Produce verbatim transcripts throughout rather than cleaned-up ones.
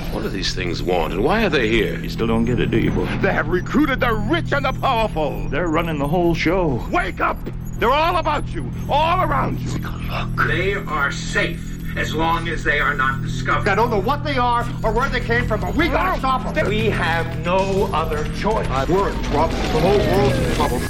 What do these things want, and why are they here? You still don't get it, do you, boy? They have recruited the rich and the powerful. They're running the whole show. Wake up! They're all about you, all around you. Take a look. They are safe as long as they are not discovered. I don't know what they are or where they came from, but we gotta stop them. We have no other choice. We're in trouble. The whole world's in trouble.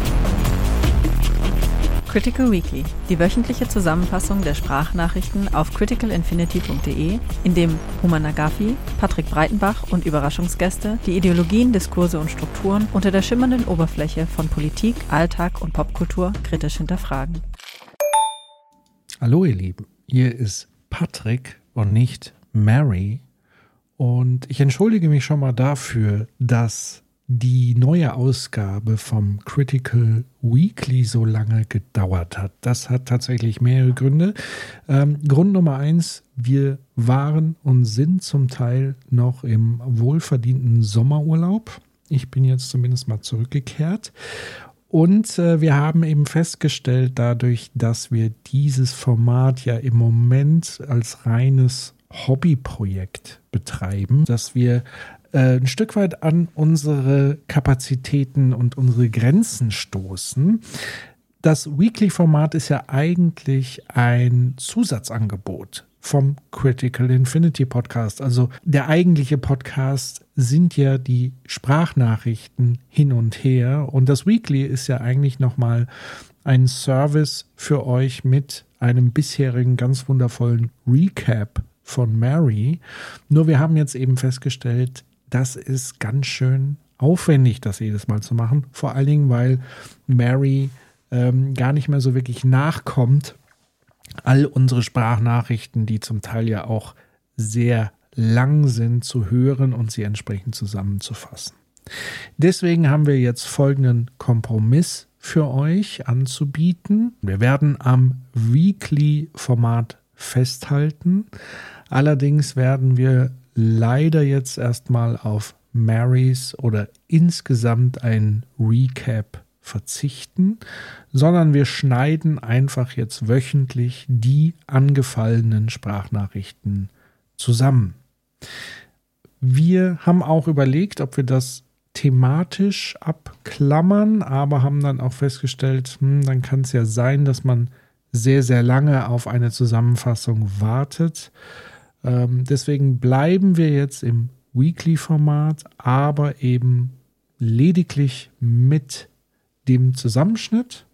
Critical Weekly, die wöchentliche Zusammenfassung der Sprachnachrichten auf critical infinity punkt de, in dem Human Nagafi, Patrick Breitenbach und Überraschungsgäste die Ideologien, Diskurse und Strukturen unter der schimmernden Oberfläche von Politik, Alltag und Popkultur kritisch hinterfragen. Hallo ihr Lieben, hier ist Patrick und nicht Mary und ich entschuldige mich schon mal dafür, dass die neue Ausgabe vom Critical Weekly so lange gedauert hat. Das hat tatsächlich mehrere Gründe. Ähm, Grund Nummer eins, wir waren und sind zum Teil noch im wohlverdienten Sommerurlaub. Ich bin jetzt zumindest mal zurückgekehrt. Und äh, wir haben eben festgestellt, dadurch, dass wir dieses Format ja im Moment als reines Hobbyprojekt betreiben, dass wir ein Stück weit an unsere Kapazitäten und unsere Grenzen stoßen. Das Weekly-Format ist ja eigentlich ein Zusatzangebot vom Critical Infinity Podcast. Also der eigentliche Podcast sind ja die Sprachnachrichten hin und her. Und das Weekly ist ja eigentlich nochmal ein Service für euch mit einem bisherigen ganz wundervollen Recap von Mary. Nur wir haben jetzt eben festgestellt, das ist ganz schön aufwendig, das jedes Mal zu machen. Vor allen Dingen, weil Mary ähm, gar nicht mehr so wirklich nachkommt, all unsere Sprachnachrichten, die zum Teil ja auch sehr lang sind, zu hören und sie entsprechend zusammenzufassen. Deswegen haben wir jetzt folgenden Kompromiss für euch anzubieten. Wir werden am Weekly-Format festhalten. Allerdings werden wir leider jetzt erstmal auf Marys oder insgesamt ein Recap verzichten, sondern wir schneiden einfach jetzt wöchentlich die angefallenen Sprachnachrichten zusammen. Wir haben auch überlegt, ob wir das thematisch abklammern, aber haben dann auch festgestellt, hm, dann kann es ja sein, dass man sehr, sehr lange auf eine Zusammenfassung wartet. Ähm, deswegen bleiben wir jetzt im Weekly-Format, aber eben lediglich mit dem Zusammenschnitt.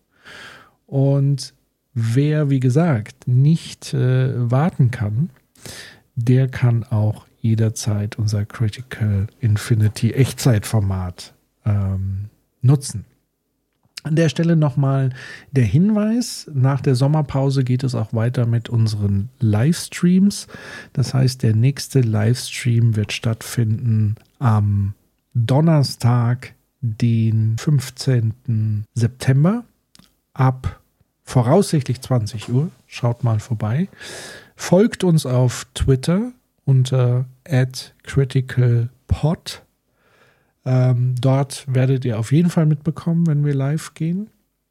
Und wer, wie gesagt, nicht äh, warten kann, der kann auch jederzeit unser Critical Infinity Echtzeitformat ähm, nutzen. An der Stelle nochmal der Hinweis, nach der Sommerpause geht es auch weiter mit unseren Livestreams. Das heißt, der nächste Livestream wird stattfinden am Donnerstag, den fünfzehnten September ab voraussichtlich zwanzig Uhr. Schaut mal vorbei. Folgt uns auf Twitter unter at criticalpod. Ähm, dort werdet ihr auf jeden Fall mitbekommen, wenn wir live gehen.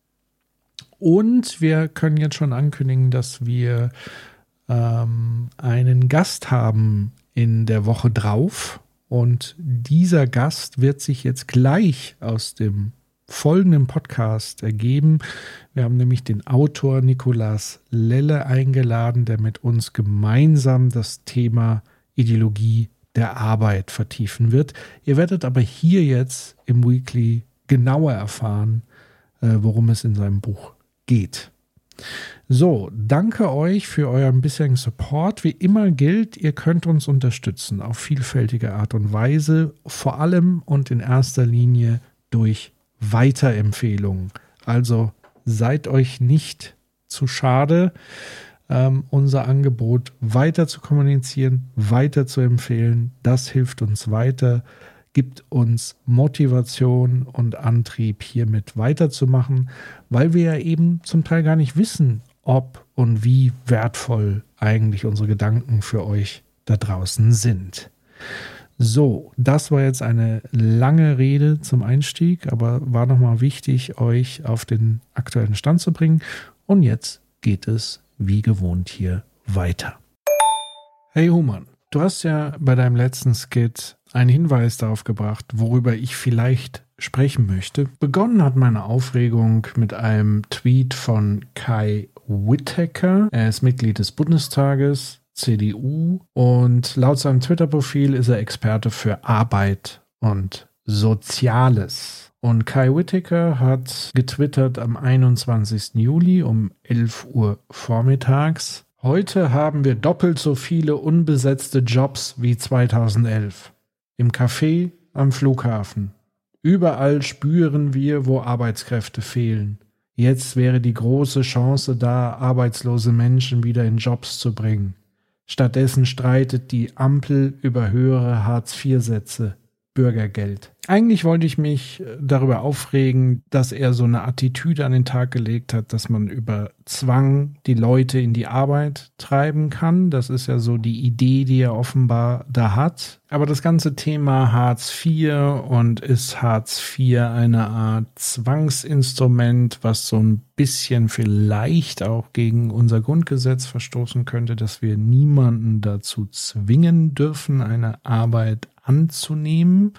Und wir können jetzt schon ankündigen, dass wir ähm, einen Gast haben in der Woche drauf. Und dieser Gast wird sich jetzt gleich aus dem folgenden Podcast ergeben. Wir haben nämlich den Autor Nicolas Lelle eingeladen, der mit uns gemeinsam das Thema Ideologie der Arbeit vertiefen wird. Ihr werdet aber hier jetzt im Weekly genauer erfahren, äh, worum es in seinem Buch geht. So, danke euch für euren bisherigen Support. Wie immer gilt, ihr könnt uns unterstützen auf vielfältige Art und Weise, vor allem und in erster Linie durch Weiterempfehlungen. Also seid euch nicht zu schade, ähm, unser Angebot weiter zu kommunizieren, weiter zu empfehlen. Das hilft uns weiter, gibt uns Motivation und Antrieb, hiermit weiterzumachen, weil wir ja eben zum Teil gar nicht wissen, ob und wie wertvoll eigentlich unsere Gedanken für euch da draußen sind. So, das war jetzt eine lange Rede zum Einstieg, aber war nochmal wichtig, euch auf den aktuellen Stand zu bringen. Und jetzt geht es wie gewohnt hier weiter. Hey Human, Du hast ja bei deinem letzten Skit einen Hinweis darauf gebracht, worüber ich vielleicht sprechen möchte. Begonnen hat meine Aufregung mit einem Tweet von Kai Whittaker. Er ist Mitglied des Bundestages, C D U, und laut seinem Twitter-Profil ist er Experte für Arbeit und Soziales. Und Kai Whittaker hat getwittert am einundzwanzigsten Juli um elf Uhr vormittags: Heute haben wir doppelt so viele unbesetzte Jobs wie zweitausendelf. Im Café, am Flughafen. Überall spüren wir, wo Arbeitskräfte fehlen. Jetzt wäre die große Chance da, arbeitslose Menschen wieder in Jobs zu bringen. Stattdessen streitet die Ampel über höhere Hartz vier Sätze, Bürgergeld. Eigentlich wollte ich mich darüber aufregen, dass er so eine Attitüde an den Tag gelegt hat, dass man über Zwang die Leute in die Arbeit treiben kann. Das ist ja so die Idee, die er offenbar da hat. Aber das ganze Thema Hartz vier und ist Hartz vier eine Art Zwangsinstrument, was so ein bisschen vielleicht auch gegen unser Grundgesetz verstoßen könnte, dass wir niemanden dazu zwingen dürfen, eine Arbeit anzunehmen.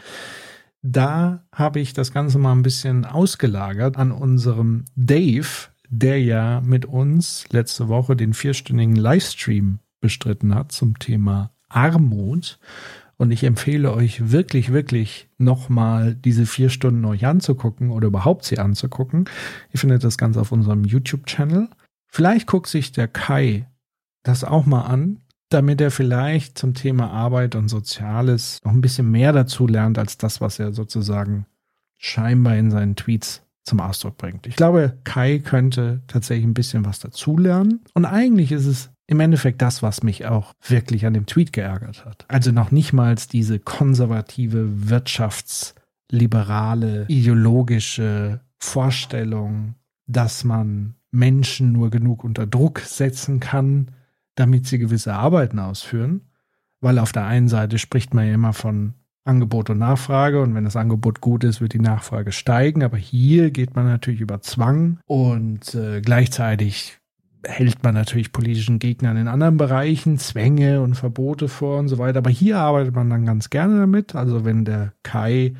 Da habe ich das Ganze mal ein bisschen ausgelagert an unserem Dave, der ja mit uns letzte Woche den vierstündigen Livestream bestritten hat zum Thema Armut. Und ich empfehle euch wirklich, wirklich nochmal diese vier Stunden euch anzugucken oder überhaupt sie anzugucken. Ihr findet das Ganze auf unserem YouTube-Channel. Vielleicht guckt sich der Kai das auch mal an, damit er vielleicht zum Thema Arbeit und Soziales noch ein bisschen mehr dazu lernt, als das, was er sozusagen scheinbar in seinen Tweets zum Ausdruck bringt. Ich glaube, Kai könnte tatsächlich ein bisschen was dazulernen. Und eigentlich ist es im Endeffekt das, was mich auch wirklich an dem Tweet geärgert hat. Also noch nicht mal diese konservative, wirtschaftsliberale, ideologische Vorstellung, dass man Menschen nur genug unter Druck setzen kann, damit sie gewisse Arbeiten ausführen, weil auf der einen Seite spricht man ja immer von Angebot und Nachfrage und wenn das Angebot gut ist, wird die Nachfrage steigen, aber hier geht man natürlich über Zwang und äh, gleichzeitig hält man natürlich politischen Gegnern in anderen Bereichen Zwänge und Verbote vor und so weiter, aber hier arbeitet man dann ganz gerne damit, also wenn der Kai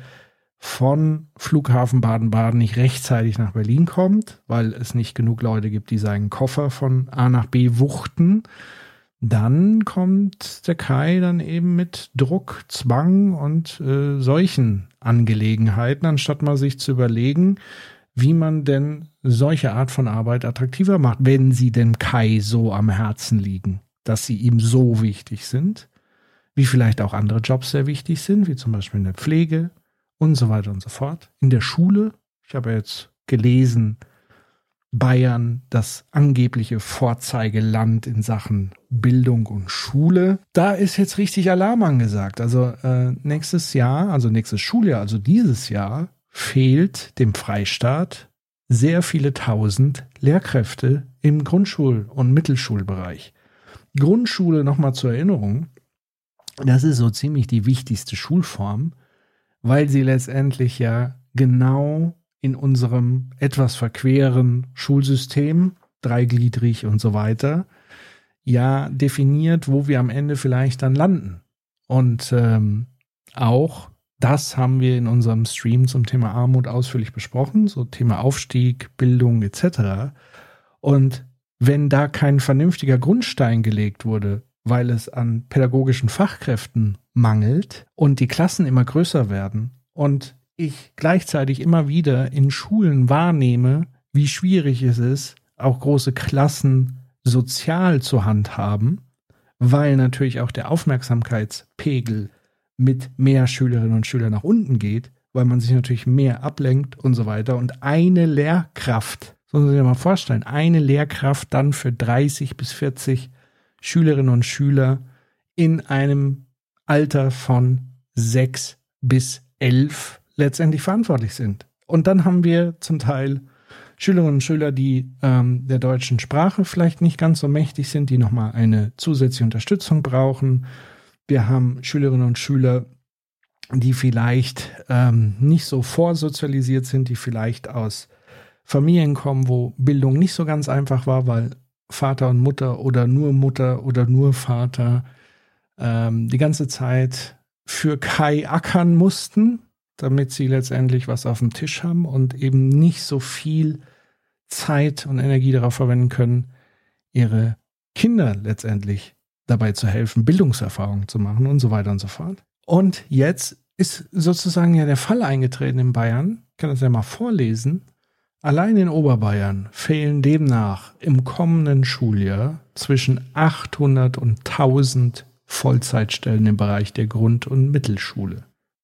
von Flughafen Baden-Baden nicht rechtzeitig nach Berlin kommt, weil es nicht genug Leute gibt, die seinen Koffer von A nach B wuchten, dann kommt der Kai dann eben mit Druck, Zwang und äh, solchen Angelegenheiten, anstatt mal sich zu überlegen, wie man denn solche Art von Arbeit attraktiver macht, wenn sie dem Kai so am Herzen liegen, dass sie ihm so wichtig sind, wie vielleicht auch andere Jobs sehr wichtig sind, wie zum Beispiel in der Pflege, und so weiter und so fort. In der Schule, ich habe jetzt gelesen, Bayern, das angebliche Vorzeigeland in Sachen Bildung und Schule. Da ist jetzt richtig Alarm angesagt. Also äh, nächstes Jahr, also nächstes Schuljahr, also dieses Jahr, fehlt dem Freistaat sehr viele tausend Lehrkräfte im Grundschul- und Mittelschulbereich. Grundschule, nochmal zur Erinnerung, das ist so ziemlich die wichtigste Schulform, weil sie letztendlich ja genau in unserem etwas verqueren Schulsystem, dreigliedrig und so weiter, ja definiert, wo wir am Ende vielleicht dann landen. Und ähm, auch das haben wir in unserem Stream zum Thema Armut ausführlich besprochen, so Thema Aufstieg, Bildung et cetera. Und wenn da kein vernünftiger Grundstein gelegt wurde, weil es an pädagogischen Fachkräften mangelt und die Klassen immer größer werden und ich gleichzeitig immer wieder in Schulen wahrnehme, wie schwierig es ist, auch große Klassen sozial zu handhaben, weil natürlich auch der Aufmerksamkeitspegel mit mehr Schülerinnen und Schülern nach unten geht, weil man sich natürlich mehr ablenkt und so weiter. Und eine Lehrkraft, so muss man sich mal vorstellen, eine Lehrkraft dann für dreißig bis vierzig Schülerinnen und Schüler in einem Alter von sechs bis elf letztendlich verantwortlich sind. Und dann haben wir zum Teil Schülerinnen und Schüler, die ähm, der deutschen Sprache vielleicht nicht ganz so mächtig sind, die nochmal eine zusätzliche Unterstützung brauchen. Wir haben Schülerinnen und Schüler, die vielleicht ähm, nicht so vorsozialisiert sind, die vielleicht aus Familien kommen, wo Bildung nicht so ganz einfach war, weil Vater und Mutter oder nur Mutter oder nur Vater ähm, die ganze Zeit für Kai ackern mussten, damit sie letztendlich was auf dem Tisch haben und eben nicht so viel Zeit und Energie darauf verwenden können, ihre Kinder letztendlich dabei zu helfen, Bildungserfahrungen zu machen und so weiter und so fort. Und jetzt ist sozusagen ja der Fall eingetreten in Bayern. Ich kann das ja mal vorlesen. Allein in Oberbayern fehlen demnach im kommenden Schuljahr zwischen achthundert und tausend Vollzeitstellen im Bereich der Grund- und Mittelschule.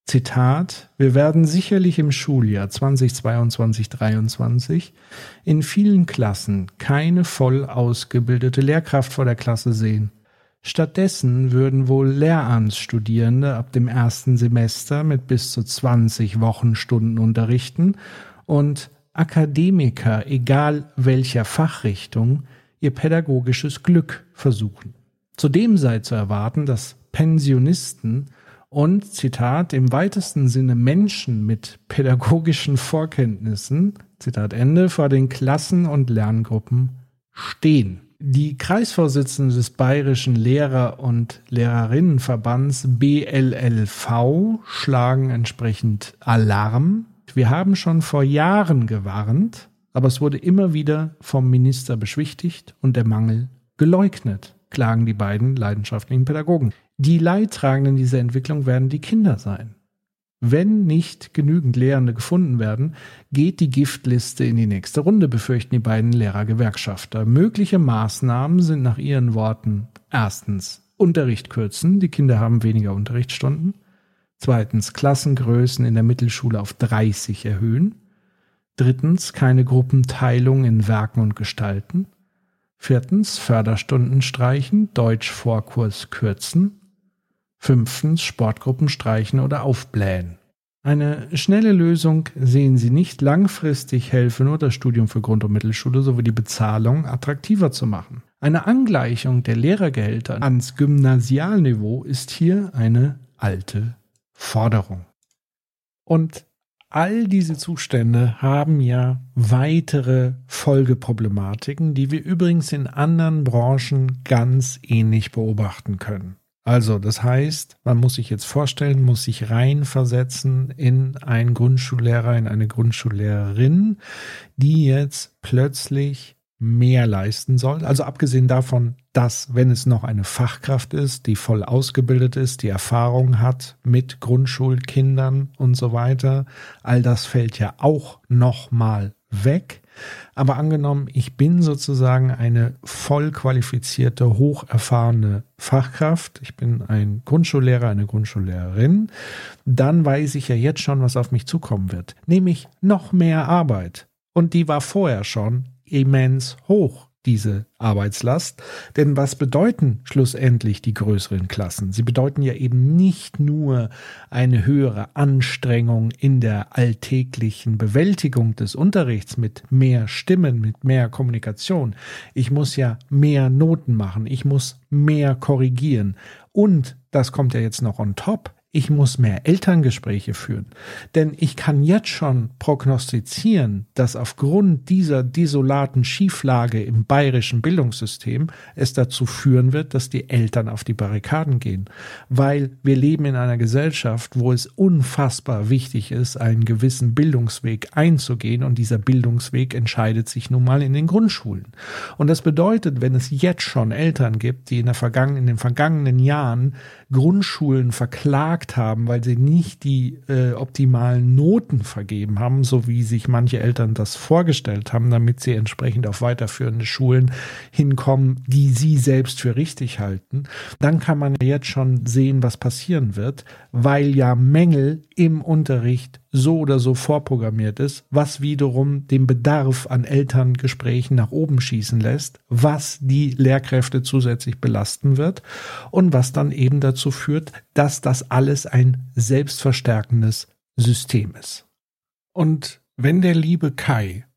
Zitat: Wir werden sicherlich im Schuljahr zweitausendzweiundzwanzig dreiundzwanzig in vielen Klassen keine voll ausgebildete Lehrkraft vor der Klasse sehen. Stattdessen würden wohl Lehramtsstudierende ab dem ersten Semester mit bis zu zwanzig Wochenstunden unterrichten und Akademiker, egal welcher Fachrichtung, ihr pädagogisches Glück versuchen. Zudem sei zu erwarten, dass Pensionisten und, Zitat, im weitesten Sinne Menschen mit pädagogischen Vorkenntnissen, Zitat Ende, vor den Klassen und Lerngruppen stehen. Die Kreisvorsitzende des Bayerischen Lehrer- und Lehrerinnenverbands B L L V schlagen entsprechend Alarm. Wir haben schon vor Jahren gewarnt, aber es wurde immer wieder vom Minister beschwichtigt und der Mangel geleugnet, klagen die beiden leidenschaftlichen Pädagogen. Die Leidtragenden dieser Entwicklung werden die Kinder sein. Wenn nicht genügend Lehrende gefunden werden, geht die Giftliste in die nächste Runde, befürchten die beiden Lehrergewerkschafter. Mögliche Maßnahmen sind nach ihren Worten erstens Unterricht kürzen, die Kinder haben weniger Unterrichtsstunden. Zweitens Klassengrößen in der Mittelschule auf dreißig erhöhen. Drittens keine Gruppenteilung in Werken und Gestalten. Viertens Förderstunden streichen, Deutsch-Vorkurs kürzen. Fünftens Sportgruppen streichen oder aufblähen. Eine schnelle Lösung sehen sie nicht. Langfristig helfe nur das Studium für Grund- und Mittelschule sowie die Bezahlung attraktiver zu machen. Eine Angleichung der Lehrergehälter ans Gymnasialniveau ist hier eine alte Forderung. Und all diese Zustände haben ja weitere Folgeproblematiken, die wir übrigens in anderen Branchen ganz ähnlich beobachten können. Also, das heißt, man muss sich jetzt vorstellen, muss sich reinversetzen in einen Grundschullehrer, in eine Grundschullehrerin, die jetzt plötzlich mehr leisten soll. Also abgesehen davon, dass, wenn es noch eine Fachkraft ist, die voll ausgebildet ist, die Erfahrung hat mit Grundschulkindern und so weiter, all das fällt ja auch nochmal weg. Aber angenommen, ich bin sozusagen eine voll qualifizierte, hocherfahrene Fachkraft, ich bin ein Grundschullehrer, eine Grundschullehrerin, dann weiß ich ja jetzt schon, was auf mich zukommen wird. Nämlich noch mehr Arbeit. Und die war vorher schon immens hoch, diese Arbeitslast. Denn was bedeuten schlussendlich die größeren Klassen? Sie bedeuten ja eben nicht nur eine höhere Anstrengung in der alltäglichen Bewältigung des Unterrichts mit mehr Stimmen, mit mehr Kommunikation. Ich muss ja mehr Noten machen, ich muss mehr korrigieren. Und, das kommt ja jetzt noch on top, ich muss mehr Elterngespräche führen, denn ich kann jetzt schon prognostizieren, dass aufgrund dieser desolaten Schieflage im bayerischen Bildungssystem es dazu führen wird, dass die Eltern auf die Barrikaden gehen, weil wir leben in einer Gesellschaft, wo es unfassbar wichtig ist, einen gewissen Bildungsweg einzugehen und dieser Bildungsweg entscheidet sich nun mal in den Grundschulen. Und das bedeutet, wenn es jetzt schon Eltern gibt, die in, der Vergangen- in den vergangenen Jahren Grundschulen verklagt haben, weil sie nicht die äh, optimalen Noten vergeben haben, so wie sich manche Eltern das vorgestellt haben, damit sie entsprechend auf weiterführende Schulen hinkommen, die sie selbst für richtig halten, dann kann man jetzt schon sehen, was passieren wird, weil ja Mängel im Unterricht so oder so vorprogrammiert ist, was wiederum den Bedarf an Elterngesprächen nach oben schießen lässt, was die Lehrkräfte zusätzlich belasten wird und was dann eben dazu führt, dass das alles ein selbstverstärkendes System ist. Und wenn der liebe Kai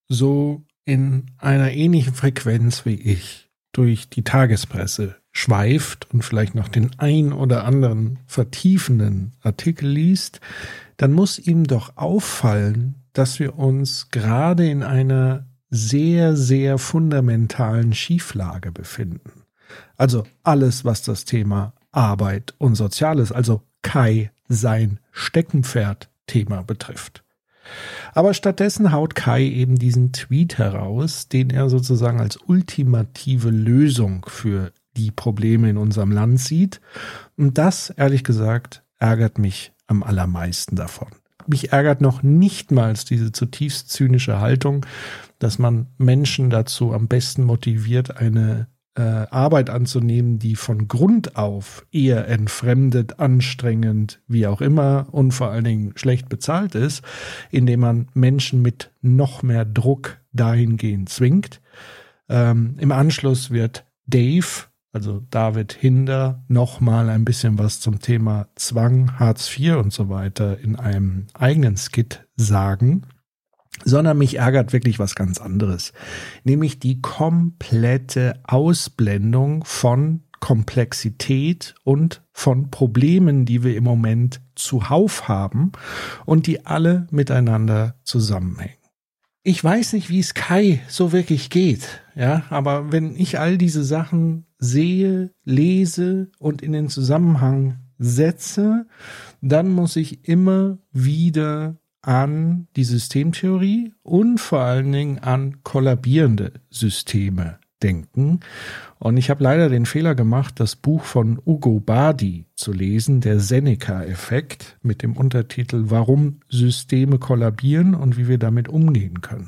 so in einer ähnlichen Frequenz wie ich durch die Tagespresse schweift und vielleicht noch den ein oder anderen vertiefenden Artikel liest, dann muss ihm doch auffallen, dass wir uns gerade in einer sehr, sehr fundamentalen Schieflage befinden. Also alles, was das Thema Arbeit und Soziales, also Kai sein Steckenpferd-Thema betrifft. Aber stattdessen haut Kai eben diesen Tweet heraus, den er sozusagen als ultimative Lösung für die Probleme in unserem Land sieht. Und das, ehrlich gesagt, ärgert mich am allermeisten davon. Mich ärgert noch nicht mal diese zutiefst zynische Haltung, dass man Menschen dazu am besten motiviert, eine äh, Arbeit anzunehmen, die von Grund auf eher entfremdet, anstrengend, wie auch immer und vor allen Dingen schlecht bezahlt ist, indem man Menschen mit noch mehr Druck dahingehend zwingt. Ähm, im Anschluss wird Dave, also David Hinder, nochmal ein bisschen was zum Thema Zwang, Hartz vier und so weiter in einem eigenen Skit sagen, sondern mich ärgert wirklich was ganz anderes, nämlich die komplette Ausblendung von Komplexität und von Problemen, die wir im Moment zuhauf haben und die alle miteinander zusammenhängen. Ich weiß nicht, wie es Kai so wirklich geht, ja, aber wenn ich all diese Sachen sehe, lese und in den Zusammenhang setze, dann muss ich immer wieder an die Systemtheorie und vor allen Dingen an kollabierende Systeme denken. Und ich habe leider den Fehler gemacht, das Buch von Ugo Bardi zu lesen, der Seneca-Effekt, mit dem Untertitel Warum Systeme kollabieren und wie wir damit umgehen können.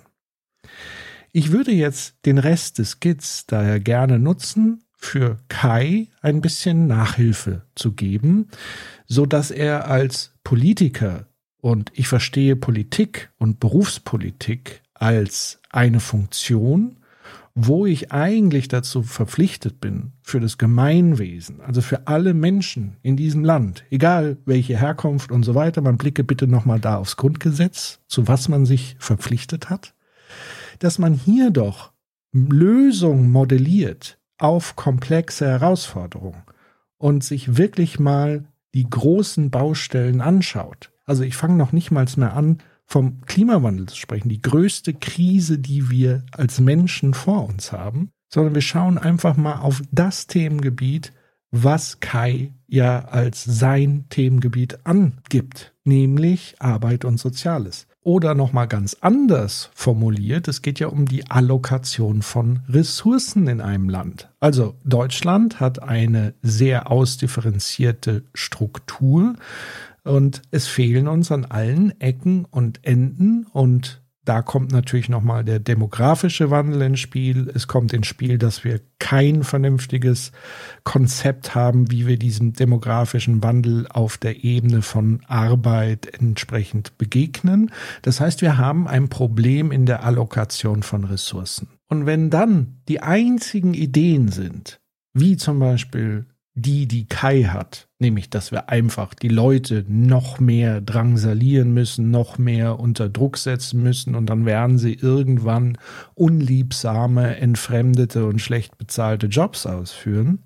Ich würde jetzt den Rest des Skits daher gerne nutzen, für Kai ein bisschen Nachhilfe zu geben, so dass er als Politiker, und ich verstehe Politik und Berufspolitik als eine Funktion, wo ich eigentlich dazu verpflichtet bin, für das Gemeinwesen, also für alle Menschen in diesem Land, egal welche Herkunft und so weiter, man blicke bitte nochmal da aufs Grundgesetz, zu was man sich verpflichtet hat, dass man hier doch Lösungen modelliert auf komplexe Herausforderungen und sich wirklich mal die großen Baustellen anschaut. Also ich fange noch nicht mal mehr an, vom Klimawandel zu sprechen, die größte Krise, die wir als Menschen vor uns haben, sondern wir schauen einfach mal auf das Themengebiet, was Kai ja als sein Themengebiet angibt, nämlich Arbeit und Soziales. Oder nochmal ganz anders formuliert, es geht ja um die Allokation von Ressourcen in einem Land. Also Deutschland hat eine sehr ausdifferenzierte Struktur, und es fehlen uns an allen Ecken und Enden und da kommt natürlich nochmal der demografische Wandel ins Spiel. Es kommt ins Spiel, dass wir kein vernünftiges Konzept haben, wie wir diesem demografischen Wandel auf der Ebene von Arbeit entsprechend begegnen. Das heißt, wir haben ein Problem in der Allokation von Ressourcen. Und wenn dann die einzigen Ideen sind, wie zum Beispiel die, die Kai hat, nämlich, dass wir einfach die Leute noch mehr drangsalieren müssen, noch mehr unter Druck setzen müssen und dann werden sie irgendwann unliebsame, entfremdete und schlecht bezahlte Jobs ausführen.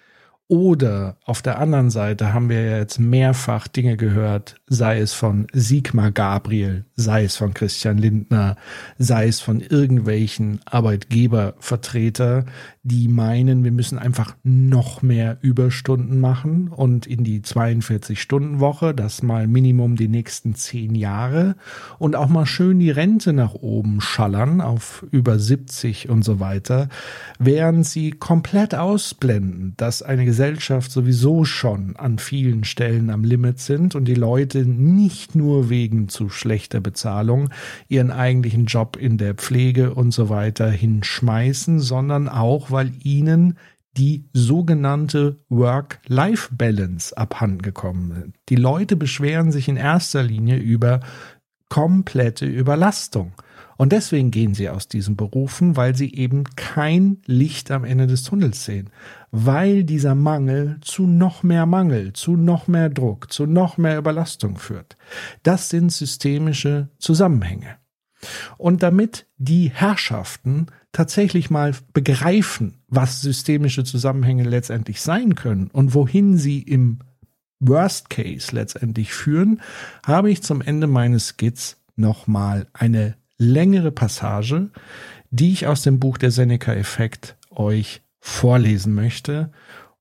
Oder auf der anderen Seite haben wir ja jetzt mehrfach Dinge gehört, sei es von Sigmar Gabriel, sei es von Christian Lindner, sei es von irgendwelchen Arbeitgebervertreter, die meinen, wir müssen einfach noch mehr Überstunden machen und in die zweiundvierzig-Stunden-Woche, das mal Minimum die nächsten zehn Jahre und auch mal schön die Rente nach oben schallern auf über siebzig und so weiter, während sie komplett ausblenden, dass eine Gesellschaft sowieso schon an vielen Stellen am Limit sind und die Leute nicht nur wegen zu schlechter Bezahlung ihren eigentlichen Job in der Pflege und so weiter hinschmeißen, sondern auch, weil ihnen die sogenannte Work-Life-Balance abhanden gekommen sind. Die Leute beschweren sich in erster Linie über komplette Überlastung. Und deswegen gehen sie aus diesen Berufen, weil sie eben kein Licht am Ende des Tunnels sehen. Weil dieser Mangel zu noch mehr Mangel, zu noch mehr Druck, zu noch mehr Überlastung führt. Das sind systemische Zusammenhänge. Und damit die Herrschaften tatsächlich mal begreifen, was systemische Zusammenhänge letztendlich sein können und wohin sie im Worst Case letztendlich führen, habe ich zum Ende meines Skits nochmal eine längere Passage, die ich aus dem Buch Der Seneca-Effekt euch vorlesen möchte.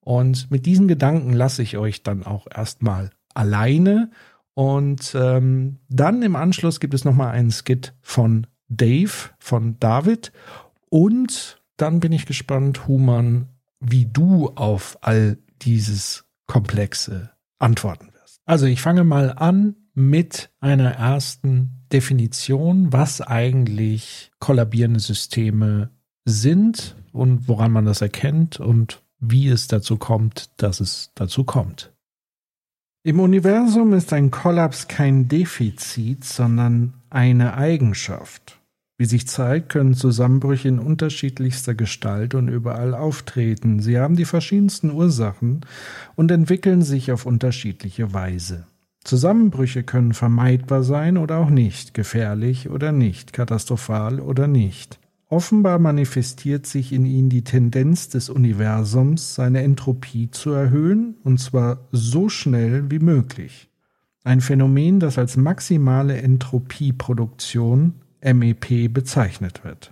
Und mit diesen Gedanken lasse ich euch dann auch erstmal alleine. Und ähm, dann im Anschluss gibt es nochmal einen Skit von Dave, von David. Und dann bin ich gespannt, Human, wie du auf all dieses Komplexe antworten wirst. Also ich fange mal an mit einer ersten Definition, was eigentlich kollabierende Systeme sind und woran man das erkennt und wie es dazu kommt, dass es dazu kommt. Im Universum ist ein Kollaps kein Defizit, sondern eine Eigenschaft. Wie sich zeigt, können Zusammenbrüche in unterschiedlichster Gestalt und überall auftreten. Sie haben die verschiedensten Ursachen und entwickeln sich auf unterschiedliche Weise. Zusammenbrüche können vermeidbar sein oder auch nicht, gefährlich oder nicht, katastrophal oder nicht. Offenbar manifestiert sich in ihnen die Tendenz des Universums, seine Entropie zu erhöhen, und zwar so schnell wie möglich. Ein Phänomen, das als maximale Entropieproduktion M E P bezeichnet wird.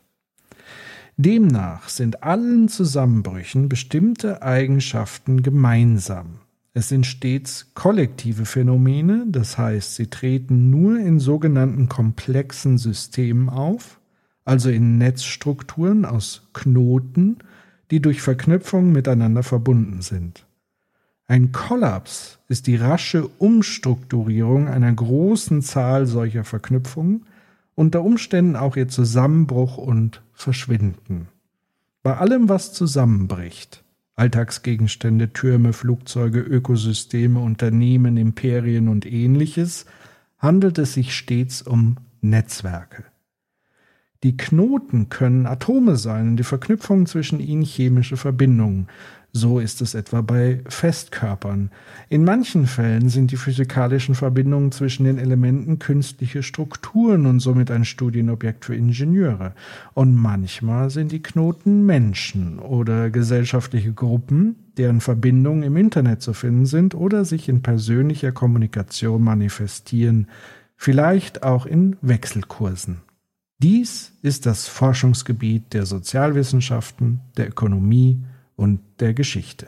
Demnach sind allen Zusammenbrüchen bestimmte Eigenschaften gemeinsam. Es sind stets kollektive Phänomene, das heißt, sie treten nur in sogenannten komplexen Systemen auf, also in Netzstrukturen aus Knoten, die durch Verknüpfung miteinander verbunden sind. Ein Kollaps ist die rasche Umstrukturierung einer großen Zahl solcher Verknüpfungen, unter Umständen auch ihr Zusammenbruch und Verschwinden. Bei allem, was zusammenbricht, Alltagsgegenstände, Türme, Flugzeuge, Ökosysteme, Unternehmen, Imperien und ähnliches, handelt es sich stets um Netzwerke. Die Knoten können Atome sein und die Verknüpfungen zwischen ihnen chemische Verbindungen. So ist es etwa bei Festkörpern. In manchen Fällen sind die physikalischen Verbindungen zwischen den Elementen künstliche Strukturen und somit ein Studienobjekt für Ingenieure. Und manchmal sind die Knoten Menschen oder gesellschaftliche Gruppen, deren Verbindungen im Internet zu finden sind oder sich in persönlicher Kommunikation manifestieren, vielleicht auch in Wechselkursen. Dies ist das Forschungsgebiet der Sozialwissenschaften, der Ökonomie und der Geschichte.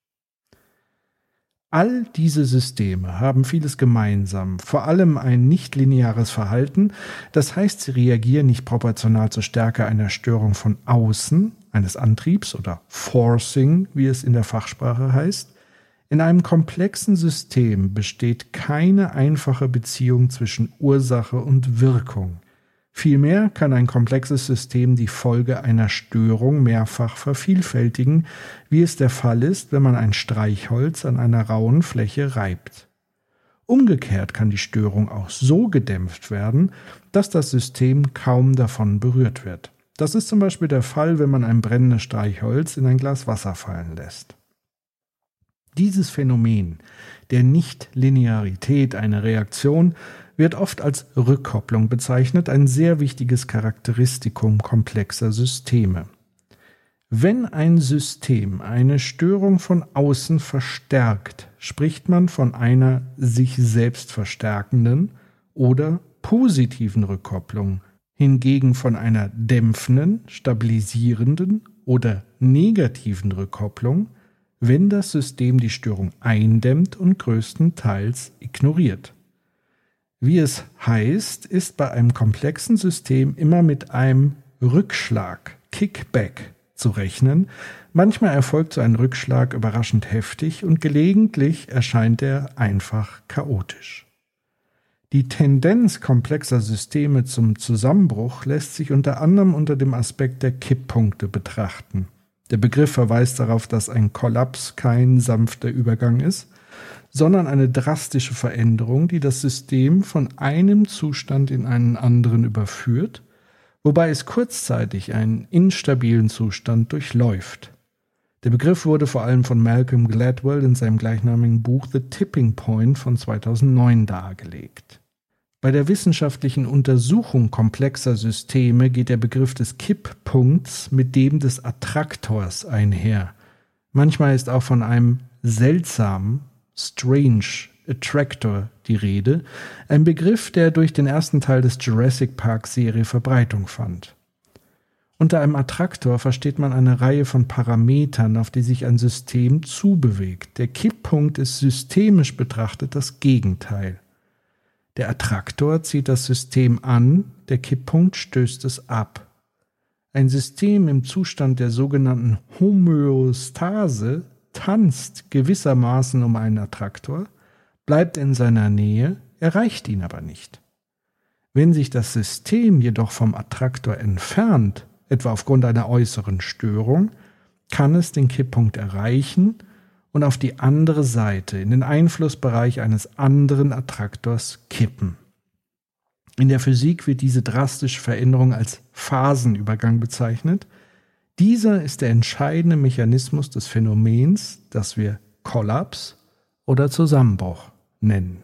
All diese Systeme haben vieles gemeinsam, vor allem ein nichtlineares Verhalten, das heißt, sie reagieren nicht proportional zur Stärke einer Störung von außen, eines Antriebs oder Forcing, wie es in der Fachsprache heißt. In einem komplexen System besteht keine einfache Beziehung zwischen Ursache und Wirkung. Vielmehr kann ein komplexes System die Folge einer Störung mehrfach vervielfältigen, wie es der Fall ist, wenn man ein Streichholz an einer rauen Fläche reibt. Umgekehrt kann die Störung auch so gedämpft werden, dass das System kaum davon berührt wird. Das ist zum Beispiel der Fall, wenn man ein brennendes Streichholz in ein Glas Wasser fallen lässt. Dieses Phänomen der Nichtlinearität einer Reaktion wird oft als Rückkopplung bezeichnet, ein sehr wichtiges Charakteristikum komplexer Systeme. Wenn ein System eine Störung von außen verstärkt, spricht man von einer sich selbst verstärkenden oder positiven Rückkopplung, hingegen von einer dämpfenden, stabilisierenden oder negativen Rückkopplung, wenn das System die Störung eindämmt und größtenteils ignoriert. Wie es heißt, ist bei einem komplexen System immer mit einem Rückschlag, Kickback, zu rechnen. Manchmal erfolgt so ein Rückschlag überraschend heftig und gelegentlich erscheint er einfach chaotisch. Die Tendenz komplexer Systeme zum Zusammenbruch lässt sich unter anderem unter dem Aspekt der Kipppunkte betrachten. Der Begriff verweist darauf, dass ein Kollaps kein sanfter Übergang ist, sondern eine drastische Veränderung, die das System von einem Zustand in einen anderen überführt, wobei es kurzzeitig einen instabilen Zustand durchläuft. Der Begriff wurde vor allem von Malcolm Gladwell in seinem gleichnamigen Buch The Tipping Point von zweitausendneun dargelegt. Bei der wissenschaftlichen Untersuchung komplexer Systeme geht der Begriff des Kipppunkts mit dem des Attraktors einher. Manchmal ist auch von einem seltsamen, strange Attractor die Rede, ein Begriff, der durch den ersten Teil des Jurassic Park Serie Verbreitung fand. Unter einem Attraktor versteht man eine Reihe von Parametern, auf die sich ein System zubewegt. Der Kipppunkt ist systemisch betrachtet das Gegenteil. Der Attraktor zieht das System an, der Kipppunkt stößt es ab. Ein System im Zustand der sogenannten Homöostase tanzt gewissermaßen um einen Attraktor, bleibt in seiner Nähe, erreicht ihn aber nicht. Wenn sich das System jedoch vom Attraktor entfernt, etwa aufgrund einer äußeren Störung, kann es den Kipppunkt erreichen und auf die andere Seite, in den Einflussbereich eines anderen Attraktors kippen. In der Physik wird diese drastische Veränderung als Phasenübergang bezeichnet. Dieser ist der entscheidende Mechanismus des Phänomens, das wir Kollaps oder Zusammenbruch nennen.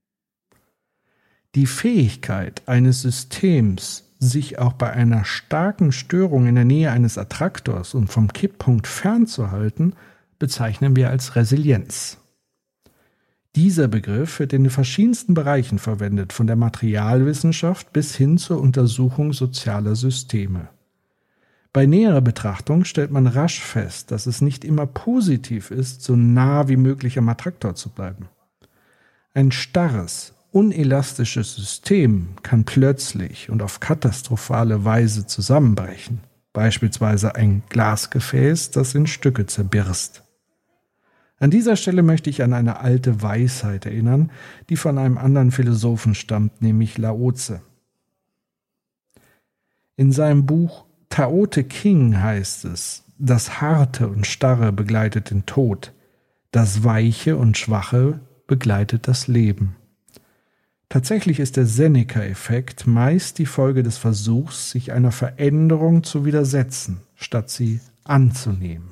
Die Fähigkeit eines Systems, sich auch bei einer starken Störung in der Nähe eines Attraktors und vom Kipppunkt fernzuhalten, bezeichnen wir als Resilienz. Dieser Begriff wird in den verschiedensten Bereichen verwendet, von der Materialwissenschaft bis hin zur Untersuchung sozialer Systeme. Bei näherer Betrachtung stellt man rasch fest, dass es nicht immer positiv ist, so nah wie möglich am Attraktor zu bleiben. Ein starres, unelastisches System kann plötzlich und auf katastrophale Weise zusammenbrechen, beispielsweise ein Glasgefäß, das in Stücke zerbirst. An dieser Stelle möchte ich an eine alte Weisheit erinnern, die von einem anderen Philosophen stammt, nämlich Lao-Tse. In seinem Buch Tao Te Ching heißt es, das Harte und Starre begleitet den Tod, das Weiche und Schwache begleitet das Leben. Tatsächlich ist der Seneca-Effekt meist die Folge des Versuchs, sich einer Veränderung zu widersetzen, statt sie anzunehmen.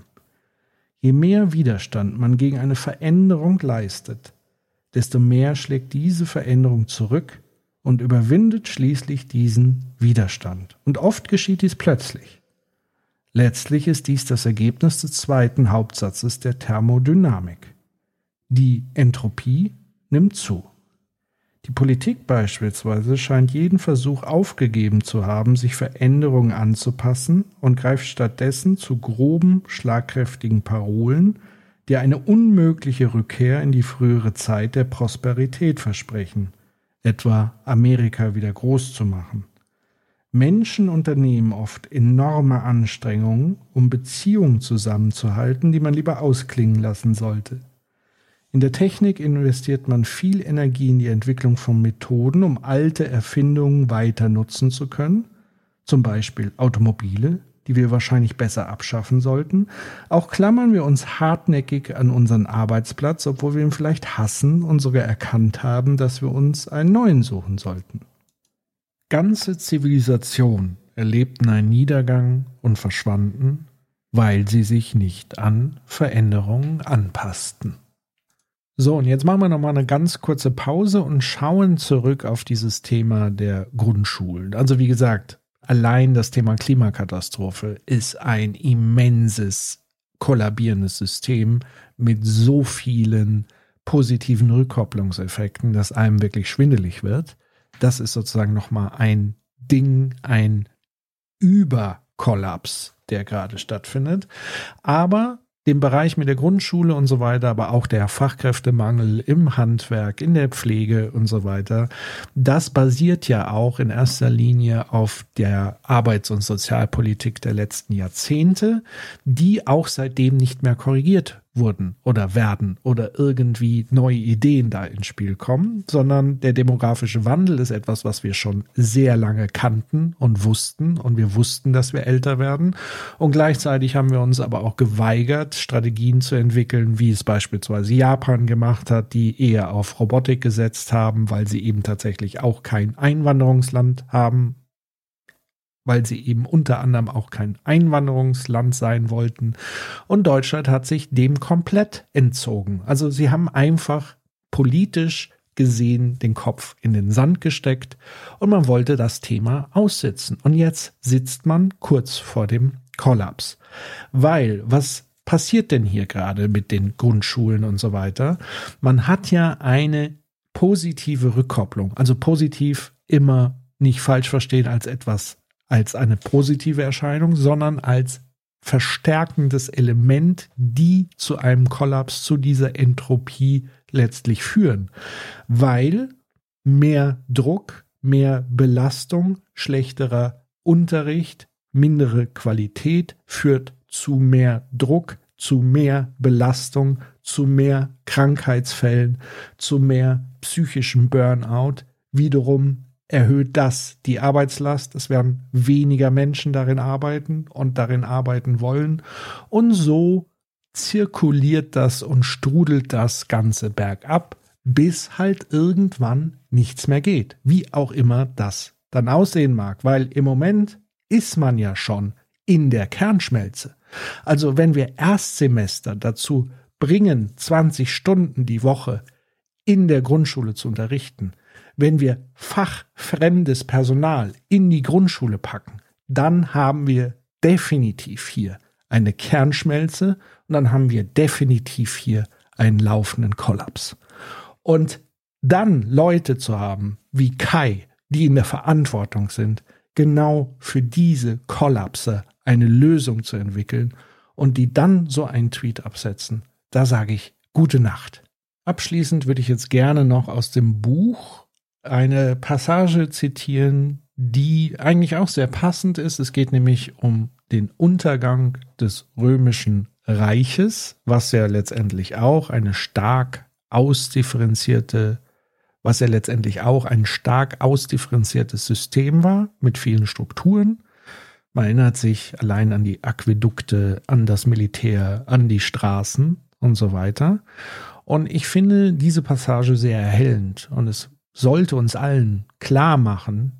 Je mehr Widerstand man gegen eine Veränderung leistet, desto mehr schlägt diese Veränderung zurück und überwindet schließlich diesen Widerstand. Und oft geschieht dies plötzlich. Letztlich ist dies das Ergebnis des zweiten Hauptsatzes der Thermodynamik. Die Entropie nimmt zu. Die Politik beispielsweise scheint jeden Versuch aufgegeben zu haben, sich Veränderungen anzupassen und greift stattdessen zu groben, schlagkräftigen Parolen, die eine unmögliche Rückkehr in die frühere Zeit der Prosperität versprechen, etwa Amerika wieder groß zu machen. Menschen unternehmen oft enorme Anstrengungen, um Beziehungen zusammenzuhalten, die man lieber ausklingen lassen sollte. In der Technik investiert man viel Energie in die Entwicklung von Methoden, um alte Erfindungen weiter nutzen zu können, zum Beispiel Automobile, die wir wahrscheinlich besser abschaffen sollten. Auch klammern wir uns hartnäckig an unseren Arbeitsplatz, obwohl wir ihn vielleicht hassen und sogar erkannt haben, dass wir uns einen neuen suchen sollten. Ganze Zivilisationen erlebten einen Niedergang und verschwanden, weil sie sich nicht an Veränderungen anpassten. So, und jetzt machen wir nochmal eine ganz kurze Pause und schauen zurück auf dieses Thema der Grundschulen. Also wie gesagt, allein das Thema Klimakatastrophe ist ein immenses, kollabierendes System mit so vielen positiven Rückkopplungseffekten, dass einem wirklich schwindelig wird. Das ist sozusagen nochmal ein Ding, ein Überkollaps, der gerade stattfindet. Aber den Bereich mit der Grundschule und so weiter, aber auch der Fachkräftemangel im Handwerk, in der Pflege und so weiter, das basiert ja auch in erster Linie auf der Arbeits- und Sozialpolitik der letzten Jahrzehnte, die auch seitdem nicht mehr korrigiert wurden oder werden oder irgendwie neue Ideen da ins Spiel kommen, sondern der demografische Wandel ist etwas, was wir schon sehr lange kannten und wussten, und wir wussten, dass wir älter werden, und gleichzeitig haben wir uns aber auch geweigert, Strategien zu entwickeln, wie es beispielsweise Japan gemacht hat, die eher auf Robotik gesetzt haben, weil sie eben tatsächlich auch kein Einwanderungsland haben, weil sie eben unter anderem auch kein Einwanderungsland sein wollten. Und Deutschland hat sich dem komplett entzogen. Also sie haben einfach politisch gesehen den Kopf in den Sand gesteckt und man wollte das Thema aussitzen. Und jetzt sitzt man kurz vor dem Kollaps. Weil, was passiert denn hier gerade mit den Grundschulen und so weiter? Man hat ja eine positive Rückkopplung. Also positiv immer nicht falsch verstehen als etwas als eine positive Erscheinung, sondern als verstärkendes Element, die zu einem Kollaps, zu dieser Entropie letztlich führen. Weil mehr Druck, mehr Belastung, schlechterer Unterricht, mindere Qualität führt zu mehr Druck, zu mehr Belastung, zu mehr Krankheitsfällen, zu mehr psychischem Burnout. Wiederum erhöht das die Arbeitslast. Es werden weniger Menschen darin arbeiten und darin arbeiten wollen. Und so zirkuliert das und strudelt das Ganze bergab, bis halt irgendwann nichts mehr geht. Wie auch immer das dann aussehen mag. Weil im Moment ist man ja schon in der Kernschmelze. Also wenn wir Erstsemester dazu bringen, zwanzig Stunden die Woche in der Grundschule zu unterrichten, wenn wir fachfremdes Personal in die Grundschule packen, dann haben wir definitiv hier eine Kernschmelze und dann haben wir definitiv hier einen laufenden Kollaps. Und dann Leute zu haben wie Kai, die in der Verantwortung sind, genau für diese Kollapse eine Lösung zu entwickeln und die dann so einen Tweet absetzen, da sage ich gute Nacht. Abschließend würde ich jetzt gerne noch aus dem Buch eine Passage zitieren, die eigentlich auch sehr passend ist. Es geht nämlich um den Untergang des Römischen Reiches, was ja letztendlich auch eine stark ausdifferenzierte, was ja letztendlich auch ein stark ausdifferenziertes System war mit vielen Strukturen. Man erinnert sich allein an die Aquädukte, an das Militär, an die Straßen und so weiter. Und ich finde diese Passage sehr erhellend und es sollte uns allen klar machen,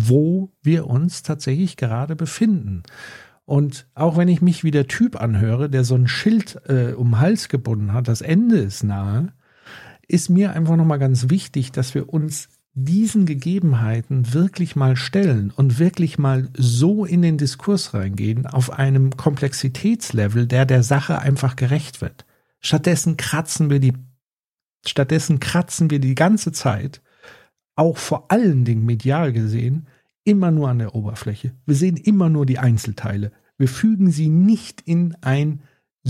wo wir uns tatsächlich gerade befinden. Und auch wenn ich mich wie der Typ anhöre, der so ein Schild äh, um den Hals gebunden hat, das Ende ist nahe, ist mir einfach nochmal ganz wichtig, dass wir uns diesen Gegebenheiten wirklich mal stellen und wirklich mal so in den Diskurs reingehen, auf einem Komplexitätslevel, der der Sache einfach gerecht wird. Stattdessen kratzen wir die, stattdessen kratzen wir die ganze Zeit, auch vor allen Dingen medial gesehen, immer nur an der Oberfläche. Wir sehen immer nur die Einzelteile. Wir fügen sie nicht in ein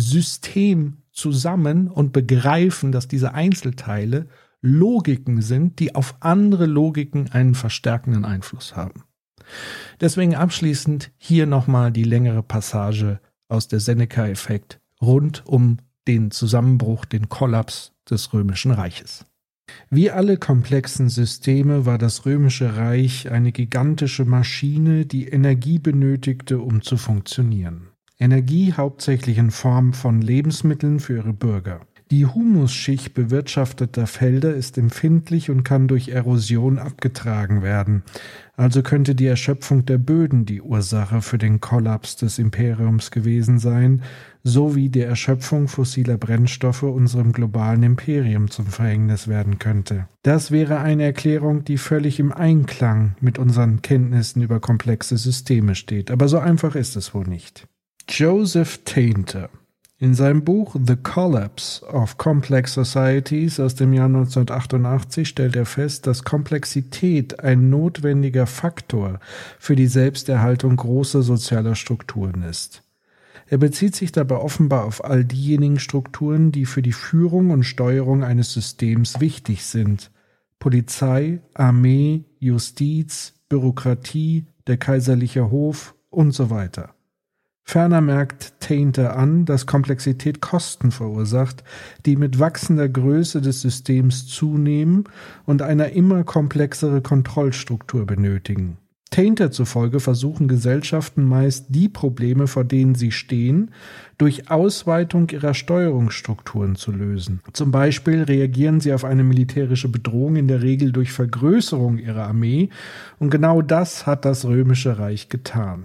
System zusammen und begreifen, dass diese Einzelteile Logiken sind, die auf andere Logiken einen verstärkenden Einfluss haben. Deswegen abschließend hier nochmal die längere Passage aus der Seneca-Effekt rund um den Zusammenbruch, den Kollaps des Römischen Reiches. Wie alle komplexen Systeme war das Römische Reich eine gigantische Maschine, die Energie benötigte, um zu funktionieren. Energie hauptsächlich in Form von Lebensmitteln für ihre Bürger. Die Humusschicht bewirtschafteter Felder ist empfindlich und kann durch Erosion abgetragen werden. Also könnte die Erschöpfung der Böden die Ursache für den Kollaps des Imperiums gewesen sein, sowie die Erschöpfung fossiler Brennstoffe unserem globalen Imperium zum Verhängnis werden könnte. Das wäre eine Erklärung, die völlig im Einklang mit unseren Kenntnissen über komplexe Systeme steht. Aber so einfach ist es wohl nicht. Joseph Tainter. In seinem Buch The Collapse of Complex Societies aus dem Jahr neunzehnhundertachtundachtzig stellt er fest, dass Komplexität ein notwendiger Faktor für die Selbsterhaltung großer sozialer Strukturen ist. Er bezieht sich dabei offenbar auf all diejenigen Strukturen, die für die Führung und Steuerung eines Systems wichtig sind. Polizei, Armee, Justiz, Bürokratie, der kaiserliche Hof und so weiter. Ferner merkt Tainter an, dass Komplexität Kosten verursacht, die mit wachsender Größe des Systems zunehmen und eine immer komplexere Kontrollstruktur benötigen. Tainter zufolge versuchen Gesellschaften meist die Probleme, vor denen sie stehen, durch Ausweitung ihrer Steuerungsstrukturen zu lösen. Zum Beispiel reagieren sie auf eine militärische Bedrohung in der Regel durch Vergrößerung ihrer Armee, und genau das hat das Römische Reich getan.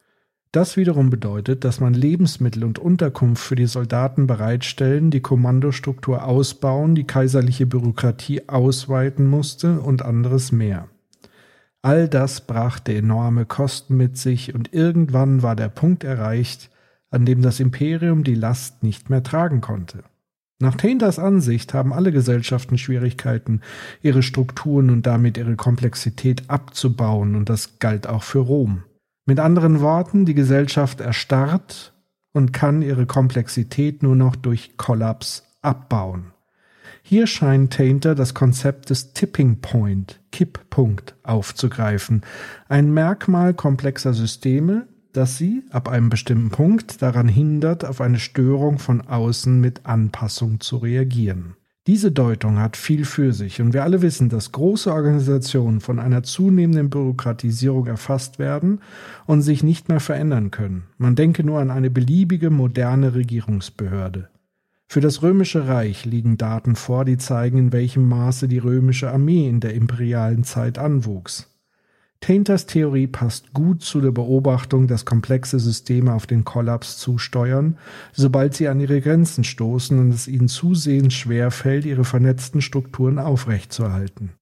Das wiederum bedeutet, dass man Lebensmittel und Unterkunft für die Soldaten bereitstellen, die Kommandostruktur ausbauen, die kaiserliche Bürokratie ausweiten musste und anderes mehr. All das brachte enorme Kosten mit sich und irgendwann war der Punkt erreicht, an dem das Imperium die Last nicht mehr tragen konnte. Nach Tainters Ansicht haben alle Gesellschaften Schwierigkeiten, ihre Strukturen und damit ihre Komplexität abzubauen, und das galt auch für Rom. Mit anderen Worten, die Gesellschaft erstarrt und kann ihre Komplexität nur noch durch Kollaps abbauen. Hier scheint Tainter das Konzept des Tipping Point, Kipppunkt, aufzugreifen, ein Merkmal komplexer Systeme, das sie ab einem bestimmten Punkt daran hindert, auf eine Störung von außen mit Anpassung zu reagieren. Diese Deutung hat viel für sich und wir alle wissen, dass große Organisationen von einer zunehmenden Bürokratisierung erfasst werden und sich nicht mehr verändern können. Man denke nur an eine beliebige moderne Regierungsbehörde. Für das Römische Reich liegen Daten vor, die zeigen, in welchem Maße die römische Armee in der imperialen Zeit anwuchs. Tainters Theorie passt gut zu der Beobachtung, dass komplexe Systeme auf den Kollaps zusteuern, sobald sie an ihre Grenzen stoßen und es ihnen zusehends schwerfällt, ihre vernetzten Strukturen aufrechtzuerhalten.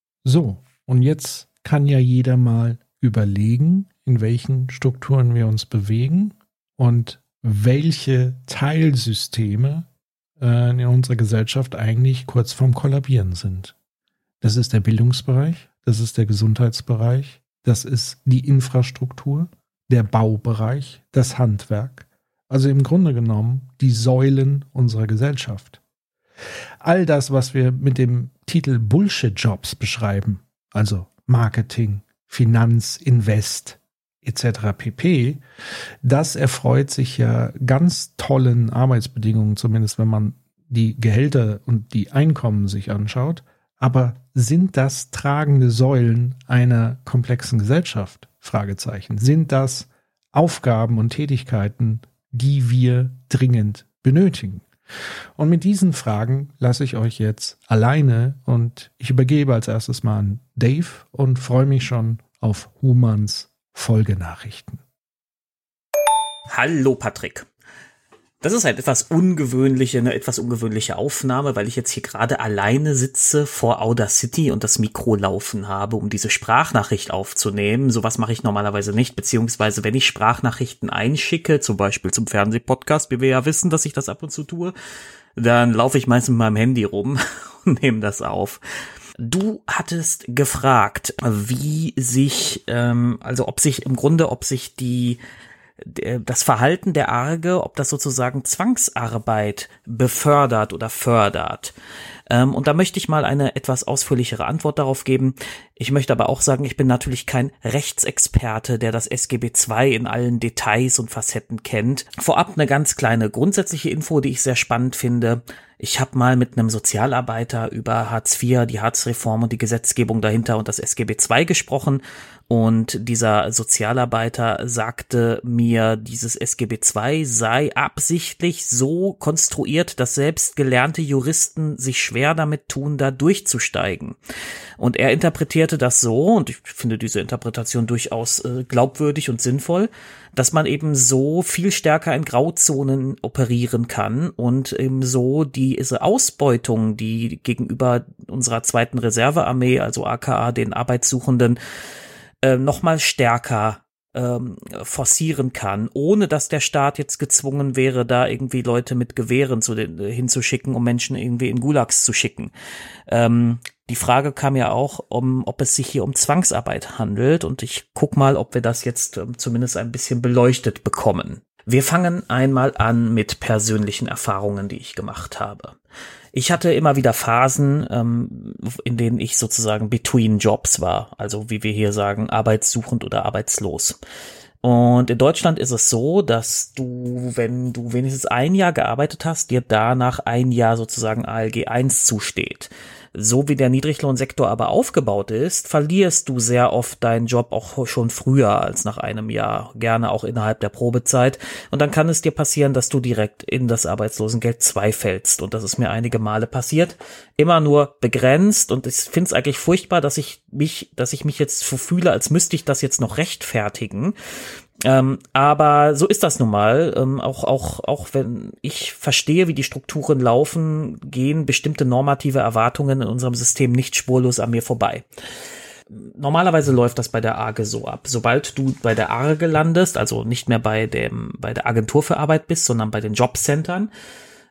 So, und jetzt kann ja jeder mal überlegen, in welchen Strukturen wir uns bewegen und welche Teilsysteme äh, in unserer Gesellschaft eigentlich kurz vorm Kollabieren sind. Das ist der Bildungsbereich. Das ist der Gesundheitsbereich, das ist die Infrastruktur, der Baubereich, das Handwerk. Also im Grunde genommen die Säulen unserer Gesellschaft. All das, was wir mit dem Titel Bullshit-Jobs beschreiben, also Marketing, Finanz, Invest et cetera pp., das erfreut sich ja ganz tollen Arbeitsbedingungen, zumindest wenn man die Gehälter und die Einkommen sich anschaut. Aber sind das tragende Säulen einer komplexen Gesellschaft? Fragezeichen. Sind das Aufgaben und Tätigkeiten, die wir dringend benötigen? Und mit diesen Fragen lasse ich euch jetzt alleine und ich übergebe als erstes mal an Dave und freue mich schon auf Humans Folgenachrichten. Hallo Patrick. Das ist eine etwas ungewöhnliche, eine etwas ungewöhnliche Aufnahme, weil ich jetzt hier gerade alleine sitze vor Audacity und das Mikro laufen habe, um diese Sprachnachricht aufzunehmen. Sowas mache ich normalerweise nicht, beziehungsweise wenn ich Sprachnachrichten einschicke, zum Beispiel zum Fernsehpodcast, wie wir ja wissen, dass ich das ab und zu tue, dann laufe ich meistens mit meinem Handy rum und nehme das auf. Du hattest gefragt, wie sich, ähm, also ob sich im Grunde, ob sich die das Verhalten der Arge, ob das sozusagen Zwangsarbeit befördert oder fördert. Ähm, und da möchte ich mal eine etwas ausführlichere Antwort darauf geben. Ich möchte aber auch sagen, ich bin natürlich kein Rechtsexperte, der das S G B zwei in allen Details und Facetten kennt. Vorab eine ganz kleine grundsätzliche Info, die ich sehr spannend finde. Ich habe mal mit einem Sozialarbeiter über Hartz vier, die Hartz-Reform und die Gesetzgebung dahinter und das S G B zwei gesprochen. Und dieser Sozialarbeiter sagte mir, dieses S G B zwei sei absichtlich so konstruiert, dass selbst gelernte Juristen sich schwer damit tun, da durchzusteigen. Und er interpretierte das so, und ich finde diese Interpretation durchaus äh, glaubwürdig und sinnvoll, dass man eben so viel stärker in Grauzonen operieren kann und eben so diese Ausbeutung, die gegenüber unserer zweiten Reservearmee, also aka den Arbeitssuchenden, äh, noch mal stärker ähm, forcieren kann, ohne dass der Staat jetzt gezwungen wäre, da irgendwie Leute mit Gewehren zu den, äh, hinzuschicken, um Menschen irgendwie in Gulags zu schicken. Ähm, die Frage kam ja auch, um, ob es sich hier um Zwangsarbeit handelt, und ich guck mal, ob wir das jetzt ähm, zumindest ein bisschen beleuchtet bekommen. Wir fangen einmal an mit persönlichen Erfahrungen, die ich gemacht habe. Ich hatte immer wieder Phasen, ähm, in denen ich sozusagen between Jobs war, also wie wir hier sagen, arbeitssuchend oder arbeitslos. Und in Deutschland ist es so, dass du, wenn du wenigstens ein Jahr gearbeitet hast, dir danach ein Jahr sozusagen A L G eins zusteht. So wie der Niedriglohnsektor aber aufgebaut ist, verlierst du sehr oft deinen Job auch schon früher als nach einem Jahr, gerne auch innerhalb der Probezeit. Und dann kann es dir passieren, dass du direkt in das Arbeitslosengeld zwei fällst. Und das ist mir einige Male passiert. Immer nur begrenzt. Und ich finde es eigentlich furchtbar, dass ich mich, dass ich mich jetzt so fühle, als müsste ich das jetzt noch rechtfertigen. Ähm, aber so ist das nun mal. Ähm, auch, auch, auch wenn ich verstehe, wie die Strukturen laufen, gehen bestimmte normative Erwartungen in unserem System nicht spurlos an mir vorbei. Normalerweise läuft das bei der Arge so ab. Sobald du bei der Arge landest, also nicht mehr bei dem, bei der Agentur für Arbeit bist, sondern bei den Jobcentern,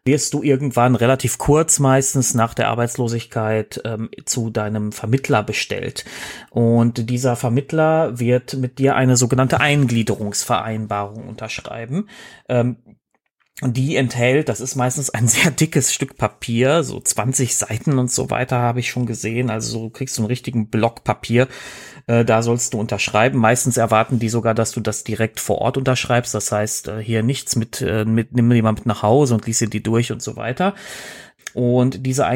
wirst du irgendwann relativ kurz meistens nach der Arbeitslosigkeit ähm, zu deinem Vermittler bestellt. Und dieser Vermittler wird mit dir eine sogenannte Eingliederungsvereinbarung unterschreiben. Ähm, Die enthält, das ist meistens ein sehr dickes Stück Papier, so zwanzig Seiten und so weiter habe ich schon gesehen, also so kriegst du einen richtigen Block Papier, äh, da sollst du unterschreiben. Meistens erwarten die sogar, dass du das direkt vor Ort unterschreibst, das heißt äh, hier nichts mit, äh, mit, nimm jemand mit nach Hause und lies dir die durch und so weiter. Und diese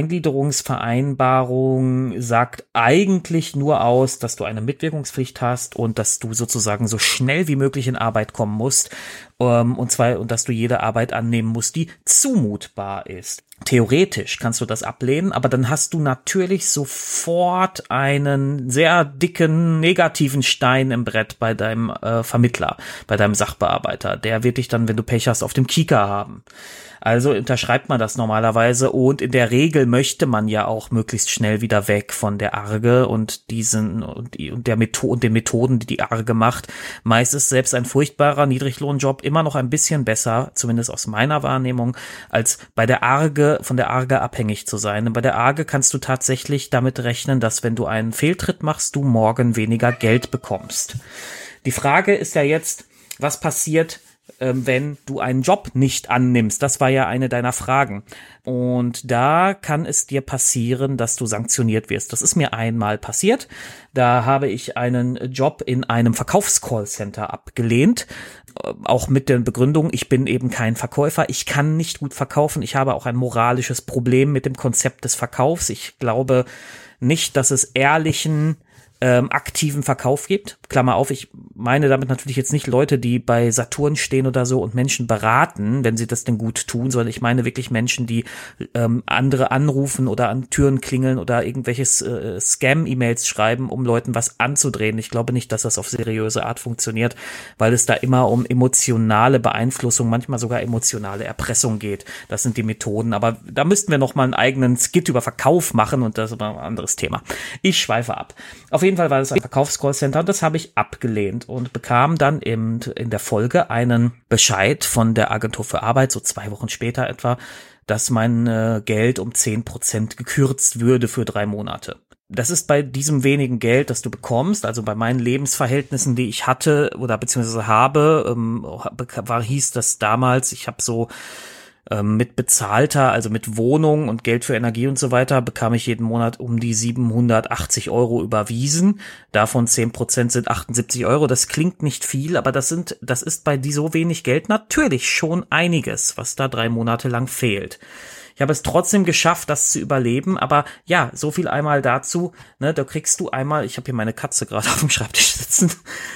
Eingliederungsvereinbarung sagt eigentlich nur aus, dass du eine Mitwirkungspflicht hast und dass du sozusagen so schnell wie möglich in Arbeit kommen musst, ähm, und zwar, und dass du jede Arbeit annehmen musst, die zumutbar ist. Theoretisch kannst du das ablehnen, aber dann hast du natürlich sofort einen sehr dicken negativen Stein im Brett bei deinem äh, Vermittler, bei deinem Sachbearbeiter. Der wird dich dann, wenn du Pech hast, auf dem Kieker haben. Also unterschreibt man das normalerweise und in der Regel möchte man ja auch möglichst schnell wieder weg von der Arge und diesen und, und der Methode und den Methoden, die die Arge macht. Meist ist selbst ein furchtbarer Niedriglohnjob immer noch ein bisschen besser, zumindest aus meiner Wahrnehmung, als bei der Arge, von der Arge abhängig zu sein. Und bei der Arge kannst du tatsächlich damit rechnen, dass wenn du einen Fehltritt machst, du morgen weniger Geld bekommst. Die Frage ist ja jetzt, was passiert, wenn du einen Job nicht annimmst? Das war ja eine deiner Fragen. Und da kann es dir passieren, dass du sanktioniert wirst. Das ist mir einmal passiert. Da habe ich einen Job in einem Verkaufscallcenter abgelehnt. Auch mit der Begründung, ich bin eben kein Verkäufer. Ich kann nicht gut verkaufen. Ich habe auch ein moralisches Problem mit dem Konzept des Verkaufs. Ich glaube nicht, dass es ehrlichen Ähm, aktiven Verkauf gibt. Klammer auf, ich meine damit natürlich jetzt nicht Leute, die bei Saturn stehen oder so und Menschen beraten, wenn sie das denn gut tun, sondern ich meine wirklich Menschen, die ähm, andere anrufen oder an Türen klingeln oder irgendwelches äh, Scam-E-Mails schreiben, um Leuten was anzudrehen. Ich glaube nicht, dass das auf seriöse Art funktioniert, weil es da immer um emotionale Beeinflussung, manchmal sogar emotionale Erpressung geht. Das sind die Methoden, aber da müssten wir noch mal einen eigenen Skit über Verkauf machen und das ist aber ein anderes Thema. Ich schweife ab. Auf jeden Fall war das ein Verkaufscallcenter und das habe ich abgelehnt und bekam dann eben in der Folge einen Bescheid von der Agentur für Arbeit, so zwei Wochen später etwa, dass mein äh, Geld um zehn Prozent gekürzt würde für drei Monate. Das ist bei diesem wenigen Geld, das du bekommst, also bei meinen Lebensverhältnissen, die ich hatte oder beziehungsweise habe, ähm, war, hieß das damals, ich habe so mit bezahlter, also mit Wohnung und Geld für Energie und so weiter, bekam ich jeden Monat um die siebenhundertachtzig Euro überwiesen. Davon zehn Prozent sind achtundsiebzig Euro. Das klingt nicht viel, aber das sind, das ist bei so wenig Geld natürlich schon einiges, was da drei Monate lang fehlt. Ich habe es trotzdem geschafft, das zu überleben, aber ja, so viel einmal dazu, ne, da kriegst du einmal, ich habe hier meine Katze gerade auf dem Schreibtisch sitzen,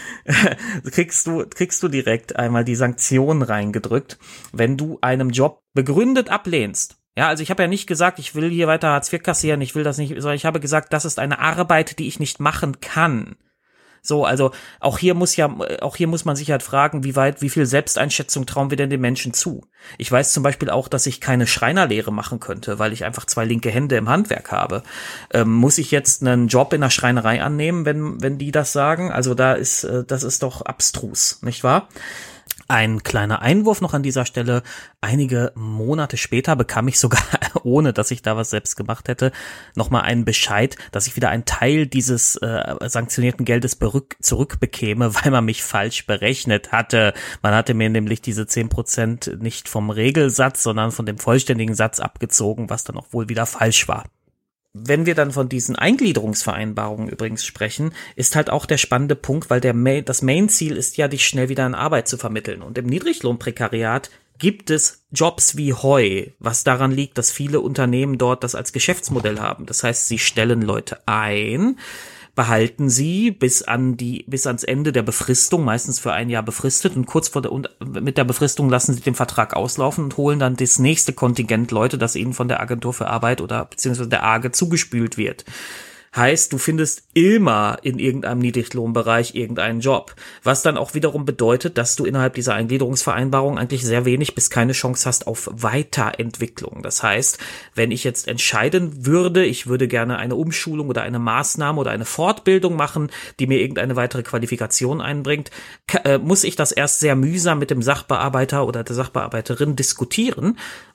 kriegst du kriegst du direkt einmal die Sanktionen reingedrückt, wenn du einem Job begründet ablehnst. Ja, also ich habe ja nicht gesagt, ich will hier weiter Hartz vier kassieren, ich will das nicht, sondern ich habe gesagt, das ist eine Arbeit, die ich nicht machen kann. So, also auch hier muss ja, auch hier muss man sich halt fragen, wie weit, wie viel Selbsteinschätzung trauen wir denn den Menschen zu? Ich weiß zum Beispiel auch, dass ich keine Schreinerlehre machen könnte, weil ich einfach zwei linke Hände im Handwerk habe. Ähm, muss ich jetzt einen Job in der Schreinerei annehmen, wenn, wenn die das sagen? Also da ist, äh, das ist doch abstrus, nicht wahr? Ein kleiner Einwurf noch an dieser Stelle. Einige Monate später bekam ich sogar, ohne dass ich da was selbst gemacht hätte, nochmal einen Bescheid, dass ich wieder einen Teil dieses äh, sanktionierten Geldes berück- zurückbekäme, weil man mich falsch berechnet hatte. Man hatte mir nämlich diese zehn Prozent nicht vom Regelsatz, sondern von dem vollständigen Satz abgezogen, was dann auch wohl wieder falsch war. Wenn wir dann von diesen Eingliederungsvereinbarungen übrigens sprechen, ist halt auch der spannende Punkt, weil der Main, das Main-Ziel ist ja, dich schnell wieder in Arbeit zu vermitteln. Und im Niedriglohnprekariat gibt es Jobs wie Heu, was daran liegt, dass viele Unternehmen dort das als Geschäftsmodell haben. Das heißt, sie stellen Leute ein, behalten sie bis an die, bis ans Ende der Befristung, meistens für ein Jahr befristet, und kurz vor der, und mit der Befristung lassen sie den Vertrag auslaufen und holen dann das nächste Kontingent Leute, das ihnen von der Agentur für Arbeit oder beziehungsweise der A G E zugespült wird. Heißt, du findest immer in irgendeinem Niedriglohnbereich irgendeinen Job, was dann auch wiederum bedeutet, dass du innerhalb dieser Eingliederungsvereinbarung eigentlich sehr wenig bis keine Chance hast auf Weiterentwicklung. Das heißt, wenn ich jetzt entscheiden würde, ich würde gerne eine Umschulung oder eine Maßnahme oder eine Fortbildung machen, die mir irgendeine weitere Qualifikation einbringt, muss ich das erst sehr mühsam mit dem Sachbearbeiter oder der Sachbearbeiterin diskutieren.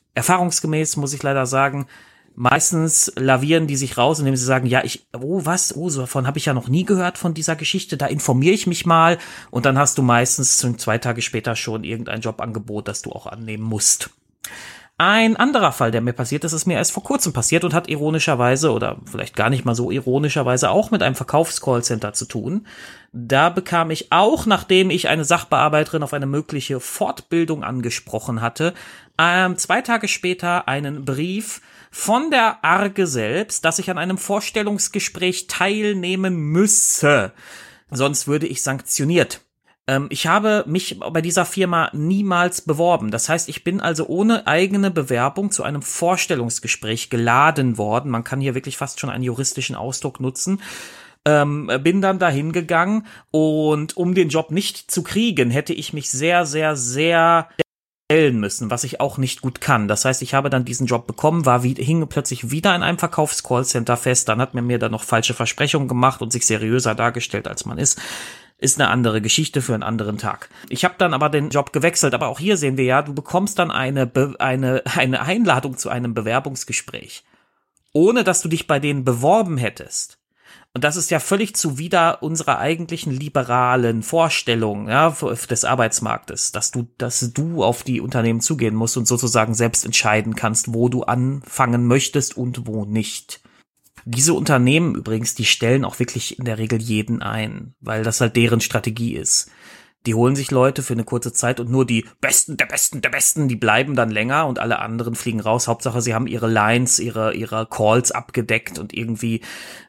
erfahrungsgemäß muss ich leider sagen, meistens lavieren die sich raus, indem sie sagen, ja, ich, oh, was, oh, so davon habe ich ja noch nie gehört von dieser Geschichte, da informiere ich mich mal und dann hast du meistens zwei Tage später schon irgendein Jobangebot, das du auch annehmen musst. Ein anderer Fall, der mir passiert ist, ist mir erst vor kurzem passiert und hat ironischerweise oder vielleicht gar nicht mal so ironischerweise auch mit einem Verkaufscallcenter zu tun. Da bekam ich auch, nachdem ich eine Sachbearbeiterin auf eine mögliche Fortbildung angesprochen hatte, ähm, zwei Tage später einen Brief von der Arge selbst, dass ich an einem Vorstellungsgespräch teilnehmen müsse. Sonst würde ich sanktioniert. Ich habe mich bei dieser Firma niemals beworben. Das heißt, ich bin also ohne eigene Bewerbung zu einem Vorstellungsgespräch geladen worden. Man kann hier wirklich fast schon einen juristischen Ausdruck nutzen. Ähm, bin dann dahin gegangen und um den Job nicht zu kriegen, hätte ich mich sehr, sehr, sehr stellen müssen, was ich auch nicht gut kann. Das heißt, ich habe dann diesen Job bekommen, war wie, hing plötzlich wieder in einem Verkaufscallcenter fest. Dann hat man mir dann noch falsche Versprechungen gemacht und sich seriöser dargestellt, als man ist. Ist eine andere Geschichte für einen anderen Tag. Ich habe dann aber den Job gewechselt, aber auch hier sehen wir ja, du bekommst dann eine Be- eine eine Einladung zu einem Bewerbungsgespräch, ohne dass du dich bei denen beworben hättest. Und das ist ja völlig zuwider unserer eigentlichen liberalen Vorstellung, ja, des Arbeitsmarktes, dass du dass du auf die Unternehmen zugehen musst und sozusagen selbst entscheiden kannst, wo du anfangen möchtest und wo nicht. Diese Unternehmen übrigens, die stellen auch wirklich in der Regel jeden ein, weil das halt deren Strategie ist. Die holen sich Leute für eine kurze Zeit und nur die Besten, der Besten, der Besten, die bleiben dann länger und alle anderen fliegen raus. Hauptsache, sie haben ihre Lines, ihre ihre Calls abgedeckt und irgendwie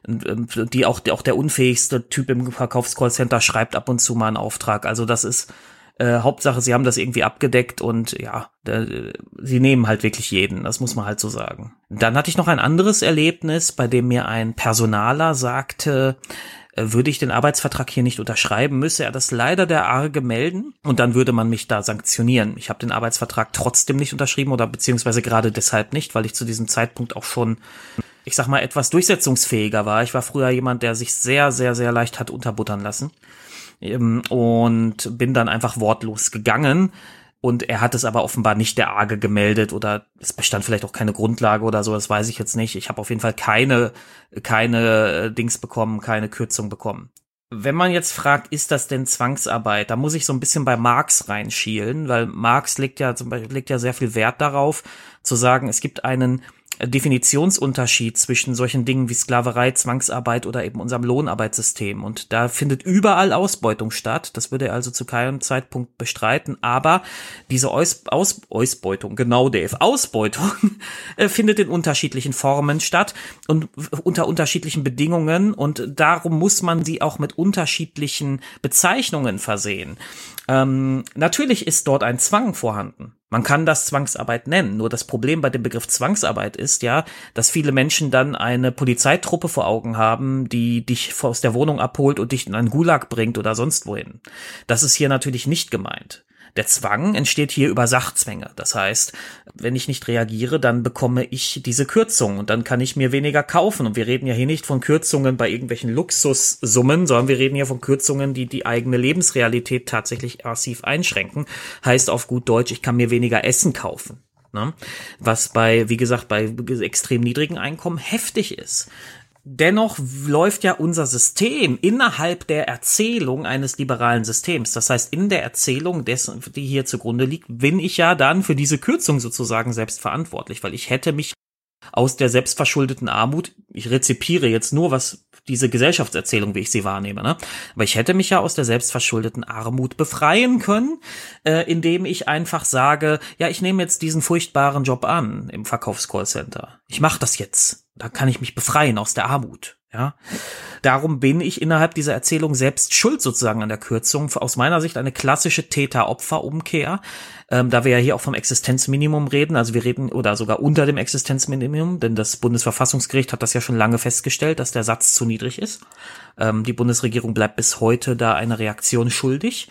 die auch, auch der unfähigste Typ im Verkaufscallcenter schreibt ab und zu mal einen Auftrag. Also das ist Äh, Hauptsache, sie haben das irgendwie abgedeckt und ja, da, sie nehmen halt wirklich jeden, das muss man halt so sagen. Dann hatte ich noch ein anderes Erlebnis, bei dem mir ein Personaler sagte, äh, würde ich den Arbeitsvertrag hier nicht unterschreiben, müsse er das leider der Arge melden und dann würde man mich da sanktionieren. Ich habe den Arbeitsvertrag trotzdem nicht unterschrieben oder beziehungsweise gerade deshalb nicht, weil ich zu diesem Zeitpunkt auch schon, ich sag mal, etwas durchsetzungsfähiger war. Ich war früher jemand, der sich sehr, sehr, sehr leicht hat unterbuttern lassen. Und bin dann einfach wortlos gegangen und er hat es aber offenbar nicht der Arge gemeldet oder es bestand vielleicht auch keine Grundlage oder so, das weiß ich jetzt nicht. Ich habe auf jeden Fall keine keine Dings bekommen, keine Kürzung bekommen. Wenn man jetzt fragt, ist das denn Zwangsarbeit, da muss ich so ein bisschen bei Marx reinschielen, weil Marx legt ja zum Beispiel legt ja sehr viel Wert darauf, zu sagen, es gibt einen Definitionsunterschied zwischen solchen Dingen wie Sklaverei, Zwangsarbeit oder eben unserem Lohnarbeitssystem. Und da findet überall Ausbeutung statt. Das würde er also zu keinem Zeitpunkt bestreiten. Aber diese Aus, Aus, Ausbeutung, genau Dave, Ausbeutung äh, findet in unterschiedlichen Formen statt und unter unterschiedlichen Bedingungen. Und darum muss man sie auch mit unterschiedlichen Bezeichnungen versehen. Ähm, natürlich ist dort ein Zwang vorhanden. Man kann das Zwangsarbeit nennen. Nur das Problem bei dem Begriff Zwangsarbeit ist ja, dass viele Menschen dann eine Polizeitruppe vor Augen haben, die dich aus der Wohnung abholt und dich in einen Gulag bringt oder sonst wohin. Das ist hier natürlich nicht gemeint. Der Zwang entsteht hier über Sachzwänge. Das heißt, wenn ich nicht reagiere, dann bekomme ich diese Kürzung und dann kann ich mir weniger kaufen. Und wir reden ja hier nicht von Kürzungen bei irgendwelchen Luxussummen, sondern wir reden hier von Kürzungen, die die eigene Lebensrealität tatsächlich massiv einschränken. Heißt auf gut Deutsch, ich kann mir weniger Essen kaufen. Ne? Was bei, wie gesagt, bei extrem niedrigen Einkommen heftig ist. Dennoch läuft ja unser System innerhalb der Erzählung eines liberalen Systems. Das heißt, in der Erzählung dessen, die hier zugrunde liegt, bin ich ja dann für diese Kürzung sozusagen selbst verantwortlich, weil ich hätte mich aus der selbstverschuldeten Armut, ich rezipiere jetzt nur, was diese Gesellschaftserzählung, wie ich sie wahrnehme, ne? Aber ich hätte mich ja aus der selbstverschuldeten Armut befreien können, äh, indem ich einfach sage, ja, ich nehme jetzt diesen furchtbaren Job an im Verkaufscallcenter. Ich mache das jetzt. Da kann ich mich befreien aus der Armut, ja. Darum bin ich innerhalb dieser Erzählung selbst schuld sozusagen an der Kürzung. Aus meiner Sicht eine klassische Täter-Opfer-Umkehr, ähm, da wir ja hier auch vom Existenzminimum reden, also wir reden, oder sogar unter dem Existenzminimum, denn das Bundesverfassungsgericht hat das ja schon lange festgestellt, dass der Satz zu niedrig ist. Ähm, die Bundesregierung bleibt bis heute da eine Reaktion schuldig.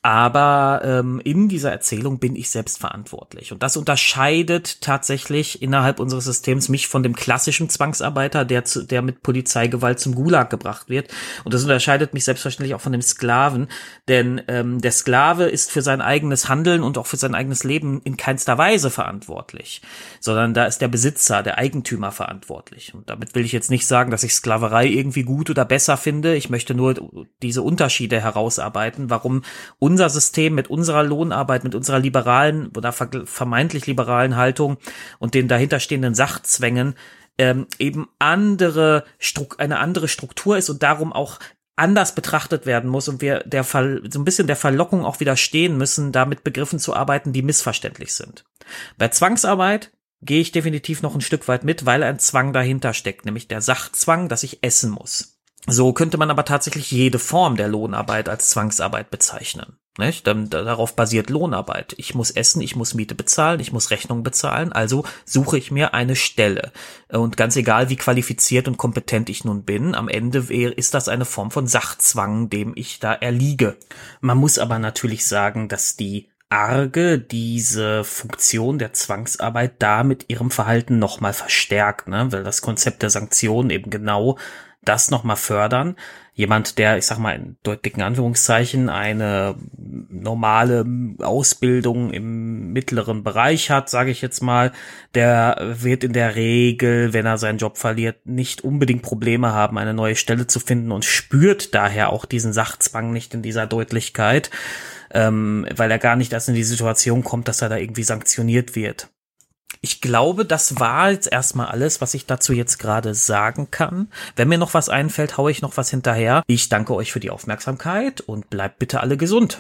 Aber ähm, in dieser Erzählung bin ich selbst verantwortlich. Und das unterscheidet tatsächlich innerhalb unseres Systems mich von dem klassischen Zwangsarbeiter, der, zu, der mit Polizeigewalt zum Gulag gebracht wird. Und das unterscheidet mich selbstverständlich auch von dem Sklaven. Denn ähm, der Sklave ist für sein eigenes Handeln und auch für sein eigenes Leben in keinster Weise verantwortlich. Sondern da ist der Besitzer, der Eigentümer verantwortlich. Und damit will ich jetzt nicht sagen, dass ich Sklaverei irgendwie gut oder besser finde. Ich möchte nur diese Unterschiede herausarbeiten, warum unser System mit unserer Lohnarbeit, mit unserer liberalen oder vermeintlich liberalen Haltung und den dahinterstehenden Sachzwängen ähm, eben andere Stru- eine andere Struktur ist und darum auch anders betrachtet werden muss und wir der Ver- so ein bisschen der Verlockung auch widerstehen müssen, da mit Begriffen zu arbeiten, die missverständlich sind. Bei Zwangsarbeit gehe ich definitiv noch ein Stück weit mit, weil ein Zwang dahinter steckt, nämlich der Sachzwang, dass ich essen muss. So könnte man aber tatsächlich jede Form der Lohnarbeit als Zwangsarbeit bezeichnen. Nicht? Darauf basiert Lohnarbeit. Ich muss essen, ich muss Miete bezahlen, ich muss Rechnungen bezahlen, also suche ich mir eine Stelle. Und ganz egal, wie qualifiziert und kompetent ich nun bin, am Ende ist das eine Form von Sachzwang, dem ich da erliege. Man muss aber natürlich sagen, dass die Arge diese Funktion der Zwangsarbeit da mit ihrem Verhalten nochmal verstärkt, ne? Weil das Konzept der Sanktionen eben genau das nochmal fördern. Jemand, der, ich sag mal in dicken Anführungszeichen, eine normale Ausbildung im mittleren Bereich hat, sage ich jetzt mal, der wird in der Regel, wenn er seinen Job verliert, nicht unbedingt Probleme haben, eine neue Stelle zu finden und spürt daher auch diesen Sachzwang nicht in dieser Deutlichkeit, ähm, weil er gar nicht erst in die Situation kommt, dass er da irgendwie sanktioniert wird. Ich glaube, das war jetzt erstmal alles, was ich dazu jetzt gerade sagen kann. Wenn mir noch was einfällt, haue ich noch was hinterher. Ich danke euch für die Aufmerksamkeit und bleibt bitte alle gesund.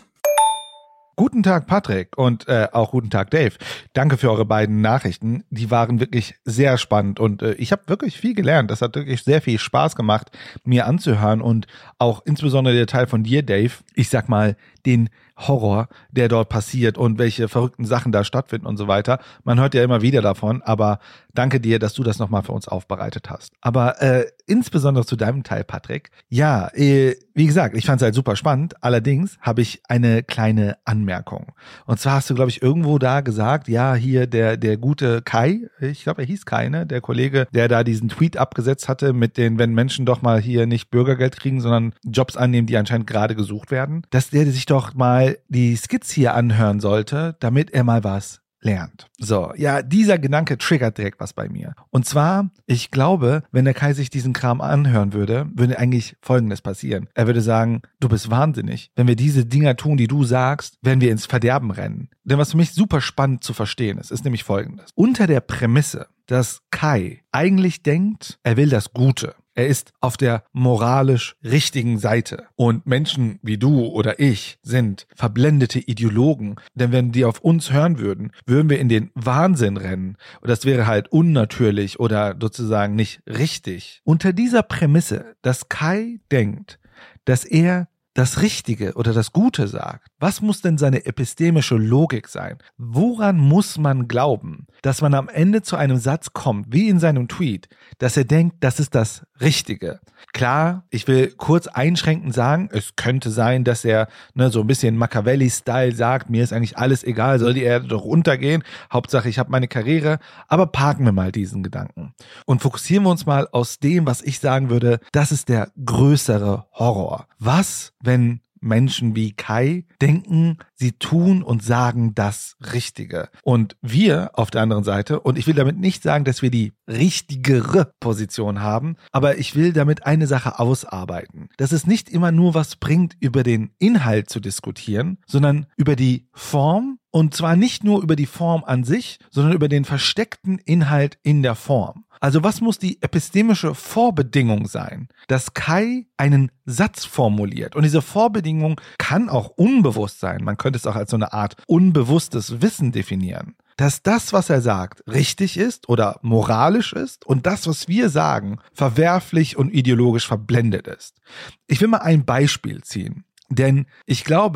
Guten Tag, Patrick, und äh, auch guten Tag, Dave. Danke für eure beiden Nachrichten. Die waren wirklich sehr spannend und äh, ich habe wirklich viel gelernt. Das hat wirklich sehr viel Spaß gemacht, mir anzuhören und auch insbesondere der Teil von dir, Dave. Ich sag mal, den Horror, der dort passiert und welche verrückten Sachen da stattfinden und so weiter. Man hört ja immer wieder davon, aber danke dir, dass du das nochmal für uns aufbereitet hast. Aber äh, insbesondere zu deinem Teil, Patrick. Ja, äh, wie gesagt, ich fand es halt super spannend. Allerdings habe ich eine kleine Anmerkung. Und zwar hast du, glaube ich, irgendwo da gesagt, ja, hier der der gute Kai, ich glaube, er hieß Kai, ne? Der Kollege, der da diesen Tweet abgesetzt hatte mit den, wenn Menschen doch mal hier nicht Bürgergeld kriegen, sondern Jobs annehmen, die anscheinend gerade gesucht werden, dass der sich doch mal die Skits hier anhören sollte, damit er mal was lernt. So, ja, dieser Gedanke triggert direkt was bei mir. Und zwar, ich glaube, wenn der Kai sich diesen Kram anhören würde, würde eigentlich Folgendes passieren. Er würde sagen, du bist wahnsinnig. Wenn wir diese Dinger tun, die du sagst, werden wir ins Verderben rennen. Denn was für mich super spannend zu verstehen ist, ist nämlich Folgendes. Unter der Prämisse, dass Kai eigentlich denkt, er will das Gute. Er ist auf der moralisch richtigen Seite. Und Menschen wie du oder ich sind verblendete Ideologen. Denn wenn die auf uns hören würden, würden wir in den Wahnsinn rennen. Und das wäre halt unnatürlich oder sozusagen nicht richtig. Unter dieser Prämisse, dass Kai denkt, dass er das Richtige oder das Gute sagt. Was muss denn seine epistemische Logik sein? Woran muss man glauben, dass man am Ende zu einem Satz kommt, wie in seinem Tweet, dass er denkt, das ist das Richtige? Klar, ich will kurz einschränkend sagen, es könnte sein, dass er ne, so ein bisschen Machiavelli-Style sagt, mir ist eigentlich alles egal, soll die Erde doch untergehen, Hauptsache ich habe meine Karriere, aber parken wir mal diesen Gedanken und fokussieren wir uns mal aus dem, was ich sagen würde, das ist der größere Horror. Was, wenn Menschen wie Kai denken, sie tun und sagen das Richtige. Und wir auf der anderen Seite, und ich will damit nicht sagen, dass wir die richtigere Position haben, aber ich will damit eine Sache ausarbeiten. Dass es nicht immer nur was bringt, über den Inhalt zu diskutieren, sondern über die Form, und zwar nicht nur über die Form an sich, sondern über den versteckten Inhalt in der Form. Also was muss die epistemische Vorbedingung sein, dass Kai einen Satz formuliert? Und diese Vorbedingung kann auch unbewusst sein. Man könnte es auch als so eine Art unbewusstes Wissen definieren. Dass das, was er sagt, richtig ist oder moralisch ist und das, was wir sagen, verwerflich und ideologisch verblendet ist. Ich will mal ein Beispiel ziehen, denn ich glaube,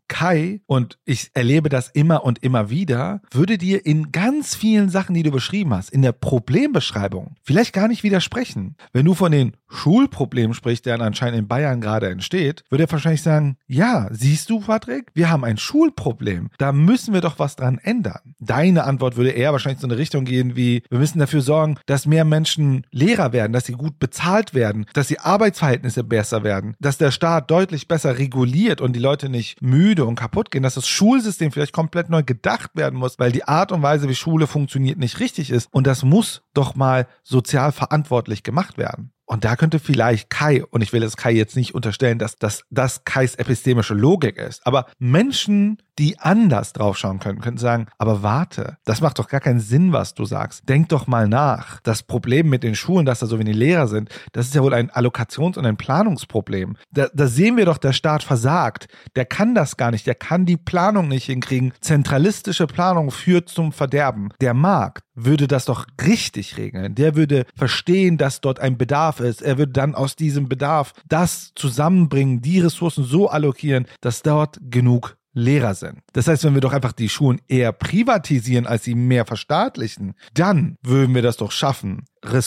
Kai, und ich erlebe das immer und immer wieder, würde dir in ganz vielen Sachen, die du beschrieben hast, in der Problembeschreibung vielleicht gar nicht widersprechen. Wenn du von den Schulproblemen sprichst, der anscheinend in Bayern gerade entsteht, würde er wahrscheinlich sagen, ja, siehst du, Patrick, wir haben ein Schulproblem. Da müssen wir doch was dran ändern. Deine Antwort würde eher wahrscheinlich so in eine Richtung gehen wie, wir müssen dafür sorgen, dass mehr Menschen Lehrer werden, dass sie gut bezahlt werden, dass die Arbeitsverhältnisse besser werden, dass der Staat deutlich besser reguliert und die Leute nicht müde und kaputt gehen, dass das Schulsystem vielleicht komplett neu gedacht werden muss, weil die Art und Weise, wie Schule funktioniert, nicht richtig ist. Und das muss doch mal sozial verantwortlich gemacht werden. Und da könnte vielleicht Kai, und ich will es Kai jetzt nicht unterstellen, dass das, das Kais epistemische Logik ist, aber Menschen, die anders draufschauen können, könnten sagen, aber warte, das macht doch gar keinen Sinn, was du sagst. Denk doch mal nach. Das Problem mit den Schulen, dass da so wenig Lehrer sind, das ist ja wohl ein Allokations- und ein Planungsproblem. Da, da sehen wir doch, der Staat versagt. Der kann das gar nicht. Der kann die Planung nicht hinkriegen. Zentralistische Planung führt zum Verderben. Der Markt würde das doch richtig regeln. Der würde verstehen, dass dort ein Bedarf ist. Er würde dann aus diesem Bedarf das zusammenbringen, die Ressourcen so allokieren, dass dort genug Lehrer sind. Das heißt, wenn wir doch einfach die Schulen eher privatisieren, als sie mehr verstaatlichen, dann würden wir das doch schaffen,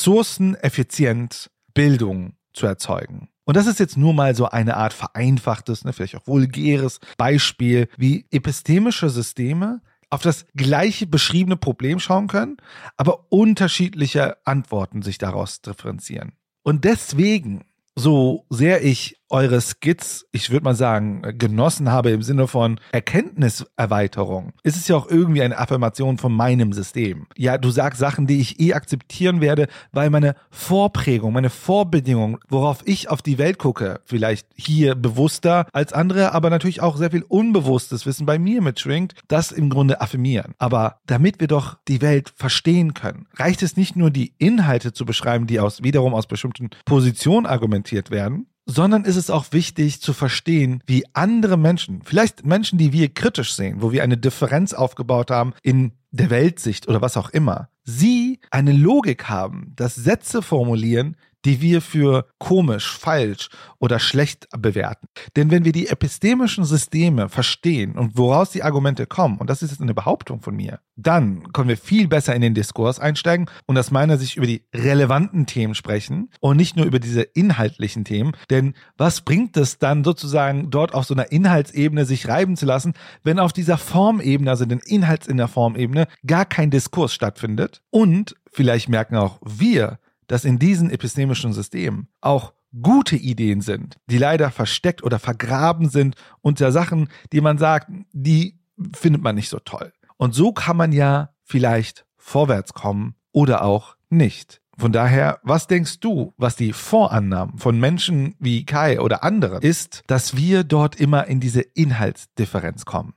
ressourceneffizient Bildung zu erzeugen. Und das ist jetzt nur mal so eine Art vereinfachtes, ne, vielleicht auch vulgäres Beispiel, wie epistemische Systeme auf das gleiche beschriebene Problem schauen können, aber unterschiedliche Antworten sich daraus differenzieren. Und deswegen, so sehr ich eure Skits, ich würde mal sagen, genossen habe im Sinne von Erkenntniserweiterung, ist es ja auch irgendwie eine Affirmation von meinem System. Ja, du sagst Sachen, die ich eh akzeptieren werde, weil meine Vorprägung, meine Vorbedingung, worauf ich auf die Welt gucke, vielleicht hier bewusster als andere, aber natürlich auch sehr viel unbewusstes Wissen bei mir mitschwingt, das im Grunde affirmieren. Aber damit wir doch die Welt verstehen können, reicht es nicht nur, die Inhalte zu beschreiben, die aus wiederum aus bestimmten Positionen argumentiert werden, sondern ist es auch wichtig zu verstehen, wie andere Menschen, vielleicht Menschen, die wir kritisch sehen, wo wir eine Differenz aufgebaut haben in der Weltsicht oder was auch immer, sie eine Logik haben, dass Sätze formulieren, die wir für komisch, falsch oder schlecht bewerten. Denn wenn wir die epistemischen Systeme verstehen und woraus die Argumente kommen, und das ist jetzt eine Behauptung von mir, dann können wir viel besser in den Diskurs einsteigen und aus meiner Sicht über die relevanten Themen sprechen und nicht nur über diese inhaltlichen Themen. Denn was bringt es dann sozusagen dort auf so einer Inhaltsebene sich reiben zu lassen, wenn auf dieser Formebene, also den Inhalts in der Formebene, gar kein Diskurs stattfindet? Und vielleicht merken auch wir, dass in diesen epistemischen Systemen auch gute Ideen sind, die leider versteckt oder vergraben sind unter Sachen, die man sagt, die findet man nicht so toll. Und so kann man ja vielleicht vorwärts kommen oder auch nicht. Von daher, was denkst du, was die Vorannahmen von Menschen wie Kai oder anderen ist, dass wir dort immer in diese Inhaltsdifferenz kommen?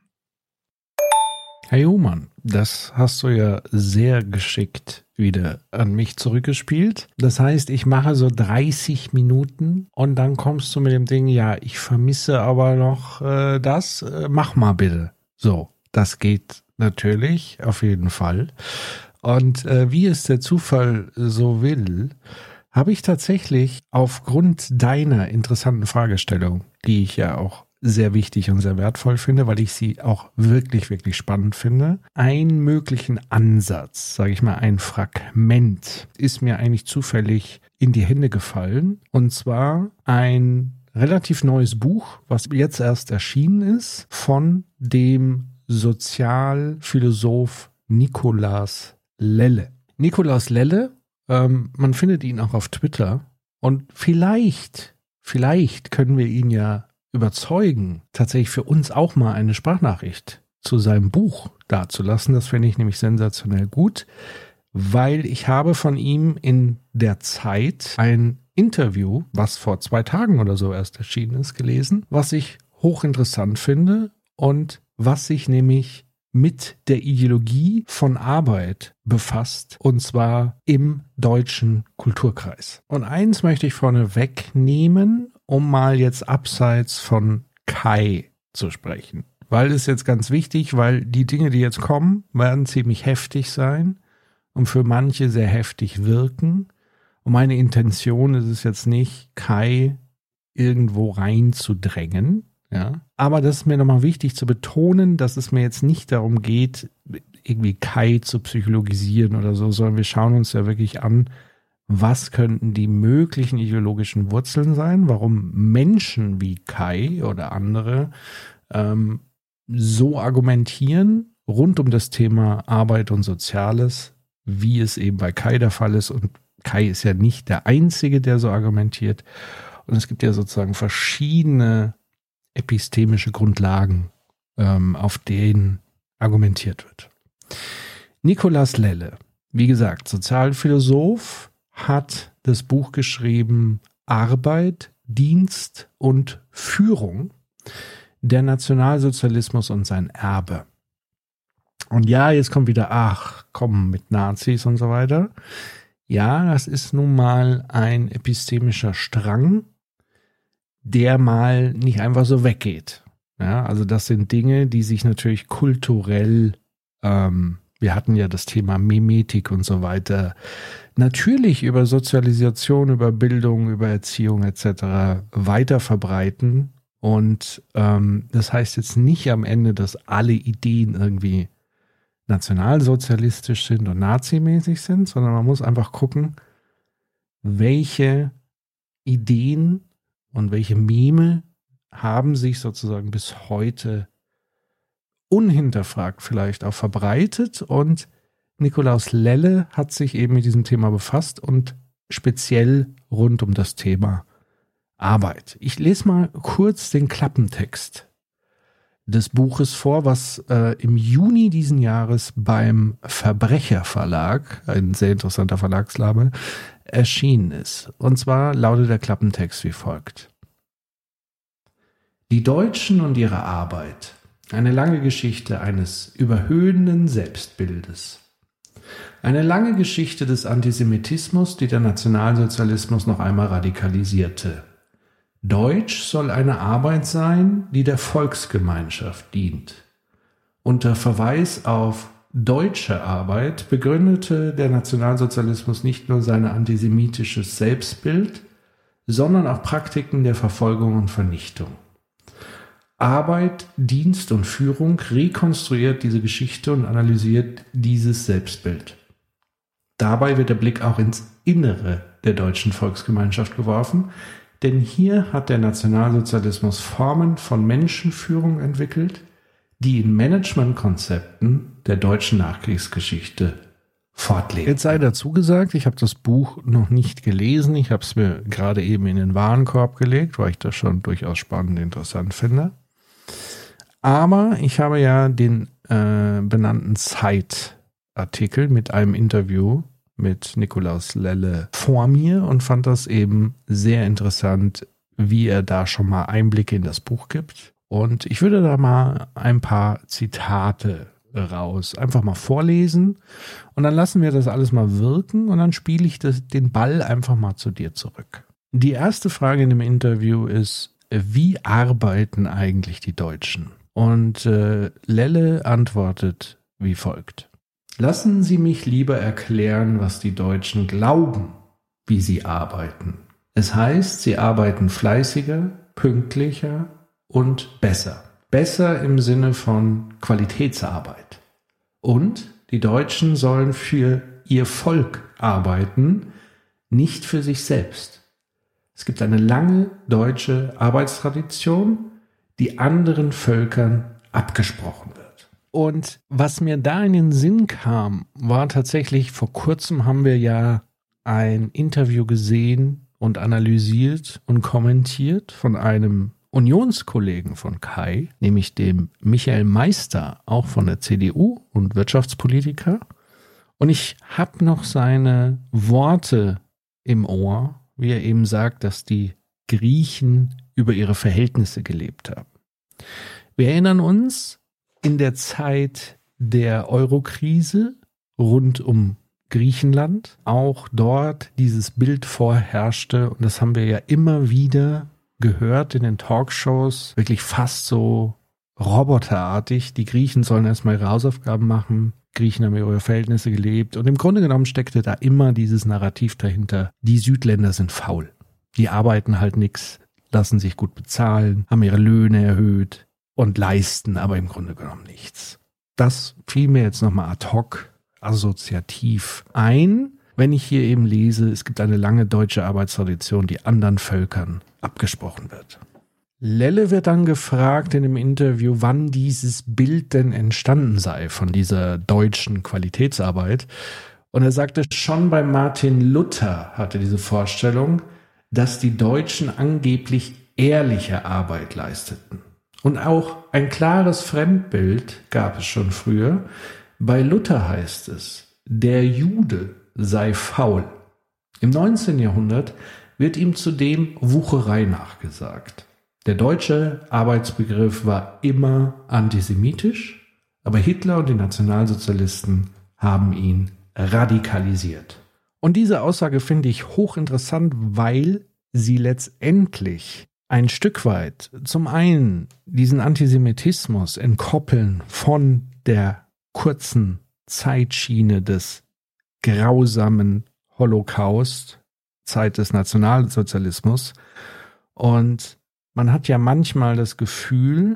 Hey Human, das hast du ja sehr geschickt wieder an mich zurückgespielt. Das heißt, ich mache so dreißig Minuten und dann kommst du mit dem Ding, ja, ich vermisse aber noch äh, das, äh, mach mal bitte. So, das geht natürlich, auf jeden Fall. Und äh, wie es der Zufall so will, habe ich tatsächlich aufgrund deiner interessanten Fragestellung, die ich ja auch sehr wichtig und sehr wertvoll finde, weil ich sie auch wirklich, wirklich spannend finde. Einen möglichen Ansatz, sage ich mal, ein Fragment, ist mir eigentlich zufällig in die Hände gefallen. Und zwar ein relativ neues Buch, was jetzt erst erschienen ist, von dem Sozialphilosoph Nikolaus Lelle. Nikolaus Lelle, ähm, man findet ihn auch auf Twitter. Und vielleicht, vielleicht können wir ihn ja überzeugen, tatsächlich für uns auch mal eine Sprachnachricht zu seinem Buch dazulassen. Das finde ich nämlich sensationell gut, weil ich habe von ihm in der Zeit ein Interview, was vor zwei Tagen oder so erst erschienen ist, gelesen, was ich hochinteressant finde und was sich nämlich mit der Ideologie von Arbeit befasst, und zwar im deutschen Kulturkreis. Und eins möchte ich vorne wegnehmen, um mal jetzt abseits von Kai zu sprechen. Weil es jetzt ganz wichtig, weil die Dinge, die jetzt kommen, werden ziemlich heftig sein und für manche sehr heftig wirken. Und meine Intention ist es jetzt nicht, Kai irgendwo reinzudrängen, Ja, aber das ist mir nochmal wichtig zu betonen, dass es mir jetzt nicht darum geht, irgendwie Kai zu psychologisieren oder so, sondern wir schauen uns ja wirklich an, was könnten die möglichen ideologischen Wurzeln sein, warum Menschen wie Kai oder andere ähm, so argumentieren rund um das Thema Arbeit und Soziales, wie es eben bei Kai der Fall ist. Und Kai ist ja nicht der Einzige, der so argumentiert. Und es gibt ja sozusagen verschiedene epistemische Grundlagen, ähm, auf denen argumentiert wird. Nikolaus Lelle, wie gesagt, Sozialphilosoph, hat das Buch geschrieben Arbeit, Dienst und Führung, der Nationalsozialismus und sein Erbe. Und ja, jetzt kommt wieder, ach, komm, mit Nazis und so weiter. Ja, das ist nun mal ein epistemischer Strang, der mal nicht einfach so weggeht. Ja, also das sind Dinge, die sich natürlich kulturell, ähm, wir hatten ja das Thema Mimetik und so weiter, natürlich über Sozialisation, über Bildung, über Erziehung et cetera weiter verbreiten. Und ähm, das heißt jetzt nicht am Ende, dass alle Ideen irgendwie nationalsozialistisch sind und nazimäßig sind, sondern man muss einfach gucken, welche Ideen und welche Meme haben sich sozusagen bis heute unhinterfragt vielleicht auch verbreitet. Und Nikolaus Lelle hat sich eben mit diesem Thema befasst und speziell rund um das Thema Arbeit. Ich lese mal kurz den Klappentext des Buches vor, was äh, im Juni diesen Jahres beim Verbrecherverlag, ein sehr interessanter Verlagsname, erschienen ist. Und zwar lautet der Klappentext wie folgt. Die Deutschen und ihre Arbeit. Eine lange Geschichte eines überhöhenden Selbstbildes. Eine lange Geschichte des Antisemitismus, die der Nationalsozialismus noch einmal radikalisierte. Deutsch soll eine Arbeit sein, die der Volksgemeinschaft dient. Unter Verweis auf deutsche Arbeit begründete der Nationalsozialismus nicht nur sein antisemitisches Selbstbild, sondern auch Praktiken der Verfolgung und Vernichtung. Arbeit, Dienst und Führung rekonstruiert diese Geschichte und analysiert dieses Selbstbild. Dabei wird der Blick auch ins Innere der deutschen Volksgemeinschaft geworfen, denn hier hat der Nationalsozialismus Formen von Menschenführung entwickelt, die in Managementkonzepten der deutschen Nachkriegsgeschichte fortleben. Jetzt sei dazu gesagt, ich habe das Buch noch nicht gelesen. Ich habe es mir gerade eben in den Warenkorb gelegt, weil ich das schon durchaus spannend und interessant finde. Aber ich habe ja den äh, benannten Zeitartikel mit einem Interview mit Nikolaus Lelle vor mir und fand das eben sehr interessant, wie er da schon mal Einblicke in das Buch gibt. Und ich würde da mal ein paar Zitate raus einfach mal vorlesen und dann lassen wir das alles mal wirken und dann spiele ich das, den Ball einfach mal zu dir zurück. Die erste Frage in dem Interview ist, wie arbeiten eigentlich die Deutschen? Und äh, Lelle antwortet wie folgt. Lassen Sie mich lieber erklären, was die Deutschen glauben, wie sie arbeiten. Es heißt, sie arbeiten fleißiger, pünktlicher und besser. Besser im Sinne von Qualitätsarbeit. Und die Deutschen sollen für ihr Volk arbeiten, nicht für sich selbst. Es gibt eine lange deutsche Arbeitstradition, die anderen Völkern abgesprochen wird. Und was mir da in den Sinn kam, war tatsächlich, vor kurzem haben wir ja ein Interview gesehen und analysiert und kommentiert von einem Unionskollegen von Kai, nämlich dem Michael Meister, auch von der C D U und Wirtschaftspolitiker. Und ich habe noch seine Worte im Ohr, wie er eben sagt, dass die Griechen über ihre Verhältnisse gelebt haben. Wir erinnern uns, in der Zeit der Eurokrise rund um Griechenland auch dort dieses Bild vorherrschte und das haben wir ja immer wieder gehört in den Talkshows, wirklich fast so roboterartig. Die Griechen sollen erstmal ihre Hausaufgaben machen, Griechen haben ihre Verhältnisse gelebt und im Grunde genommen steckte da immer dieses Narrativ dahinter, die Südländer sind faul, die arbeiten halt nichts, lassen sich gut bezahlen, haben ihre Löhne erhöht und leisten aber im Grunde genommen nichts. Das fiel mir jetzt nochmal ad hoc assoziativ ein, wenn ich hier eben lese, es gibt eine lange deutsche Arbeitstradition, die anderen Völkern abgesprochen wird. Lelle wird dann gefragt in dem Interview, wann dieses Bild denn entstanden sei von dieser deutschen Qualitätsarbeit. Und er sagte, schon bei Martin Luther hatte diese Vorstellung, dass die Deutschen angeblich ehrliche Arbeit leisteten. Und auch ein klares Fremdbild gab es schon früher. Bei Luther heißt es, der Jude sei faul. Im neunzehnten Jahrhundert wird ihm zudem Wucherei nachgesagt. Der deutsche Arbeitsbegriff war immer antisemitisch, aber Hitler und die Nationalsozialisten haben ihn radikalisiert. Und diese Aussage finde ich hochinteressant, weil sie letztendlich ein Stück weit zum einen diesen Antisemitismus entkoppeln von der kurzen Zeitschiene des grausamen Holocaust, Zeit des Nationalsozialismus. Und man hat ja manchmal das Gefühl,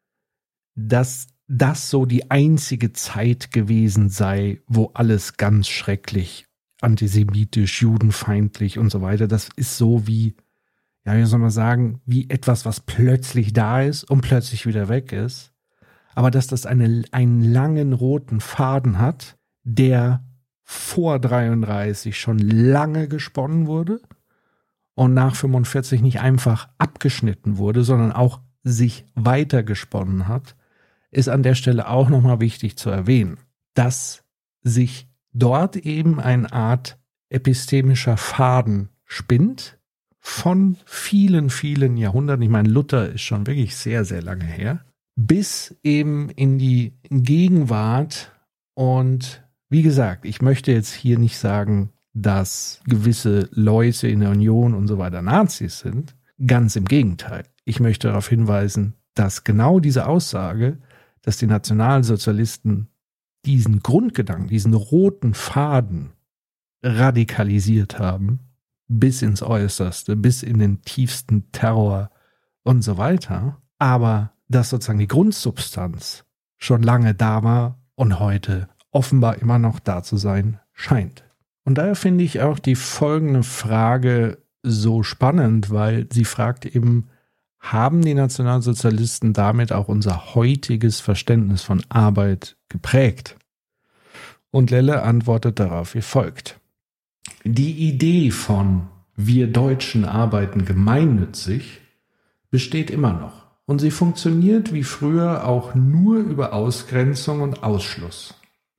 dass das so die einzige Zeit gewesen sei, wo alles ganz schrecklich, antisemitisch, judenfeindlich und so weiter. Das ist so wie, ja, wie soll man sagen, wie etwas, was plötzlich da ist und plötzlich wieder weg ist. Aber dass das eine, einen langen roten Faden hat, der vor dreiunddreißig schon lange gesponnen wurde und nach fünfundvierzig nicht einfach abgeschnitten wurde, sondern auch sich weiter gesponnen hat, ist an der Stelle auch nochmal wichtig zu erwähnen, dass sich dort eben eine Art epistemischer Faden spinnt von vielen, vielen Jahrhunderten. Ich meine, Luther ist schon wirklich sehr, sehr lange her, bis eben in die Gegenwart. Und wie gesagt, ich möchte jetzt hier nicht sagen, dass gewisse Leute in der Union und so weiter Nazis sind. Ganz im Gegenteil. Ich möchte darauf hinweisen, dass genau diese Aussage, dass die Nationalsozialisten diesen Grundgedanken, diesen roten Faden radikalisiert haben, bis ins Äußerste, bis in den tiefsten Terror und so weiter, aber dass sozusagen die Grundsubstanz schon lange da war und heute offenbar immer noch da zu sein scheint. Und daher finde ich auch die folgende Frage so spannend, weil sie fragt eben, haben die Nationalsozialisten damit auch unser heutiges Verständnis von Arbeit geprägt? Und Lelle antwortet darauf wie folgt. Die Idee von wir Deutschen arbeiten gemeinnützig besteht immer noch. Und sie funktioniert wie früher auch nur über Ausgrenzung und Ausschluss.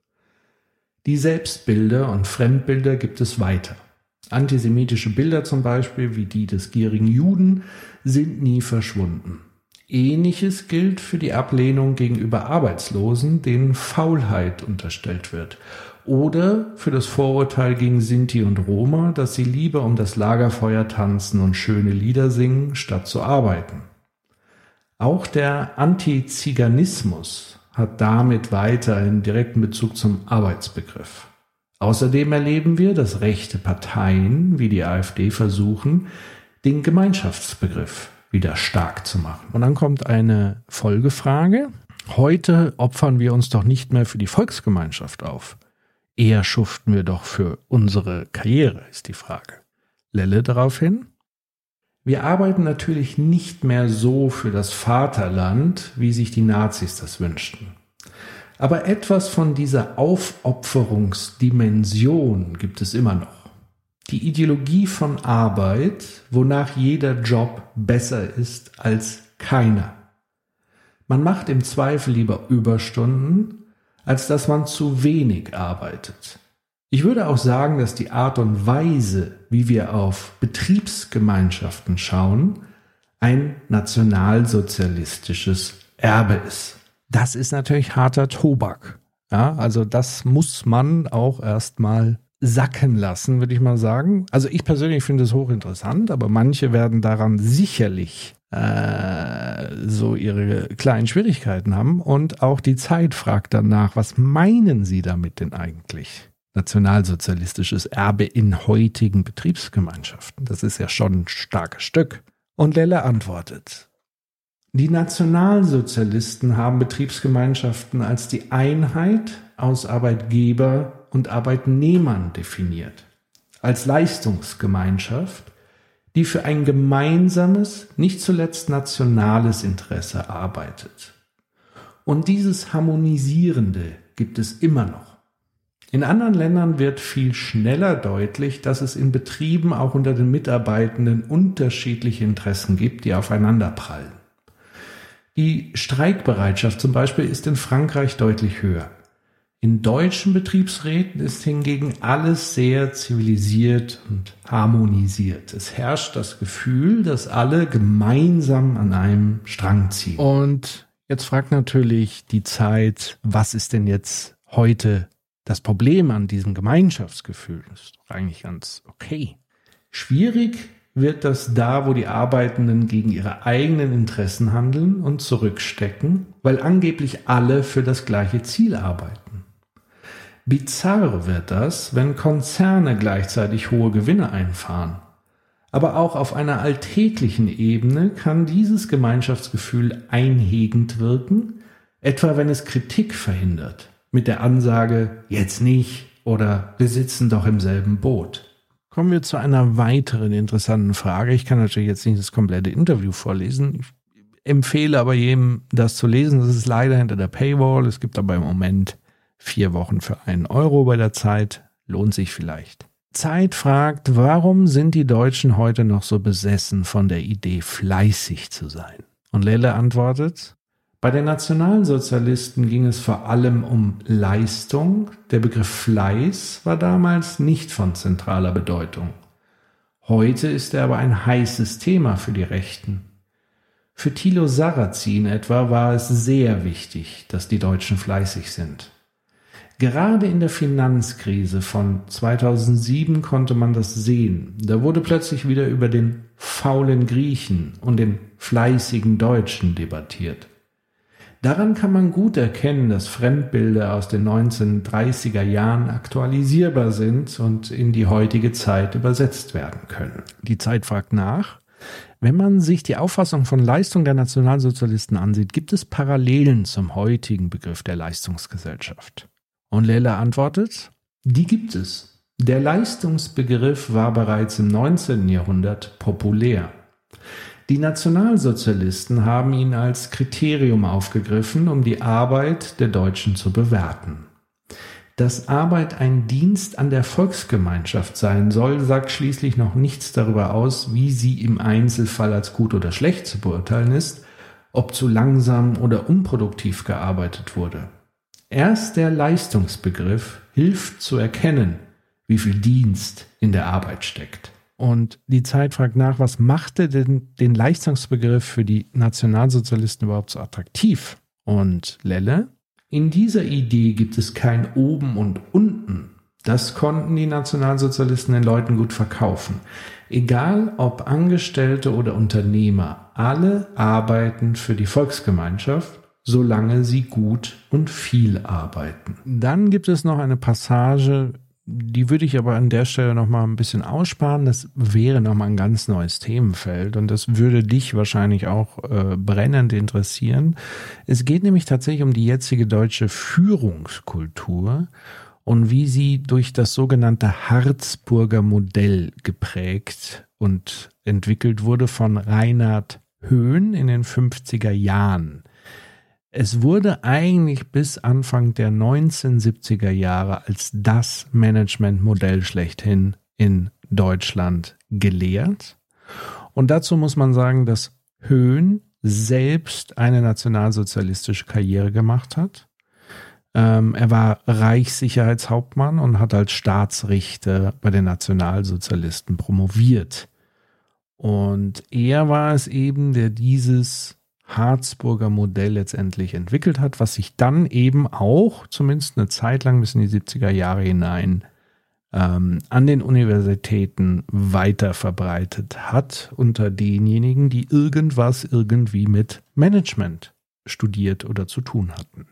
Die Selbstbilder und Fremdbilder gibt es weiter. Antisemitische Bilder zum Beispiel, wie die des gierigen Juden, sind nie verschwunden. Ähnliches gilt für die Ablehnung gegenüber Arbeitslosen, denen Faulheit unterstellt wird. Oder für das Vorurteil gegen Sinti und Roma, dass sie lieber um das Lagerfeuer tanzen und schöne Lieder singen, statt zu arbeiten. Auch der Antiziganismus hat damit weiter einen direkten Bezug zum Arbeitsbegriff. Außerdem erleben wir, dass rechte Parteien wie die AfD versuchen, den Gemeinschaftsbegriff wieder stark zu machen. Und dann kommt eine Folgefrage. Heute opfern wir uns doch nicht mehr für die Volksgemeinschaft auf. Eher schuften wir doch für unsere Karriere, ist die Frage. Lelle daraufhin. Wir arbeiten natürlich nicht mehr so für das Vaterland, wie sich die Nazis das wünschten. Aber etwas von dieser Aufopferungsdimension gibt es immer noch. Die Ideologie von Arbeit, wonach jeder Job besser ist als keiner. Man macht im Zweifel lieber Überstunden, als dass man zu wenig arbeitet. Ich würde auch sagen, dass die Art und Weise, wie wir auf Betriebsgemeinschaften schauen, ein nationalsozialistisches Erbe ist. Das ist natürlich harter Tobak. Ja, also das muss man auch erstmal sacken lassen, würde ich mal sagen. Also ich persönlich finde es hochinteressant, aber manche werden daran sicherlich äh, so ihre kleinen Schwierigkeiten haben. Und auch die Zeit fragt danach, was meinen Sie damit denn eigentlich? Nationalsozialistisches Erbe in heutigen Betriebsgemeinschaften. Das ist ja schon ein starkes Stück. Und Lelle antwortet: Die Nationalsozialisten haben Betriebsgemeinschaften als die Einheit aus Arbeitgeber und Arbeitnehmern definiert, als Leistungsgemeinschaft, die für ein gemeinsames, nicht zuletzt nationales Interesse arbeitet. Und dieses Harmonisierende gibt es immer noch. In anderen Ländern wird viel schneller deutlich, dass es in Betrieben auch unter den Mitarbeitenden unterschiedliche Interessen gibt, die aufeinanderprallen. Die Streikbereitschaft zum Beispiel ist in Frankreich deutlich höher. In deutschen Betriebsräten ist hingegen alles sehr zivilisiert und harmonisiert. Es herrscht das Gefühl, dass alle gemeinsam an einem Strang ziehen. Und jetzt fragt natürlich die Zeit, was ist denn jetzt heute das Problem an diesem Gemeinschaftsgefühl? Das ist doch eigentlich ganz okay. Schwierig wird das da, wo die Arbeitenden gegen ihre eigenen Interessen handeln und zurückstecken, weil angeblich alle für das gleiche Ziel arbeiten. Bizarr wird das, wenn Konzerne gleichzeitig hohe Gewinne einfahren. Aber auch auf einer alltäglichen Ebene kann dieses Gemeinschaftsgefühl einhegend wirken, etwa wenn es Kritik verhindert, mit der Ansage, jetzt nicht oder wir sitzen doch im selben Boot. Kommen wir zu einer weiteren interessanten Frage. Ich kann natürlich jetzt nicht das komplette Interview vorlesen. Ich empfehle aber jedem, das zu lesen. Das ist leider hinter der Paywall. Es gibt aber im Moment vier Wochen für einen Euro bei der Zeit. Lohnt sich vielleicht. Zeit fragt, warum sind die Deutschen heute noch so besessen von der Idee, fleißig zu sein? Und Lelle antwortet, bei den Nationalsozialisten ging es vor allem um Leistung. Der Begriff Fleiß war damals nicht von zentraler Bedeutung. Heute ist er aber ein heißes Thema für die Rechten. Für Thilo Sarrazin etwa war es sehr wichtig, dass die Deutschen fleißig sind. Gerade in der Finanzkrise von zweitausendsieben konnte man das sehen. Da wurde plötzlich wieder über den faulen Griechen und den fleißigen Deutschen debattiert. Daran kann man gut erkennen, dass Fremdbilder aus den neunzehnhundertdreißiger Jahren aktualisierbar sind und in die heutige Zeit übersetzt werden können. Die Zeit fragt nach. Wenn man sich die Auffassung von Leistung der Nationalsozialisten ansieht, gibt es Parallelen zum heutigen Begriff der Leistungsgesellschaft. Und Lelle antwortet, die gibt es. Der Leistungsbegriff war bereits im neunzehnten Jahrhundert populär. Die Nationalsozialisten haben ihn als Kriterium aufgegriffen, um die Arbeit der Deutschen zu bewerten. Dass Arbeit ein Dienst an der Volksgemeinschaft sein soll, sagt schließlich noch nichts darüber aus, wie sie im Einzelfall als gut oder schlecht zu beurteilen ist, ob zu langsam oder unproduktiv gearbeitet wurde. Erst der Leistungsbegriff hilft zu erkennen, wie viel Dienst in der Arbeit steckt. Und die Zeit fragt nach, was machte denn den Leistungsbegriff für die Nationalsozialisten überhaupt so attraktiv? Und Lelle? In dieser Idee gibt es kein Oben und Unten. Das konnten die Nationalsozialisten den Leuten gut verkaufen. Egal ob Angestellte oder Unternehmer, alle arbeiten für die Volksgemeinschaft, solange sie gut und viel arbeiten. Dann gibt es noch eine Passage, die würde ich aber an der Stelle noch mal ein bisschen aussparen. Das wäre noch mal ein ganz neues Themenfeld und das würde dich wahrscheinlich auch äh, brennend interessieren. Es geht nämlich tatsächlich um die jetzige deutsche Führungskultur und wie sie durch das sogenannte Harzburger Modell geprägt und entwickelt wurde von Reinhard Höhn in den fünfziger Jahren. Es wurde eigentlich bis Anfang der neunzehnhundertsiebziger Jahre als das Managementmodell schlechthin in Deutschland gelehrt. Und dazu muss man sagen, dass Höhn selbst eine nationalsozialistische Karriere gemacht hat. Ähm, er war Reichssicherheitshauptmann und hat als Staatsrichter bei den Nationalsozialisten promoviert. Und er war es eben, der dieses Harzburger Modell letztendlich entwickelt hat, was sich dann eben auch, zumindest eine Zeit lang bis in die siebziger Jahre hinein, ähm, an den Universitäten weiter verbreitet hat unter denjenigen, die irgendwas irgendwie mit Management studiert oder zu tun hatten.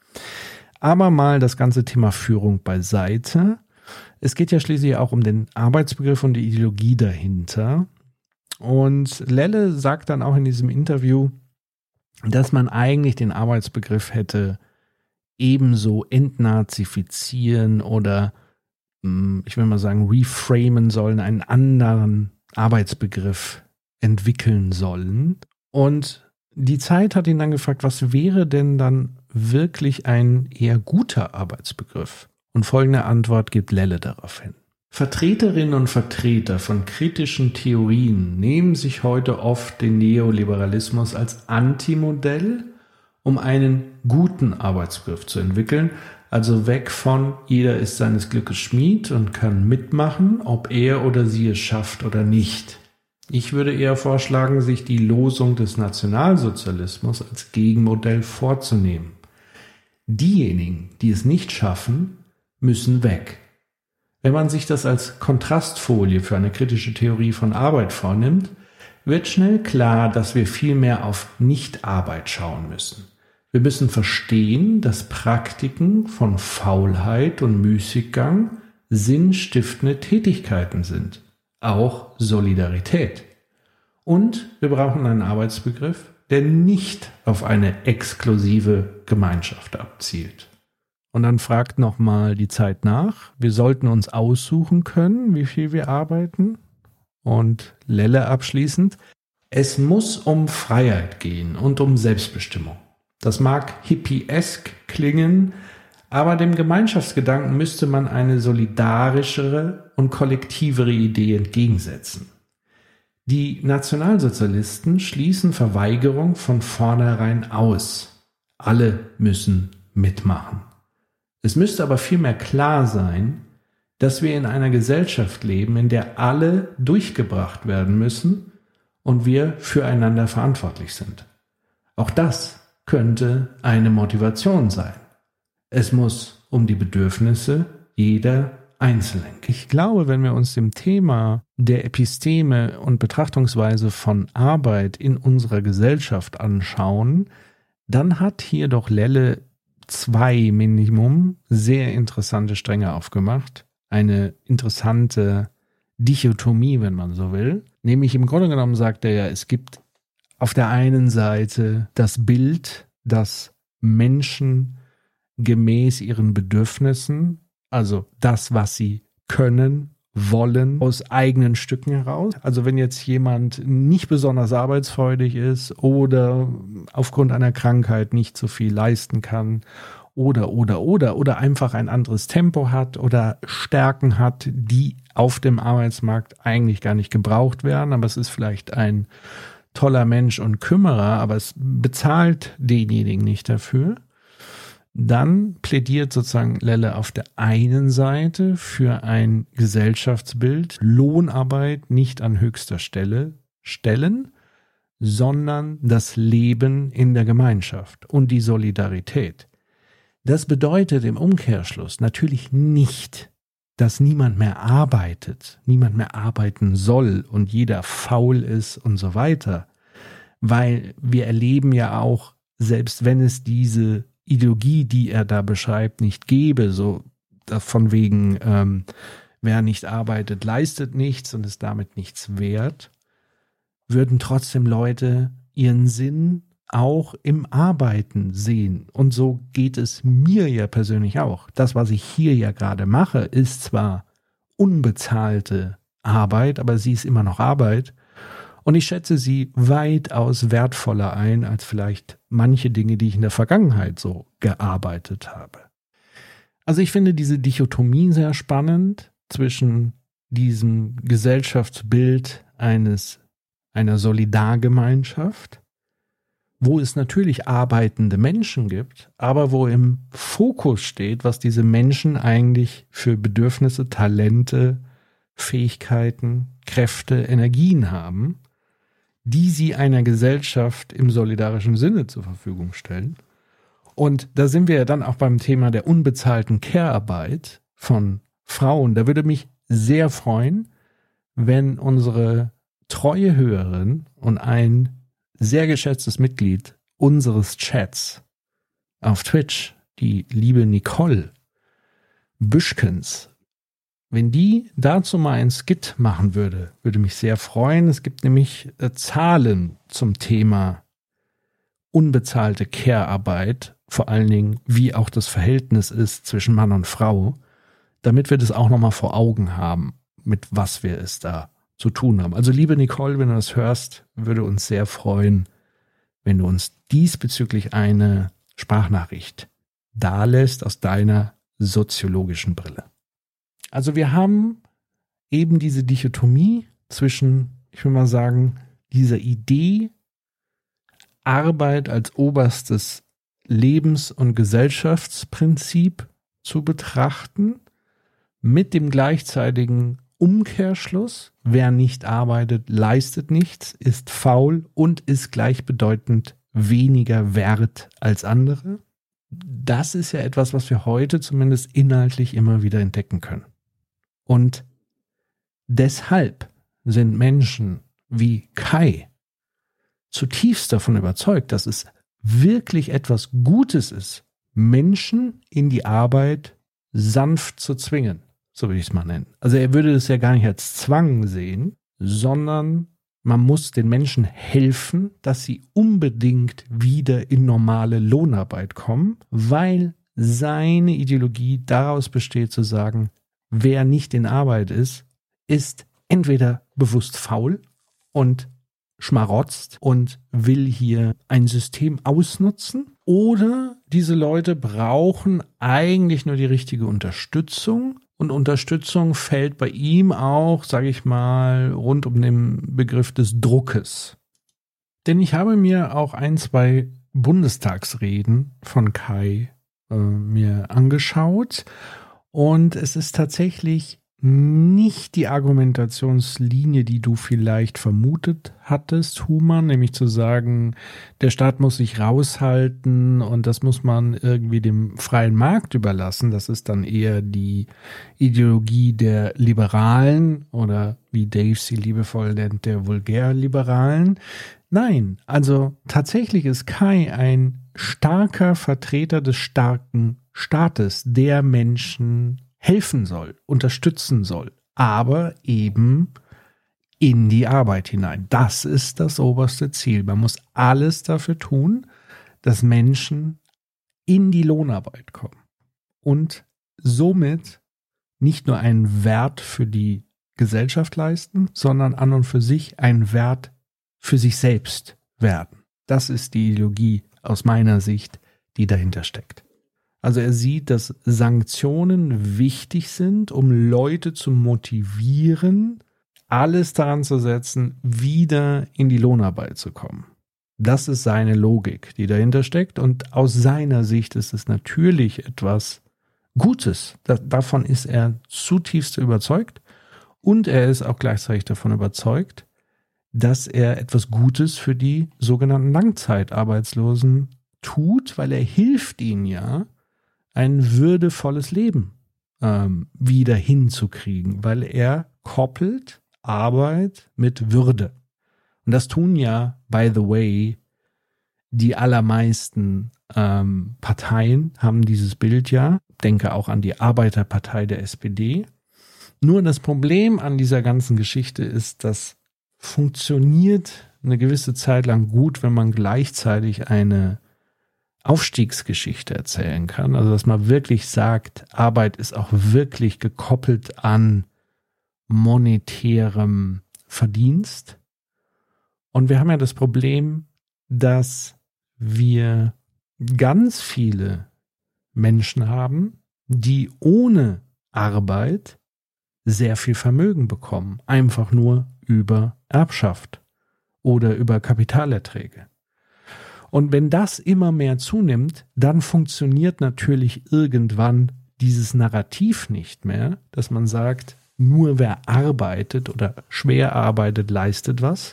Aber mal das ganze Thema Führung beiseite. Es geht ja schließlich auch um den Arbeitsbegriff und die Ideologie dahinter. Und Lelle sagt dann auch in diesem Interview, dass man eigentlich den Arbeitsbegriff hätte ebenso entnazifizieren oder, ich will mal sagen, reframen sollen, einen anderen Arbeitsbegriff entwickeln sollen. Und die Zeit hat ihn dann gefragt, was wäre denn dann wirklich ein eher guter Arbeitsbegriff? Und folgende Antwort gibt Lelle darauf hin. Vertreterinnen und Vertreter von kritischen Theorien nehmen sich heute oft den Neoliberalismus als Antimodell, um einen guten Arbeitsbegriff zu entwickeln, also weg von jeder ist seines Glückes Schmied und kann mitmachen, ob er oder sie es schafft oder nicht. Ich würde eher vorschlagen, sich die Losung des Nationalsozialismus als Gegenmodell vorzunehmen. Diejenigen, die es nicht schaffen, müssen weg. Wenn man sich das als Kontrastfolie für eine kritische Theorie von Arbeit vornimmt, wird schnell klar, dass wir viel mehr auf Nichtarbeit schauen müssen. Wir müssen verstehen, dass Praktiken von Faulheit und Müßiggang sinnstiftende Tätigkeiten sind, auch Solidarität. Und wir brauchen einen Arbeitsbegriff, der nicht auf eine exklusive Gemeinschaft abzielt. Und dann fragt nochmal die Zeit nach. Wir sollten uns aussuchen können, wie viel wir arbeiten. Und Lelle abschließend. Es muss um Freiheit gehen und um Selbstbestimmung. Das mag hippiesk klingen, aber dem Gemeinschaftsgedanken müsste man eine solidarischere und kollektivere Idee entgegensetzen. Die Nationalsozialisten schließen Verweigerung von vornherein aus. Alle müssen mitmachen. Es müsste aber vielmehr klar sein, dass wir in einer Gesellschaft leben, in der alle durchgebracht werden müssen und wir füreinander verantwortlich sind. Auch das könnte eine Motivation sein. Es muss um die Bedürfnisse jeder Einzelnen gehen. Ich glaube, wenn wir uns dem Thema der Episteme und Betrachtungsweise von Arbeit in unserer Gesellschaft anschauen, dann hat hier doch Lelle zwei Minimum sehr interessante Stränge aufgemacht. Eine interessante Dichotomie, wenn man so will. Nämlich im Grunde genommen sagt er ja, es gibt auf der einen Seite das Bild, dass Menschen gemäß ihren Bedürfnissen, also das, was sie können, wollen, aus eigenen Stücken heraus. Also wenn jetzt jemand nicht besonders arbeitsfreudig ist oder aufgrund einer Krankheit nicht so viel leisten kann oder, oder, oder, oder einfach ein anderes Tempo hat oder Stärken hat, die auf dem Arbeitsmarkt eigentlich gar nicht gebraucht werden, aber es ist vielleicht ein toller Mensch und Kümmerer, aber es bezahlt denjenigen nicht dafür, dann plädiert sozusagen Lelle auf der einen Seite für ein Gesellschaftsbild, Lohnarbeit nicht an höchster Stelle stellen, sondern das Leben in der Gemeinschaft und die Solidarität. Das bedeutet im Umkehrschluss natürlich nicht, dass niemand mehr arbeitet, niemand mehr arbeiten soll und jeder faul ist und so weiter, weil wir erleben ja auch, selbst wenn es diese Ideologie, die er da beschreibt, nicht gäbe, so von wegen, ähm, wer nicht arbeitet, leistet nichts und ist damit nichts wert, würden trotzdem Leute ihren Sinn auch im Arbeiten sehen. Und so geht es mir ja persönlich auch. Das, was ich hier ja gerade mache, ist zwar unbezahlte Arbeit, aber sie ist immer noch Arbeit. Und ich schätze sie weitaus wertvoller ein, als vielleicht manche Dinge, die ich in der Vergangenheit so gearbeitet habe. Also ich finde diese Dichotomie sehr spannend zwischen diesem Gesellschaftsbild eines, einer Solidargemeinschaft, wo es natürlich arbeitende Menschen gibt, aber wo im Fokus steht, was diese Menschen eigentlich für Bedürfnisse, Talente, Fähigkeiten, Kräfte, Energien haben, die sie einer Gesellschaft im solidarischen Sinne zur Verfügung stellen. Und da sind wir ja dann auch beim Thema der unbezahlten Care-Arbeit von Frauen. Da würde mich sehr freuen, wenn unsere treue Hörerin und ein sehr geschätztes Mitglied unseres Chats auf Twitch, die liebe Nicole Büschkens, wenn die dazu mal ein Skit machen würde, würde mich sehr freuen. Es gibt nämlich äh, Zahlen zum Thema unbezahlte Care-Arbeit, vor allen Dingen, wie auch das Verhältnis ist zwischen Mann und Frau, damit wir das auch nochmal vor Augen haben, mit was wir es da zu tun haben. Also liebe Nicole, wenn du das hörst, würde uns sehr freuen, wenn du uns diesbezüglich eine Sprachnachricht dalässt aus deiner soziologischen Brille. Also wir haben eben diese Dichotomie zwischen, ich will mal sagen, dieser Idee, Arbeit als oberstes Lebens- und Gesellschaftsprinzip zu betrachten, mit dem gleichzeitigen Umkehrschluss, wer nicht arbeitet, leistet nichts, ist faul und ist gleichbedeutend weniger wert als andere. Das ist ja etwas, was wir heute zumindest inhaltlich immer wieder entdecken können. Und deshalb sind Menschen wie Kai zutiefst davon überzeugt, dass es wirklich etwas Gutes ist, Menschen in die Arbeit sanft zu zwingen. So würde ich es mal nennen. Also er würde das ja gar nicht als Zwang sehen, sondern man muss den Menschen helfen, dass sie unbedingt wieder in normale Lohnarbeit kommen, weil seine Ideologie daraus besteht zu sagen, wer nicht in Arbeit ist, ist entweder bewusst faul und schmarotzt und will hier ein System ausnutzen, oder diese Leute brauchen eigentlich nur die richtige Unterstützung. Und Unterstützung fällt bei ihm auch, sage ich mal, rund um den Begriff des Druckes. Denn ich habe mir auch ein, zwei Bundestagsreden von Kai äh, mir angeschaut. Und es ist tatsächlich nicht die Argumentationslinie, die du vielleicht vermutet hattest, Humann, nämlich zu sagen, der Staat muss sich raushalten und das muss man irgendwie dem freien Markt überlassen. Das ist dann eher die Ideologie der Liberalen oder wie Dave sie liebevoll nennt, der Vulgärliberalen. Nein, also tatsächlich ist Kai ein starker Vertreter des starken Staates, der Menschen helfen soll, unterstützen soll, aber eben in die Arbeit hinein. Das ist das oberste Ziel. Man muss alles dafür tun, dass Menschen in die Lohnarbeit kommen und somit nicht nur einen Wert für die Gesellschaft leisten, sondern an und für sich einen Wert für sich selbst werden. Das ist die Ideologie aus meiner Sicht, die dahinter steckt. Also er sieht, dass Sanktionen wichtig sind, um Leute zu motivieren, alles daran zu setzen, wieder in die Lohnarbeit zu kommen. Das ist seine Logik, die dahinter steckt. Und aus seiner Sicht ist es natürlich etwas Gutes. Da, davon ist er zutiefst überzeugt. Und er ist auch gleichzeitig davon überzeugt, dass er etwas Gutes für die sogenannten Langzeitarbeitslosen tut, weil er hilft ihnen ja, ein würdevolles Leben ähm, wieder hinzukriegen, weil er koppelt Arbeit mit Würde. Und das tun ja, by the way, die allermeisten ähm, Parteien haben dieses Bild ja. Denke auch an die Arbeiterpartei der S P D. Nur das Problem an dieser ganzen Geschichte ist, das funktioniert eine gewisse Zeit lang gut, wenn man gleichzeitig eine Aufstiegsgeschichte erzählen kann. Also dass man wirklich sagt, Arbeit ist auch wirklich gekoppelt an monetärem Verdienst. Und wir haben ja das Problem, dass wir ganz viele Menschen haben, die ohne Arbeit sehr viel Vermögen bekommen. Einfach nur über Erbschaft oder über Kapitalerträge. Und wenn das immer mehr zunimmt, dann funktioniert natürlich irgendwann dieses Narrativ nicht mehr, dass man sagt, nur wer arbeitet oder schwer arbeitet, leistet was,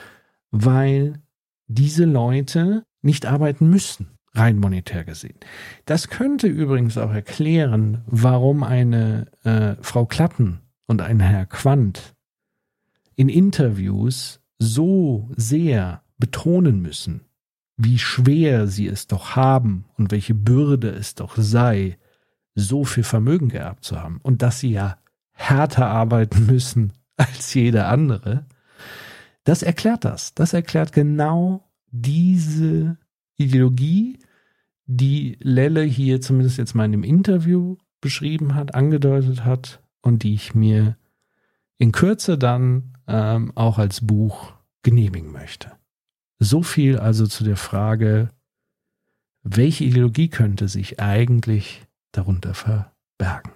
weil diese Leute nicht arbeiten müssen, rein monetär gesehen. Das könnte übrigens auch erklären, warum eine äh, Frau Klatten und ein Herr Quandt in Interviews so sehr betonen müssen, wie schwer sie es doch haben und welche Bürde es doch sei, so viel Vermögen geerbt zu haben und dass sie ja härter arbeiten müssen als jeder andere. Das erklärt das. Das erklärt genau diese Ideologie, die Lelle hier zumindest jetzt mal in dem Interview beschrieben hat, angedeutet hat und die ich mir in Kürze dann ähm, auch als Buch genehmigen möchte. So viel also zu der Frage, welche Ideologie könnte sich eigentlich darunter verbergen?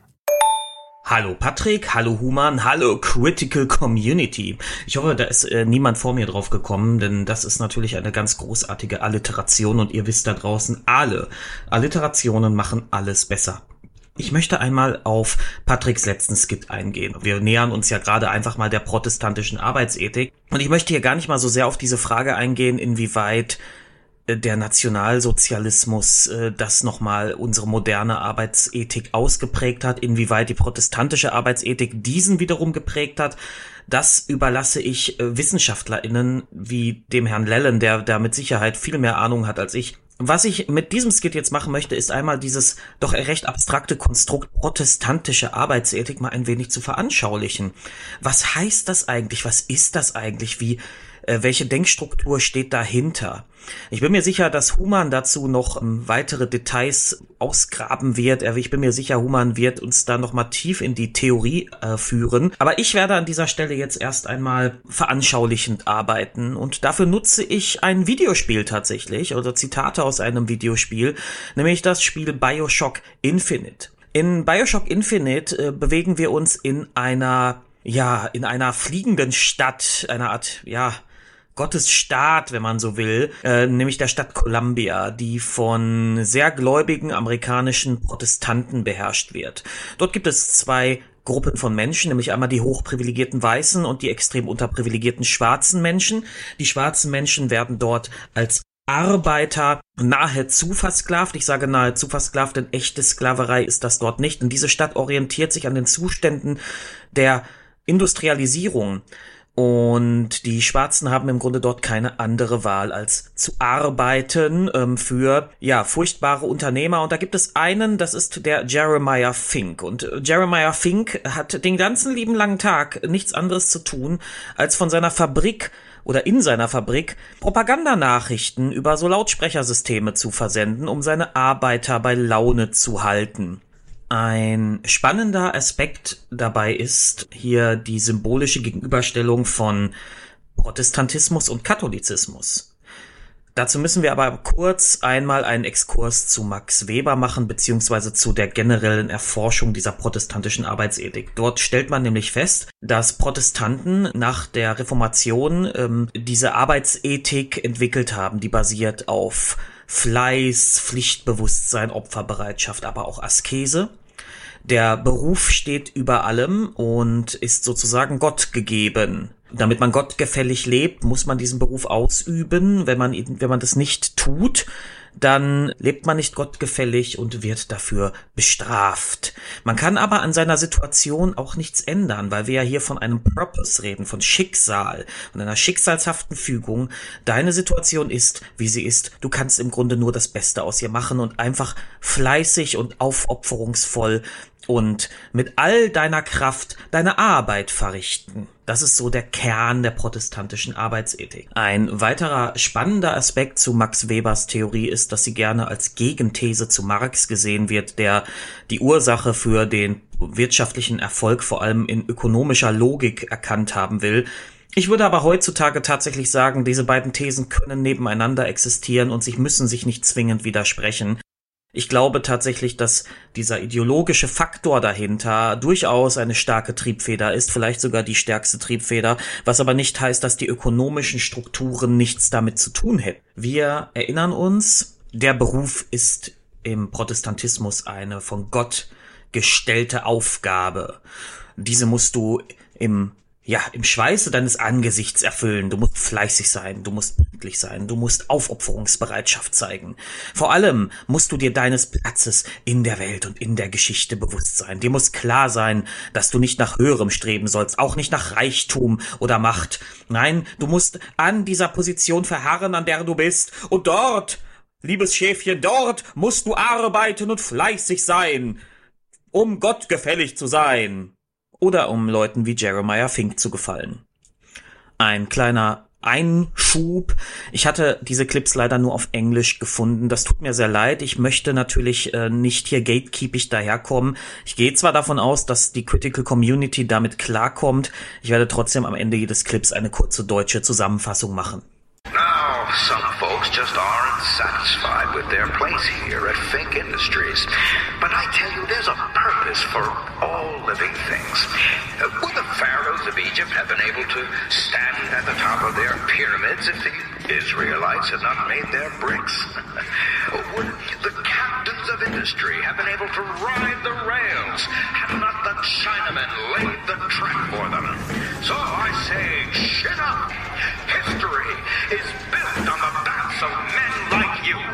Hallo Patrick, hallo Human, hallo Critical Community. Ich hoffe, da ist äh, niemand vor mir drauf gekommen, denn das ist natürlich eine ganz großartige Alliteration und ihr wisst da draußen, alle Alliterationen machen alles besser. Ich möchte einmal auf Patricks letzten Skit eingehen. Wir nähern uns ja gerade einfach mal der protestantischen Arbeitsethik und ich möchte hier gar nicht mal so sehr auf diese Frage eingehen, inwieweit der Nationalsozialismus äh, das nochmal unsere moderne Arbeitsethik ausgeprägt hat, inwieweit die protestantische Arbeitsethik diesen wiederum geprägt hat, das überlasse ich äh, WissenschaftlerInnen wie dem Herrn Lellen, der da mit Sicherheit viel mehr Ahnung hat als ich. Was ich mit diesem Skit jetzt machen möchte, ist einmal dieses doch recht abstrakte Konstrukt protestantische Arbeitsethik mal ein wenig zu veranschaulichen. Was heißt das eigentlich? Was ist das eigentlich? Wie Äh, welche Denkstruktur steht dahinter? Ich bin mir sicher, dass Human dazu noch ähm, weitere Details ausgraben wird. Ich bin mir sicher, Human wird uns da noch mal tief in die Theorie äh, führen. Aber ich werde an dieser Stelle jetzt erst einmal veranschaulichend arbeiten. Und dafür nutze ich ein Videospiel tatsächlich, oder Zitate aus einem Videospiel, nämlich das Spiel Bioshock Infinite. In Bioshock Infinite äh, bewegen wir uns in einer, ja, in einer fliegenden Stadt, einer Art, ja, Gottesstaat, wenn man so will, äh, nämlich der Stadt Columbia, die von sehr gläubigen amerikanischen Protestanten beherrscht wird. Dort gibt es zwei Gruppen von Menschen, nämlich einmal die hochprivilegierten Weißen und die extrem unterprivilegierten schwarzen Menschen. Die schwarzen Menschen werden dort als Arbeiter nahezu versklavt. Ich sage nahezu versklavt, denn echte Sklaverei ist das dort nicht. Und diese Stadt orientiert sich an den Zuständen der Industrialisierung. Und die Schwarzen haben im Grunde dort keine andere Wahl, als zu arbeiten ähm, für, ja, furchtbare Unternehmer. Und da gibt es einen, das ist der Jeremiah Fink. Und Jeremiah Fink hat den ganzen lieben langen Tag nichts anderes zu tun, als von seiner Fabrik oder in seiner Fabrik Propagandanachrichten über so Lautsprechersysteme zu versenden, um seine Arbeiter bei Laune zu halten. Ein spannender Aspekt dabei ist hier die symbolische Gegenüberstellung von Protestantismus und Katholizismus. Dazu müssen wir aber kurz einmal einen Exkurs zu Max Weber machen, beziehungsweise zu der generellen Erforschung dieser protestantischen Arbeitsethik. Dort stellt man nämlich fest, dass Protestanten nach der Reformation ähm, diese Arbeitsethik entwickelt haben, die basiert auf Fleiß, Pflichtbewusstsein, Opferbereitschaft, aber auch Askese. Der Beruf steht über allem und ist sozusagen Gott gegeben. Damit man gottgefällig lebt, muss man diesen Beruf ausüben. Wenn man, wenn man das nicht tut, dann lebt man nicht gottgefällig und wird dafür bestraft. Man kann aber an seiner Situation auch nichts ändern, weil wir ja hier von einem Purpose reden, von Schicksal, von einer schicksalshaften Fügung. Deine Situation ist, wie sie ist. Du kannst im Grunde nur das Beste aus ihr machen und einfach fleißig und aufopferungsvoll und mit all deiner Kraft deine Arbeit verrichten. Das ist so der Kern der protestantischen Arbeitsethik. Ein weiterer spannender Aspekt zu Max Webers Theorie ist, dass sie gerne als Gegenthese zu Marx gesehen wird, der die Ursache für den wirtschaftlichen Erfolg vor allem in ökonomischer Logik erkannt haben will. Ich würde aber heutzutage tatsächlich sagen, diese beiden Thesen können nebeneinander existieren und sie müssen sich nicht zwingend widersprechen. Ich glaube tatsächlich, dass dieser ideologische Faktor dahinter durchaus eine starke Triebfeder ist, vielleicht sogar die stärkste Triebfeder, was aber nicht heißt, dass die ökonomischen Strukturen nichts damit zu tun hätten. Wir erinnern uns, der Beruf ist im Protestantismus eine von Gott gestellte Aufgabe. Diese musst du im Ja, im Schweiße deines Angesichts erfüllen. Du musst fleißig sein, du musst pünktlich sein, du musst Aufopferungsbereitschaft zeigen. Vor allem musst du dir deines Platzes in der Welt und in der Geschichte bewusst sein. Dir muss klar sein, dass du nicht nach Höherem streben sollst, auch nicht nach Reichtum oder Macht. Nein, du musst an dieser Position verharren, an der du bist. Und dort, liebes Schäfchen, dort musst du arbeiten und fleißig sein, um Gott gefällig zu sein. oder um Leuten wie Jeremiah Fink zu gefallen. Ein kleiner Einschub. Ich hatte diese Clips leider nur auf Englisch gefunden. Das tut mir sehr leid. Ich möchte natürlich äh, nicht hier gatekeepig daherkommen. Ich gehe zwar davon aus, dass die Critical Community damit klarkommt. Ich werde trotzdem am Ende jedes Clips eine kurze deutsche Zusammenfassung machen. Now, some folks just aren't satisfied with their place here at Fink Industries. But I tell you, there's a purpose for all living things. Uh, would the pharaohs of Egypt have been able to stand at the top of their pyramids if the Israelites had not made their bricks? Would the captains of industry have been able to ride the rails had not the Chinamen laid the track for them? So I say, shit up! History is built on the backs of men like you.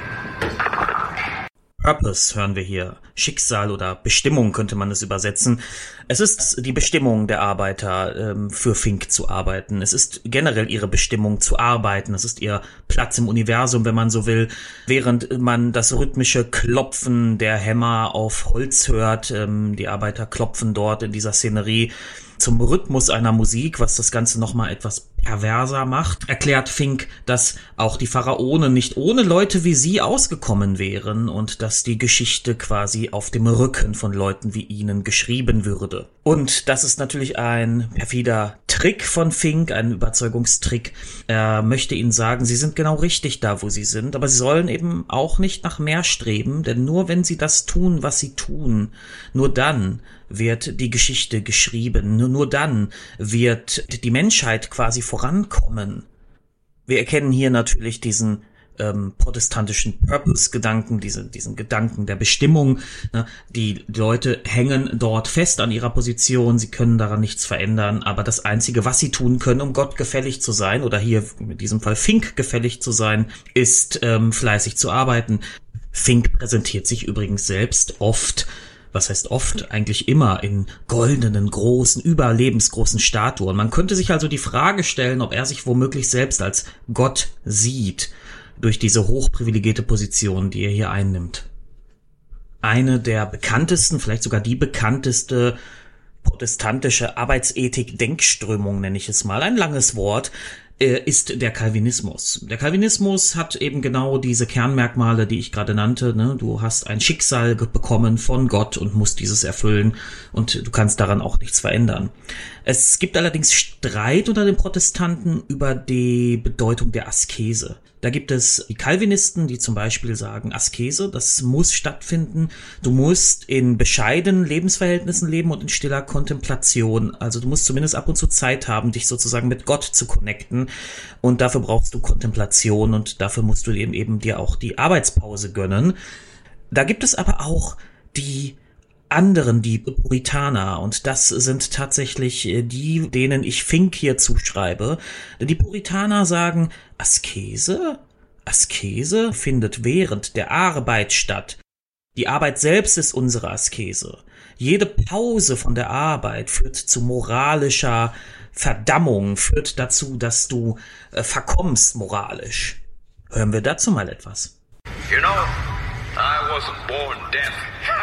Purpose hören wir hier. Schicksal oder Bestimmung könnte man es übersetzen. Es ist die Bestimmung der Arbeiter, ähm, für Fink zu arbeiten. Es ist generell ihre Bestimmung zu arbeiten. Es ist ihr Platz im Universum, wenn man so will. Während man das rhythmische Klopfen der Hämmer auf Holz hört, ähm, die Arbeiter klopfen dort in dieser Szenerie zum Rhythmus einer Musik, was das Ganze nochmal etwas perverser macht, erklärt Fink, dass auch die Pharaonen nicht ohne Leute wie sie ausgekommen wären und dass die Geschichte quasi auf dem Rücken von Leuten wie ihnen geschrieben würde. Und das ist natürlich ein perfider Trick von Fink, ein Überzeugungstrick. Er möchte ihnen sagen, sie sind genau richtig da, wo sie sind, aber sie sollen eben auch nicht nach mehr streben, denn nur wenn sie das tun, was sie tun, nur dann wird die Geschichte geschrieben. Nur, nur dann wird die Menschheit quasi vorankommen. Wir erkennen hier natürlich diesen ähm, protestantischen Purpose-Gedanken, diese, diesen Gedanken der Bestimmung. Ne? Die Leute hängen dort fest an ihrer Position, sie können daran nichts verändern, aber das Einzige, was sie tun können, um Gott gefällig zu sein, oder hier in diesem Fall Fink gefällig zu sein, ist ähm, fleißig zu arbeiten. Fink präsentiert sich übrigens selbst oft, was heißt oft, eigentlich immer in goldenen, großen, überlebensgroßen Statuen. Man könnte sich also die Frage stellen, ob er sich womöglich selbst als Gott sieht, durch diese hochprivilegierte Position, die er hier einnimmt. Eine der bekanntesten, vielleicht sogar die bekannteste protestantische Arbeitsethik-Denkströmung, nenne ich es mal, ein langes Wort, ist der Calvinismus. Der Calvinismus hat eben genau diese Kernmerkmale, die ich gerade nannte. Ne? Du hast ein Schicksal bekommen von Gott und musst dieses erfüllen und du kannst daran auch nichts verändern. Es gibt allerdings Streit unter den Protestanten über die Bedeutung der Askese. Da gibt es die Calvinisten, die zum Beispiel sagen, Askese, das muss stattfinden. Du musst in bescheidenen Lebensverhältnissen leben und in stiller Kontemplation. Also du musst zumindest ab und zu Zeit haben, dich sozusagen mit Gott zu connecten. Und dafür brauchst du Kontemplation und dafür musst du eben, eben dir auch die Arbeitspause gönnen. Da gibt es aber auch die anderen, die Puritaner, und das sind tatsächlich die, denen ich Fink hier zuschreibe. Die Puritaner sagen, Askese? Askese findet während der Arbeit statt. Die Arbeit selbst ist unsere Askese. Jede Pause von der Arbeit führt zu moralischer Verdammung, führt dazu, dass du äh, verkommst moralisch. Hören wir dazu mal etwas. You know, I wasn't born deaf.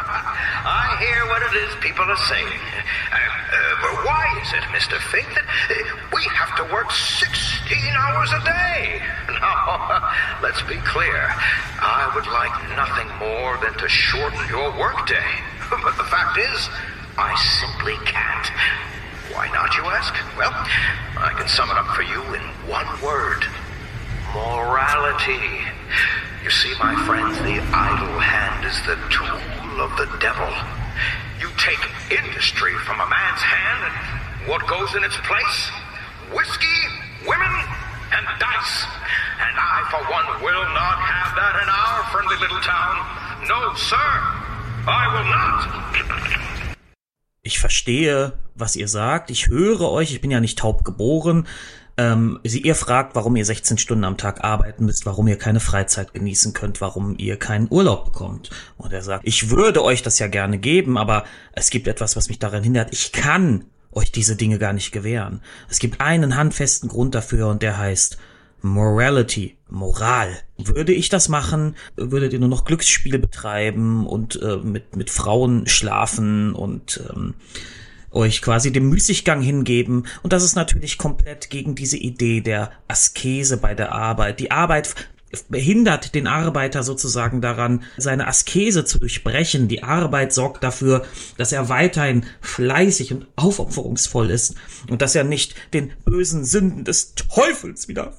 I hear what it is people are saying. Uh, uh, why is it, Mister Fink, that uh, we have to work sixteen hours a day? Now, let's be clear. I would like nothing more than to shorten your workday. But the fact is, I simply can't. Why not, you ask? Well, I can sum it up for you in one word. Morality. You see, my friends, the idle hand is the tool of the devil. You take industry from a man's hand, and what goes in its place? Whiskey, women, and dice. And I, for one, will not have that in our friendly little town. No, sir, I will not. Ich verstehe, was ihr sagt. Ich höre euch. Ich bin ja nicht taub geboren. Ähm, sie, ihr fragt, warum ihr sechzehn Stunden am Tag arbeiten müsst, warum ihr keine Freizeit genießen könnt, warum ihr keinen Urlaub bekommt. Und er sagt, ich würde euch das ja gerne geben, aber es gibt etwas, was mich daran hindert. Ich kann euch diese Dinge gar nicht gewähren. Es gibt einen handfesten Grund dafür und der heißt Morality, Moral. Würde ich das machen, würdet ihr nur noch Glücksspiele betreiben und äh, mit mit Frauen schlafen und ähm, euch quasi dem Müßiggang hingeben. Und das ist natürlich komplett gegen diese Idee der Askese bei der Arbeit. Die Arbeit behindert den Arbeiter sozusagen daran, seine Askese zu durchbrechen. Die Arbeit sorgt dafür, dass er weiterhin fleißig und aufopferungsvoll ist und dass er nicht den bösen Sünden des Teufels wieder...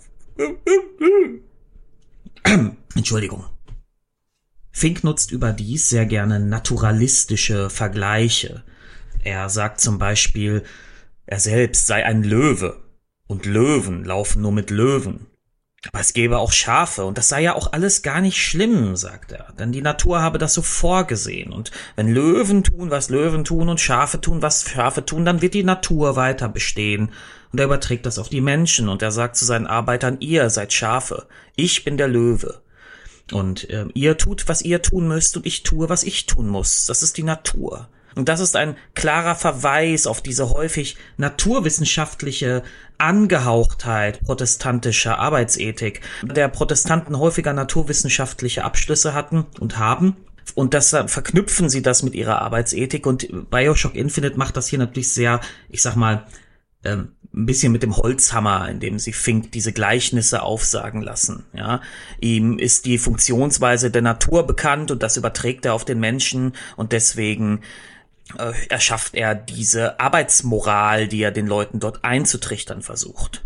Entschuldigung. Fink nutzt überdies sehr gerne naturalistische Vergleiche. Er sagt zum Beispiel, er selbst sei ein Löwe und Löwen laufen nur mit Löwen. Aber es gäbe auch Schafe und das sei ja auch alles gar nicht schlimm, sagt er, denn die Natur habe das so vorgesehen und wenn Löwen tun, was Löwen tun und Schafe tun, was Schafe tun, dann wird die Natur weiter bestehen. Und er überträgt das auf die Menschen und er sagt zu seinen Arbeitern, ihr seid Schafe, ich bin der Löwe. Und äh, ihr tut, was ihr tun müsst und ich tue, was ich tun muss. Das ist die Natur. Und das ist ein klarer Verweis auf diese häufig naturwissenschaftliche Angehauchtheit protestantischer Arbeitsethik, der Protestanten häufiger naturwissenschaftliche Abschlüsse hatten und haben. Und das verknüpfen sie das mit ihrer Arbeitsethik. Und Bioshock Infinite macht das hier natürlich sehr, ich sag mal, ähm, ein bisschen mit dem Holzhammer, indem sie Fink diese Gleichnisse aufsagen lassen. Ja, ihm ist die Funktionsweise der Natur bekannt und das überträgt er auf den Menschen und deswegen äh, erschafft er diese Arbeitsmoral, die er den Leuten dort einzutrichtern versucht.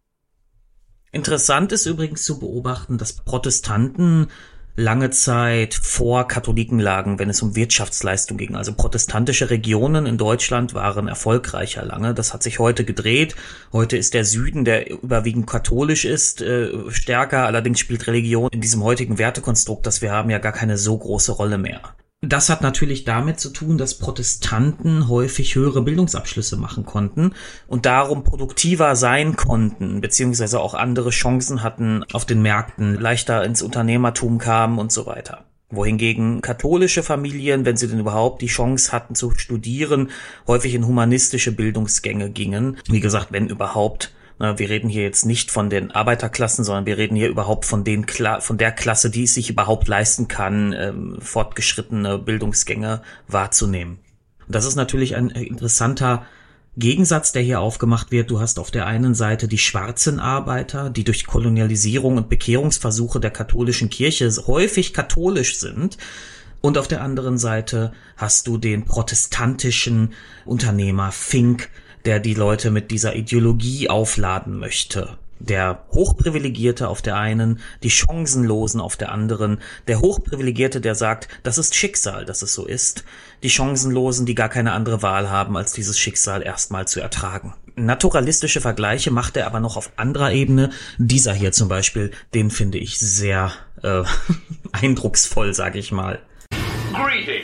Interessant ist übrigens zu beobachten, dass Protestanten lange Zeit vor Katholiken lagen, wenn es um Wirtschaftsleistung ging. Also protestantische Regionen in Deutschland waren erfolgreicher lange. Das hat sich heute gedreht. Heute ist der Süden, der überwiegend katholisch ist, äh, stärker. Allerdings spielt Religion in diesem heutigen Wertekonstrukt, das wir haben, ja gar keine so große Rolle mehr. Das hat natürlich damit zu tun, dass Protestanten häufig höhere Bildungsabschlüsse machen konnten und darum produktiver sein konnten, beziehungsweise auch andere Chancen hatten auf den Märkten, leichter ins Unternehmertum kamen und so weiter. Wohingegen katholische Familien, wenn sie denn überhaupt die Chance hatten zu studieren, häufig in humanistische Bildungsgänge gingen. Wie gesagt, wenn überhaupt. Wir reden hier jetzt nicht von den Arbeiterklassen, sondern wir reden hier überhaupt von den Kla- von der Klasse, die es sich überhaupt leisten kann, ähm, fortgeschrittene Bildungsgänge wahrzunehmen. Und das ist natürlich ein interessanter Gegensatz, der hier aufgemacht wird. Du hast auf der einen Seite die schwarzen Arbeiter, die durch Kolonialisierung und Bekehrungsversuche der katholischen Kirche häufig katholisch sind. Und auf der anderen Seite hast du den protestantischen Unternehmer Fink, der die Leute mit dieser Ideologie aufladen möchte. Der Hochprivilegierte auf der einen, die Chancenlosen auf der anderen. Der Hochprivilegierte, der sagt, das ist Schicksal, dass es so ist. Die Chancenlosen, die gar keine andere Wahl haben, als dieses Schicksal erstmal zu ertragen. Naturalistische Vergleiche macht er aber noch auf anderer Ebene. Dieser hier zum Beispiel, den finde ich sehr äh, eindrucksvoll, sage ich mal. Greetings.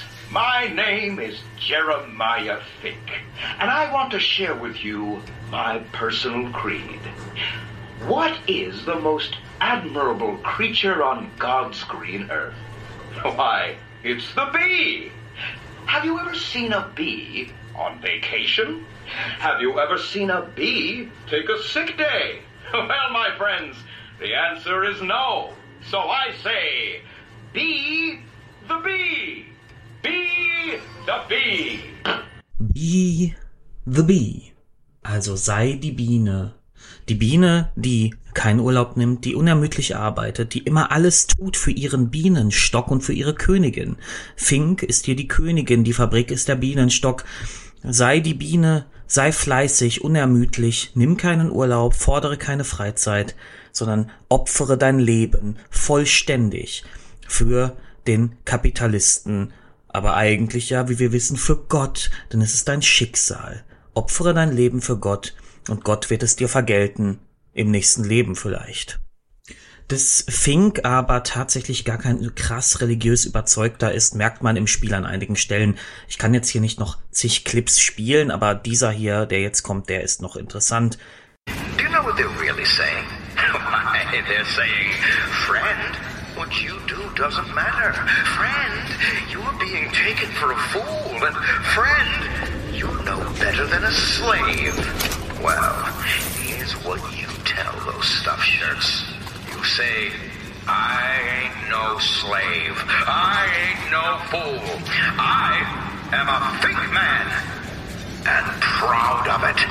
My name is Jeremiah Fink, and I want to share with you my personal creed. What is the most admirable creature on God's green earth? Why, it's the bee. Have you ever seen a bee on vacation? Have you ever seen a bee take a sick day? Well, my friends, the answer is no. So I say, be the bee. Be the bee. Be the bee. Also sei die Biene. Die Biene, die keinen Urlaub nimmt, die unermüdlich arbeitet, die immer alles tut für ihren Bienenstock und für ihre Königin. Fink ist hier die Königin, die Fabrik ist der Bienenstock. Sei die Biene, sei fleißig, unermüdlich, nimm keinen Urlaub, fordere keine Freizeit, sondern opfere dein Leben vollständig für den Kapitalisten. Aber eigentlich ja, wie wir wissen, für Gott, denn es ist dein Schicksal. Opfere dein Leben für Gott und Gott wird es dir vergelten, im nächsten Leben vielleicht. Dass Fink aber tatsächlich gar kein krass religiös Überzeugter ist, merkt man im Spiel an einigen Stellen. Ich kann jetzt hier nicht noch zig Clips spielen, aber dieser hier, der jetzt kommt, der ist noch interessant. Do you know what they're really saying? Why, they're saying, friend, what you do doesn't matter. Friend, you're being taken for a fool. And friend, you're no better than a slave. Well, here's what you tell those stuffed shirts. You say, I ain't no slave. I ain't no fool. I am a Fink man. and proud of it.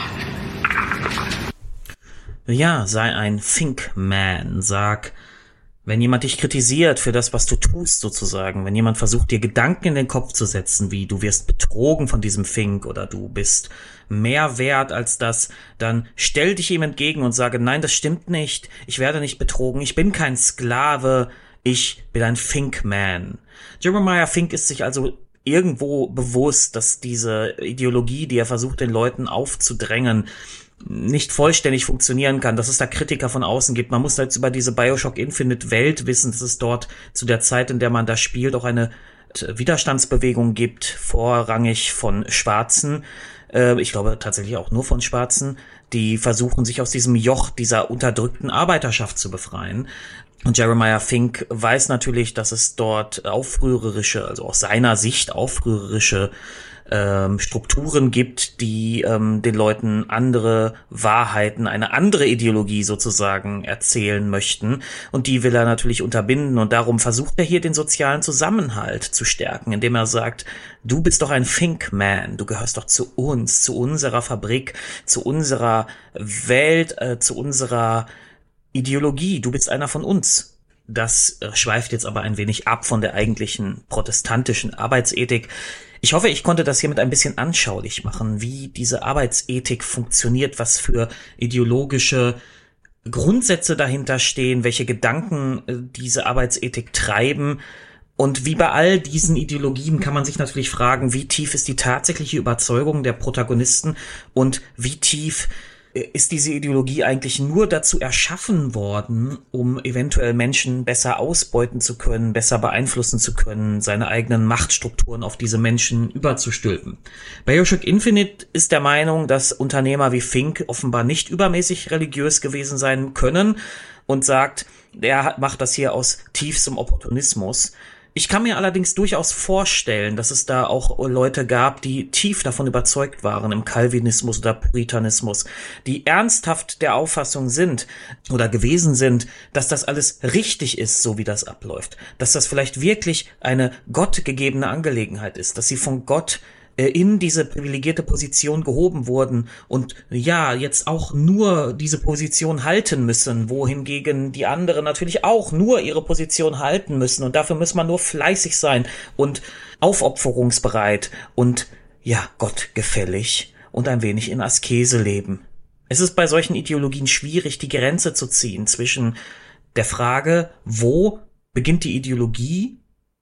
Ja, sei ein Think Man. Sag, wenn jemand dich kritisiert für das, was du tust, sozusagen, wenn jemand versucht, dir Gedanken in den Kopf zu setzen, wie du wirst betrogen von diesem Think oder du bist mehr wert als das, dann stell dich ihm entgegen und sage, nein, das stimmt nicht, ich werde nicht betrogen, ich bin kein Sklave, ich bin ein Think Man. Jeremiah Fink ist sich also irgendwo bewusst, dass diese Ideologie, die er versucht, den Leuten aufzudrängen, nicht vollständig funktionieren kann, dass es da Kritiker von außen gibt. Man muss jetzt über diese Bioshock Infinite Welt wissen, dass es dort zu der Zeit, in der man da spielt, auch eine Widerstandsbewegung gibt, vorrangig von Schwarzen. Äh, ich glaube tatsächlich auch nur von Schwarzen, die versuchen, sich aus diesem Joch dieser unterdrückten Arbeiterschaft zu befreien. Und Jeremiah Fink weiß natürlich, dass es dort aufrührerische, also aus seiner Sicht aufrührerische ähm, Strukturen gibt, die ähm, den Leuten andere Wahrheiten, eine andere Ideologie sozusagen erzählen möchten. Und die will er natürlich unterbinden. Und darum versucht er hier den sozialen Zusammenhalt zu stärken, indem er sagt, du bist doch ein Think Man, du gehörst doch zu uns, zu unserer Fabrik, zu unserer Welt, äh, zu unserer Ideologie, du bist einer von uns. Das äh, schweift jetzt aber ein wenig ab von der eigentlichen protestantischen Arbeitsethik. Ich hoffe, ich konnte das hier mit ein bisschen anschaulich machen, wie diese Arbeitsethik funktioniert, was für ideologische Grundsätze dahinter stehen, welche Gedanken äh, diese Arbeitsethik treiben. Und wie bei all diesen Ideologien kann man sich natürlich fragen, wie tief ist die tatsächliche Überzeugung der Protagonisten und wie tief ist diese Ideologie eigentlich nur dazu erschaffen worden, um eventuell Menschen besser ausbeuten zu können, besser beeinflussen zu können, seine eigenen Machtstrukturen auf diese Menschen überzustülpen. Bioshock Infinite ist der Meinung, dass Unternehmer wie Fink offenbar nicht übermäßig religiös gewesen sein können und sagt, er macht das hier aus tiefstem Opportunismus. Ich kann mir allerdings durchaus vorstellen, dass es da auch Leute gab, die tief davon überzeugt waren im Calvinismus oder Puritanismus, die ernsthaft der Auffassung sind oder gewesen sind, dass das alles richtig ist, so wie das abläuft, dass das vielleicht wirklich eine gottgegebene Angelegenheit ist, dass sie von Gott in diese privilegierte Position gehoben wurden und ja, jetzt auch nur diese Position halten müssen, wohingegen die anderen natürlich auch nur ihre Position halten müssen und dafür muss man nur fleißig sein und aufopferungsbereit und ja, gottgefällig und ein wenig in Askese leben. Es ist bei solchen Ideologien schwierig, die Grenze zu ziehen zwischen der Frage, wo beginnt die Ideologie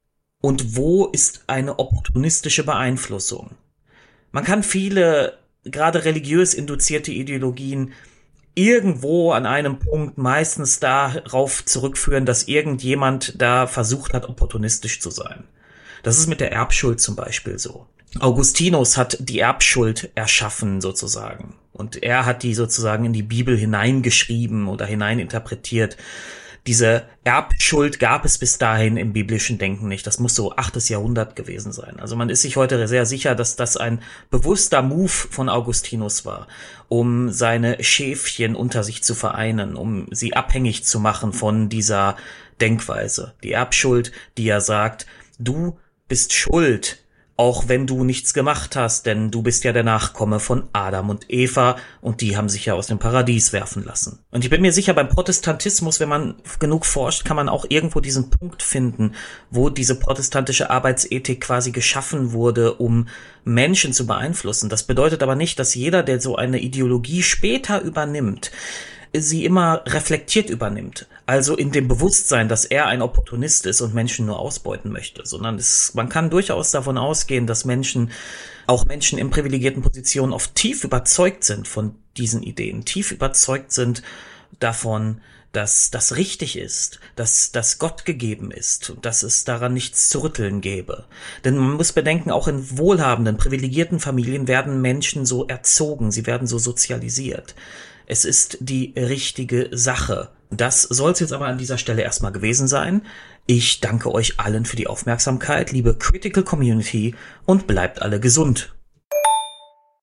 und wo ist eine opportunistische Beeinflussung? Man kann viele, gerade religiös induzierte Ideologien irgendwo an einem Punkt meistens darauf zurückführen, dass irgendjemand da versucht hat, opportunistisch zu sein. Das ist mit der Erbschuld zum Beispiel so. Augustinus hat die Erbschuld erschaffen sozusagen. Und er hat die sozusagen in die Bibel hineingeschrieben oder hineininterpretiert. Diese Erbschuld gab es bis dahin im biblischen Denken nicht. Das muss so achtes Jahrhundert gewesen sein. Also man ist sich heute sehr sicher, dass das ein bewusster Move von Augustinus war, um seine Schäfchen unter sich zu vereinen, um sie abhängig zu machen von dieser Denkweise. Die Erbschuld, die er sagt, du bist schuld, auch wenn du nichts gemacht hast, denn du bist ja der Nachkomme von Adam und Eva und die haben sich ja aus dem Paradies werfen lassen. Und ich bin mir sicher, beim Protestantismus, wenn man genug forscht, kann man auch irgendwo diesen Punkt finden, wo diese protestantische Arbeitsethik quasi geschaffen wurde, um Menschen zu beeinflussen. Das bedeutet aber nicht, dass jeder, der so eine Ideologie später übernimmt, sie immer reflektiert übernimmt. Also in dem Bewusstsein, dass er ein Opportunist ist und Menschen nur ausbeuten möchte, sondern es, man kann durchaus davon ausgehen, dass Menschen, auch Menschen in privilegierten Positionen, oft tief überzeugt sind von diesen Ideen, tief überzeugt sind davon, dass das richtig ist, dass das Gott gegeben ist und dass es daran nichts zu rütteln gäbe. Denn man muss bedenken, auch in wohlhabenden, privilegierten Familien werden Menschen so erzogen, sie werden so sozialisiert. Es ist die richtige Sache. Das soll es jetzt aber an dieser Stelle erstmal gewesen sein. Ich danke euch allen für die Aufmerksamkeit, liebe Critical Community, und bleibt alle gesund.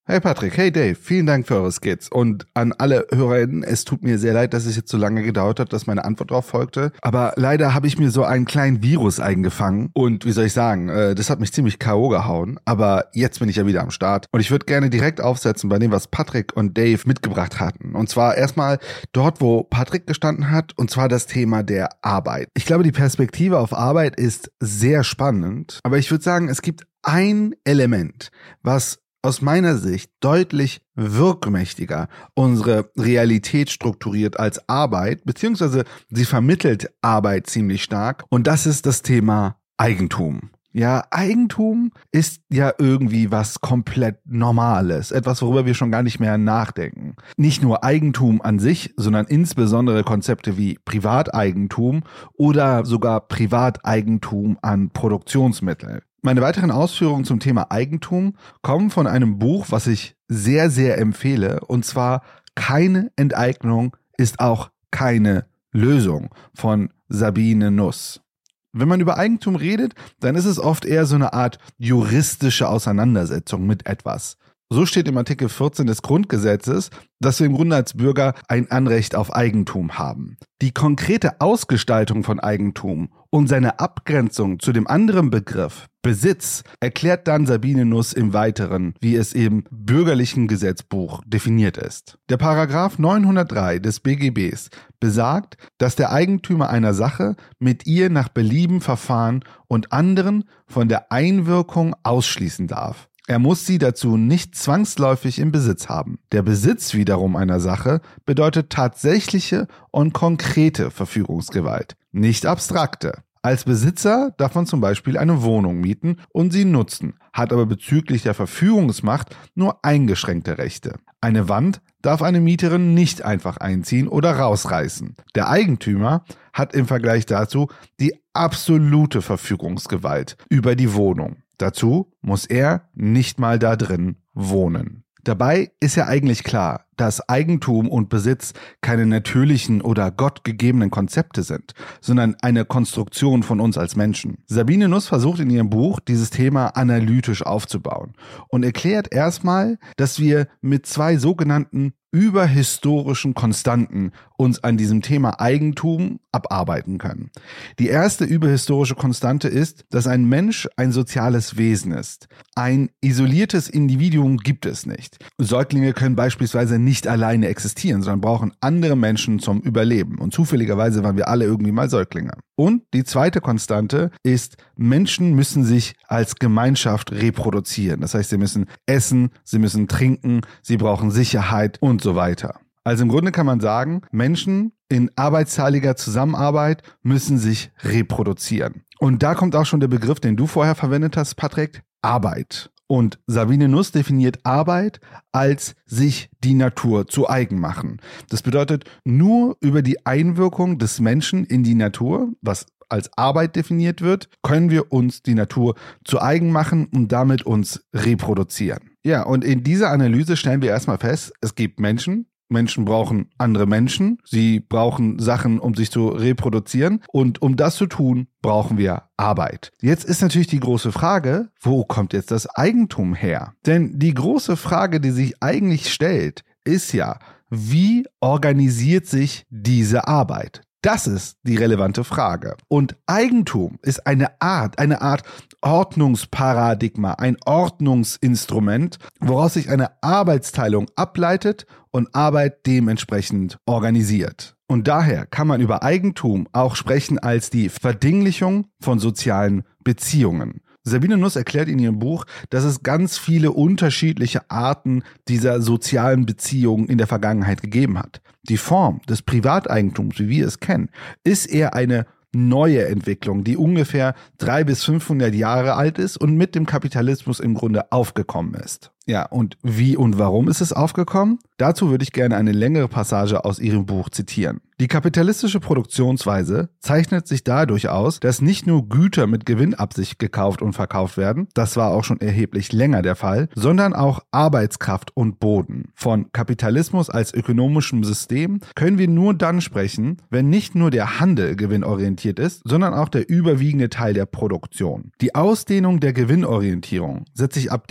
Hey Patrick, hey Dave, vielen Dank für eure Skits und an alle HörerInnen, es tut mir sehr leid, dass es jetzt so lange gedauert hat, dass meine Antwort darauf folgte, aber leider habe ich mir so einen kleinen Virus eingefangen und wie soll ich sagen, das hat mich ziemlich K O gehauen, aber jetzt bin ich ja wieder am Start und ich würde gerne direkt aufsetzen bei dem, was Patrick und Dave mitgebracht hatten und zwar erstmal dort, wo Patrick gestanden hat und zwar das Thema der Arbeit. Ich glaube, die Perspektive auf Arbeit ist sehr spannend, aber ich würde sagen, es gibt ein Element, was aus meiner Sicht deutlich wirkmächtiger unsere Realität strukturiert als Arbeit, beziehungsweise sie vermittelt Arbeit ziemlich stark. Und das ist das Thema Eigentum. Ja, Eigentum ist ja irgendwie was komplett Normales, etwas, worüber wir schon gar nicht mehr nachdenken. Nicht nur Eigentum an sich, sondern insbesondere Konzepte wie Privateigentum oder sogar Privateigentum an Produktionsmitteln. Meine weiteren Ausführungen zum Thema Eigentum kommen von einem Buch, was ich sehr, sehr empfehle, und zwar Keine Enteignung ist auch keine Lösung von Sabine Nuss. Wenn man über Eigentum redet, dann ist es oft eher so eine Art juristische Auseinandersetzung mit etwas. So steht im Artikel vierzehn des Grundgesetzes, dass wir im Grunde als Bürger ein Anrecht auf Eigentum haben. Die konkrete Ausgestaltung von Eigentum und seine Abgrenzung zu dem anderen Begriff Besitz erklärt dann Sabine Nuss im Weiteren, wie es im bürgerlichen Gesetzbuch definiert ist. Der Paragraph neunhundertdrei des B G Bs besagt, dass der Eigentümer einer Sache mit ihr nach Belieben verfahren und anderen von der Einwirkung ausschließen darf. Er muss sie dazu nicht zwangsläufig im Besitz haben. Der Besitz wiederum einer Sache bedeutet tatsächliche und konkrete Verfügungsgewalt, nicht abstrakte. Als Besitzer darf man zum Beispiel eine Wohnung mieten und sie nutzen, hat aber bezüglich der Verfügungsmacht nur eingeschränkte Rechte. Eine Wand darf eine Mieterin nicht einfach einziehen oder rausreißen. Der Eigentümer hat im Vergleich dazu die absolute Verfügungsgewalt über die Wohnung. Dazu muss er nicht mal da drin wohnen. Dabei ist ja eigentlich klar, dass Eigentum und Besitz keine natürlichen oder gottgegebenen Konzepte sind, sondern eine Konstruktion von uns als Menschen. Sabine Nuss versucht in ihrem Buch, dieses Thema analytisch aufzubauen und erklärt erstmal, dass wir mit zwei sogenannten überhistorischen Konstanten uns an diesem Thema Eigentum abarbeiten können. Die erste überhistorische Konstante ist, dass ein Mensch ein soziales Wesen ist. Ein isoliertes Individuum gibt es nicht. Säuglinge können beispielsweise nicht alleine existieren, sondern brauchen andere Menschen zum Überleben. Und zufälligerweise waren wir alle irgendwie mal Säuglinge. Und die zweite Konstante ist, Menschen müssen sich als Gemeinschaft reproduzieren. Das heißt, sie müssen essen, sie müssen trinken, sie brauchen Sicherheit und so weiter. Also im Grunde kann man sagen, Menschen in arbeitsteiliger Zusammenarbeit müssen sich reproduzieren. Und da kommt auch schon der Begriff, den du vorher verwendet hast, Patrick, Arbeit. Und Sabine Nuss definiert Arbeit als sich die Natur zu eigen machen. Das bedeutet, nur über die Einwirkung des Menschen in die Natur, was als Arbeit definiert wird, können wir uns die Natur zu eigen machen und damit uns reproduzieren. Ja, und in dieser Analyse stellen wir erstmal fest, es gibt Menschen, Menschen brauchen andere Menschen, sie brauchen Sachen, um sich zu reproduzieren und um das zu tun, brauchen wir Arbeit. Jetzt ist natürlich die große Frage, wo kommt jetzt das Eigentum her? Denn die große Frage, die sich eigentlich stellt, ist ja, wie organisiert sich diese Arbeit? Das ist die relevante Frage. Und Eigentum ist eine Art, eine Art Ordnungsparadigma, ein Ordnungsinstrument, woraus sich eine Arbeitsteilung ableitet und Arbeit dementsprechend organisiert. Und daher kann man über Eigentum auch sprechen als die Verdinglichung von sozialen Beziehungen. Sabine Nuss erklärt in ihrem Buch, dass es ganz viele unterschiedliche Arten dieser sozialen Beziehungen in der Vergangenheit gegeben hat. Die Form des Privateigentums, wie wir es kennen, ist eher eine neue Entwicklung, die ungefähr dreihundert bis fünfhundert Jahre alt ist und mit dem Kapitalismus im Grunde aufgekommen ist. Ja, und wie und warum ist es aufgekommen? Dazu würde ich gerne eine längere Passage aus ihrem Buch zitieren. Die kapitalistische Produktionsweise zeichnet sich dadurch aus, dass nicht nur Güter mit Gewinnabsicht gekauft und verkauft werden, das war auch schon erheblich länger der Fall, sondern auch Arbeitskraft und Boden. Von Kapitalismus als ökonomischem System können wir nur dann sprechen, wenn nicht nur der Handel gewinnorientiert ist, sondern auch der überwiegende Teil der Produktion. Die Ausdehnung der Gewinnorientierung setzt sich ab dem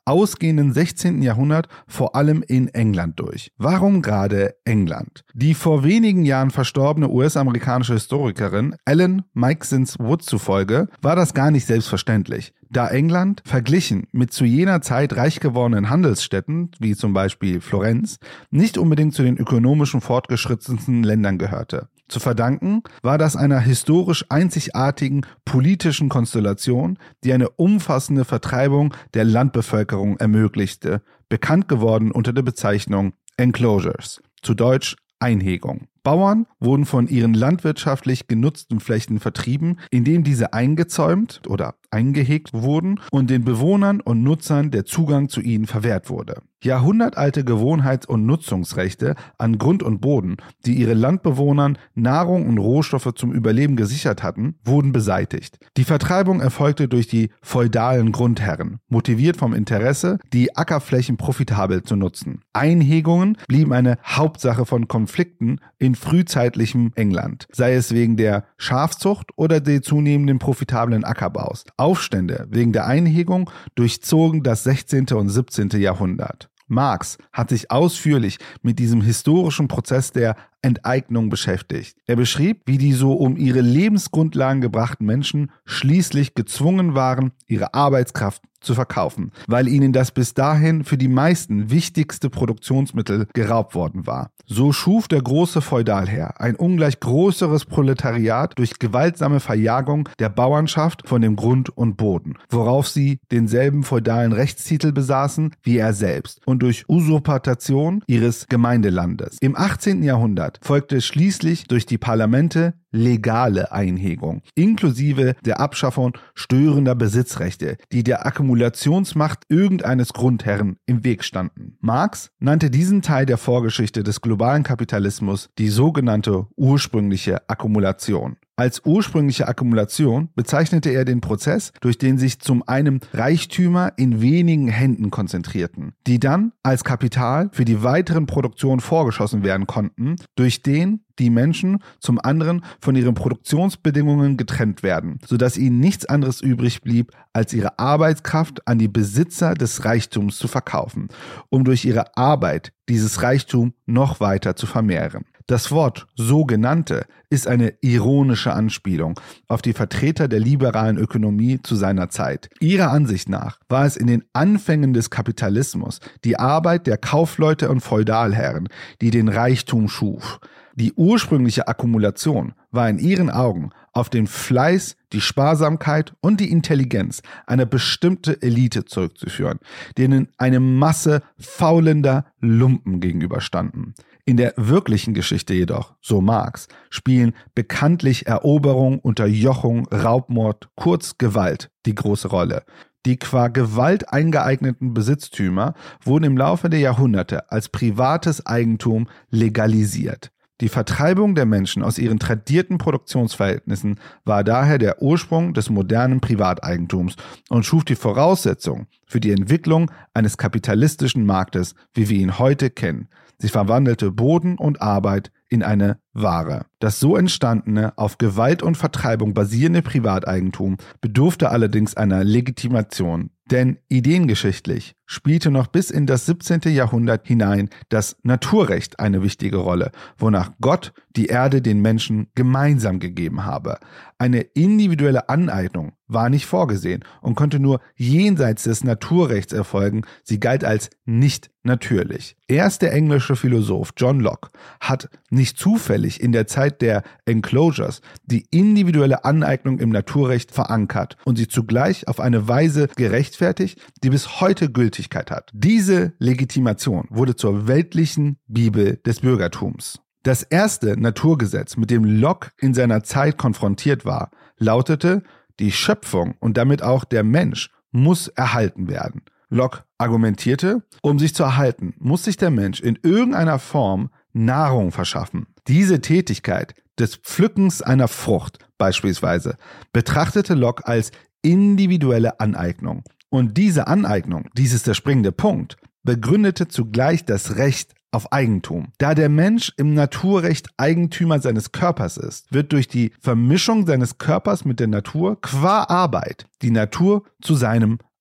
ausgehenden sechzehnten Jahrhundert vor allem in England durch. Warum gerade England? Die vor wenigen Jahren verstorbene U S-amerikanische Historikerin Ellen Meiksins Wood zufolge war das gar nicht selbstverständlich, da England, verglichen mit zu jener Zeit reich gewordenen Handelsstädten, wie zum Beispiel Florenz, nicht unbedingt zu den ökonomischen fortgeschrittensten Ländern gehörte. Zu verdanken war das einer historisch einzigartigen politischen Konstellation, die eine umfassende Vertreibung der Landbevölkerung ermöglichte, bekannt geworden unter der Bezeichnung Enclosures, zu Deutsch Einhegung. Bauern wurden von ihren landwirtschaftlich genutzten Flächen vertrieben, indem diese eingezäumt oder eingehegt wurden und den Bewohnern und Nutzern der Zugang zu ihnen verwehrt wurde. Jahrhundertalte Gewohnheits- und Nutzungsrechte an Grund und Boden, die ihre Landbewohnern Nahrung und Rohstoffe zum Überleben gesichert hatten, wurden beseitigt. Die Vertreibung erfolgte durch die feudalen Grundherren, motiviert vom Interesse, die Ackerflächen profitabel zu nutzen. Einhegungen blieben eine Hauptsache von Konflikten in frühzeitlichem England, sei es wegen der Schafzucht oder des zunehmenden profitablen Ackerbaus. Aufstände wegen der Einhegung durchzogen das sechzehnte und siebzehnte Jahrhundert. Marx hat sich ausführlich mit diesem historischen Prozess der Enteignung beschäftigt. Er beschrieb, wie die so um ihre Lebensgrundlagen gebrachten Menschen schließlich gezwungen waren, ihre Arbeitskraft zu verkaufen, weil ihnen das bis dahin für die meisten wichtigste Produktionsmittel geraubt worden war. So schuf der große Feudalherr ein ungleich größeres Proletariat durch gewaltsame Verjagung der Bauernschaft von dem Grund und Boden, worauf sie denselben feudalen Rechtstitel besaßen wie er selbst und durch Usurpation ihres Gemeindelandes. Im achtzehnten Jahrhundert folgte schließlich durch die Parlamente legale Einhegung, inklusive der Abschaffung störender Besitzrechte, die der Akkumulationsmacht irgendeines Grundherrn im Weg standen. Marx nannte diesen Teil der Vorgeschichte des globalen Kapitalismus die sogenannte ursprüngliche Akkumulation. Als ursprüngliche Akkumulation bezeichnete er den Prozess, durch den sich zum einen Reichtümer in wenigen Händen konzentrierten, die dann als Kapital für die weiteren Produktionen vorgeschossen werden konnten, durch den die Menschen zum anderen von ihren Produktionsbedingungen getrennt werden, sodass ihnen nichts anderes übrig blieb, als ihre Arbeitskraft an die Besitzer des Reichtums zu verkaufen, um durch ihre Arbeit dieses Reichtum noch weiter zu vermehren. Das Wort sogenannte ist eine ironische Anspielung auf die Vertreter der liberalen Ökonomie zu seiner Zeit. Ihrer Ansicht nach war es in den Anfängen des Kapitalismus die Arbeit der Kaufleute und Feudalherren, die den Reichtum schuf. Die ursprüngliche Akkumulation war in ihren Augen auf den Fleiß, die Sparsamkeit und die Intelligenz einer bestimmten Elite zurückzuführen, denen eine Masse faulender Lumpen gegenüberstanden. In der wirklichen Geschichte jedoch, so Marx, spielen bekanntlich Eroberung, Unterjochung, Raubmord, kurz Gewalt die große Rolle. Die qua Gewalt eingeeigneten Besitztümer wurden im Laufe der Jahrhunderte als privates Eigentum legalisiert. Die Vertreibung der Menschen aus ihren tradierten Produktionsverhältnissen war daher der Ursprung des modernen Privateigentums und schuf die Voraussetzung für die Entwicklung eines kapitalistischen Marktes, wie wir ihn heute kennen. Sie verwandelte Boden und Arbeit in eine Ware. Das so entstandene, auf Gewalt und Vertreibung basierende Privateigentum bedurfte allerdings einer Legitimation, denn ideengeschichtlich spielte noch bis in das siebzehnte Jahrhundert hinein das Naturrecht eine wichtige Rolle, wonach Gott die Erde den Menschen gemeinsam gegeben habe. Eine individuelle Aneignung war nicht vorgesehen und konnte nur jenseits des Naturrechts erfolgen, sie galt als nicht natürlich. Erst der englische Philosoph John Locke hat nicht zufällig in der Zeit der Enclosures die individuelle Aneignung im Naturrecht verankert und sie zugleich auf eine Weise gerechtfertigt, die bis heute Gültigkeit hat. Diese Legitimation wurde zur weltlichen Bibel des Bürgertums. Das erste Naturgesetz, mit dem Locke in seiner Zeit konfrontiert war, lautete: Die Schöpfung und damit auch der Mensch muss erhalten werden. Locke argumentierte, um sich zu erhalten, muss sich der Mensch in irgendeiner Form Nahrung verschaffen. Diese Tätigkeit des Pflückens einer Frucht beispielsweise betrachtete Locke als individuelle Aneignung. Und diese Aneignung, dies ist der springende Punkt, begründete zugleich das Recht auf Eigentum. Da der Mensch im Naturrecht Eigentümer seines Körpers ist, wird durch die Vermischung seines Körpers mit der Natur qua Arbeit die Natur zu seinem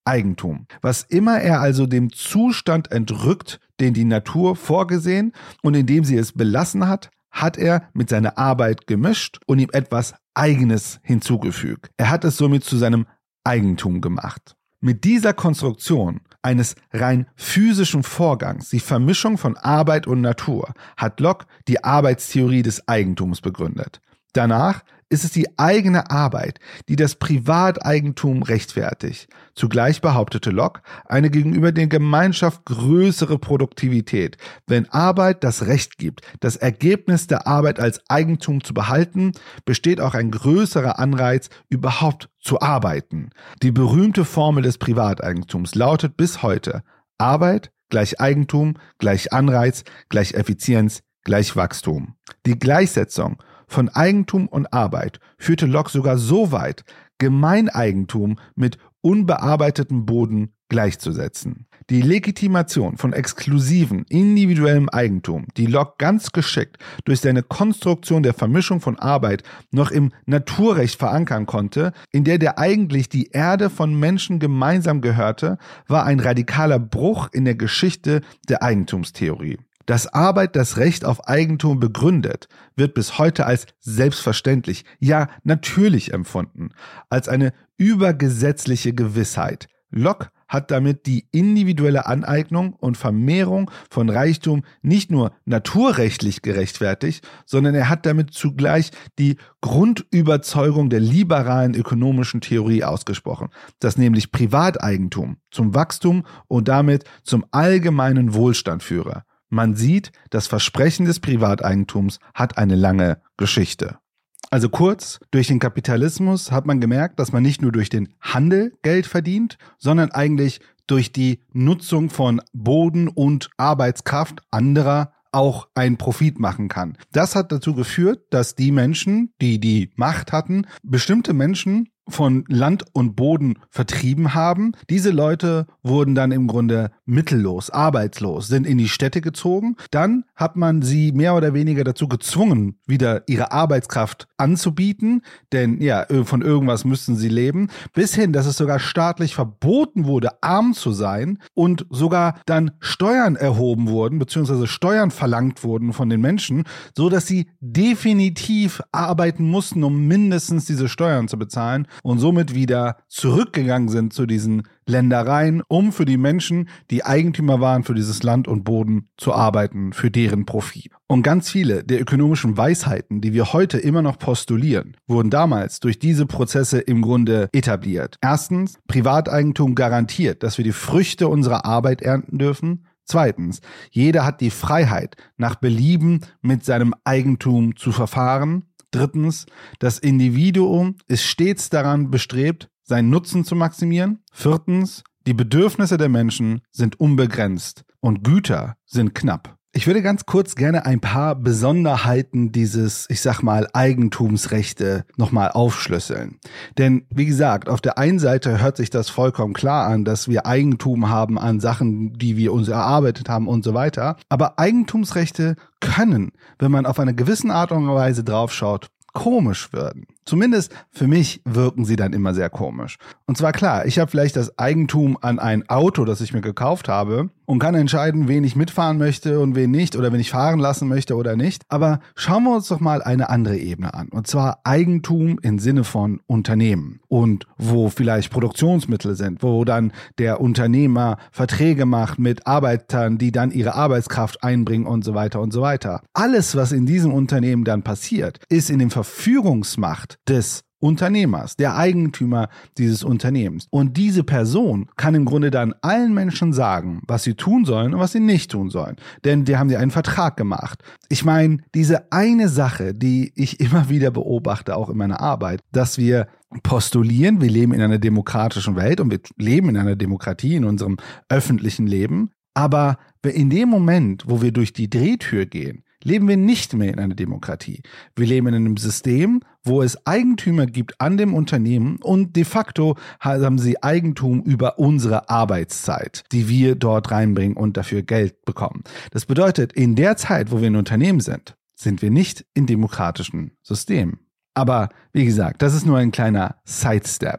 Eigentum. Was immer er also dem Zustand entrückt, den die Natur vorgesehen und indem sie es belassen hat, hat er mit seiner Arbeit gemischt und ihm etwas Eigenes hinzugefügt. Er hat es somit zu seinem Eigentum gemacht. Mit dieser Konstruktion eines rein physischen Vorgangs, die Vermischung von Arbeit und Natur, hat Locke die Arbeitstheorie des Eigentums begründet. Danach ist es die eigene Arbeit, die das Privateigentum rechtfertigt. Zugleich behauptete Locke eine gegenüber der Gemeinschaft größere Produktivität. Wenn Arbeit das Recht gibt, das Ergebnis der Arbeit als Eigentum zu behalten, besteht auch ein größerer Anreiz, überhaupt zu arbeiten. Die berühmte Formel des Privateigentums lautet bis heute: Arbeit gleich Eigentum gleich Anreiz gleich Effizienz gleich Wachstum. Die Gleichsetzung von Eigentum und Arbeit führte Locke sogar so weit, Gemeineigentum mit unbearbeitetem Boden gleichzusetzen. Die Legitimation von exklusiven, individuellem Eigentum, die Locke ganz geschickt durch seine Konstruktion der Vermischung von Arbeit noch im Naturrecht verankern konnte, in der der eigentlich die Erde von Menschen gemeinsam gehörte, war ein radikaler Bruch in der Geschichte der Eigentumstheorie. Dass Arbeit das Recht auf Eigentum begründet, wird bis heute als selbstverständlich, ja natürlich empfunden, als eine übergesetzliche Gewissheit. Locke hat damit die individuelle Aneignung und Vermehrung von Reichtum nicht nur naturrechtlich gerechtfertigt, sondern er hat damit zugleich die Grundüberzeugung der liberalen ökonomischen Theorie ausgesprochen, dass nämlich Privateigentum zum Wachstum und damit zum allgemeinen Wohlstand führe. Man sieht, das Versprechen des Privateigentums hat eine lange Geschichte. Also kurz, durch den Kapitalismus hat man gemerkt, dass man nicht nur durch den Handel Geld verdient, sondern eigentlich durch die Nutzung von Boden und Arbeitskraft anderer auch einen Profit machen kann. Das hat dazu geführt, dass die Menschen, die die Macht hatten, bestimmte Menschen von Land und Boden vertrieben haben. Diese Leute wurden dann im Grunde mittellos, arbeitslos, sind in die Städte gezogen. Dann hat man sie mehr oder weniger dazu gezwungen, wieder ihre Arbeitskraft anzubieten, denn ja, von irgendwas müssten sie leben, bis hin, dass es sogar staatlich verboten wurde, arm zu sein und sogar dann Steuern erhoben wurden, beziehungsweise Steuern verlangt wurden von den Menschen, so dass sie definitiv arbeiten mussten, um mindestens diese Steuern zu bezahlen, und somit wieder zurückgegangen sind zu diesen Ländereien, um für die Menschen, die Eigentümer waren für dieses Land und Boden, zu arbeiten, für deren Profit. Und ganz viele der ökonomischen Weisheiten, die wir heute immer noch postulieren, wurden damals durch diese Prozesse im Grunde etabliert. Erstens, Privateigentum garantiert, dass wir die Früchte unserer Arbeit ernten dürfen. Zweitens, jeder hat die Freiheit, nach Belieben mit seinem Eigentum zu verfahren. Drittens, das Individuum ist stets daran bestrebt, seinen Nutzen zu maximieren. Viertens, die Bedürfnisse der Menschen sind unbegrenzt und Güter sind knapp. Ich würde ganz kurz gerne ein paar Besonderheiten dieses, ich sag mal, Eigentumsrechte nochmal aufschlüsseln. Denn, wie gesagt, auf der einen Seite hört sich das vollkommen klar an, dass wir Eigentum haben an Sachen, die wir uns erarbeitet haben und so weiter. Aber Eigentumsrechte können, wenn man auf eine gewisse Art und Weise draufschaut, komisch werden. Zumindest für mich wirken sie dann immer sehr komisch. Und zwar klar, ich habe vielleicht das Eigentum an ein Auto, das ich mir gekauft habe und kann entscheiden, wen ich mitfahren möchte und wen nicht oder wen ich fahren lassen möchte oder nicht. Aber schauen wir uns doch mal eine andere Ebene an. Und zwar Eigentum im Sinne von Unternehmen und wo vielleicht Produktionsmittel sind, wo dann der Unternehmer Verträge macht mit Arbeitern, die dann ihre Arbeitskraft einbringen und so weiter und so weiter. Alles, was in diesem Unternehmen dann passiert, ist in dem Verfügungsmacht des Unternehmers, der Eigentümer dieses Unternehmens. Und diese Person kann im Grunde dann allen Menschen sagen, was sie tun sollen und was sie nicht tun sollen. Denn die haben ja einen Vertrag gemacht. Ich meine, diese eine Sache, die ich immer wieder beobachte, auch in meiner Arbeit, dass wir postulieren, wir leben in einer demokratischen Welt und wir leben in einer Demokratie in unserem öffentlichen Leben. Aber in dem Moment, wo wir durch die Drehtür gehen, leben wir nicht mehr in einer Demokratie. Wir leben in einem System, wo es Eigentümer gibt an dem Unternehmen und de facto haben sie Eigentum über unsere Arbeitszeit, die wir dort reinbringen und dafür Geld bekommen. Das bedeutet, in der Zeit, wo wir ein Unternehmen sind, sind wir nicht in demokratischen Systemen. Aber wie gesagt, das ist nur ein kleiner Sidestep.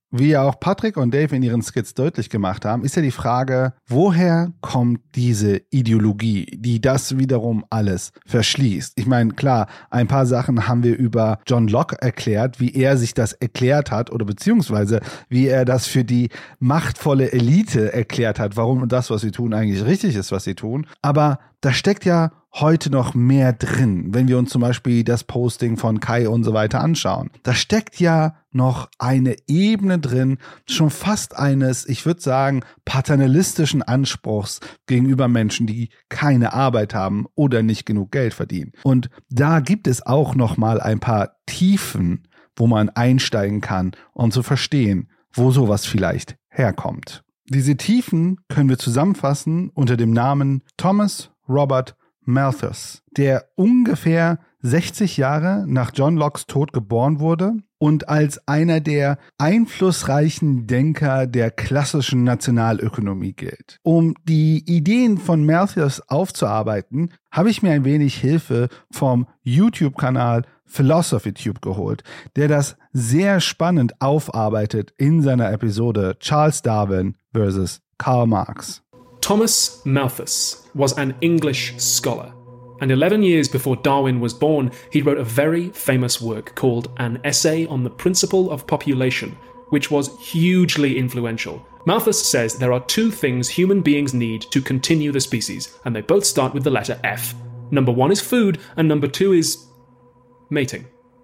wie ja auch Patrick und Dave in ihren Skits deutlich gemacht haben, ist ja die Frage, woher kommt diese Ideologie, die das wiederum alles verschließt? Ich meine, klar, ein paar Sachen haben wir über John Locke erklärt, wie er sich das erklärt hat oder beziehungsweise wie er das für die machtvolle Elite erklärt hat, warum das, was sie tun, eigentlich richtig ist, was sie tun. Aber da steckt ja heute noch mehr drin, wenn wir uns zum Beispiel das Posting von Kai und so weiter anschauen. Da steckt ja noch eine Ebene drin, schon fast eines, ich würde sagen, paternalistischen Anspruchs gegenüber Menschen, die keine Arbeit haben oder nicht genug Geld verdienen. Und da gibt es auch noch mal ein paar Tiefen, wo man einsteigen kann, um zu verstehen, wo sowas vielleicht herkommt. Diese Tiefen können wir zusammenfassen unter dem Namen Thomas Robert Malthus, der ungefähr sechzig Jahre nach John Lockes Tod geboren wurde und als einer der einflussreichen Denker der klassischen Nationalökonomie gilt. Um die Ideen von Malthus aufzuarbeiten, habe ich mir ein wenig Hilfe vom YouTube-Kanal PhilosophyTube geholt, der das sehr spannend aufarbeitet in seiner Episode Charles Darwin versus Karl Marx. Thomas Malthus was an English scholar, and eleven years before Darwin was born, he wrote a very famous work called An Essay on the Principle of Population, which was hugely influential. Malthus says there are two things human beings need to continue the species, and they both start with the letter F. Number one is food, and number two is mating.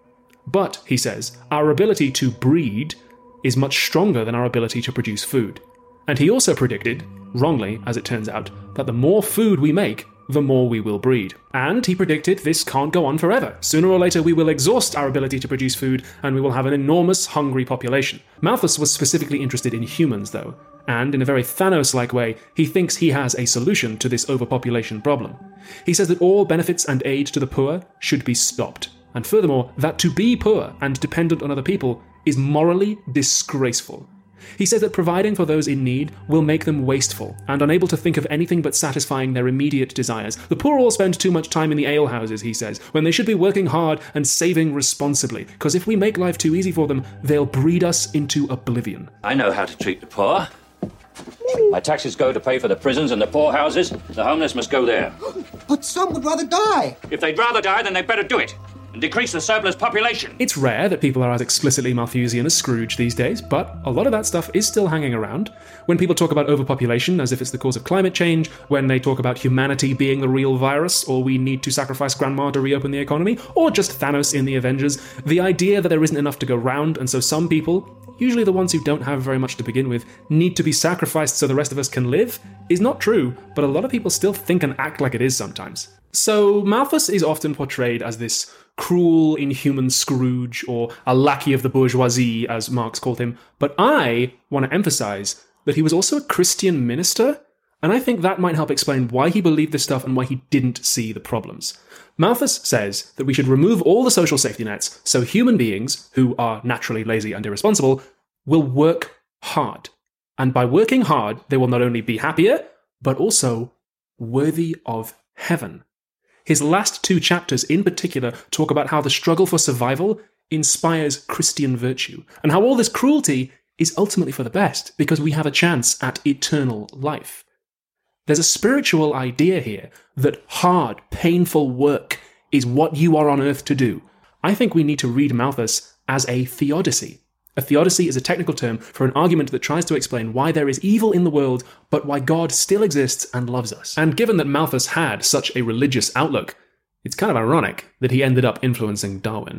But, he says, our ability to breed is much stronger than our ability to produce food. And he also predicted, wrongly as it turns out, that the more food we make, the more we will breed. And he predicted this can't go on forever. Sooner or later we will exhaust our ability to produce food and we will have an enormous hungry population. Malthus was specifically interested in humans though, and in a very Thanos-like way, he thinks he has a solution to this overpopulation problem. He says that all benefits and aid to the poor should be stopped. And furthermore, that to be poor and dependent on other people is morally disgraceful. He says that providing for those in need will make them wasteful and unable to think of anything but satisfying their immediate desires. The poor all spend too much time in the alehouses, he says, when they should be working hard and saving responsibly, because if we make life too easy for them, they'll breed us into oblivion. I know how to treat the poor. My taxes go to pay for the prisons and the poorhouses. The homeless must go there. But some would rather die. If they'd rather die, then they'd better do it. And decrease the surplus population. It's rare that people are as explicitly Malthusian as Scrooge these days, but a lot of that stuff is still hanging around. When people talk about overpopulation as if it's the cause of climate change, when they talk about humanity being the real virus, or we need to sacrifice grandma to reopen the economy, or just Thanos in the Avengers, the idea that there isn't enough to go round, and so some people, usually the ones who don't have very much to begin with, need to be sacrificed so the rest of us can live, is not true, but a lot of people still think and act like it is sometimes. So Malthus is often portrayed as this cruel, inhuman Scrooge, or a lackey of the bourgeoisie, as Marx called him, but I want to emphasize that he was also a Christian minister, and I think that might help explain why he believed this stuff and why he didn't see the problems. Malthus says that we should remove all the social safety nets so human beings, who are naturally lazy and irresponsible, will work hard. And by working hard, they will not only be happier, but also worthy of heaven. His last two chapters in particular talk about how the struggle for survival inspires Christian virtue, and how all this cruelty is ultimately for the best, because we have a chance at eternal life. There's a spiritual idea here that hard, painful work is what you are on earth to do. I think we need to read Malthus as a theodicy. A theodicy is a technical term for an argument that tries to explain why there is evil in the world, but why God still exists and loves us. And given that Malthus had such a religious outlook, it's kind of ironic that he ended up influencing Darwin.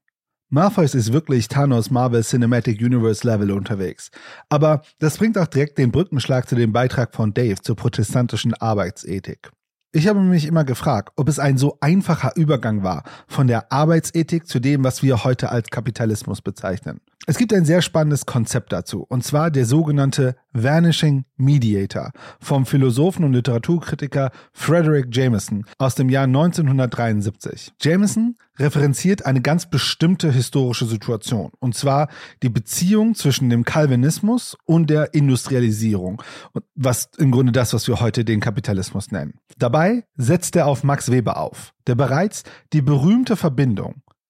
Malthus ist wirklich Thanos Marvel Cinematic Universe Level unterwegs. Aber das bringt auch direkt den Brückenschlag zu dem Beitrag von Dave zur protestantischen Arbeitsethik. Ich habe mich immer gefragt, ob es ein so einfacher Übergang war von der Arbeitsethik zu dem, was wir heute als Kapitalismus bezeichnen. Es gibt ein sehr spannendes Konzept dazu, und zwar der sogenannte Vanishing Mediator vom Philosophen und Literaturkritiker Frederick Jameson aus dem Jahr neunzehnhundertdreiundsiebzig. Jameson referenziert eine ganz bestimmte historische Situation, und zwar die Beziehung zwischen dem Calvinismus und der Industrialisierung, was im Grunde das, was wir heute den Kapitalismus nennen. Dabei setzt er auf Max Weber auf, der bereits die berühmte Verbindung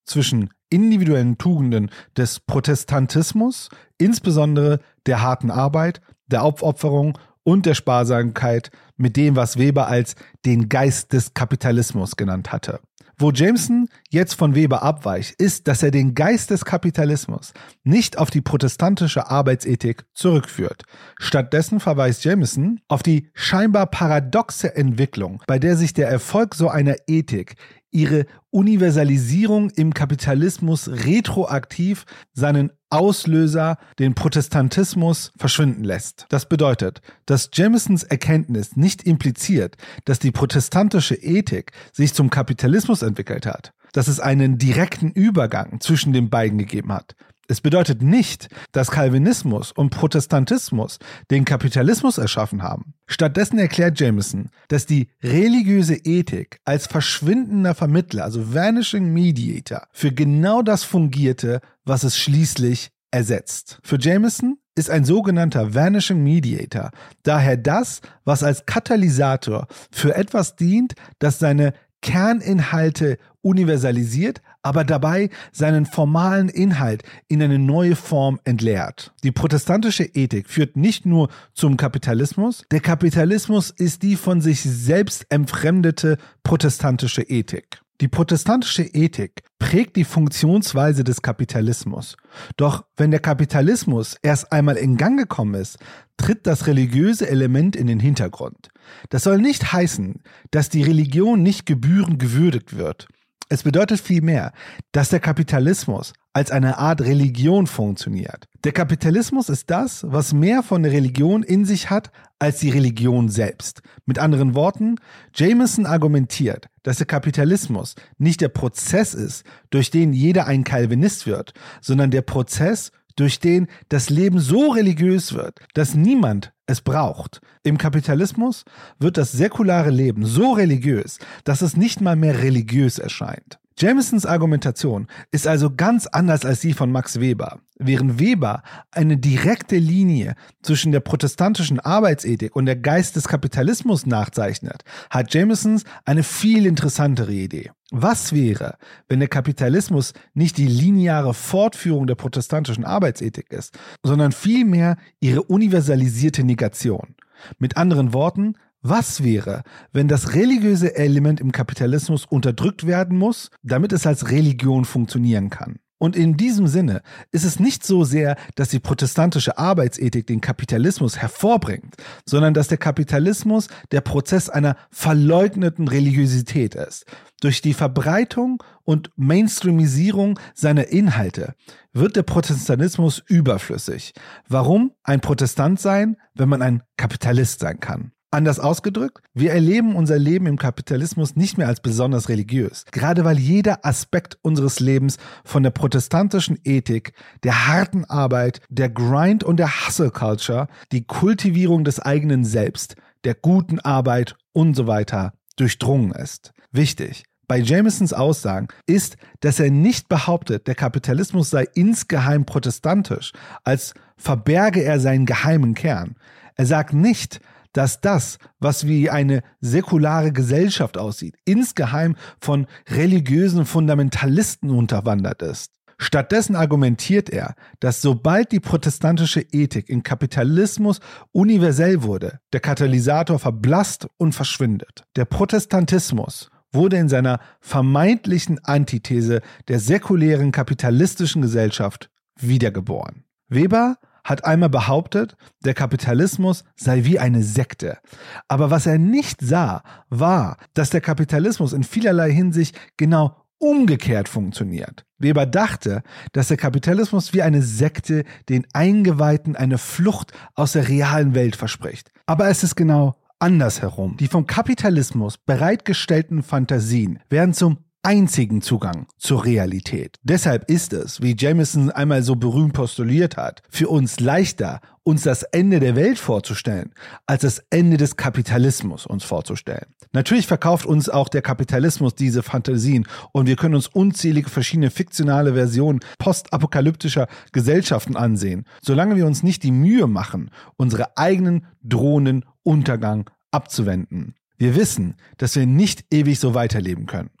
zwischen individuellen Tugenden des Protestantismus, insbesondere der harten Arbeit, der Aufopferung und der Sparsamkeit, mit dem, was Weber als den Geist des Kapitalismus genannt hatte. Wo Jameson jetzt von Weber abweicht, ist, dass er den Geist des Kapitalismus nicht auf die protestantische Arbeitsethik zurückführt. Stattdessen verweist Jameson auf die scheinbar paradoxe Entwicklung, bei der sich der Erfolg so einer Ethik ihre Universalisierung im Kapitalismus retroaktiv seinen Auslöser, den Protestantismus, verschwinden lässt. Das bedeutet, dass Jamesons Erkenntnis nicht impliziert, dass die protestantische Ethik sich zum Kapitalismus entwickelt hat, dass es einen direkten Übergang zwischen den beiden gegeben hat. Es bedeutet nicht, dass Calvinismus und Protestantismus den Kapitalismus erschaffen haben. Stattdessen erklärt Jameson, dass die religiöse Ethik als verschwindender Vermittler, also Vanishing Mediator, für genau das fungierte, was es schließlich ersetzt. Für Jameson ist ein sogenannter Vanishing Mediator daher das, was als Katalysator für etwas dient, das seine Kerninhalte universalisiert, aber dabei seinen formalen Inhalt in eine neue Form entleert. Die protestantische Ethik führt nicht nur zum Kapitalismus, der Kapitalismus ist die von sich selbst entfremdete protestantische Ethik. Die protestantische Ethik prägt die Funktionsweise des Kapitalismus. Doch wenn der Kapitalismus erst einmal in Gang gekommen ist, tritt das religiöse Element in den Hintergrund. Das soll nicht heißen, dass die Religion nicht gebührend gewürdigt wird. Es bedeutet vielmehr, dass der Kapitalismus als eine Art Religion funktioniert. Der Kapitalismus ist das, was mehr von der Religion in sich hat als die Religion selbst. Mit anderen Worten, Jameson argumentiert, dass der Kapitalismus nicht der Prozess ist, durch den jeder ein Calvinist wird, sondern der Prozess, durch den das Leben so religiös wird, dass niemand es braucht. Im Kapitalismus wird das säkulare Leben so religiös, dass es nicht mal mehr religiös erscheint. Jamesons Argumentation ist also ganz anders als die von Max Weber. Während Weber eine direkte Linie zwischen der protestantischen Arbeitsethik und der Geist des Kapitalismus nachzeichnet, hat Jameson eine viel interessantere Idee. Was wäre, wenn der Kapitalismus nicht die lineare Fortführung der protestantischen Arbeitsethik ist, sondern vielmehr ihre universalisierte Negation? Mit anderen Worten, was wäre, wenn das religiöse Element im Kapitalismus unterdrückt werden muss, damit es als Religion funktionieren kann? Und in diesem Sinne ist es nicht so sehr, dass die protestantische Arbeitsethik den Kapitalismus hervorbringt, sondern dass der Kapitalismus der Prozess einer verleugneten Religiosität ist. Durch die Verbreitung und Mainstreamisierung seiner Inhalte wird der Protestantismus überflüssig. Warum ein Protestant sein, wenn man ein Kapitalist sein kann? Anders ausgedrückt, wir erleben unser Leben im Kapitalismus nicht mehr als besonders religiös, gerade weil jeder Aspekt unseres Lebens von der protestantischen Ethik, der harten Arbeit, der Grind und der Hustle Culture, die Kultivierung des eigenen Selbst, der guten Arbeit und so weiter durchdrungen ist. Wichtig bei Jamesons Aussagen ist, dass er nicht behauptet, der Kapitalismus sei insgeheim protestantisch, als verberge er seinen geheimen Kern. Er sagt nicht, dass das, was wie eine säkulare Gesellschaft aussieht, insgeheim von religiösen Fundamentalisten unterwandert ist. Stattdessen argumentiert er, dass sobald die protestantische Ethik im Kapitalismus universell wurde, der Katalysator verblasst und verschwindet. Der Protestantismus wurde in seiner vermeintlichen Antithese der säkulären kapitalistischen Gesellschaft wiedergeboren. Weber hat einmal behauptet, der Kapitalismus sei wie eine Sekte. Aber was er nicht sah, war, dass der Kapitalismus in vielerlei Hinsicht genau umgekehrt funktioniert. Weber dachte, dass der Kapitalismus wie eine Sekte den Eingeweihten eine Flucht aus der realen Welt verspricht. Aber es ist genau andersherum. Die vom Kapitalismus bereitgestellten Fantasien werden zum einzigen Zugang zur Realität. Deshalb ist es, wie Jameson einmal so berühmt postuliert hat, für uns leichter, uns das Ende der Welt vorzustellen, als das Ende des Kapitalismus uns vorzustellen. Natürlich verkauft uns auch der Kapitalismus diese Fantasien und wir können uns unzählige verschiedene fiktionale Versionen postapokalyptischer Gesellschaften ansehen, solange wir uns nicht die Mühe machen, unsere eigenen drohenden Untergang abzuwenden. Wir wissen, dass wir nicht ewig so weiterleben können.